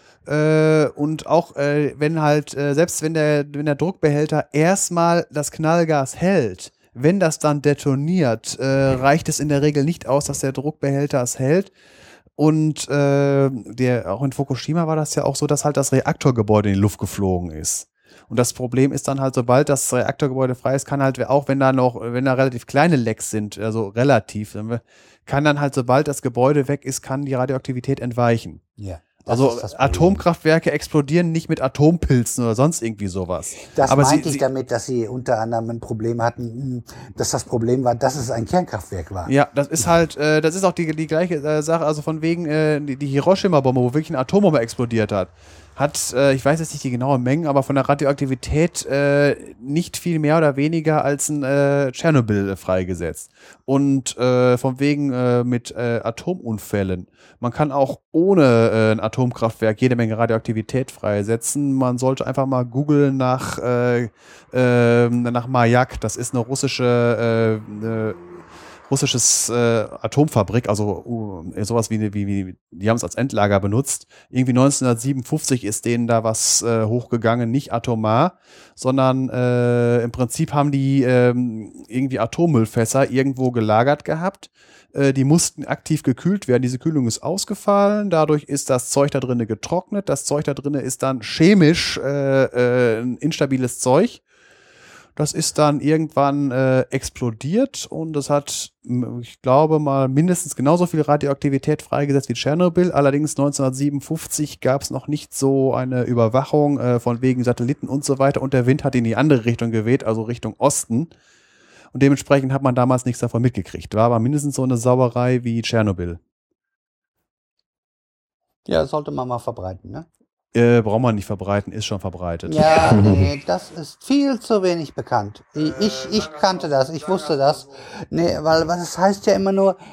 Und auch selbst wenn der Druckbehälter erstmal das Knallgas hält, wenn das dann detoniert, reicht es in der Regel nicht aus, dass der Druckbehälter es hält. Und auch in Fukushima war das ja auch so, dass halt das Reaktorgebäude in die Luft geflogen ist. Und das Problem ist dann halt, sobald das Reaktorgebäude frei ist, kann halt auch, wenn da relativ kleine Lecks sind, also relativ, kann dann halt, sobald das Gebäude weg ist, kann die Radioaktivität entweichen. Ja. Also ist das Problem. Atomkraftwerke explodieren nicht mit Atompilzen oder sonst irgendwie sowas. Das Aber meinte ich damit, dass sie unter anderem ein Problem hatten, dass das Problem war, dass es ein Kernkraftwerk war. Ja, das ist halt, das ist auch die gleiche Sache, also von wegen die Hiroshima-Bombe, wo wirklich eine Atombombe explodiert hat. Hat, ich weiß jetzt nicht die genauen Mengen, aber von der Radioaktivität nicht viel mehr oder weniger als ein Tschernobyl freigesetzt. Und von wegen mit Atomunfällen. Man kann auch ohne ein Atomkraftwerk jede Menge Radioaktivität freisetzen. Man sollte einfach mal googeln nach Mayak. Das ist eine russisches Atomfabrik, also sowas wie die haben es als Endlager benutzt. Irgendwie 1957 ist denen da was hochgegangen, nicht atomar, sondern im Prinzip haben die irgendwie Atommüllfässer irgendwo gelagert gehabt. Die mussten aktiv gekühlt werden. Diese Kühlung ist ausgefallen. Dadurch ist das Zeug da drinnen getrocknet. Das Zeug da drinnen ist dann chemisch ein instabiles Zeug. Das ist dann irgendwann explodiert und das hat, ich glaube mal, mindestens genauso viel Radioaktivität freigesetzt wie Tschernobyl. Allerdings 1957 gab es noch nicht so eine Überwachung von wegen Satelliten und so weiter und der Wind hat in die andere Richtung geweht, also Richtung Osten. Und dementsprechend hat man damals nichts davon mitgekriegt. War aber mindestens so eine Sauerei wie Tschernobyl. Ja, sollte man mal verbreiten, ne? Braucht man nicht verbreiten, ist schon verbreitet. Ja, nee, das ist viel zu wenig bekannt. Ich kannte das, ich wusste das. Nee, weil das heißt ja immer nur,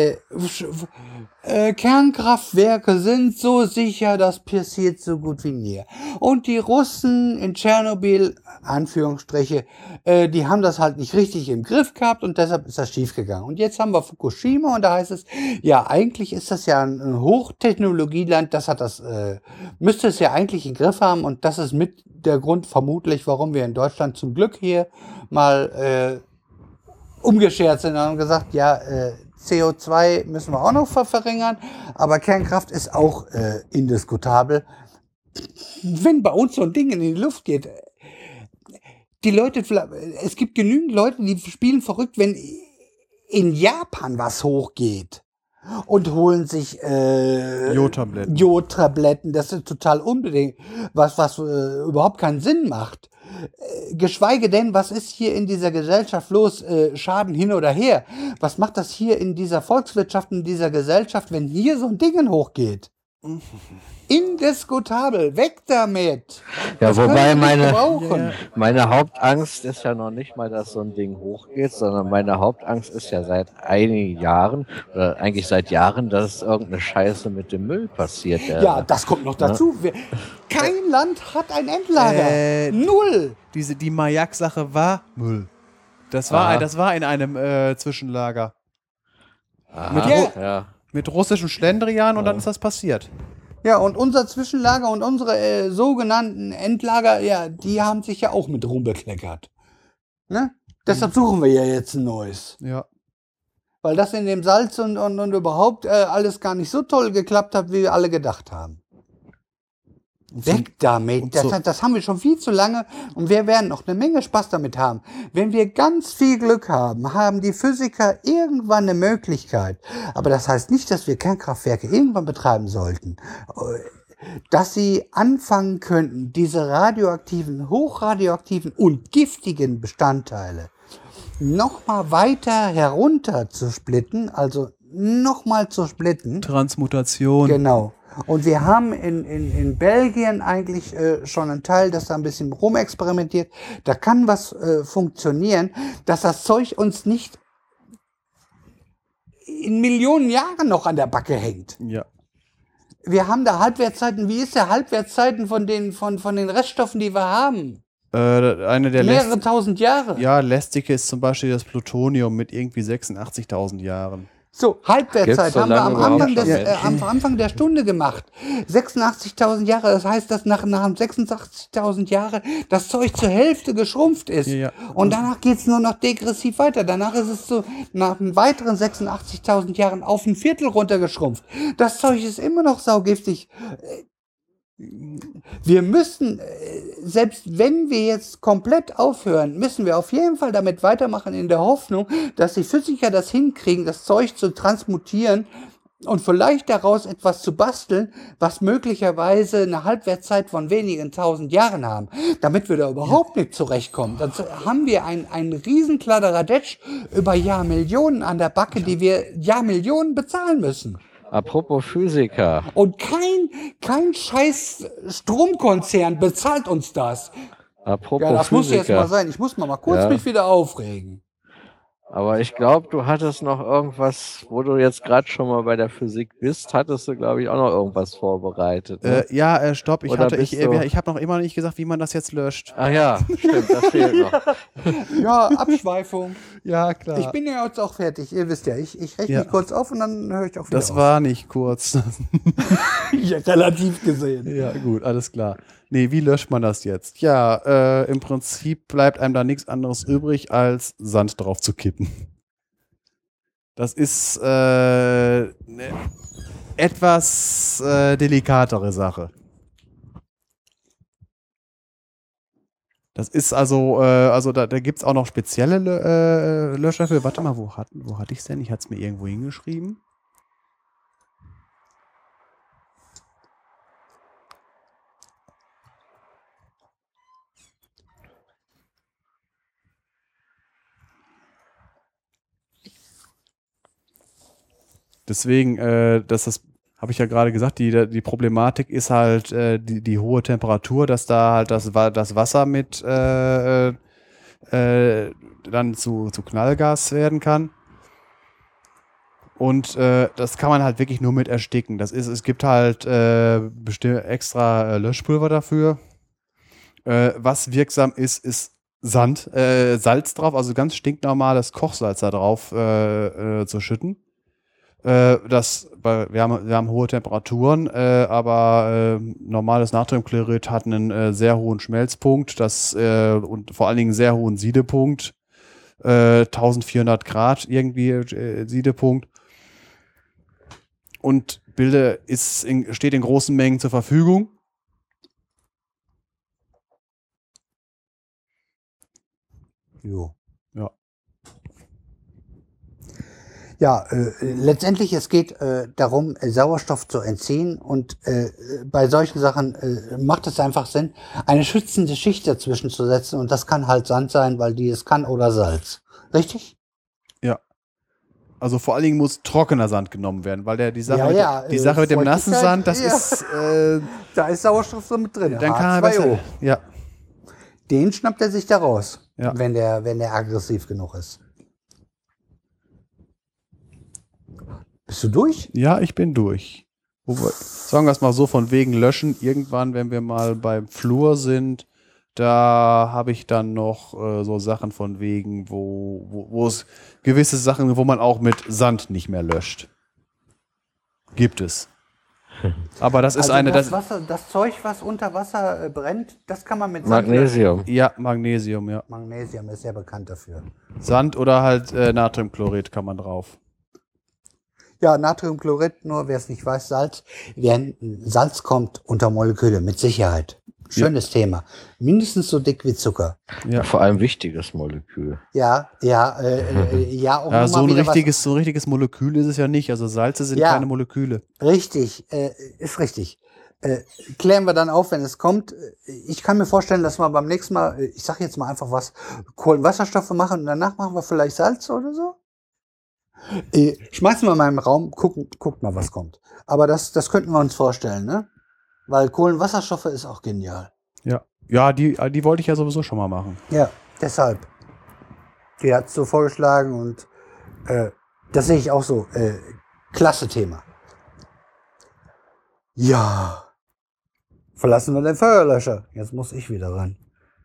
Kernkraftwerke sind so sicher, das passiert so gut wie nie. Und die Russen in Tschernobyl, Anführungsstriche, die haben das halt nicht richtig im Griff gehabt und deshalb ist das schiefgegangen. Und jetzt haben wir Fukushima und da heißt es, ja, eigentlich ist das ja ein Hochtechnologieland, das hat das, müsste es ja eigentlich im Griff haben und das ist mit der Grund vermutlich, warum wir in Deutschland zum Glück hier mal umgeschert sind und haben gesagt, ja, CO2 müssen wir auch noch verringern, aber Kernkraft ist auch indiskutabel. Wenn bei uns so ein Ding in die Luft geht, die Leute, es gibt genügend Leute, die spielen verrückt, wenn in Japan was hochgeht und holen sich Jodtabletten. Das ist total unbedingt, was überhaupt keinen Sinn macht. Geschweige denn, was ist hier in dieser Gesellschaft los? Schaden hin oder her. Was macht das hier in dieser Volkswirtschaft, in dieser Gesellschaft, wenn hier so ein Ding hochgeht? Indiskutabel, weg damit. Ja, Das wobei können wir nicht gebrauchen. meine Hauptangst ist ja noch nicht mal, dass so ein Ding hochgeht, sondern meine Hauptangst ist ja seit einigen Jahren, oder eigentlich seit Jahren, dass irgendeine Scheiße mit dem Müll passiert. Ja, das kommt noch dazu. Kein Land hat ein Endlager. Null. Die Mayak-Sache war Müll. Das war in einem Zwischenlager. Aha, Mit russischem Schlendrian und dann ist das passiert. Ja, und unser Zwischenlager und unsere sogenannten Endlager, ja, die haben sich ja auch mit Ruhm bekleckert. Ne? Deshalb suchen wir ja jetzt ein neues. Ja. Weil das in dem Salz und überhaupt alles gar nicht so toll geklappt hat, wie wir alle gedacht haben. Weg damit. Das haben wir schon viel zu lange und wir werden noch eine Menge Spaß damit haben. Wenn wir ganz viel Glück haben, haben die Physiker irgendwann eine Möglichkeit. Aber das heißt nicht, dass wir Kernkraftwerke irgendwann betreiben sollten. Dass sie anfangen könnten, diese radioaktiven, hochradioaktiven und giftigen Bestandteile nochmal weiter herunter zu splitten, also nochmal zu splitten. Transmutation. Genau. Und wir haben in Belgien eigentlich schon einen Teil, das da ein bisschen rumexperimentiert. Da kann was funktionieren, dass das Zeug uns nicht in Millionen Jahren noch an der Backe hängt. Ja. Wir haben da Halbwertszeiten. Wie ist der Halbwertszeiten von den Reststoffen, die wir haben? Eine der Mehrere tausend Jahre. Ja, lästige ist zum Beispiel das Plutonium mit irgendwie 86.000 Jahren. So, Halbwertzeit so haben wir am lange Anfang, überhaupt am Anfang der Stunde gemacht. 86.000 Jahre, das heißt, dass nach 86.000 Jahren das Zeug zur Hälfte geschrumpft ist. Ja. Und danach geht's nur noch degressiv weiter. Danach ist es so nach weiteren 86.000 Jahren auf ein Viertel runtergeschrumpft. Das Zeug ist immer noch saugiftig. Wir müssen, selbst wenn wir jetzt komplett aufhören, müssen wir auf jeden Fall damit weitermachen in der Hoffnung, dass die Physiker das hinkriegen, das Zeug zu transmutieren und vielleicht daraus etwas zu basteln, was möglicherweise eine Halbwertszeit von wenigen 1000 Jahren haben, damit wir da überhaupt nicht zurechtkommen. Dann haben wir ein riesen Kladderadatsch über Jahrmillionen an der Backe, die wir Jahrmillionen bezahlen müssen. Apropos Physiker. Und kein scheiß Stromkonzern bezahlt uns das. Apropos Ja, das muss jetzt Physiker. mal sein. Ich muss mal kurz mich wieder aufregen. Aber ich glaube, du hattest noch irgendwas, wo du jetzt gerade schon mal bei der Physik bist, hattest du, glaube ich, auch noch irgendwas vorbereitet. Ne? Stopp. Oder bist du- Ich habe noch immer nicht gesagt, wie man das jetzt löscht. Ach ja, stimmt, das fehlt noch. Ja, Abschweifung. Ja, klar. Ich bin ja jetzt auch fertig. Ihr wisst ja, ich rechne mich kurz auf und dann höre ich auch wieder Das auf. war nicht kurz. Ja, relativ gesehen. Ja, gut, alles klar. Nee, wie löscht man das jetzt? Ja, im Prinzip bleibt einem da nichts anderes übrig, als Sand drauf zu kippen. Das ist eine etwas delikatere Sache. Das ist also da gibt es auch noch spezielle Löscher für. Warte mal, wo hatte ich es denn? Ich hatte es mir irgendwo hingeschrieben. Deswegen, habe ich ja gerade gesagt, die Problematik ist halt die hohe Temperatur, dass da halt das Wasser mit dann zu Knallgas werden kann. Und das kann man halt wirklich nur mit ersticken. Es gibt halt bestimmt extra Löschpulver dafür. Was wirksam ist Salz drauf, also ganz stinknormales Kochsalz da drauf zu schütten. Wir haben hohe Temperaturen, aber normales Natriumchlorid hat einen sehr hohen Schmelzpunkt und vor allen Dingen einen sehr hohen Siedepunkt. 1400 Grad irgendwie Siedepunkt. Und steht in großen Mengen zur Verfügung. Jo. Ja. Ja, letztendlich es geht darum, Sauerstoff zu entziehen und bei solchen Sachen macht es einfach Sinn, eine schützende Schicht dazwischen zu setzen und das kann halt Sand sein, weil die es kann oder Salz. Richtig? Ja. Also vor allen Dingen muss trockener Sand genommen werden, weil die Sache Ja, mit dem nassen Feuchtigkeit, Sand, das ja. ist Da ist Sauerstoff so mit drin. dann kann er H2O. besser. Ja. Den schnappt er sich da raus, Ja. wenn der aggressiv genug ist. Bist du durch? Ja, ich bin durch. Sagen wir es mal so, von wegen Löschen. Irgendwann, wenn wir mal beim Flur sind, da habe ich dann noch so Sachen von wegen, wo es gewisse Sachen, wo man auch mit Sand nicht mehr löscht. Gibt es. Aber das ist das Zeug, was unter Wasser brennt, das kann man mit Sand Magnesium. Ja, Magnesium, ja. Magnesium ist sehr bekannt dafür. Sand oder halt Natriumchlorid kann man drauf. Ja, Natriumchlorid, nur wer es nicht weiß, Salz. Salz kommt unter Moleküle, mit Sicherheit. Schönes Thema. Mindestens so dick wie Zucker. Ja. Vor allem wichtiges Molekül. Ja, auch Ja, so ein mal wieder richtiges Molekül ist es ja nicht. Also Salze sind Ja. keine Moleküle. Richtig, ist richtig. Klären wir dann auf, wenn es kommt. Ich kann mir vorstellen, dass wir beim nächsten Mal, ich sag jetzt mal einfach was, Kohlenwasserstoffe machen und danach machen wir vielleicht Salz oder so. Schmeißen wir mal im Raum, guckt mal, was kommt. Aber das könnten wir uns vorstellen, ne? Weil Kohlenwasserstoffe ist auch genial. Ja. Ja, die wollte ich ja sowieso schon mal machen. Ja, deshalb. Die hat's so vorgeschlagen und das sehe ich auch so. Klasse Thema. Ja. Verlassen wir den Feuerlöscher. Jetzt muss ich wieder ran.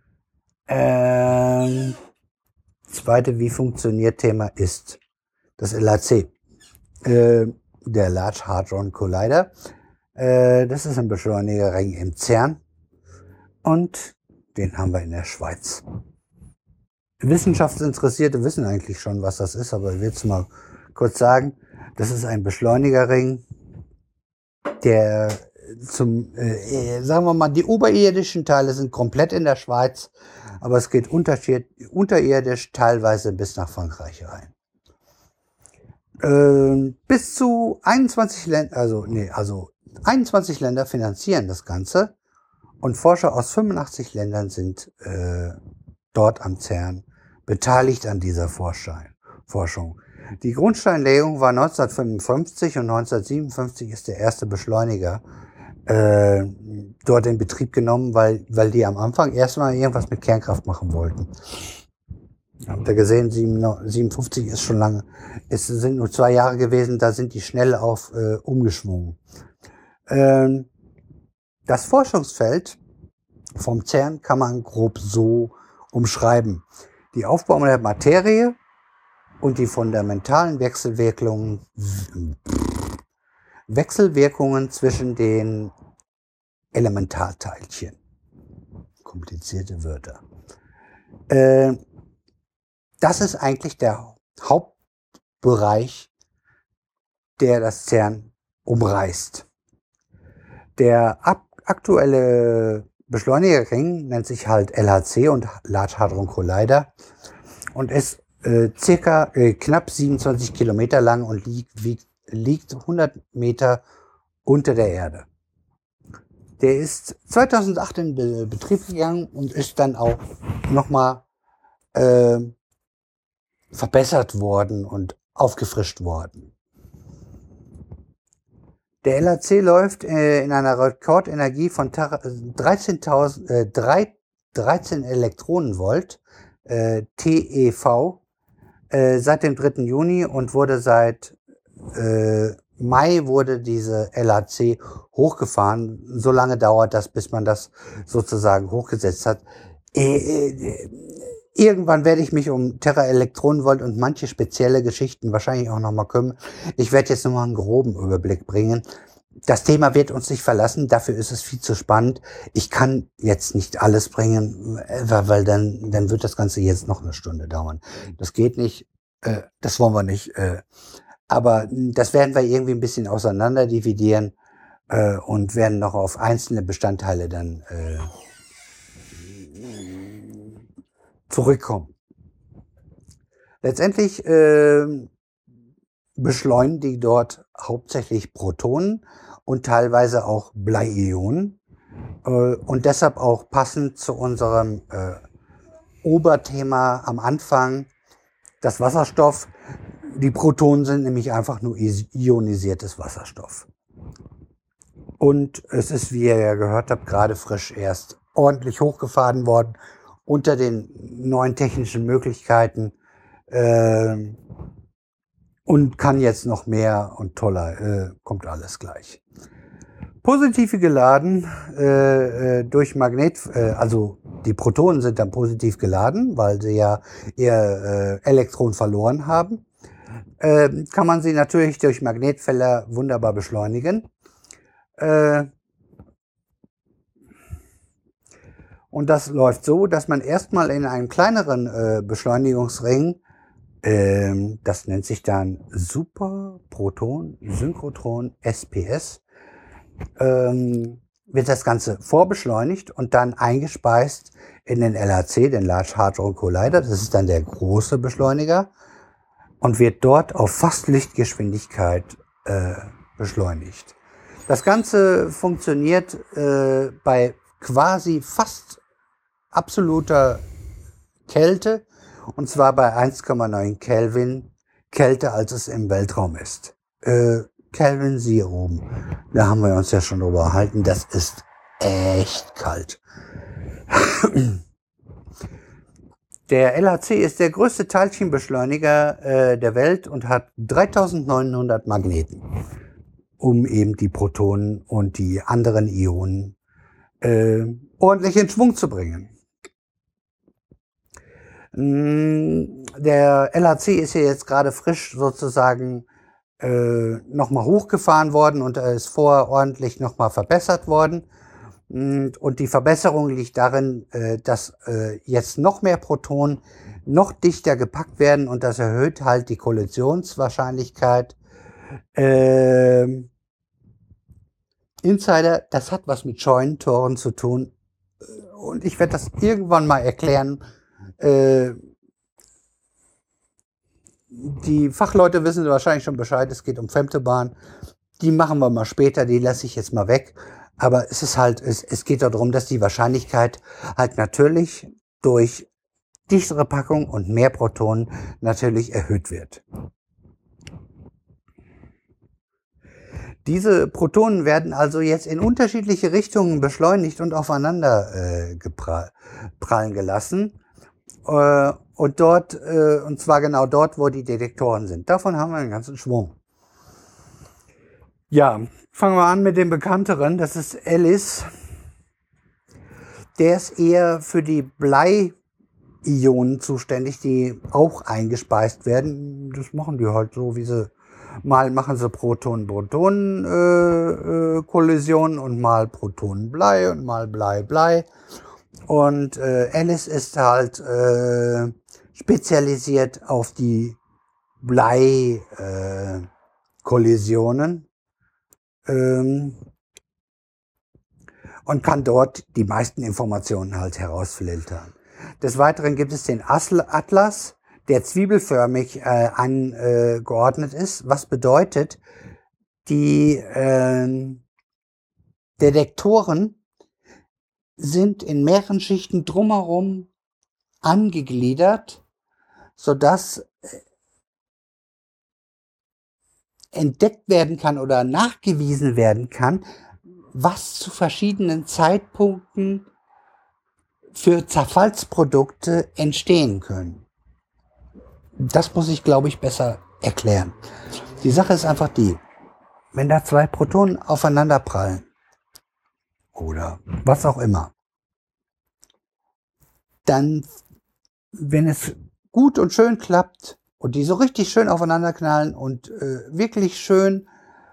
Zweite, wie funktioniert Thema ist das LHC. Der Large Hadron Collider. Das ist ein Beschleunigerring im CERN. Und den haben wir in der Schweiz. Wissenschaftsinteressierte wissen eigentlich schon, was das ist, aber ich will es mal kurz sagen. Das ist ein Beschleunigerring, der sagen wir mal, die oberirdischen Teile sind komplett in der Schweiz, aber es geht unterirdisch teilweise bis nach Frankreich rein. Bis zu 21 Länder, 21 Länder finanzieren das Ganze und Forscher aus 85 Ländern sind dort am CERN beteiligt an dieser Forschung. Die Grundsteinlegung war 1955 und 1957 ist der erste Beschleuniger dort in Betrieb genommen, weil die am Anfang erstmal irgendwas mit Kernkraft machen wollten. Habt ihr gesehen, 57 ist schon lange. Es sind nur 2 Jahre gewesen, da sind die schnell auf umgeschwungen. Das Forschungsfeld vom CERN kann man grob so umschreiben. Die Aufbau der Materie und die fundamentalen Wechselwirkungen zwischen den Elementarteilchen. Komplizierte Wörter. Das ist eigentlich der Hauptbereich, der das CERN umreißt. Der aktuelle Beschleunigerring nennt sich halt LHC und Large Hadron Collider und ist knapp 27 Kilometer lang und liegt 100 Meter unter der Erde. Der ist 2008 in Betrieb gegangen und ist dann auch nochmal verbessert worden und aufgefrischt worden. Der LHC läuft in einer Rekordenergie von 13 Elektronenvolt, TeV, seit dem 3. Juni und wurde seit Mai wurde diese LHC hochgefahren. So lange dauert das, bis man das sozusagen hochgesetzt hat. Irgendwann werde ich mich um Teraelektronenvolt und manche spezielle Geschichten wahrscheinlich auch nochmal kümmern. Ich werde jetzt nochmal einen groben Überblick bringen. Das Thema wird uns nicht verlassen, dafür ist es viel zu spannend. Ich kann jetzt nicht alles bringen, weil dann wird das Ganze jetzt noch eine Stunde dauern. Das geht nicht, das wollen wir nicht. Aber das werden wir irgendwie ein bisschen auseinander dividieren und werden noch auf einzelne Bestandteile dann zurückkommen. Letztendlich beschleunigen die dort hauptsächlich Protonen und teilweise auch Bleiionen und deshalb auch passend zu unserem Oberthema am Anfang, das Wasserstoff. Die Protonen sind nämlich einfach nur ionisiertes Wasserstoff. Und es ist, wie ihr ja gehört habt, gerade frisch erst ordentlich hochgefahren worden unter den neuen technischen Möglichkeiten und kann jetzt noch mehr und toller, kommt alles gleich. Positiv geladen durch Magnet, also die Protonen sind dann positiv geladen, weil sie ja ihr Elektron verloren haben. Kann man sie natürlich durch Magnetfelder wunderbar beschleunigen. Und das läuft so, dass man erstmal in einem kleineren Beschleunigungsring, das nennt sich dann Superproton-Synchrotron SPS, wird das Ganze vorbeschleunigt und dann eingespeist in den LHC, den Large Hadron Collider. Das ist dann der große Beschleuniger und wird dort auf fast Lichtgeschwindigkeit beschleunigt. Das Ganze funktioniert bei quasi fast absoluter Kälte, und zwar bei 1,9 Kelvin kälter, als es im Weltraum ist. Kelvin, siehe oben. Da haben wir uns ja schon drüber erhalten. Das ist echt kalt. Der LHC ist der größte Teilchenbeschleuniger der Welt und hat 3900 Magneten, um eben die Protonen und die anderen Ionen ordentlich in Schwung zu bringen. Der LHC ist ja jetzt gerade frisch sozusagen nochmal hochgefahren worden und ist vorher ordentlich nochmal verbessert worden. Und die Verbesserung liegt darin, dass jetzt noch mehr Protonen noch dichter gepackt werden und das erhöht halt die Kollisionswahrscheinlichkeit. Insider, das hat was mit Scheunentoren zu tun und ich werde das irgendwann mal erklären. die Fachleute wissen wahrscheinlich schon Bescheid, es geht um Femtobahn. Die machen wir mal später, die lasse ich jetzt mal weg. Aber es ist halt, es geht darum, dass die Wahrscheinlichkeit halt natürlich durch dichtere Packung und mehr Protonen natürlich erhöht wird. Diese Protonen werden also jetzt in unterschiedliche Richtungen beschleunigt und aufeinander prallen gelassen. Und dort, und zwar genau dort, wo die Detektoren sind. Davon haben wir einen ganzen Schwung. Ja, fangen wir an mit dem bekannteren, das ist Alice. Der ist eher für die Blei-Ionen zuständig, die auch eingespeist werden. Das machen die halt so, wie sie, mal machen sie Proton-Proton-Kollision und mal Proton-Blei und mal Blei-Blei. Und Alice ist halt spezialisiert auf die Blei-Kollisionen. Und kann dort die meisten Informationen halt herausfiltern. Des Weiteren gibt es den Atlas, der zwiebelförmig angeordnet ist, was bedeutet, die Detektoren sind in mehreren Schichten drumherum angegliedert, sodass entdeckt werden kann oder nachgewiesen werden kann, was zu verschiedenen Zeitpunkten für Zerfallsprodukte entstehen können. Das muss ich, glaube ich, besser erklären. Die Sache ist einfach die, wenn da zwei Protonen aufeinander prallen oder was auch immer, dann, wenn es gut und schön klappt, und die so richtig schön aufeinander knallen und wirklich schön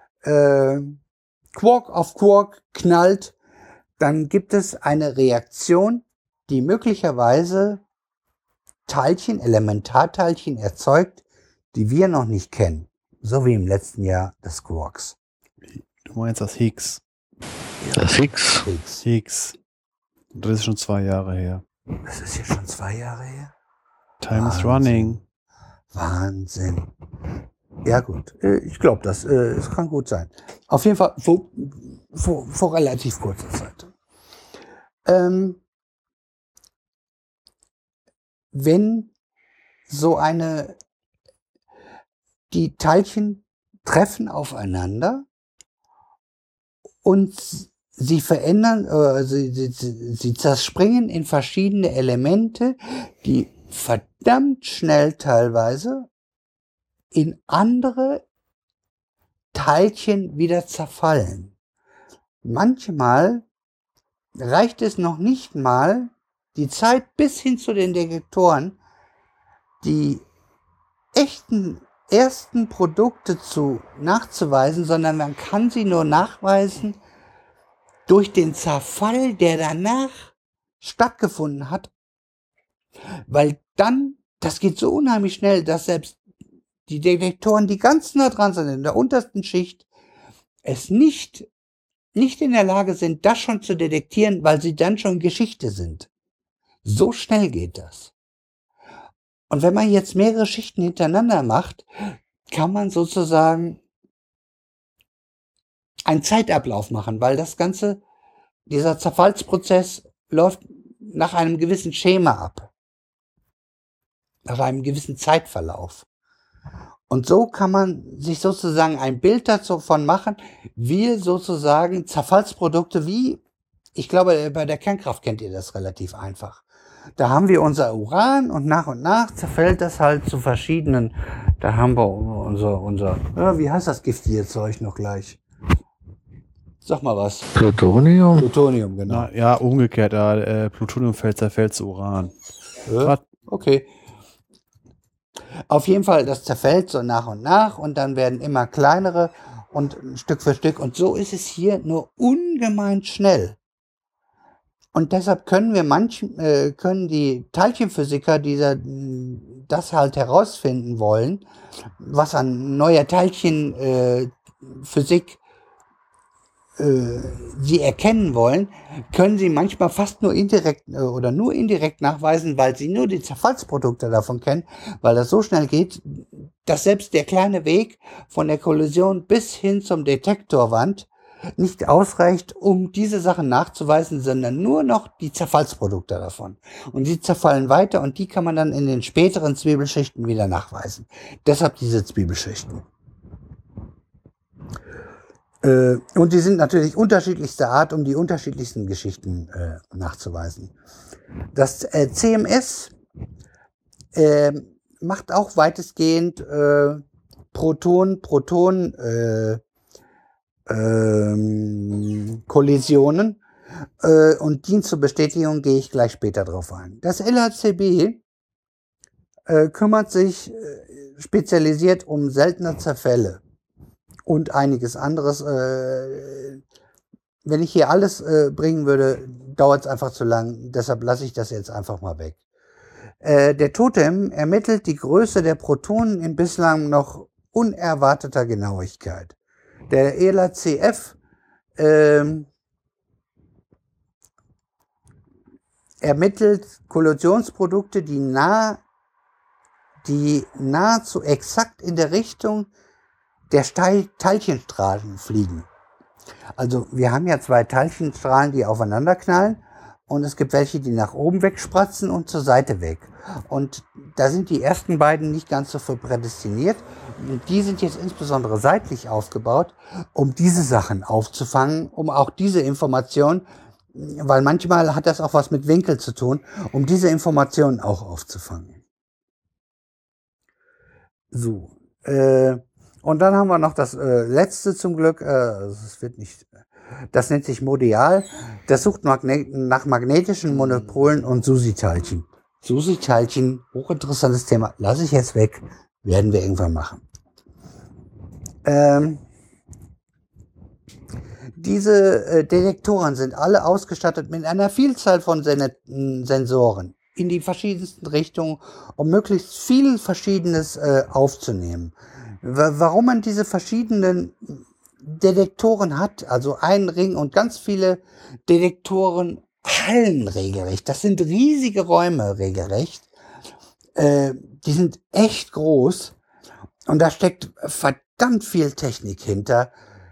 Quark auf Quark knallt, dann gibt es eine Reaktion, die möglicherweise Teilchen, Elementarteilchen erzeugt, die wir noch nicht kennen. So wie im letzten Jahr des Quarks. Du meinst das Higgs. Das Higgs. Higgs. Das ist schon 2 Jahre her. Das ist jetzt schon 2 Jahre her. Time is running. Wahnsinn. Ja gut, ich glaube, es kann gut sein. Auf jeden Fall vor relativ kurzer Zeit. Wenn so die Teilchen treffen aufeinander und sie verändern, sie zerspringen in verschiedene Elemente, die verdammt schnell teilweise in andere Teilchen wieder zerfallen. Manchmal reicht es noch nicht mal die Zeit bis hin zu den Detektoren, die echten ersten Produkte nachzuweisen, sondern man kann sie nur nachweisen durch den Zerfall, der danach stattgefunden hat. Weil dann, das geht so unheimlich schnell, dass selbst die Detektoren, die ganz nah dran sind, in der untersten Schicht, es nicht in der Lage sind, das schon zu detektieren, weil sie dann schon Geschichte sind. So schnell geht das. Und wenn man jetzt mehrere Schichten hintereinander macht, kann man sozusagen einen Zeitablauf machen, weil dieser Zerfallsprozess läuft nach einem gewissen Schema ab. Nach einem gewissen Zeitverlauf. Und so kann man sich sozusagen ein Bild davon machen, wie sozusagen Zerfallsprodukte ich glaube, bei der Kernkraft kennt ihr das relativ einfach. Da haben wir unser Uran und nach zerfällt das halt zu verschiedenen, da haben wir wie heißt das giftige Zeug noch gleich? Sag mal was. Plutonium? Plutonium, genau. Ja, umgekehrt. Plutonium zerfällt zu Uran. Okay. Auf jeden Fall, das zerfällt so nach und dann werden immer kleinere und Stück für Stück. Und so ist es hier nur ungemein schnell. Und deshalb können die Teilchenphysiker, die das halt herausfinden wollen, was an neuer Teilchenphysik sie erkennen wollen, können sie manchmal fast nur indirekt oder nur indirekt nachweisen, weil sie nur die Zerfallsprodukte davon kennen, weil das so schnell geht, dass selbst der kleine Weg von der Kollision bis hin zum Detektorwand nicht ausreicht, um diese Sachen nachzuweisen, sondern nur noch die Zerfallsprodukte davon. Und die zerfallen weiter und die kann man dann in den späteren Zwiebelschichten wieder nachweisen. Deshalb diese Zwiebelschichten. Und die sind natürlich unterschiedlichster Art, um die unterschiedlichsten Geschichten nachzuweisen. Das CMS macht auch weitestgehend Proton-Kollisionen und dient zur Bestätigung, gehe ich gleich später drauf ein. Das LHCb kümmert sich spezialisiert um seltene Zerfälle und einiges anderes. Wenn ich hier alles bringen würde, dauert es einfach zu lang, deshalb lasse ich das jetzt einfach mal weg. Der Totem ermittelt die Größe der Protonen in bislang noch unerwarteter Genauigkeit. Der ELACF ermittelt Kollisionsprodukte, die nahezu exakt in der Richtung der Teilchenstrahlen fliegen. Also wir haben ja zwei Teilchenstrahlen, die aufeinander knallen, und es gibt welche, die nach oben wegspratzen und zur Seite weg. Und da sind die ersten beiden nicht ganz so für prädestiniert. Und die sind jetzt insbesondere seitlich aufgebaut, um diese Sachen aufzufangen, um auch diese Information, weil manchmal hat das auch was mit Winkel zu tun, um diese Informationen auch aufzufangen. So. Und dann haben wir noch das letzte zum Glück, das nennt sich Modial. Das sucht nach magnetischen Monopolen und SUSY-Teilchen. SUSY-Teilchen, hochinteressantes Thema, lasse ich jetzt weg, werden wir irgendwann machen. Diese Detektoren sind alle ausgestattet mit einer Vielzahl von Sensoren in die verschiedensten Richtungen, um möglichst viel Verschiedenes aufzunehmen. Warum man diese verschiedenen Detektoren hat, also einen Ring und ganz viele Detektoren, hallen regelrecht. Das sind riesige Räume regelrecht. Die sind echt groß und da steckt verdammt viel Technik hinter.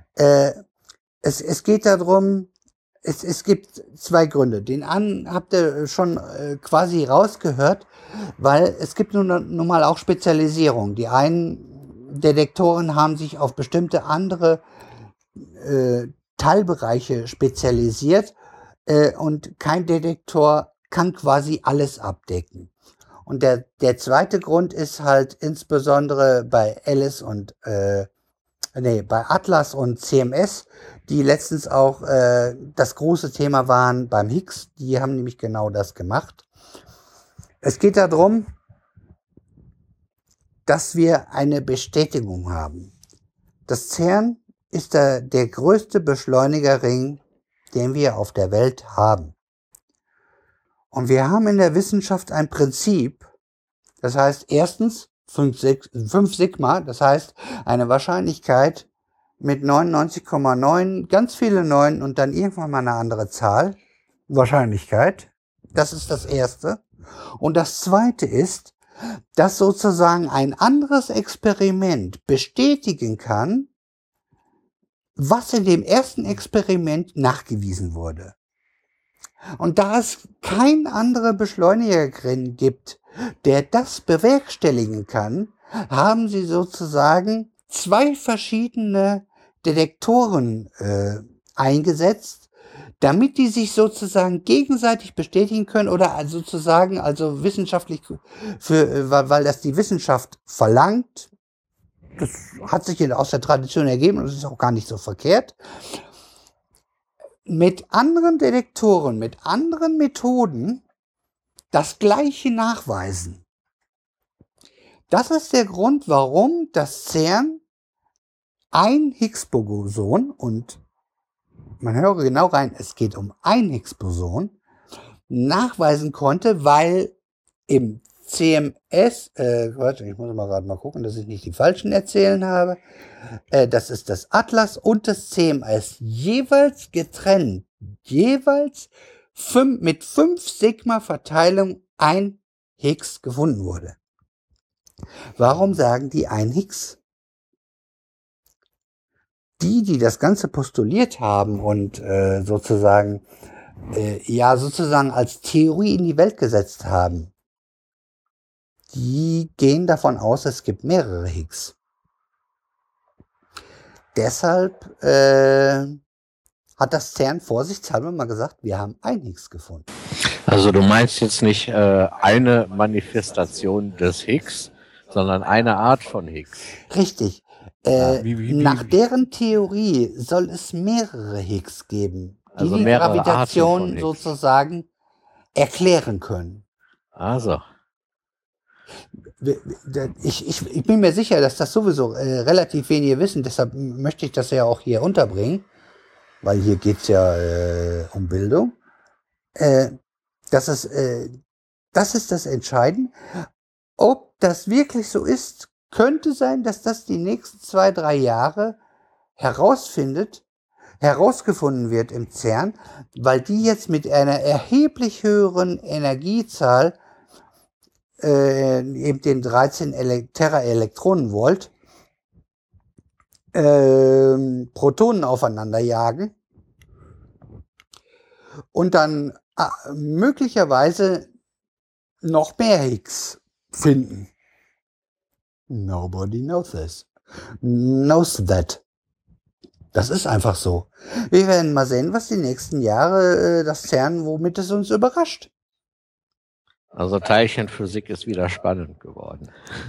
Es geht darum, es gibt zwei Gründe. Den einen habt ihr schon quasi rausgehört, weil es gibt nun mal auch Spezialisierung. Die einen Detektoren haben sich auf bestimmte andere Teilbereiche spezialisiert und kein Detektor kann quasi alles abdecken. Und der zweite Grund ist halt insbesondere bei bei Atlas und CMS, die letztens auch das große Thema waren beim Higgs. Die haben nämlich genau das gemacht. Es geht darum, dass wir eine Bestätigung haben. Das CERN ist der größte Beschleunigerring, den wir auf der Welt haben. Und wir haben in der Wissenschaft ein Prinzip, das heißt erstens 5 Sigma, das heißt eine Wahrscheinlichkeit mit 99,9, ganz viele 9 und dann irgendwann mal eine andere Zahl, Wahrscheinlichkeit. Das ist das Erste. Und das Zweite ist, dass sozusagen ein anderes Experiment bestätigen kann, was in dem ersten Experiment nachgewiesen wurde. Und da es kein anderer Beschleunigerring gibt, der das bewerkstelligen kann, haben sie sozusagen zwei verschiedene Detektoren eingesetzt, damit die sich sozusagen gegenseitig bestätigen können oder sozusagen also wissenschaftlich, weil das die Wissenschaft verlangt. Das hat sich aus der Tradition ergeben und das ist auch gar nicht so verkehrt. Mit anderen Detektoren, mit anderen Methoden das Gleiche nachweisen. Das ist der Grund, warum das CERN ein Higgs-Boson, und man höre genau rein, es geht um ein Higgs-Boson, nachweisen konnte, weil im CMS, ich muss mal gerade mal gucken, dass ich nicht die falschen erzählen habe, das ist das Atlas und das CMS, jeweils getrennt, mit 5 Sigma Verteilung ein Higgs gefunden wurde. Warum sagen die ein Higgs? Die das Ganze postuliert haben und sozusagen als Theorie in die Welt gesetzt haben, die gehen davon aus, es gibt mehrere Higgs. Deshalb hat das CERN vorsichtshalber mal gesagt, wir haben ein Higgs gefunden. Also du meinst jetzt nicht eine Manifestation des Higgs, sondern eine Art von Higgs. Richtig. Nach deren Theorie soll es mehrere Higgs geben, die Also die mehrere Gravitation Arten von Higgs sozusagen erklären können. Also. Ich bin mir sicher, dass das sowieso relativ wenige wissen, deshalb möchte ich das ja auch hier unterbringen, weil hier geht es ja um Bildung. Das ist das Entscheidende. Ob das wirklich so ist, könnte sein, dass das die nächsten 2-3 Jahre herausgefunden wird im CERN, weil die jetzt mit einer erheblich höheren Energiezahl, eben den 13 Teraelektronenvolt, Protonen aufeinander jagen und dann möglicherweise noch mehr Higgs finden. Nobody knows that. Das ist einfach so. Wir werden mal sehen, was die nächsten Jahre das CERN, womit es uns überrascht. Also Teilchenphysik ist wieder spannend geworden.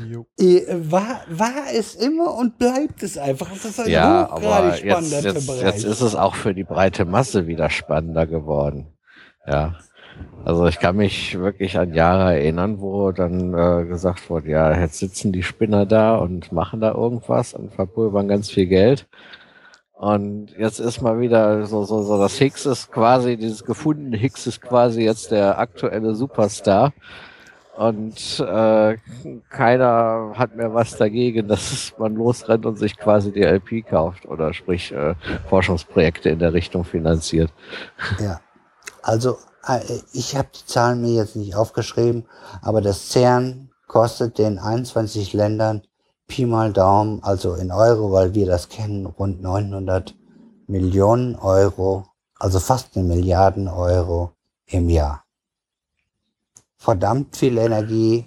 War es immer und bleibt es einfach. Das ist ein aber spannender Bereich. jetzt ist es auch für die breite Masse wieder spannender geworden. Ja. Also ich kann mich wirklich an Jahre erinnern, wo dann gesagt wurde, ja, jetzt sitzen die Spinner da und machen da irgendwas und verpulvern ganz viel Geld. Und jetzt ist mal wieder so das Higgs ist quasi, dieses gefundene Higgs ist quasi jetzt der aktuelle Superstar. Und keiner hat mehr was dagegen, dass man losrennt und sich quasi die LP kauft oder sprich Forschungsprojekte in der Richtung finanziert. Ja, also ich habe die Zahlen mir jetzt nicht aufgeschrieben, aber das CERN kostet den 21 Ländern Pi mal Daumen, also in Euro, weil wir das kennen, rund 900 Millionen Euro, also fast 1 Milliarde Euro im Jahr. Verdammt viel Energie.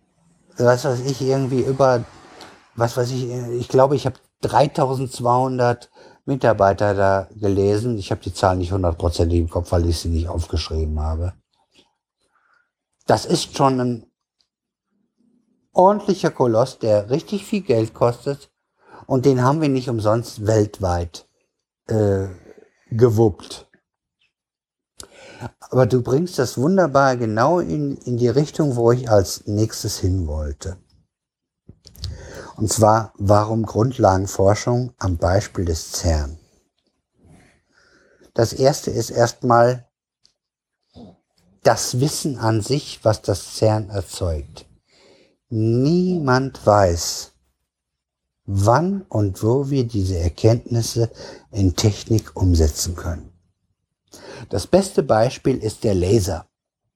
Ich glaube, ich habe 3200 Mitarbeiter da gelesen. Ich habe die Zahl nicht 100% im Kopf, weil ich sie nicht aufgeschrieben habe. Das ist schon ein ordentlicher Koloss, der richtig viel Geld kostet. Und den haben wir nicht umsonst weltweit gewuppt. Aber du bringst das wunderbar genau in die Richtung, wo ich als nächstes hin wollte. Und zwar, warum Grundlagenforschung am Beispiel des CERN? Das erste ist erstmal das Wissen an sich, was das CERN erzeugt. Niemand weiß, wann und wo wir diese Erkenntnisse in Technik umsetzen können. Das beste Beispiel ist der Laser.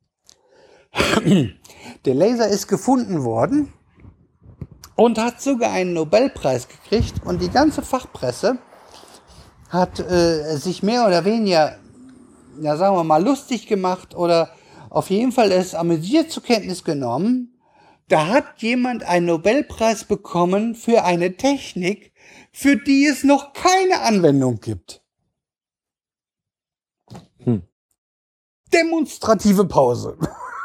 Der Laser ist gefunden worden und hat sogar einen Nobelpreis gekriegt und die ganze Fachpresse hat sich mehr oder weniger, ja sagen wir mal, lustig gemacht oder auf jeden Fall es amüsiert zur Kenntnis genommen. Da hat jemand einen Nobelpreis bekommen für eine Technik, für die es noch keine Anwendung gibt. Demonstrative Pause.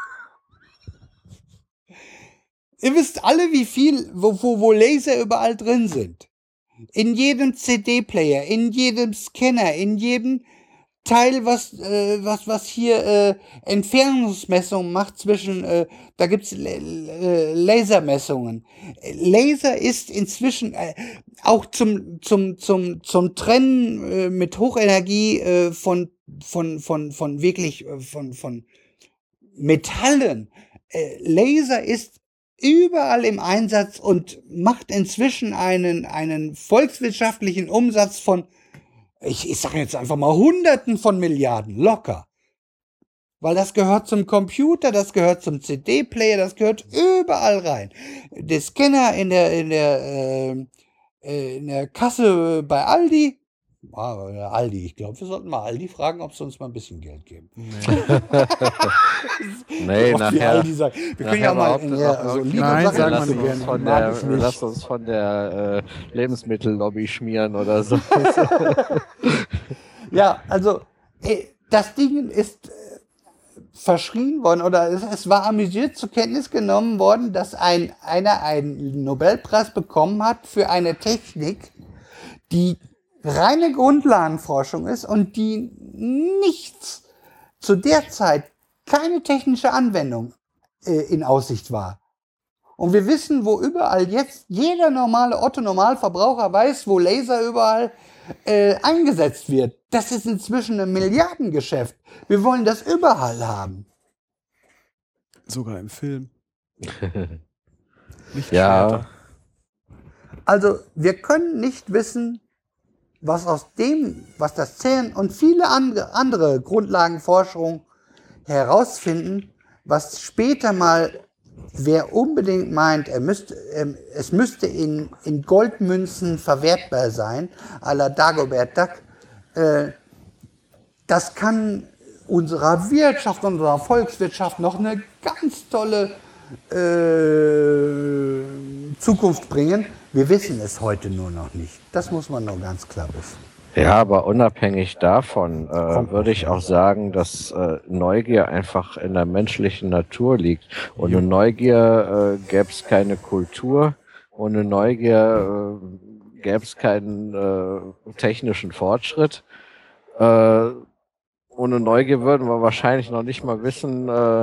Ihr wisst alle, wie viel, wo Laser überall drin sind. In jedem CD-Player, in jedem Scanner, in jedem Teil, was hier Entfernungsmessungen macht zwischen, da gibt's Lasermessungen. Laser ist inzwischen auch zum Trennen mit Hochenergie von Metallen. Laser ist überall im Einsatz und macht inzwischen einen volkswirtschaftlichen Umsatz von, ich sage jetzt einfach mal Hunderten von Milliarden, locker. Weil das gehört zum Computer, das gehört zum CD-Player, das gehört überall rein. Der Scanner in der Kasse bei Aldi. Aldi, ich glaube, wir sollten mal Aldi fragen, ob sie uns mal ein bisschen Geld geben. Nee, Oft wie nachher. Aldi sagt. Wir können ja mal Nein, sagen wir nicht. Lass uns von der Lebensmittellobby schmieren oder so. Ja, also das Ding ist verschrien worden oder es war amüsiert zur Kenntnis genommen worden, dass einer einen Nobelpreis bekommen hat für eine Technik, die reine Grundlagenforschung ist und die nichts zu der Zeit keine technische Anwendung in Aussicht war. Und wir wissen, wo überall jetzt jeder normale Otto-Normalverbraucher weiß, wo Laser überall eingesetzt wird. Das ist inzwischen ein Milliardengeschäft. Wir wollen das überall haben. Sogar im Film. Nicht Ja. Schwerter. Also wir können nicht wissen, was das CERN und viele andere Grundlagenforschung herausfinden, was später mal, wer unbedingt meint, es müsste in Goldmünzen verwertbar sein, à la Dagobert Duck, das kann unserer Wirtschaft, unserer Volkswirtschaft noch eine ganz tolle Zukunft bringen. Wir wissen es heute nur noch nicht. Das muss man nur ganz klar wissen. Ja, aber unabhängig davon würde ich auch sagen, dass Neugier einfach in der menschlichen Natur liegt. Ohne Neugier gäbe es keine Kultur. Ohne Neugier gäbe es keinen technischen Fortschritt. Ohne Neugier würden wir wahrscheinlich noch nicht mal wissen,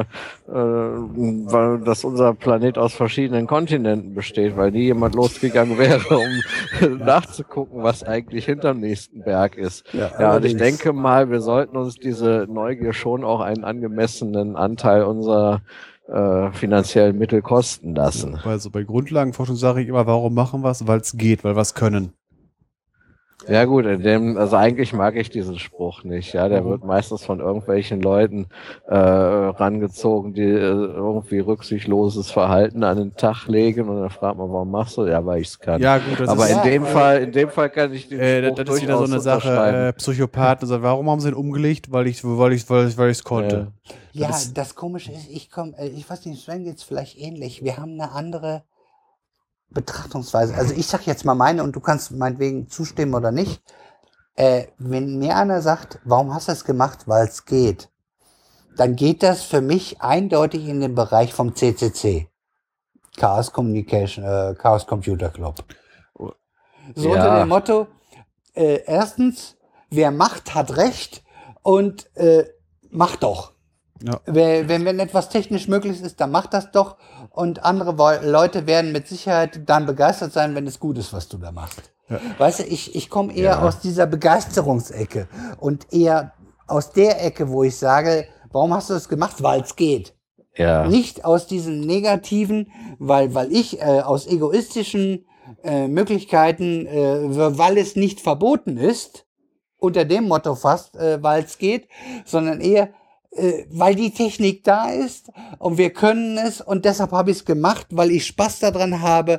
dass unser Planet aus verschiedenen Kontinenten besteht, weil nie jemand losgegangen wäre, um nachzugucken, was eigentlich hinterm nächsten Berg ist. Ja, und ich denke mal, wir sollten uns diese Neugier schon auch einen angemessenen Anteil unserer finanziellen Mittel kosten lassen. Also bei Grundlagenforschung sage ich immer, warum machen wir es? Weil es geht, weil wir es können. Ja gut, also eigentlich mag ich diesen Spruch nicht, ja, der wird meistens von irgendwelchen Leuten rangezogen, die irgendwie rücksichtsloses Verhalten an den Tag legen und dann fragt man, warum machst du? Ja, weil ich es kann. Ja gut, das Aber ist, in dem Fall kann ich den Spruch das ist wieder so eine durchaus Sache, unterschreiben. Psychopathen sagen, warum haben sie ihn umgelegt? Weil ich es konnte. Ja, das Komische ist, ich weiß nicht, Sven geht's vielleicht ähnlich. Wir haben eine andere Betrachtungsweise. Also ich sag jetzt mal meine und du kannst meinetwegen zustimmen oder nicht. Wenn mir einer sagt, warum hast du das gemacht? Weil es geht. Dann geht das für mich eindeutig in den Bereich vom CCC. Chaos Computer Club. So Ja. unter dem Motto, erstens, wer macht, hat Recht und macht doch. Ja. Wenn etwas technisch möglich ist, dann mach das doch. Und andere Leute werden mit Sicherheit dann begeistert sein, wenn es gut ist, was du da machst. Ja. Weißt du, ich komme eher aus dieser Begeisterungsecke und eher aus der Ecke, wo ich sage, warum hast du das gemacht? Weil es geht. Ja. Nicht aus diesem Negativen, weil ich aus egoistischen Möglichkeiten, weil es nicht verboten ist, unter dem Motto fast, weil es geht, sondern eher, weil die Technik da ist und wir können es und deshalb habe ich es gemacht, weil ich Spaß daran habe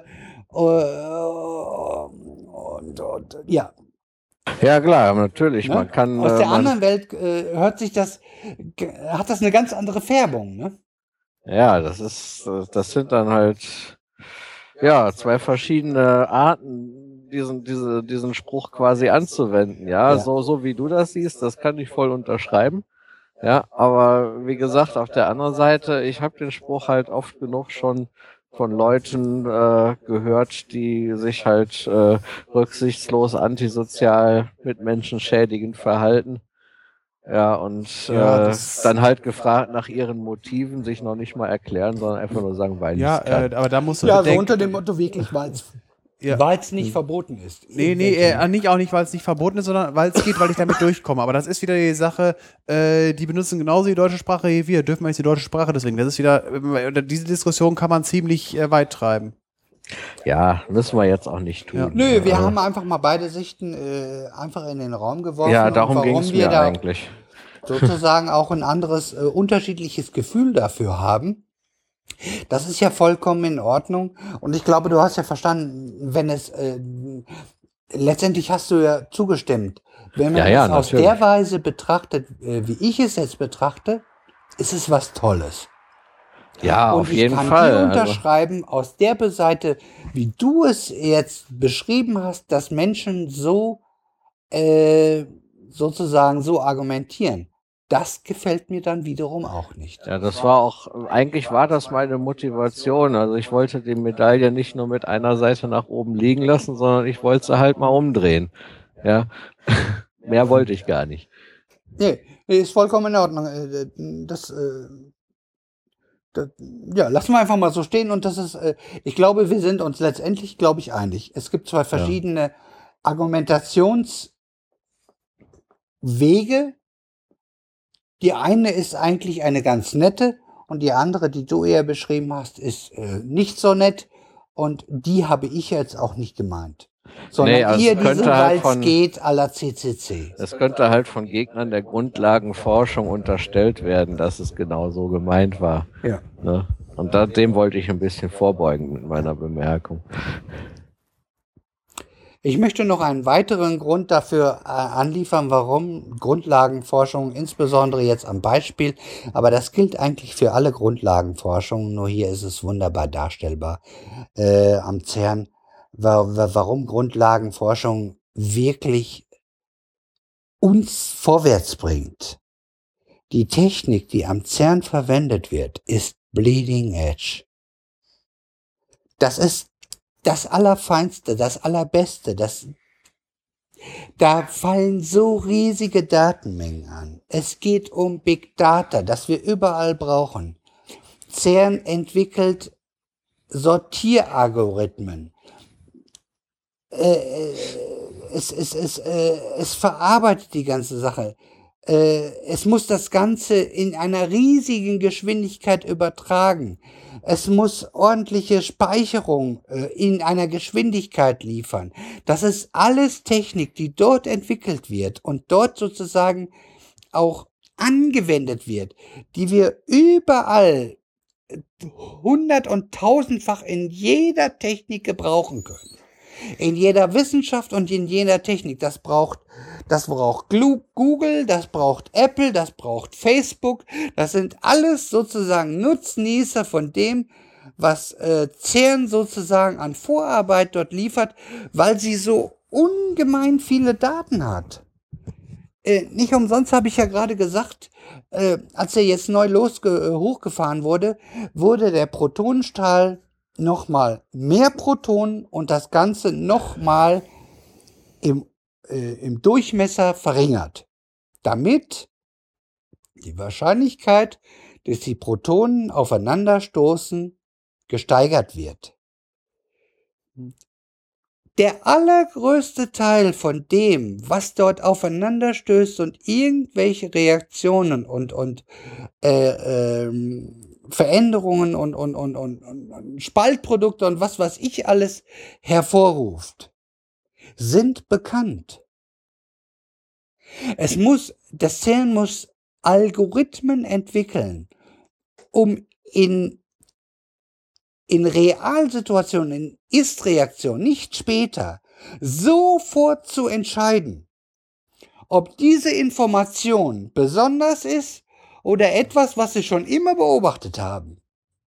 und ja. Ja klar, natürlich. Ne? Man kann aus der anderen Welt hat das eine ganz andere Färbung, ne? Ja, das sind dann halt zwei verschiedene Arten, diesen Spruch quasi anzuwenden. Ja, so wie du das siehst, das kann ich voll unterschreiben. Ja, aber wie gesagt, auf der anderen Seite, ich habe den Spruch halt oft genug schon von Leuten gehört, die sich halt rücksichtslos antisozial mit Menschen schädigend verhalten. Ja, und dann halt gefragt nach ihren Motiven, sich noch nicht mal erklären, sondern einfach nur sagen, weil ich es kann. Aber da musst du so unter dem Motto wirklich, weil es nicht verboten ist. Nicht weil es nicht verboten ist, sondern weil es geht, weil ich damit durchkomme. Aber das ist wieder die Sache, die benutzen genauso die deutsche Sprache wie wir, dürfen wir jetzt die deutsche Sprache deswegen. Das ist wieder, diese Diskussion kann man ziemlich weit treiben. Ja, müssen wir jetzt auch nicht tun. Ja. Nö, wir haben einfach mal beide Sichten einfach in den Raum geworfen. Ja, darum ging es mir eigentlich. sozusagen auch ein anderes, unterschiedliches Gefühl dafür haben. Das ist ja vollkommen in Ordnung. Und ich glaube, du hast ja verstanden, wenn es, letztendlich hast du ja zugestimmt. Wenn man Ja, es aus natürlich. der Weise betrachtet, wie ich es jetzt betrachte, ist es was Tolles. Ja, Und auf ich jeden kann Fall. dir Also, unterschreiben, aus der Seite, wie du es jetzt beschrieben hast, dass Menschen so sozusagen so argumentieren, das gefällt mir dann wiederum auch nicht. ja, das war auch, eigentlich war das meine Motivation. Also ich wollte die Medaille nicht nur mit einer Seite nach oben liegen lassen, sondern ich wollte sie halt mal umdrehen. Ja, mehr wollte ich gar nicht. Nee, ist vollkommen in Ordnung. Ja, lassen wir einfach mal so stehen und das ist, ich glaube, wir sind uns letztendlich, glaube ich, einig. Es gibt zwei verschiedene Argumentationswege. Die eine ist eigentlich eine ganz nette und die andere, die du eher beschrieben hast, ist nicht so nett und die habe ich jetzt auch nicht gemeint. Sondern Nee, also eher es könnte diese halt von- Salz geht à la CCC. Es könnte halt von Gegnern der Grundlagenforschung unterstellt werden, dass es genau so gemeint war. Ja. Ne? Und dem wollte ich ein bisschen vorbeugen mit meiner Bemerkung. Ich möchte noch einen weiteren Grund dafür anliefern, warum Grundlagenforschung, insbesondere jetzt am Beispiel, aber das gilt eigentlich für alle Grundlagenforschung, nur hier ist es wunderbar darstellbar am CERN, warum Grundlagenforschung wirklich uns vorwärts bringt. Die Technik, die am CERN verwendet wird, ist Bleeding Edge. Das ist das Allerfeinste, das Allerbeste, da fallen so riesige Datenmengen an. Es geht um Big Data, das wir überall brauchen. CERN entwickelt Sortieralgorithmen. Es verarbeitet die ganze Sache. Es muss das Ganze in einer riesigen Geschwindigkeit übertragen. Es muss ordentliche Speicherung in einer Geschwindigkeit liefern. Das ist alles Technik, die dort entwickelt wird und dort sozusagen auch angewendet wird, die wir überall 100- und 1000-fach in jeder Technik gebrauchen können. In jeder Wissenschaft und in jeder Technik. Das braucht Google, das braucht Apple, das braucht Facebook. Das sind alles sozusagen Nutznießer von dem, was CERN sozusagen an Vorarbeit dort liefert, weil sie so ungemein viele Daten hat. Nicht umsonst habe ich ja gerade gesagt, als er jetzt neu hochgefahren wurde, wurde der Protonenstrahl nochmal mehr Protonen und das Ganze nochmal im Durchmesser verringert, damit die Wahrscheinlichkeit, dass die Protonen aufeinanderstoßen, gesteigert wird. Der allergrößte Teil von dem, was dort aufeinanderstößt und irgendwelche Reaktionen und Veränderungen und Spaltprodukte und was weiß ich alles hervorruft, sind bekannt. Das CERN muss Algorithmen entwickeln, um in Realsituationen, in Ist-Reaktionen, nicht später, sofort zu entscheiden, ob diese Information besonders ist oder etwas, was sie schon immer beobachtet haben.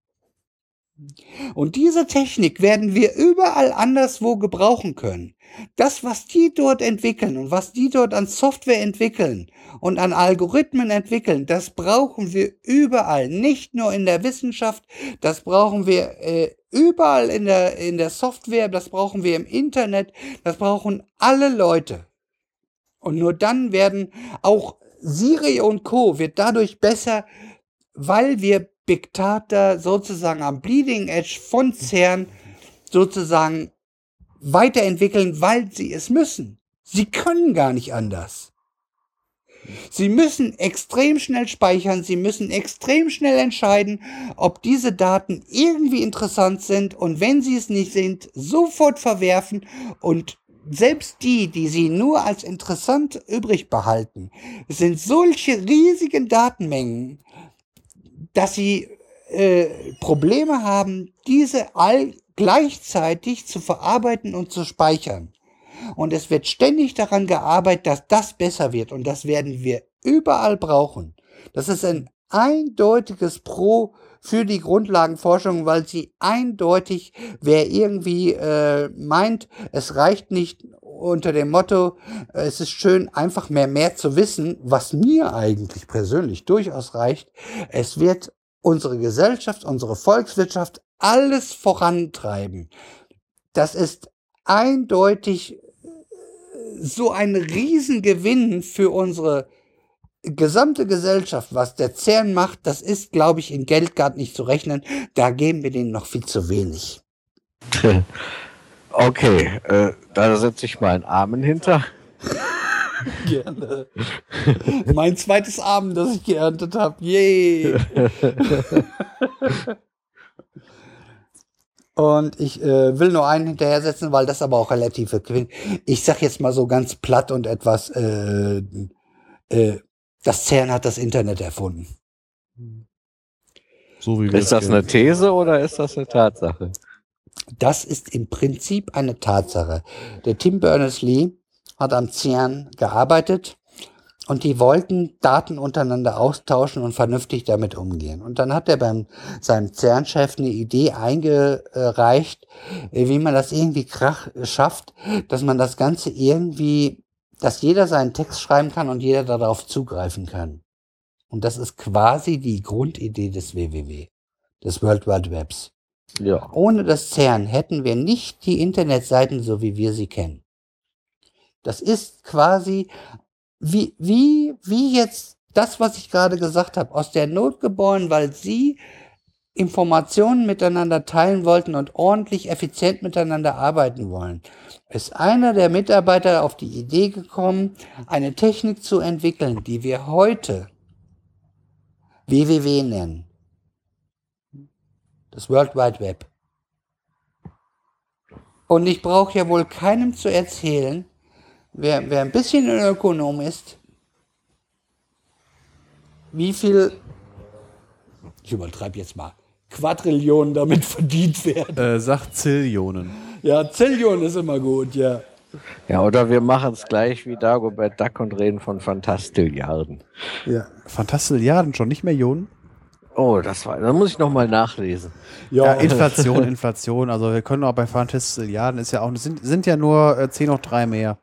Und diese Technik werden wir überall anderswo gebrauchen können. Das, was die dort entwickeln und was die dort an Software entwickeln und an Algorithmen entwickeln, das brauchen wir überall, nicht nur in der Wissenschaft, das brauchen wir überall in der Software, das brauchen wir im Internet, das brauchen alle Leute. Und nur dann werden auch Siri und Co. wird dadurch besser, weil wir Big Data sozusagen am Bleeding Edge von CERN sozusagen weiterentwickeln, weil sie es müssen. Sie können gar nicht anders. Sie müssen extrem schnell speichern, sie müssen extrem schnell entscheiden, ob diese Daten irgendwie interessant sind und wenn sie es nicht sind, sofort verwerfen und selbst die sie nur als interessant übrig behalten, sind solche riesigen Datenmengen, dass sie Probleme haben, diese all gleichzeitig zu verarbeiten und zu speichern. Und es wird ständig daran gearbeitet, dass das besser wird. Und das werden wir überall brauchen. Das ist ein eindeutiges Pro für die Grundlagenforschung, weil sie eindeutig, wer irgendwie meint, es reicht nicht unter dem Motto, es ist schön, einfach mehr zu wissen, was mir eigentlich persönlich durchaus reicht. Es wird unsere Gesellschaft, unsere Volkswirtschaft alles vorantreiben. Das ist eindeutig so ein Riesengewinn für unsere gesamte Gesellschaft, was der CERN macht, das ist, glaube ich, in Geld gar nicht zu rechnen. Da geben wir denen noch viel zu wenig. Okay, da setze ich mal einen Amen hinter. Gerne. Mein zweites Amen, das ich geerntet habe. Yay! Und ich will nur einen hinterher setzen, weil das aber auch relativ gewinnt. Ich sag jetzt mal so ganz platt und etwas, das CERN hat das Internet erfunden. So wie wir Ist das kennen. eine These oder ist das eine Tatsache? Das ist im Prinzip eine Tatsache. Der Tim Berners-Lee hat am CERN gearbeitet und die wollten Daten untereinander austauschen und vernünftig damit umgehen. Und dann hat er beim seinem CERN-Chef eine Idee eingereicht, wie man das irgendwie schafft, dass man das Ganze irgendwie, dass jeder seinen Text schreiben kann und jeder darauf zugreifen kann. Und das ist quasi die Grundidee des WWW, des World Wide Webs. Ja. Ohne das CERN hätten wir nicht die Internetseiten, so wie wir sie kennen. Das ist quasi wie jetzt das, was ich gerade gesagt habe, aus der Not geboren, weil sie Informationen miteinander teilen wollten und ordentlich effizient miteinander arbeiten wollen. Ist einer der Mitarbeiter auf die Idee gekommen, eine Technik zu entwickeln, die wir heute WWW nennen. Das World Wide Web. Und ich brauche ja wohl keinem zu erzählen, wer ein bisschen ein Ökonom ist, wie viel, ich übertreibe jetzt mal, Quadrillionen damit verdient werden. Sagt Zillionen. Ja, Zillion ist immer gut, ja. Ja, oder wir machen es gleich wie Dagobert Duck und reden von Fantastilliarden. Ja, Fantastilliarden schon, nicht Millionen? Oh, da muss ich nochmal nachlesen. Ja, Inflation. Also wir können auch bei Fantastilliarden ist ja auch, sind ja nur 10 hoch 3 mehr.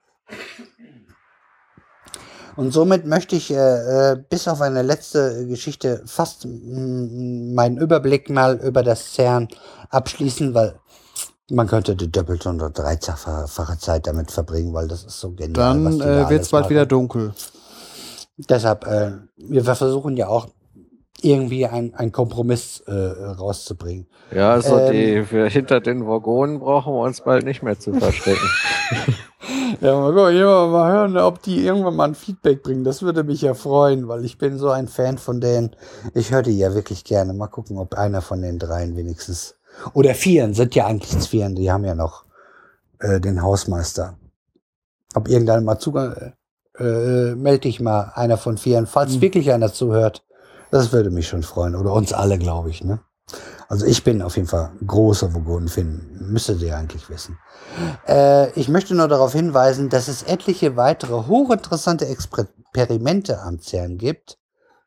Und somit möchte ich bis auf eine letzte Geschichte fast meinen Überblick mal über das CERN abschließen, weil man könnte die doppelte oder dreifache Zeit damit verbringen, weil das ist so genial. Dann wird es bald wieder dunkel. Deshalb, wir versuchen ja auch irgendwie einen Kompromiss rauszubringen. Ja, also hinter den Waggonen brauchen wir uns bald nicht mehr zu verstecken. Ja, mal gucken, mal hören, ob die irgendwann mal ein Feedback bringen. Das würde mich ja freuen, weil ich bin so ein Fan von denen. Ich höre die ja wirklich gerne. Mal gucken, ob einer von den dreien wenigstens, oder vieren, sind ja eigentlich vieren, die haben ja noch den Hausmeister. Ob irgendeiner mal melde dich mal, einer von vieren, falls wirklich einer zuhört. Das würde mich schon freuen. Oder uns alle, glaube ich, ne? Also ich bin auf jeden Fall großer Vogonen-Fan, müsstet ihr eigentlich wissen. Ich möchte nur darauf hinweisen, dass es etliche weitere hochinteressante Experimente am CERN gibt.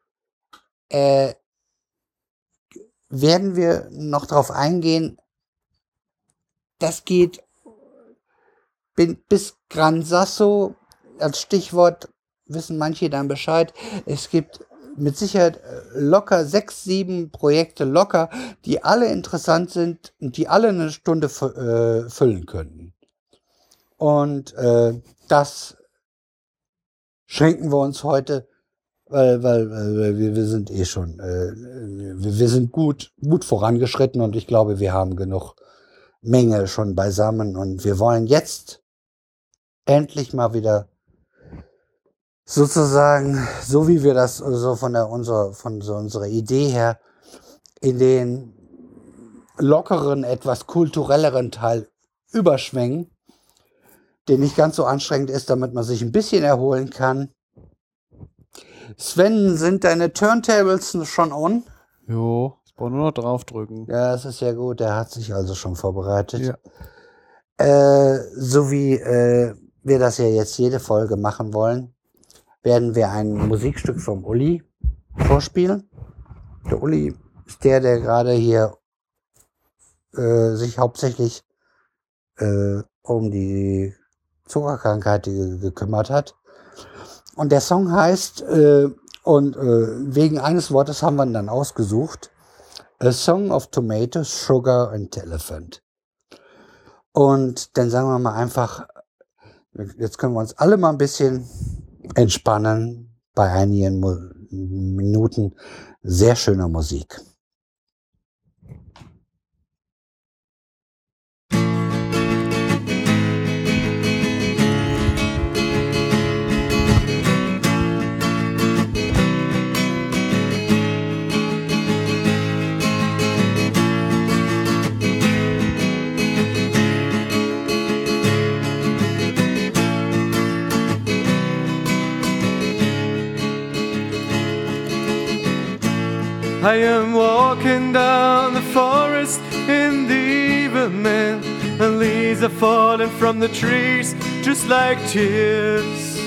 Werden wir noch darauf eingehen, das geht bis Gran Sasso, als Stichwort wissen manche dann Bescheid. Es gibt mit Sicherheit locker 6, 7 Projekte locker, die alle interessant sind und die alle eine Stunde füllen könnten. Und das schenken wir uns heute, weil wir sind eh schon, wir sind gut vorangeschritten und ich glaube, wir haben genug Menge schon beisammen und wir wollen jetzt endlich mal wieder sozusagen, so wie wir das so von unserer Idee her, in den lockeren, etwas kulturelleren Teil überschwenken. der nicht ganz so anstrengend ist, damit man sich ein bisschen erholen kann. Sven, sind deine Turntables schon on? Jo, ich brauche nur noch draufdrücken. Ja, das ist ja gut, der hat sich also schon vorbereitet. Ja. So wie wir das ja jetzt jede Folge machen wollen, werden wir ein Musikstück vom Uli vorspielen. Der Uli ist der gerade hier sich hauptsächlich um die Zuckerkrankheit gekümmert hat. Und der Song heißt, wegen eines Wortes haben wir ihn dann ausgesucht, A Song of Tomatoes, Sugar and Elephant. Und dann sagen wir mal einfach, jetzt können wir uns alle mal ein bisschen entspannen bei einigen Minuten sehr schöner Musik. I am walking down the forest in the evening, and leaves are falling from the trees just like tears.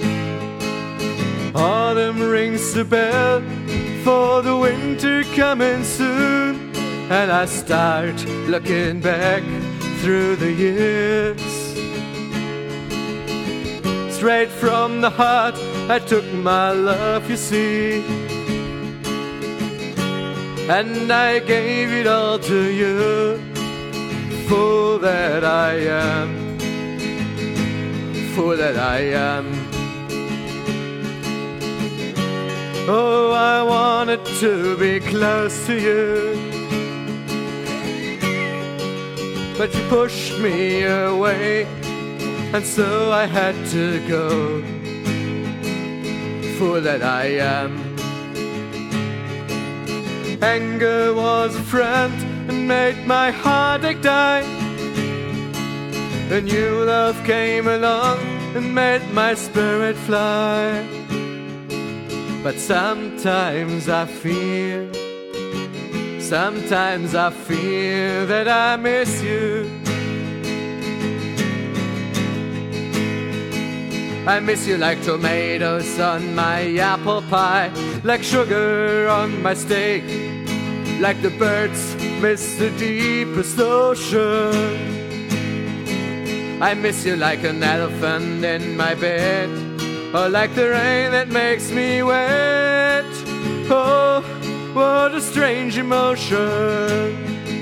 Autumn rings the bell for the winter coming soon, and I start looking back through the years. Straight from the heart I took my love, you see, and I gave it all to you. Fool that I am, fool that I am. Oh, I wanted to be close to you, but you pushed me away, and so I had to go. Fool that I am. Anger was a friend and made my heartache die. A new love came along and made my spirit fly. But sometimes I feel that I miss you. I miss you like tomatoes on my apple pie, like sugar on my steak, like the birds miss the deepest ocean. I miss you like an elephant in my bed, or like the rain that makes me wet. Oh, what a strange emotion.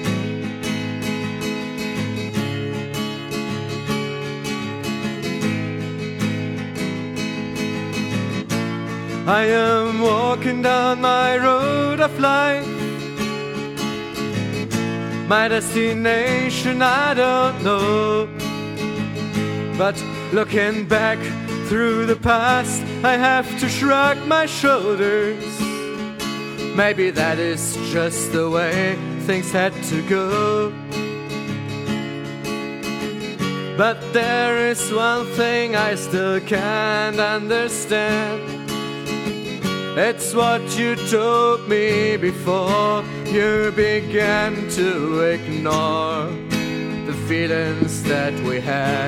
I am walking down my road of life. My destination I don't know, but looking back through the past, I have to shrug my shoulders. Maybe that is just the way things had to go. But there is one thing I still can't understand. It's what you told me before you began to ignore the feelings that we had.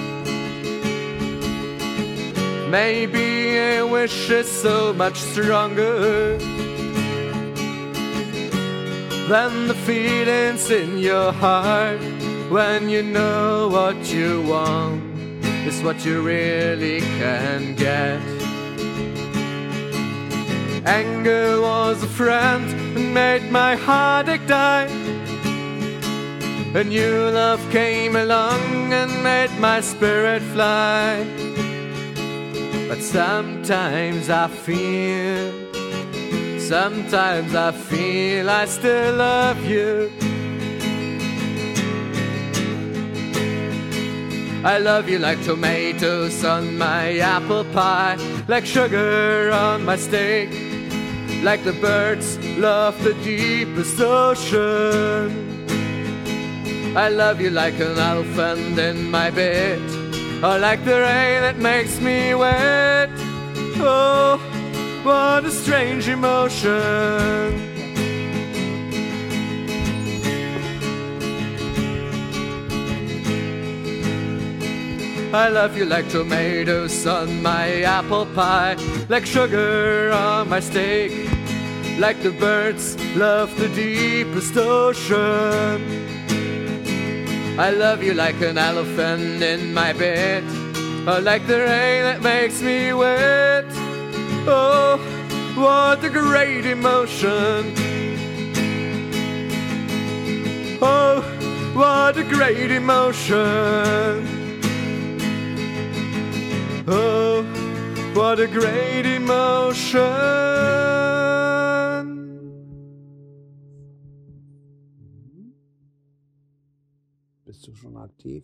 Maybe a wish is so much stronger than the feelings in your heart. When you know what you want is what you really can get. Anger was a friend and made my heartache die. A new love came along and made my spirit fly. But sometimes I feel I still love you. I love you like tomatoes on my apple pie, like sugar on my steak, like the birds love the deepest ocean. I love you like an elephant in my bed, like the rain that makes me wet. Oh, what a strange emotion. I love you like tomatoes on my apple pie, like sugar on my steak, like the birds love the deepest ocean. I love you like an elephant in my bed, or like the rain that makes me wet. Oh, what a great emotion. Oh, what a great emotion. Oh, what a great emotion. Bist du schon aktiv?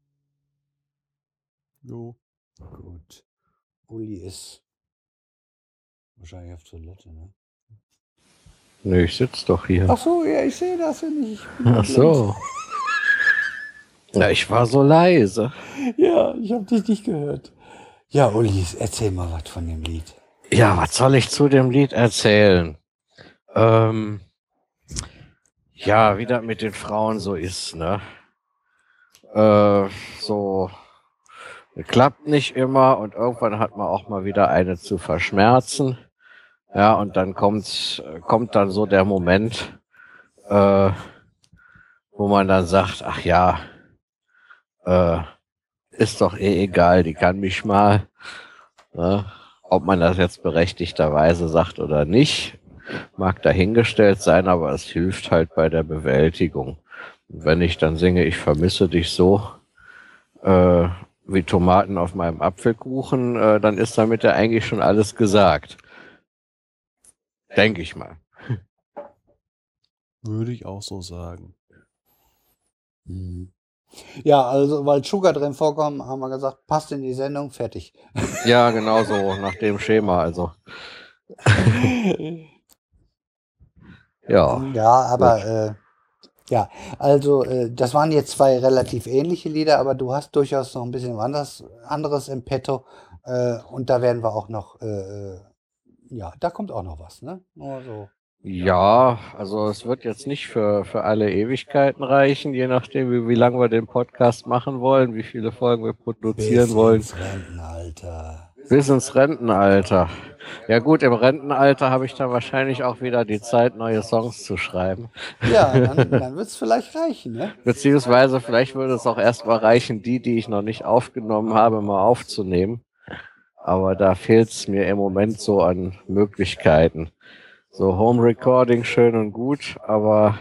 Jo. Gut. Uli ist wahrscheinlich auf Toilette, ne? Nö, ich sitze doch hier. Ach so, ja, ich sehe das ja nicht. Ach so. Ja, ich war so leise. Ja, ich habe dich nicht gehört. Ja, Uli, erzähl mal was von dem Lied. Ja, was soll ich zu dem Lied erzählen? Ja, wie das mit den Frauen so ist, ne? So klappt nicht immer und irgendwann hat man auch mal wieder eine zu verschmerzen. Ja, und dann kommt dann so der Moment, wo man dann sagt, ach ja, ist doch eh egal, die kann mich mal. Ne? Ob man das jetzt berechtigterweise sagt oder nicht, mag dahingestellt sein, aber es hilft halt bei der Bewältigung. Und wenn ich dann singe, ich vermisse dich so, wie Tomaten auf meinem Apfelkuchen, dann ist damit ja eigentlich schon alles gesagt. Denke ich mal. Würde ich auch so sagen. Mhm. Ja, also weil Sugar drin vorkommen, haben wir gesagt, passt in die Sendung, fertig. Ja, genau so, nach dem Schema, also. Ja. Ja, aber ja, also das waren jetzt zwei relativ ähnliche Lieder, aber du hast durchaus noch ein bisschen anderes im Petto und da werden wir auch noch, ja, da kommt auch noch was, ne? Nur so. Ja, also es wird jetzt nicht für alle Ewigkeiten reichen, je nachdem, wie lange wir den Podcast machen wollen, wie viele Folgen wir produzieren wollen. Bis ins Rentenalter. Bis ins Rentenalter. Ja gut, im Rentenalter habe ich dann wahrscheinlich auch wieder die Zeit, neue Songs zu schreiben. Ja, dann wird es vielleicht reichen, ne? Beziehungsweise vielleicht würde es auch erst mal reichen, die ich noch nicht aufgenommen habe, mal aufzunehmen. Aber da fehlt es mir im Moment so an Möglichkeiten. So Home Recording schön und gut, aber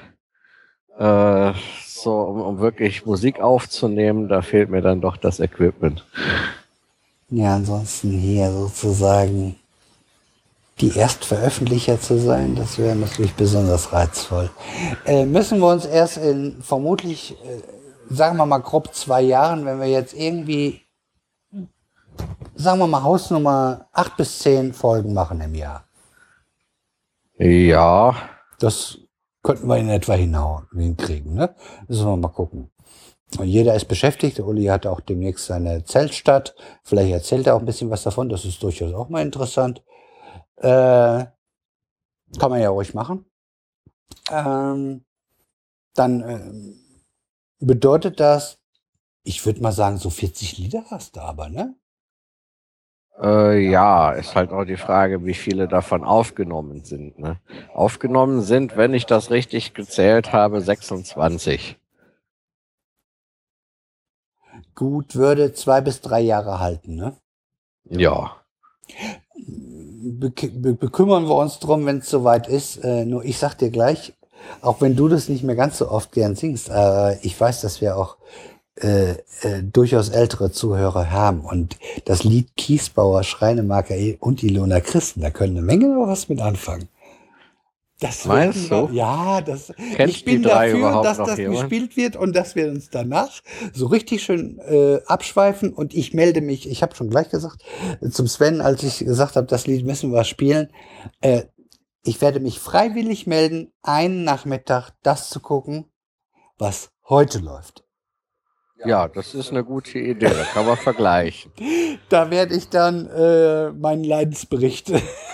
so um wirklich Musik aufzunehmen, da fehlt mir dann doch das Equipment. Ja, ansonsten hier sozusagen die Erstveröffentlicher zu sein, das wäre natürlich besonders reizvoll. Müssen wir uns erst in vermutlich, sagen wir mal grob 2 Jahren, wenn wir jetzt irgendwie, sagen wir mal Hausnummer 8 bis 10 Folgen machen im Jahr. Ja. Das könnten wir in etwa hinkriegen, ne? Müssen wir mal gucken. Und jeder ist beschäftigt. Der Uli hat auch demnächst seine Zeltstadt. Vielleicht erzählt er auch ein bisschen was davon. Das ist durchaus auch mal interessant. Kann man ja ruhig machen. Dann bedeutet das, ich würde mal sagen, so 40 Lieder hast du aber, ne? Ja, ist halt auch die Frage, wie viele davon aufgenommen sind. Ne? Aufgenommen sind, wenn ich das richtig gezählt habe, 26. Gut, würde 2 bis 3 Jahre halten, ne? Ja. Bekümmern wir uns drum, wenn es soweit ist. Nur ich sag dir gleich, auch wenn du das nicht mehr ganz so oft gern singst, ich weiß, dass wir auch durchaus ältere Zuhörer haben. Und das Lied Kiesbauer, Schreinemarker und Ilona Christen, da können eine Menge noch was mit anfangen. Das meinst du? Ja, ich bin dafür, dass das gespielt wird und dass wir uns danach so richtig schön abschweifen. Und ich melde mich, ich habe schon gleich gesagt, zum Sven, als ich gesagt habe, das Lied müssen wir spielen. Ich werde mich freiwillig melden, einen Nachmittag das zu gucken, was heute läuft. Ja, das ist eine gute Idee, da kann man vergleichen. Da werde ich dann meinen Leidensbericht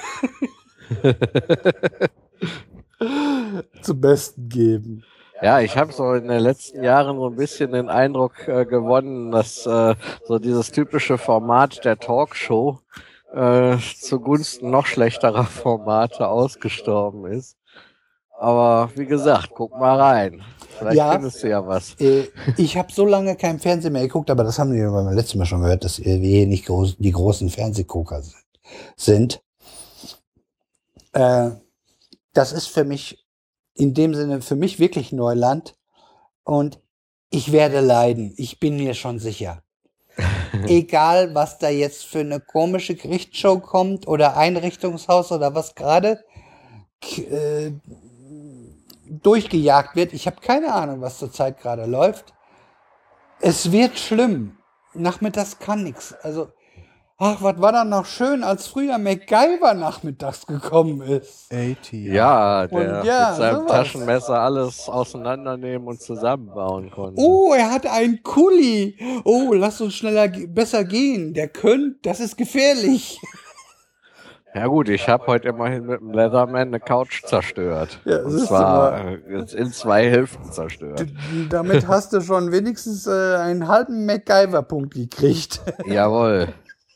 zum Besten geben. Ja, ich habe so in den letzten Jahren so ein bisschen den Eindruck gewonnen, dass so dieses typische Format der Talkshow zugunsten noch schlechterer Formate ausgestorben ist. Aber wie gesagt, guck mal rein. Vielleicht Ja. findest du ja was. Ich habe so lange kein Fernsehen mehr geguckt, aber das haben wir beim letzten Mal schon gehört, dass wir hier nicht die großen Fernsehgucker sind. Das ist für mich in dem Sinne für mich wirklich Neuland und ich werde leiden. Ich bin mir schon sicher. Egal, was da jetzt für eine komische Gerichtsshow kommt oder Einrichtungshaus oder was gerade durchgejagt wird. Ich habe keine Ahnung, was zurzeit gerade läuft. Es wird schlimm. Nachmittags kann nichts. Also, ach, was war dann noch schön, als früher MacGyver nachmittags gekommen ist. Ja, der Und ja, mit seinem sowas. Taschenmesser alles auseinandernehmen und zusammenbauen konnte. Oh, er hat einen Kuli. Oh, lass uns schneller, besser gehen. Das ist gefährlich. Ja gut, ich habe heute immerhin mit dem Leatherman eine Couch zerstört. Ja, und siehst du zwar in 2 Hälften zerstört. Damit hast du schon wenigstens einen halben MacGyver-Punkt gekriegt. Jawohl.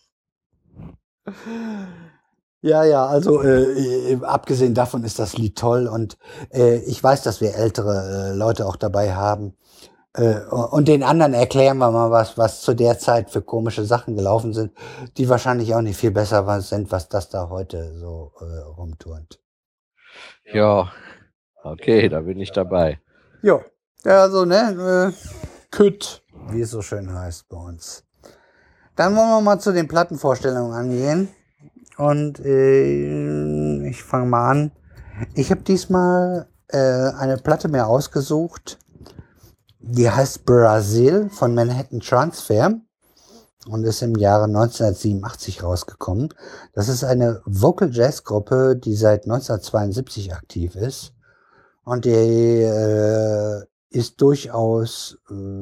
Ja, also abgesehen davon ist das Lied toll und ich weiß, dass wir ältere Leute auch dabei haben. Und den anderen erklären wir mal was zu der Zeit für komische Sachen gelaufen sind, die wahrscheinlich auch nicht viel besser sind, was das da heute so rumturnt. Ja, okay, da bin ich dabei. Ja, also Kütt, wie es so schön heißt bei uns. Dann wollen wir mal zu den Plattenvorstellungen angehen. Und ich fange mal an. Ich habe diesmal eine Platte mir ausgesucht, die heißt Brazil von Manhattan Transfer und ist im Jahre 1987 rausgekommen. Das ist eine Vocal Jazz Gruppe, die seit 1972 aktiv ist und die ist durchaus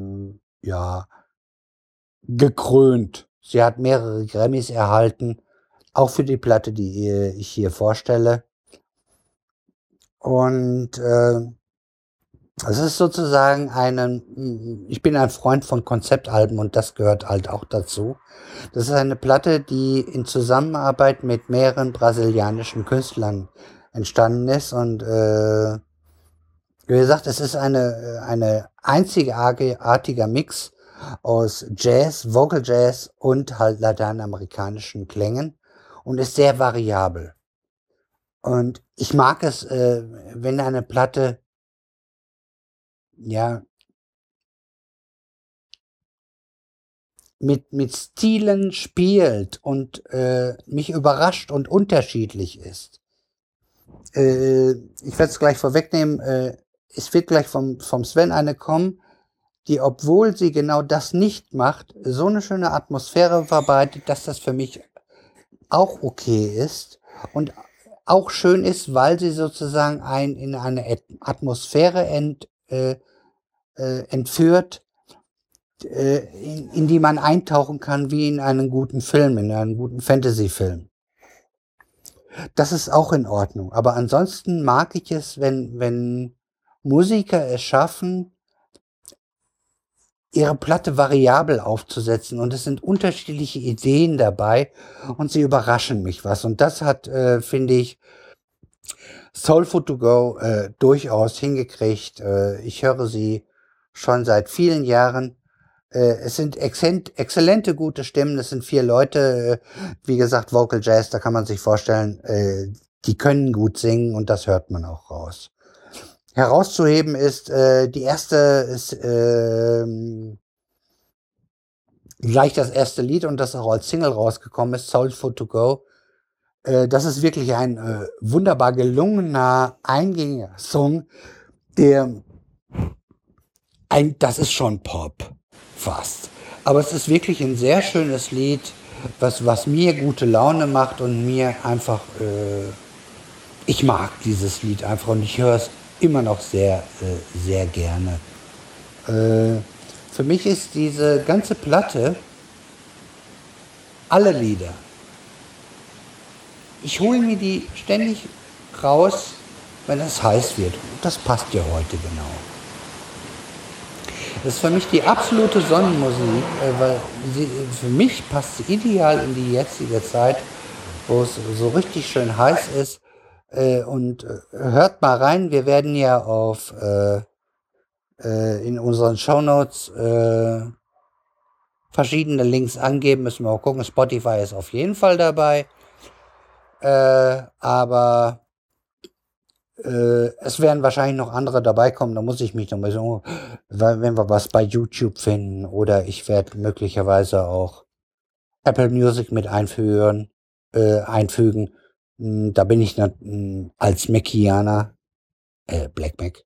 gekrönt. Sie hat mehrere Grammys erhalten, auch für die Platte, die ich hier vorstelle. Und es ist sozusagen ich bin ein Freund von Konzeptalben und das gehört halt auch dazu. Das ist eine Platte, die in Zusammenarbeit mit mehreren brasilianischen Künstlern entstanden ist und wie gesagt, es ist eine einzigartiger Mix aus Jazz, Vocal Jazz und halt lateinamerikanischen Klängen und ist sehr variabel. Und ich mag es, wenn eine Platte mit Stilen spielt und mich überrascht und unterschiedlich ist. Ich werde es gleich vorwegnehmen, es wird gleich vom Sven eine kommen, die, obwohl sie genau das nicht macht, so eine schöne Atmosphäre verbreitet, dass das für mich auch okay ist und auch schön ist, weil sie sozusagen in eine Atmosphäre entführt, in die man eintauchen kann, wie in einen guten Film, in einen guten Fantasy-Film. Das ist auch in Ordnung. Aber ansonsten mag ich es, wenn Musiker es schaffen, ihre Platte variabel aufzusetzen und es sind unterschiedliche Ideen dabei und sie überraschen mich was. Und das hat, finde ich, Soul Food to Go durchaus hingekriegt. Ich höre sie schon seit vielen Jahren. Es sind exzellente, gute Stimmen. Es sind 4 Leute. Wie gesagt, Vocal Jazz, da kann man sich vorstellen, die können gut singen und das hört man auch raus. Herauszuheben ist, die erste ist gleich das erste Lied und das auch als Single rausgekommen ist, Soul Food to Go. Das ist wirklich ein wunderbar gelungener, eingängiger Song, das ist schon Pop, fast. Aber es ist wirklich ein sehr schönes Lied, was mir gute Laune macht und mir einfach, ich mag dieses Lied einfach und ich höre es immer noch sehr, sehr gerne. Für mich ist diese ganze Platte alle Lieder. Ich hole mir die ständig raus, wenn es heiß wird. Das passt ja heute genau. Das ist für mich die absolute Sonnenmusik, weil für mich passt sie ideal in die jetzige Zeit, wo es so richtig schön heiß ist. Und hört mal rein, wir werden ja in unseren Shownotes verschiedene Links angeben, müssen wir auch gucken. Spotify ist auf jeden Fall dabei. Aber es werden wahrscheinlich noch andere dabei kommen, da muss ich mich noch mal so, wenn wir was bei YouTube finden, oder ich werde möglicherweise auch Apple Music mit einfügen. Da bin ich als Macianer, Black Mac,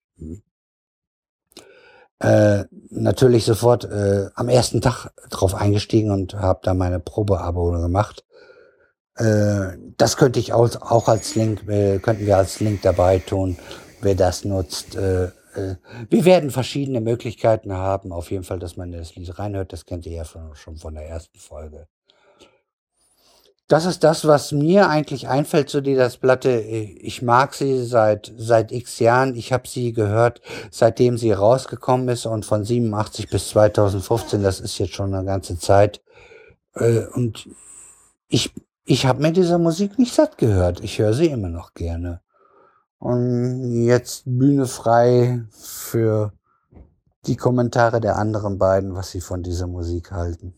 natürlich sofort am ersten Tag drauf eingestiegen und habe da meine Probeabo gemacht. Das könnte ich auch als Link, könnten wir als Link dabei tun, wer das nutzt. Wir werden verschiedene Möglichkeiten haben, auf jeden Fall, dass man das Lied reinhört. Das kennt ihr ja schon von der ersten Folge. Das ist das, was mir eigentlich einfällt zu dieser Platte. Ich mag sie seit x Jahren. Ich habe sie gehört, seitdem sie rausgekommen ist, und von 87 bis 2015, das ist jetzt schon eine ganze Zeit. Und ich habe mir dieser Musik nicht satt gehört. Ich höre sie immer noch gerne. Und jetzt Bühne frei für die Kommentare der anderen beiden, was sie von dieser Musik halten.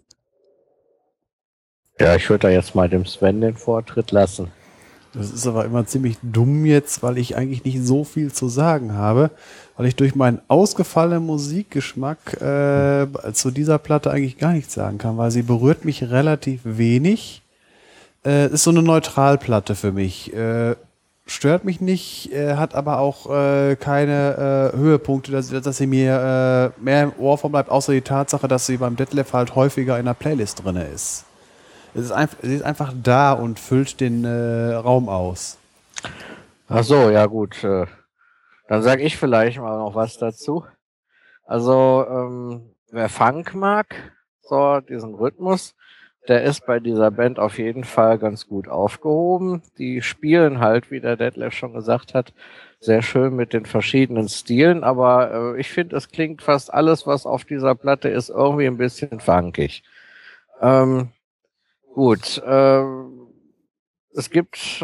Ja, ich würde da jetzt mal dem Sven den Vortritt lassen. Das ist aber immer ziemlich dumm jetzt, weil ich eigentlich nicht so viel zu sagen habe, weil ich durch meinen ausgefallenen Musikgeschmack zu dieser Platte eigentlich gar nichts sagen kann, weil sie berührt mich relativ wenig. Ist so eine Neutralplatte für mich. Stört mich nicht, hat aber auch keine Höhepunkte, dass sie mir mehr im Ohr verbleibt, außer die Tatsache, dass sie beim Detlef halt häufiger in der Playlist drin ist. Sie ist einfach da und füllt den Raum aus. Ach so, ja gut. Dann sage ich vielleicht mal noch was dazu. Also, wer Funk mag, so diesen Rhythmus, der ist bei dieser Band auf jeden Fall ganz gut aufgehoben. Die spielen halt, wie der Detlef schon gesagt hat, sehr schön mit den verschiedenen Stilen, aber ich finde, es klingt fast alles, was auf dieser Platte ist, irgendwie ein bisschen funkig. Gut, es gibt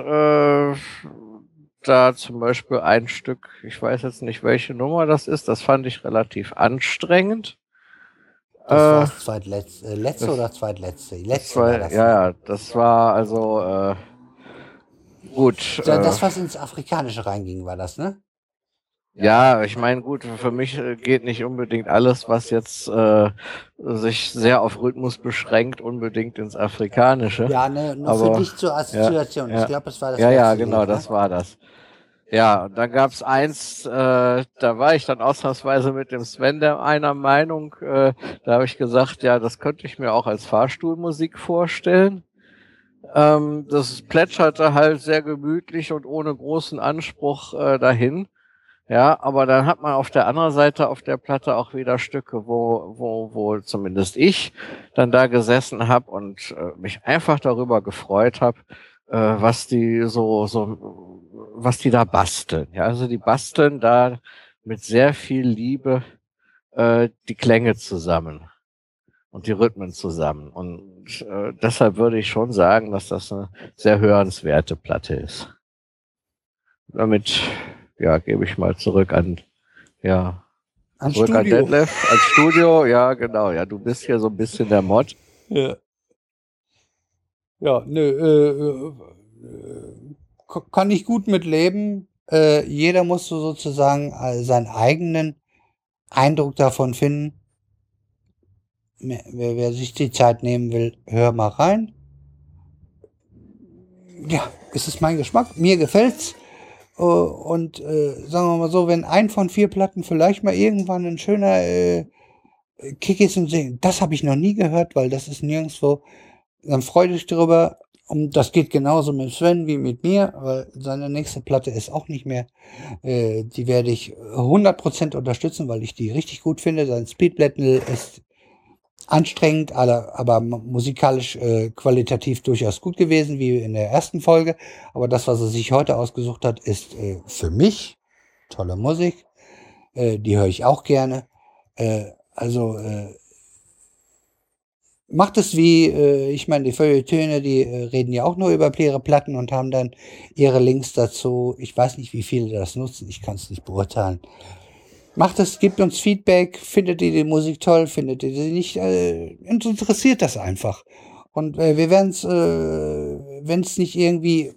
da zum Beispiel ein Stück, ich weiß jetzt nicht, welche Nummer das ist, das fand ich relativ anstrengend. Das war das letzte oder zweitletzte? Letzte war das. Ja, das war also gut. Das, was ins Afrikanische reinging, war das, ne? Ja, ich meine, gut, für mich geht nicht unbedingt alles, was jetzt sich sehr auf Rhythmus beschränkt, unbedingt ins Afrikanische. Ja, ne, nur aber, für dich zur Assoziation. Ja, ich glaube, es war das Ja, letzte genau, Lied, ne? das war das. Ja, und dann gab's eins, da war ich dann ausnahmsweise mit dem Sven einer Meinung, da habe ich gesagt, ja, das könnte ich mir auch als Fahrstuhlmusik vorstellen. Das plätscherte halt sehr gemütlich und ohne großen Anspruch dahin. Ja, aber dann hat man auf der anderen Seite auf der Platte auch wieder Stücke, wo zumindest ich dann da gesessen habe und mich einfach darüber gefreut habe, was die was die da basteln. Ja, also die basteln da mit sehr viel Liebe die Klänge zusammen und die Rhythmen zusammen. Und deshalb würde ich schon sagen, dass das eine sehr hörenswerte Platte ist. Damit gebe ich mal zurück an Detlef, ans Studio. Ja, genau. Ja, du bist hier so ein bisschen der Mod. Ja. Ja, kann ich gut mit leben. Jeder muss so sozusagen seinen eigenen Eindruck davon finden. Wer sich die Zeit nehmen will, hör mal rein. Ja, es ist mein Geschmack. Mir gefällt's. Und sagen wir mal so, wenn ein von 4 Platten vielleicht mal irgendwann ein schöner Kick ist und singen, das habe ich noch nie gehört, weil das ist nirgendwo, dann freu dich drüber, Und das geht genauso mit Sven wie mit mir, weil seine nächste Platte ist auch nicht mehr. Die werde ich 100% unterstützen, weil ich die richtig gut finde. Sein Speedblattle ist anstrengend, aber musikalisch qualitativ durchaus gut gewesen, wie in der ersten Folge. Aber das, was er sich heute ausgesucht hat, ist für mich tolle Musik. Die höre ich auch gerne. Macht es wie, ich meine, die Feuilletöne, die reden ja auch nur über ihre Platten und haben dann ihre Links dazu. Ich weiß nicht, wie viele das nutzen, ich kann es nicht beurteilen. Macht es, gebt uns Feedback, findet ihr die Musik toll, findet ihr sie nicht, uns interessiert das einfach. Und wir werden es, wenn es nicht irgendwie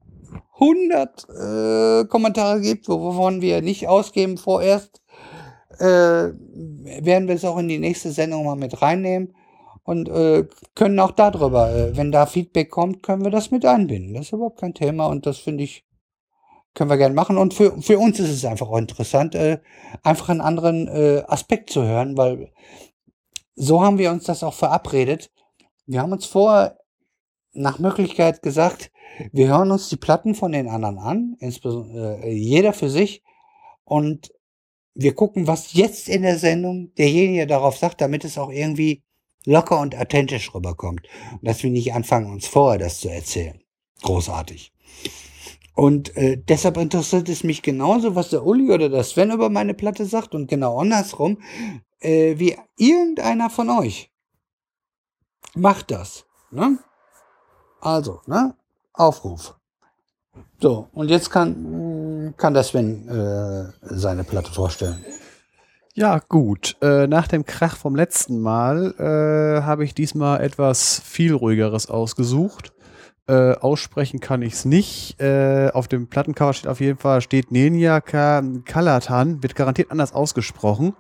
100 Kommentare gibt, wovon wir nicht ausgeben vorerst, werden wir es auch in die nächste Sendung mal mit reinnehmen. Und können auch darüber, wenn da Feedback kommt, können wir das mit einbinden. Das ist überhaupt kein Thema und das finde ich, können wir gerne machen. Und für uns ist es einfach auch interessant, einfach einen anderen Aspekt zu hören, weil so haben wir uns das auch verabredet. Wir haben uns vorher nach Möglichkeit gesagt, wir hören uns die Platten von den anderen an, insbesondere jeder für sich, und wir gucken, was jetzt in der Sendung derjenige darauf sagt, damit es auch irgendwie locker und authentisch rüberkommt. Und dass wir nicht anfangen, uns vorher das zu erzählen. Großartig. Und deshalb interessiert es mich genauso, was der Uli oder der Sven über meine Platte sagt und genau andersrum, wie irgendeiner von euch. Macht das. Ne? Also, ne? Aufruf. So, und jetzt kann der Sven seine Platte vorstellen. Ja, gut. Nach dem Krach vom letzten Mal habe ich diesmal etwas viel ruhigeres ausgesucht. Aussprechen kann ich es nicht. Auf dem Plattencover steht auf jeden Fall, Nenia Kalatan, wird garantiert anders ausgesprochen.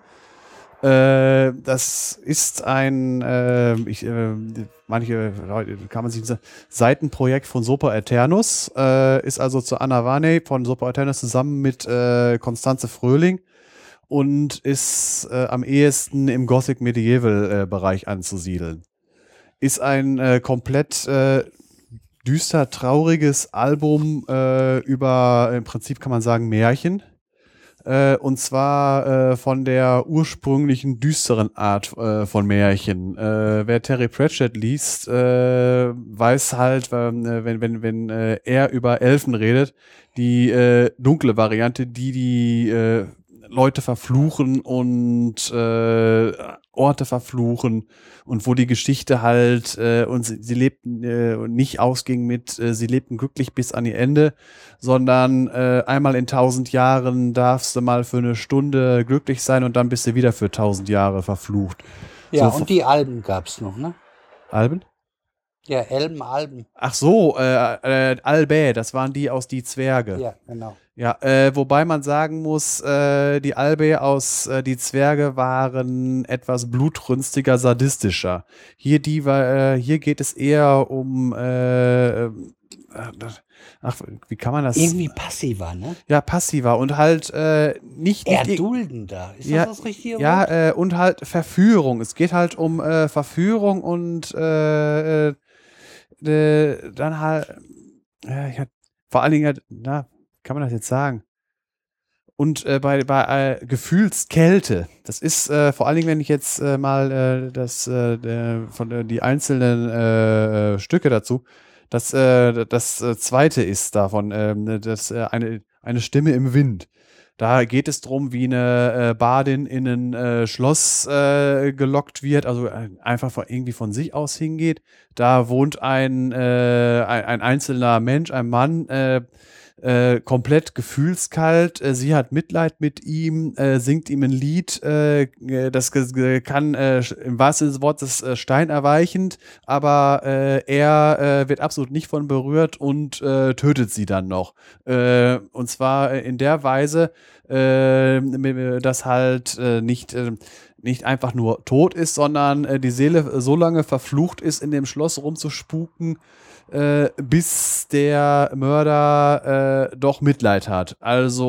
Das ist ein, manche Leute, kann man sich sagen, Seitenprojekt von Soper Aeternus, ist also zu Anna Varney von Soper Aeternus zusammen mit Constanze Fröhling. Und ist am ehesten im Gothic Medieval Bereich anzusiedeln. Ist ein komplett düster trauriges Album über, im Prinzip kann man sagen, Märchen. Und zwar von der ursprünglichen düsteren Art von Märchen. Wer Terry Pratchett liest, weiß halt, wenn er über Elfen redet, die dunkle Variante, die Leute verfluchen und Orte verfluchen und wo die Geschichte halt und sie lebten nicht ausging mit sie lebten glücklich bis an ihr Ende, sondern einmal in 1000 Jahren darfst du mal für eine Stunde glücklich sein und dann bist du wieder für 1000 Jahre verflucht. Ja, so, und die Alben gab's noch, ne? Alben? Ja, Alben. Ach so, Albä, das waren die aus Die Zwerge. Ja, genau. Ja, wobei man sagen muss, die Albä aus Die Zwerge waren etwas blutrünstiger, sadistischer. Hier geht es eher um wie kann man das? Irgendwie passiver, ne? Ja, passiver und halt nicht erduldender. Ist das das richtige Wort? Ja, und halt Verführung. Es geht halt um Verführung und dann halt vor allen Dingen, kann man das jetzt sagen? Und bei Gefühlskälte, das ist vor allen Dingen, wenn ich jetzt mal die einzelnen Stücke dazu, das zweite ist davon, eine Stimme im Wind. Da geht es drum, wie eine Badin in ein Schloss gelockt wird, also einfach irgendwie von sich aus hingeht. Da wohnt ein einzelner Mensch, ein Mann, komplett gefühlskalt. Sie hat Mitleid mit ihm, singt ihm ein Lied, das kann im wahrsten Sinne des Wortes steinerweichend, aber er wird absolut nicht von berührt und tötet sie dann noch. Und zwar in der Weise, dass halt nicht einfach nur tot ist, sondern die Seele so lange verflucht ist, in dem Schloss rumzuspuken, bis der Mörder doch Mitleid hat.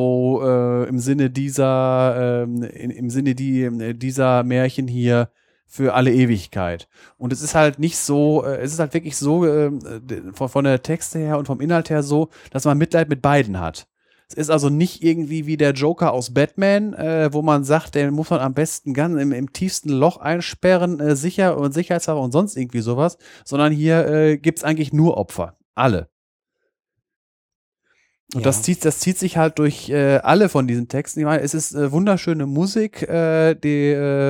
Also im Sinne dieser Märchen hier für alle Ewigkeit. Und es ist halt nicht so, es ist halt wirklich so, von der Texte her und vom Inhalt her so, dass man Mitleid mit beiden hat. Es ist also nicht irgendwie wie der Joker aus Batman, wo man sagt, den muss man am besten ganz im tiefsten Loch einsperren, sicher und sicherheitshalber und sonst irgendwie sowas, sondern hier gibt's eigentlich nur Opfer. Alle. Und Ja. das zieht sich halt durch alle von diesen Texten. Ich meine, es ist wunderschöne Musik, die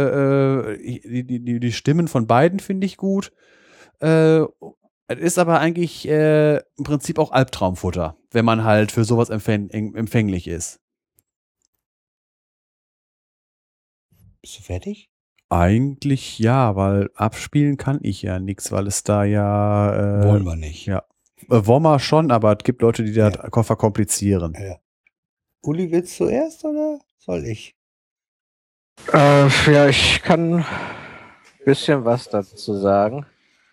Stimmen von beiden finde ich gut. Es ist aber eigentlich im Prinzip auch Albtraumfutter, wenn man halt für sowas empfänglich ist. Bist du fertig? Eigentlich ja, weil abspielen kann ich ja nichts, weil es da ja Wollen wir nicht. ja. Wollen wir schon, aber es gibt Leute, die das verkomplizieren. Ja. Uli, willst du erst oder soll ich? Ja, ich kann ein bisschen was dazu sagen.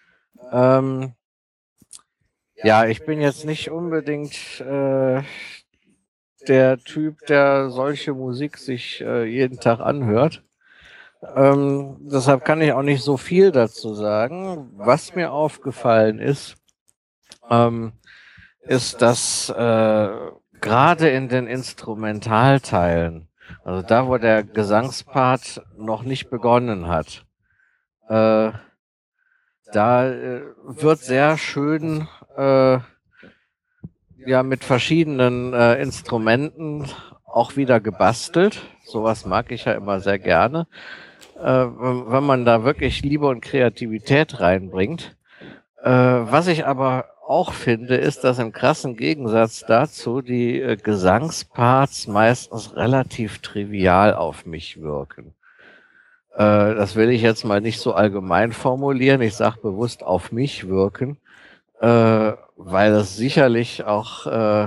Ja, ich bin jetzt nicht unbedingt der Typ, der solche Musik sich jeden Tag anhört. Deshalb kann ich auch nicht so viel dazu sagen. Was mir aufgefallen ist, dass gerade in den Instrumentalteilen, also da, wo der Gesangspart noch nicht begonnen hat, da wird sehr schön ja mit verschiedenen Instrumenten auch wieder gebastelt. Sowas mag ich ja immer sehr gerne. Wenn man da wirklich Liebe und Kreativität reinbringt. Was ich aber auch finde, ist, dass im krassen Gegensatz dazu die Gesangsparts meistens relativ trivial auf mich wirken. Das will ich jetzt mal nicht so allgemein formulieren. Ich sage bewusst auf mich wirken, weil es sicherlich auch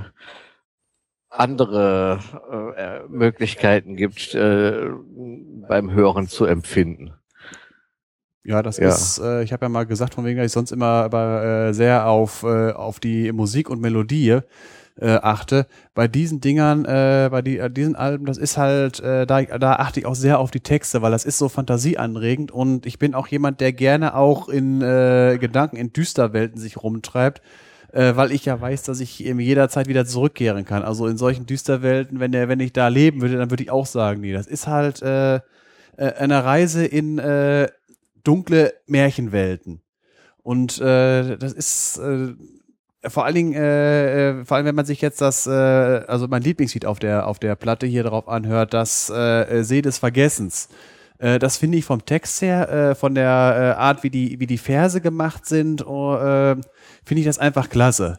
andere Möglichkeiten gibt, beim Hören zu empfinden. Ja, das ist, ich habe ja mal gesagt, von wegen, dass ich sonst immer sehr auf die Musik und Melodie achte. Bei diesen Dingern, diesen Alben, das ist halt, da achte ich auch sehr auf die Texte, weil das ist so fantasieanregend und ich bin auch jemand, der gerne auch in Gedanken in Düsterwelten sich rumtreibt, weil ich ja weiß, dass ich jederzeit wieder zurückkehren kann. Also in solchen Düsterwelten, wenn ich da leben würde, dann würde ich auch sagen, nee, das ist halt eine Reise in dunkle Märchenwelten. Und das ist vor allem, wenn man sich jetzt also mein Lieblingslied auf der Platte hier drauf anhört, das See des Vergessens. Das finde ich vom Text her, von der Art, wie die Verse gemacht sind, finde ich das einfach klasse.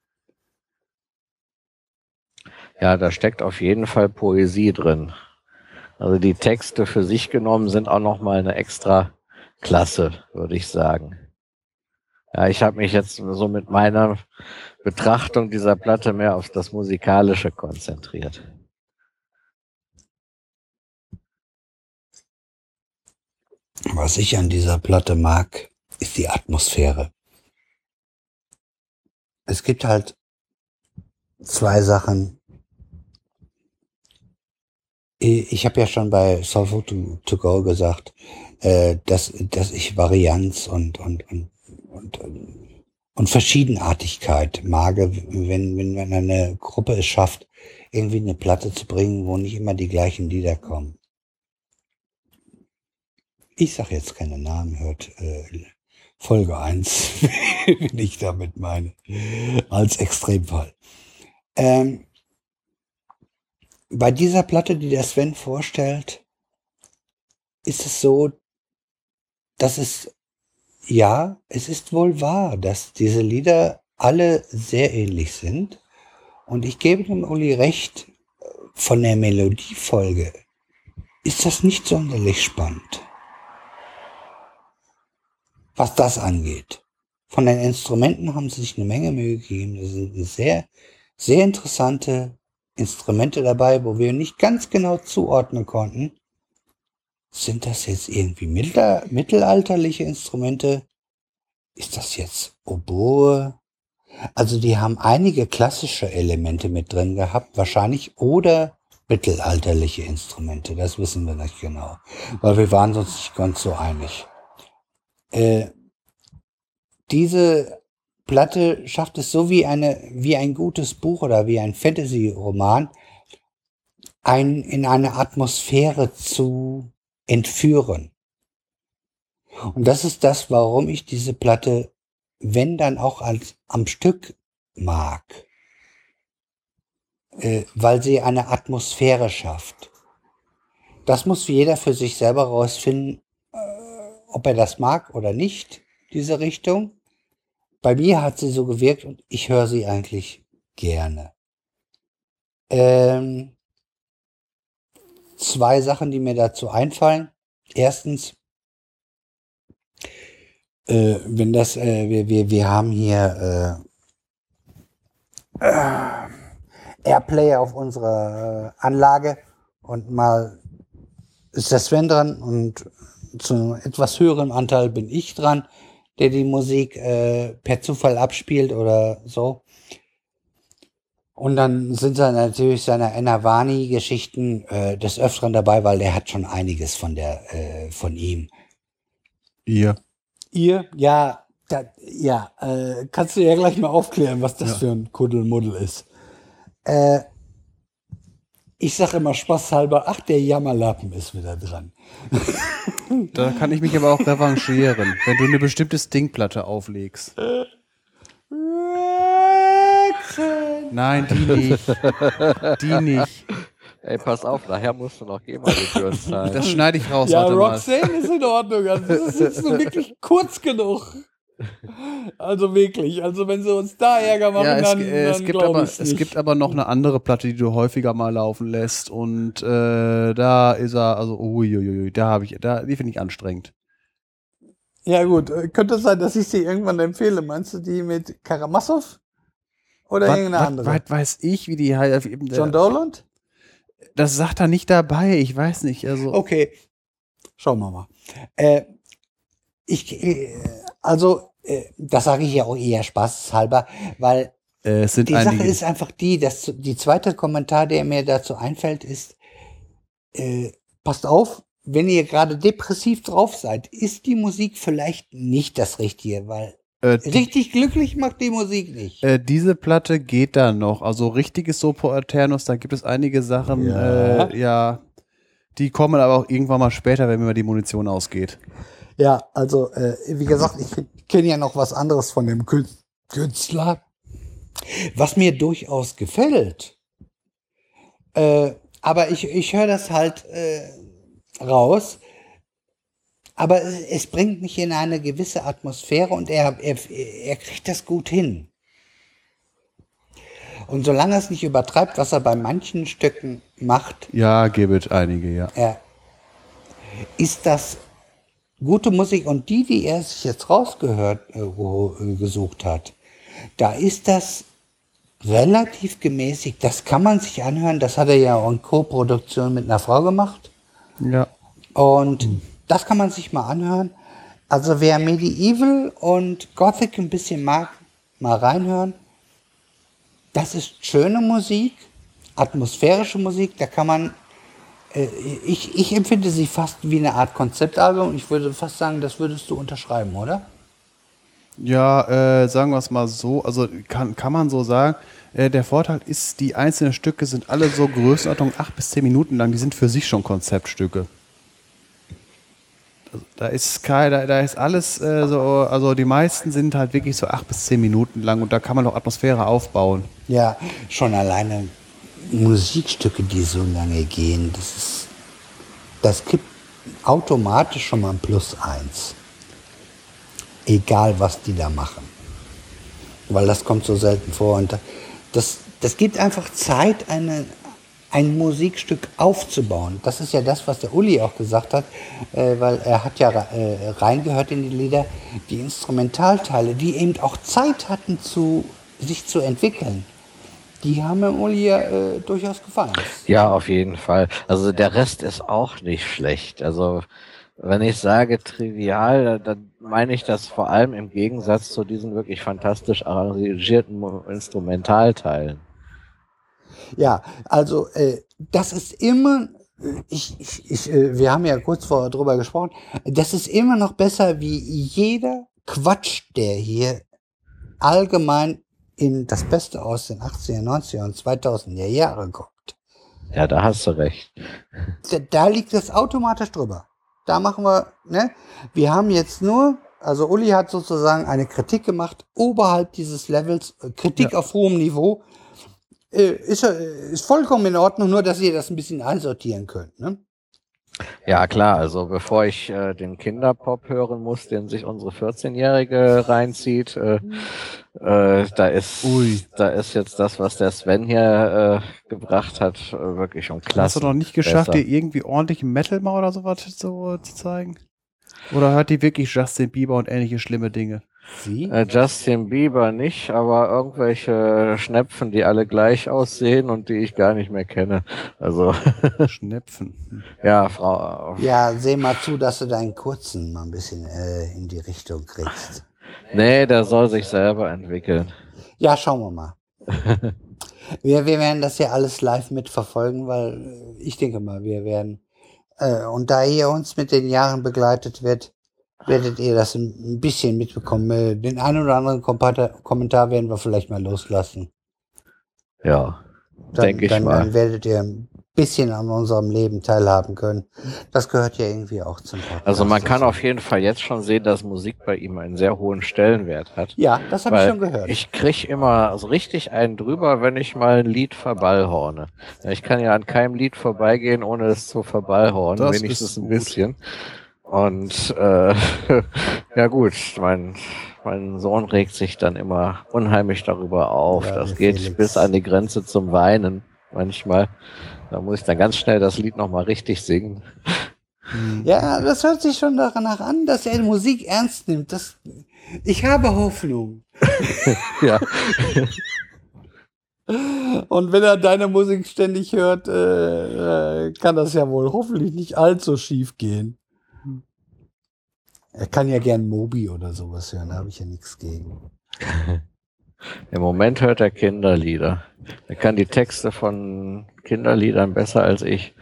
Ja, da steckt auf jeden Fall Poesie drin. Also die Texte für sich genommen sind auch nochmal eine extra Klasse, würde ich sagen. Ja, ich habe mich jetzt so mit meiner Betrachtung dieser Platte mehr auf das Musikalische konzentriert. Was ich an dieser Platte mag, ist die Atmosphäre. Es gibt halt zwei Sachen. Ich habe ja schon bei Soulful to Go gesagt, dass ich Varianz und Verschiedenartigkeit mag, wenn eine Gruppe es schafft, irgendwie eine Platte zu bringen, wo nicht immer die gleichen Lieder kommen. Ich sage jetzt keine Namen, hört Folge 1, wenn ich damit meine, als Extremfall. Bei dieser Platte, die der Sven vorstellt, ist es so, dass es ist wohl wahr, dass diese Lieder alle sehr ähnlich sind. Und ich gebe dem Uli recht, von der Melodiefolge ist das nicht sonderlich spannend, was das angeht. Von den Instrumenten haben sie sich eine Menge Mühe gegeben. Das sind sehr, sehr interessante Instrumente dabei, wo wir nicht ganz genau zuordnen konnten. Sind das jetzt irgendwie mittelalterliche Instrumente? Ist das jetzt Oboe? Also die haben einige klassische Elemente mit drin gehabt, wahrscheinlich, oder mittelalterliche Instrumente. Das wissen wir nicht genau, weil wir waren uns nicht ganz so einig. Diese Platte schafft es so wie ein gutes Buch oder wie ein Fantasy-Roman, einen in eine Atmosphäre zu entführen. Und das ist das, warum ich diese Platte, wenn dann auch am Stück mag, weil sie eine Atmosphäre schafft. Das muss jeder für sich selber rausfinden, ob er das mag oder nicht, diese Richtung. Bei mir hat sie so gewirkt und ich höre sie eigentlich gerne. 2 Sachen, die mir dazu einfallen. Erstens, wenn das, wir haben hier Airplay auf unserer Anlage und mal ist der Sven dran und zu einem etwas höheren Anteil bin ich dran, der die Musik per Zufall abspielt oder so. Und dann sind da natürlich seine Enavani-Geschichten des Öfteren dabei, weil der hat schon einiges von ihm. Ihr. Ihr? Ja, kannst du ja gleich mal aufklären, was das für ein Kuddelmuddel ist. Ich sag immer spaßhalber, ach, der Jammerlappen ist wieder dran. Da kann ich mich aber auch revanchieren, wenn du eine bestimmte Stingplatte auflegst. Nein, die nicht. Ey, pass auf, nachher musst du noch GEMA-Gebühren zahlen. Das schneide ich raus Ja, heute mal. Roxanne ist in Ordnung. Also das ist jetzt nur wirklich kurz genug. Also wirklich. Also wenn sie uns da Ärger machen, Ja, dann es gibt aber noch eine andere Platte, die du häufiger mal laufen lässt und da ist er, also uiuiui, die finde ich anstrengend. Ja gut, könnte es sein, dass ich sie irgendwann empfehle. Meinst du die mit Karamazov? Oder irgendeine andere? Was weiß ich, wie die halt John Doland? Das sagt er nicht dabei, ich weiß nicht. Also. Okay, schauen wir mal. Das sage ich ja auch eher spaßhalber, weil es sind die einige. Sache ist einfach die, dass die zweite Kommentar, der mir dazu einfällt, ist, passt auf, wenn ihr gerade depressiv drauf seid, ist die Musik vielleicht nicht das Richtige, weil richtig glücklich macht die Musik nicht. Diese Platte geht da noch. Also richtiges Sopor Aeternus, da gibt es einige Sachen, die kommen aber auch irgendwann mal später, wenn mir die Munition ausgeht. Ja, also wie gesagt, ich kenne ja noch was anderes von dem Künstler, was mir durchaus gefällt. Aber ich höre das halt raus. Aber es bringt mich in eine gewisse Atmosphäre und er kriegt das gut hin. Und solange er es nicht übertreibt, was er bei manchen Stücken macht, Ja, gibt einige, ja. Ist das gute Musik. Und die er sich jetzt gesucht hat, da ist das relativ gemäßigt. Das kann man sich anhören. Das hat er ja auch in Co-Produktion mit einer Frau gemacht. Ja. Und das kann man sich mal anhören. Also wer Medieval und Gothic ein bisschen mag, mal reinhören. Das ist schöne Musik, atmosphärische Musik. Da kann man, ich empfinde sie fast wie eine Art Konzeptalbum. Ich würde fast sagen, das würdest du unterschreiben, oder? Ja, sagen wir es mal so, also kann man so sagen. Der Vorteil ist, die einzelnen Stücke sind alle so Größenordnung 8 bis 10 Minuten lang. Die sind für sich schon Konzeptstücke. Da ist alles so, also die meisten sind halt wirklich so 8 bis 10 Minuten lang und da kann man auch Atmosphäre aufbauen. Ja, schon alleine Musikstücke, die so lange gehen, das gibt automatisch schon mal ein +1. Egal, was die da machen. Weil das kommt so selten vor und das gibt einfach Zeit, ein Musikstück aufzubauen. Das ist ja das, was der Uli auch gesagt hat, weil er hat ja reingehört in die Lieder, die Instrumentalteile, die eben auch Zeit hatten, sich zu entwickeln. Die haben dem Uli ja durchaus gefallen. Ja, auf jeden Fall. Also der Rest ist auch nicht schlecht. Also wenn ich sage trivial, dann meine ich das vor allem im Gegensatz zu diesen wirklich fantastisch arrangierten Instrumentalteilen. Ja, also das ist immer wir haben ja kurz vorher drüber gesprochen, das ist immer noch besser wie jeder Quatsch, der hier allgemein in das Beste aus den 80er, 90er und 2000er Jahren kommt. Ja, da hast du recht. Da liegt es automatisch drüber. Da machen wir, ne? Wir haben jetzt nur, also Uli hat sozusagen eine Kritik gemacht, oberhalb dieses Levels, Kritik auf hohem Niveau. Ist vollkommen in Ordnung, nur dass ihr das ein bisschen einsortieren könnt, ne? Ja, klar, also bevor ich den Kinderpop hören muss, den sich unsere 14-Jährige reinzieht, da ist jetzt das, was der Sven hier gebracht hat, wirklich schon klasse. Hast du noch nicht geschafft, dir irgendwie ordentlich Metal mal oder sowas so zu zeigen? Oder hört die wirklich Justin Bieber und ähnliche schlimme Dinge? Sie? Justin Bieber nicht, aber irgendwelche Schnepfen, die alle gleich aussehen und die ich gar nicht mehr kenne. Also Schnepfen. ja, Frau. Ja, seh mal zu, dass du deinen kurzen mal ein bisschen in die Richtung kriegst. Nee, der soll sich selber entwickeln. Ja, schauen wir mal. Wir werden das ja alles live mitverfolgen, weil ich denke mal, wir werden, und da ihr uns mit den Jahren begleitet werdet ihr das ein bisschen mitbekommen. Den einen oder anderen Kommentar werden wir vielleicht mal loslassen. Ja, denke ich mal. Dann werdet ihr ein bisschen an unserem Leben teilhaben können. Das gehört ja irgendwie auch zum Podcast. Also man kann auf jeden Fall jetzt schon sehen, dass Musik bei ihm einen sehr hohen Stellenwert hat. Ja, das habe ich schon gehört. Ich krieg immer so richtig einen drüber, wenn ich mal ein Lied verballhorne. Ich kann ja an keinem Lied vorbeigehen, ohne es zu verballhornen, Das wenigstens ist ein gut. bisschen. Und ja gut, mein Sohn regt sich dann immer unheimlich darüber auf. Ja, Das der geht Felix. bis an die Grenze zum Weinen manchmal. Da muss ich dann ganz schnell das Lied nochmal richtig singen. Ja, das hört sich schon danach an, dass er die Musik ernst nimmt. Ich habe Hoffnung. Ja. Und wenn er deine Musik ständig hört, kann das ja wohl hoffentlich nicht allzu schief gehen. Er kann ja gern Moby oder sowas hören, da habe ich ja nichts gegen. Im Moment hört er Kinderlieder. Er kann die Texte von Kinderliedern besser als ich.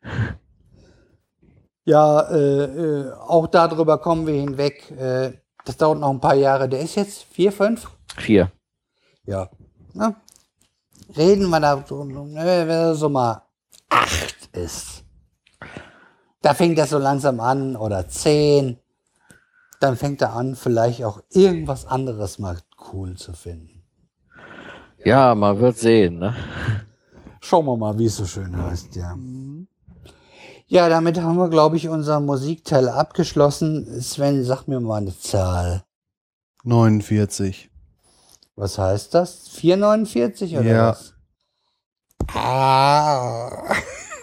Ja, auch darüber kommen wir hinweg. Das dauert noch ein paar Jahre. Der ist jetzt 4, 5? 4. Ja. Na, reden wir da wenn er so mal 8 ist. Da fängt das so langsam an, oder 10. Dann fängt er an, vielleicht auch irgendwas anderes mal cool zu finden. Ja, man wird sehen, ne? Schauen wir mal, wie es so schön heißt, ja. Ja, damit haben wir, glaube ich, unser Musikteil abgeschlossen. Sven, sag mir mal eine Zahl. 49. Was heißt das? 4,49 oder Ja. was? Ah.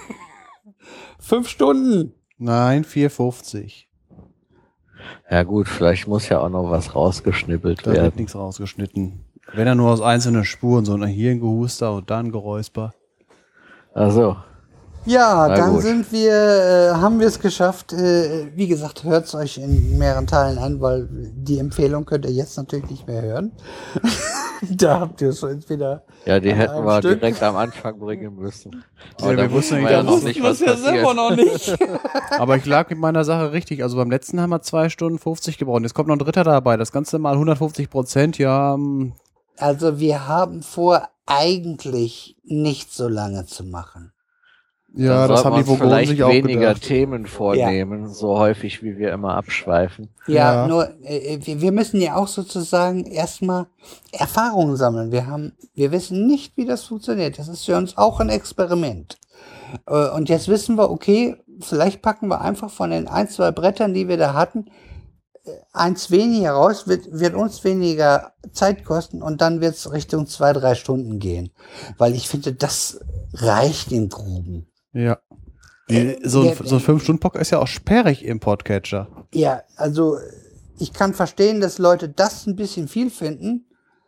5 Stunden. Nein, 4,50. Ja gut, vielleicht muss ja auch noch was rausgeschnippelt Da wird werden. nichts rausgeschnitten. Wenn er nur aus einzelnen Spuren, so hier ein Gehuster und dann Geräusper. Also, Ja, Na dann gut. haben wir es geschafft. Wie gesagt, hört es euch in mehreren Teilen an, weil die Empfehlung könnt ihr jetzt natürlich nicht mehr hören. Da habt ihr es schon wieder. ja, die an hätten einem wir Stück. direkt am Anfang bringen müssen. Ja, wir wussten ja ja noch noch nicht, was ja selber passiert. noch nicht. Aber ich lag mit meiner Sache richtig. Also beim letzten haben wir 2 Stunden 50 gebraucht. Jetzt kommt noch ein dritter dabei. Das Ganze mal 150%. Ja, Also wir haben vor, eigentlich nicht so lange zu machen. ja, Dann das sollten haben wir die uns Vogonen vielleicht sich auch weniger gedacht. Themen vornehmen, so häufig wie wir immer abschweifen. Ja, Ja. nur wir müssen ja auch sozusagen erstmal Erfahrungen sammeln. Wir wissen nicht, wie das funktioniert. Das ist für uns auch ein Experiment. Und jetzt wissen wir, okay, vielleicht packen wir einfach von den 1, 2 Brettern, die wir da hatten, 1 weniger raus, wird uns weniger Zeit kosten und dann wird es Richtung 2, 3 Stunden gehen. Weil ich finde, das reicht im Groben. Ja. So ein 5-Stunden-Pock ist ja auch sperrig im Podcatcher. Ja, also ich kann verstehen, dass Leute das ein bisschen viel finden.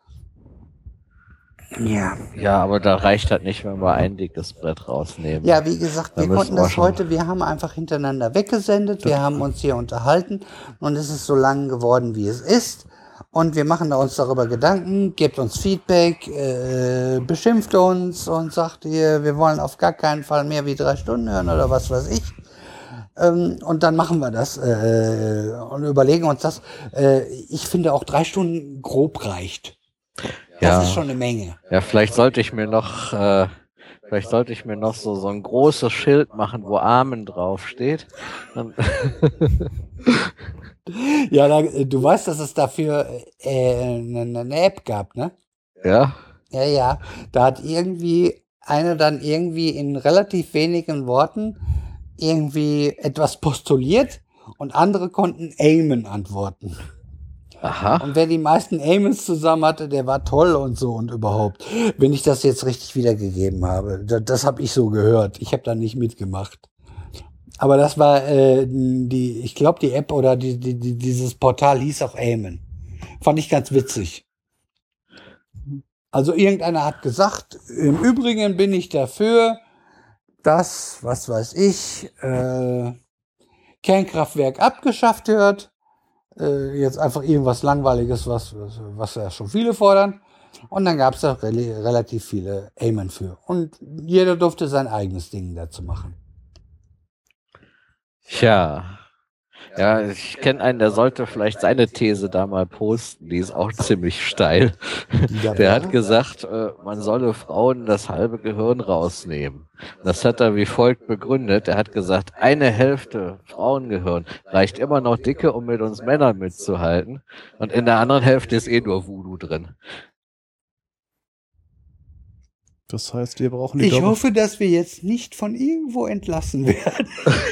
Ja. Ja, aber da reicht halt nicht, wenn wir ein dickes Brett rausnehmen. Ja, wie gesagt, Da wir müssen konnten wir das schon- heute, wir haben einfach hintereinander weggesendet, wir haben uns hier unterhalten und es ist so lang geworden, wie es ist. Und wir machen uns darüber Gedanken, gebt uns Feedback, beschimpft uns und sagt ihr, wir wollen auf gar keinen Fall mehr wie 3 Stunden hören oder was weiß ich. Und dann machen wir das und überlegen uns das. Ich finde auch 3 Stunden grob reicht. Das ist schon eine Menge. Ja, vielleicht sollte ich mir noch so ein großes Schild machen, wo Amen draufsteht. Ja, du weißt, dass es dafür eine App gab, ne? Ja. Ja. Da hat einer dann in relativ wenigen Worten irgendwie etwas postuliert und andere konnten Amen antworten. Aha. Und wer die meisten Amens zusammen hatte, der war toll und so und überhaupt. Wenn ich das jetzt richtig wiedergegeben habe. Das habe ich so gehört. Ich habe da nicht mitgemacht. Aber das war ich glaube die App oder dieses Portal hieß auch Amen. Fand ich ganz witzig. Also irgendeiner hat gesagt, im Übrigen bin ich dafür, dass, was weiß ich, Kernkraftwerk abgeschafft wird. Jetzt einfach irgendwas Langweiliges, was ja schon viele fordern. Und dann gab es da relativ viele Amen für. Und jeder durfte sein eigenes Ding dazu machen. Tja. Ja, ich kenne einen, der sollte vielleicht seine These da mal posten. Die ist auch ziemlich steil. Der hat gesagt, man solle Frauen das halbe Gehirn rausnehmen. Das hat er wie folgt begründet. Er hat gesagt, eine Hälfte Frauengehirn reicht immer noch dicke, um mit uns Männern mitzuhalten. Und in der anderen Hälfte ist nur Voodoo drin. Das heißt, wir brauchen die Ich hoffe, dass wir jetzt nicht von irgendwo entlassen werden.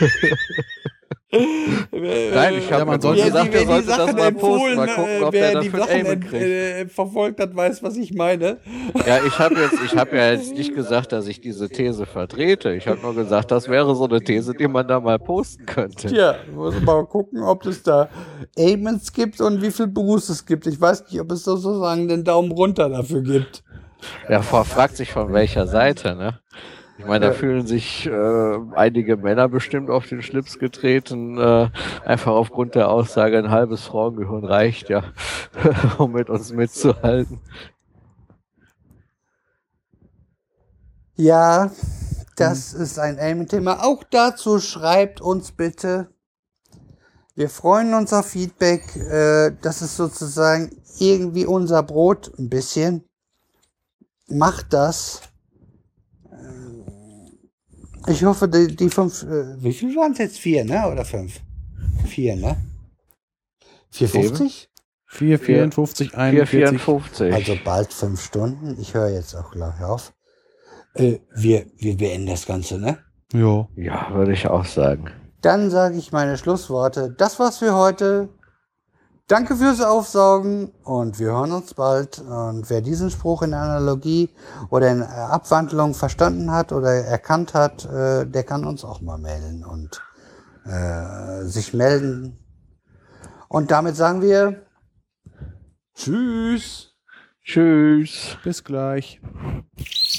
Nein, ich habe man sollte gesagt, er sollte das mal posten. empfohlen, Mal gucken, ob wer der die dafür Sachen Amen kriegt. verfolgt hat, weiß, was ich meine. Ja, ich habe ja jetzt nicht gesagt, dass ich diese These vertrete. Ich habe nur gesagt, das wäre so eine These, die man da mal posten könnte. Tja, muss mal gucken, ob es da Amens gibt und wie viel Buß es gibt. Ich weiß nicht, ob es sozusagen den Daumen runter dafür gibt. Ja, fragt sich von welcher Seite, ne? Ich meine, da fühlen sich einige Männer bestimmt auf den Schlips getreten, einfach aufgrund der Aussage, ein halbes Frauengehirn reicht ja, um mit uns mitzuhalten. Ja, das ist ein Amen-Thema. Auch dazu schreibt uns bitte. Wir freuen uns auf Feedback. Das ist sozusagen irgendwie unser Brot ein bisschen. Macht das. Ich hoffe, die 5, wie viel waren es jetzt? 4, ne? Oder 5? 4, ne? 4,50? 4,54, 41. 4,54. Also bald 5 Stunden. Ich höre jetzt auch gleich auf. Wir beenden das Ganze, ne? Ja. Ja, würde ich auch sagen. Dann sage ich meine Schlussworte. Das war's für heute. Danke fürs Aufsaugen und wir hören uns bald. Und wer diesen Spruch in Analogie oder in Abwandlung verstanden hat oder erkannt hat, der kann uns auch mal melden und sich melden. Und damit sagen wir Tschüss. Tschüss. Bis gleich.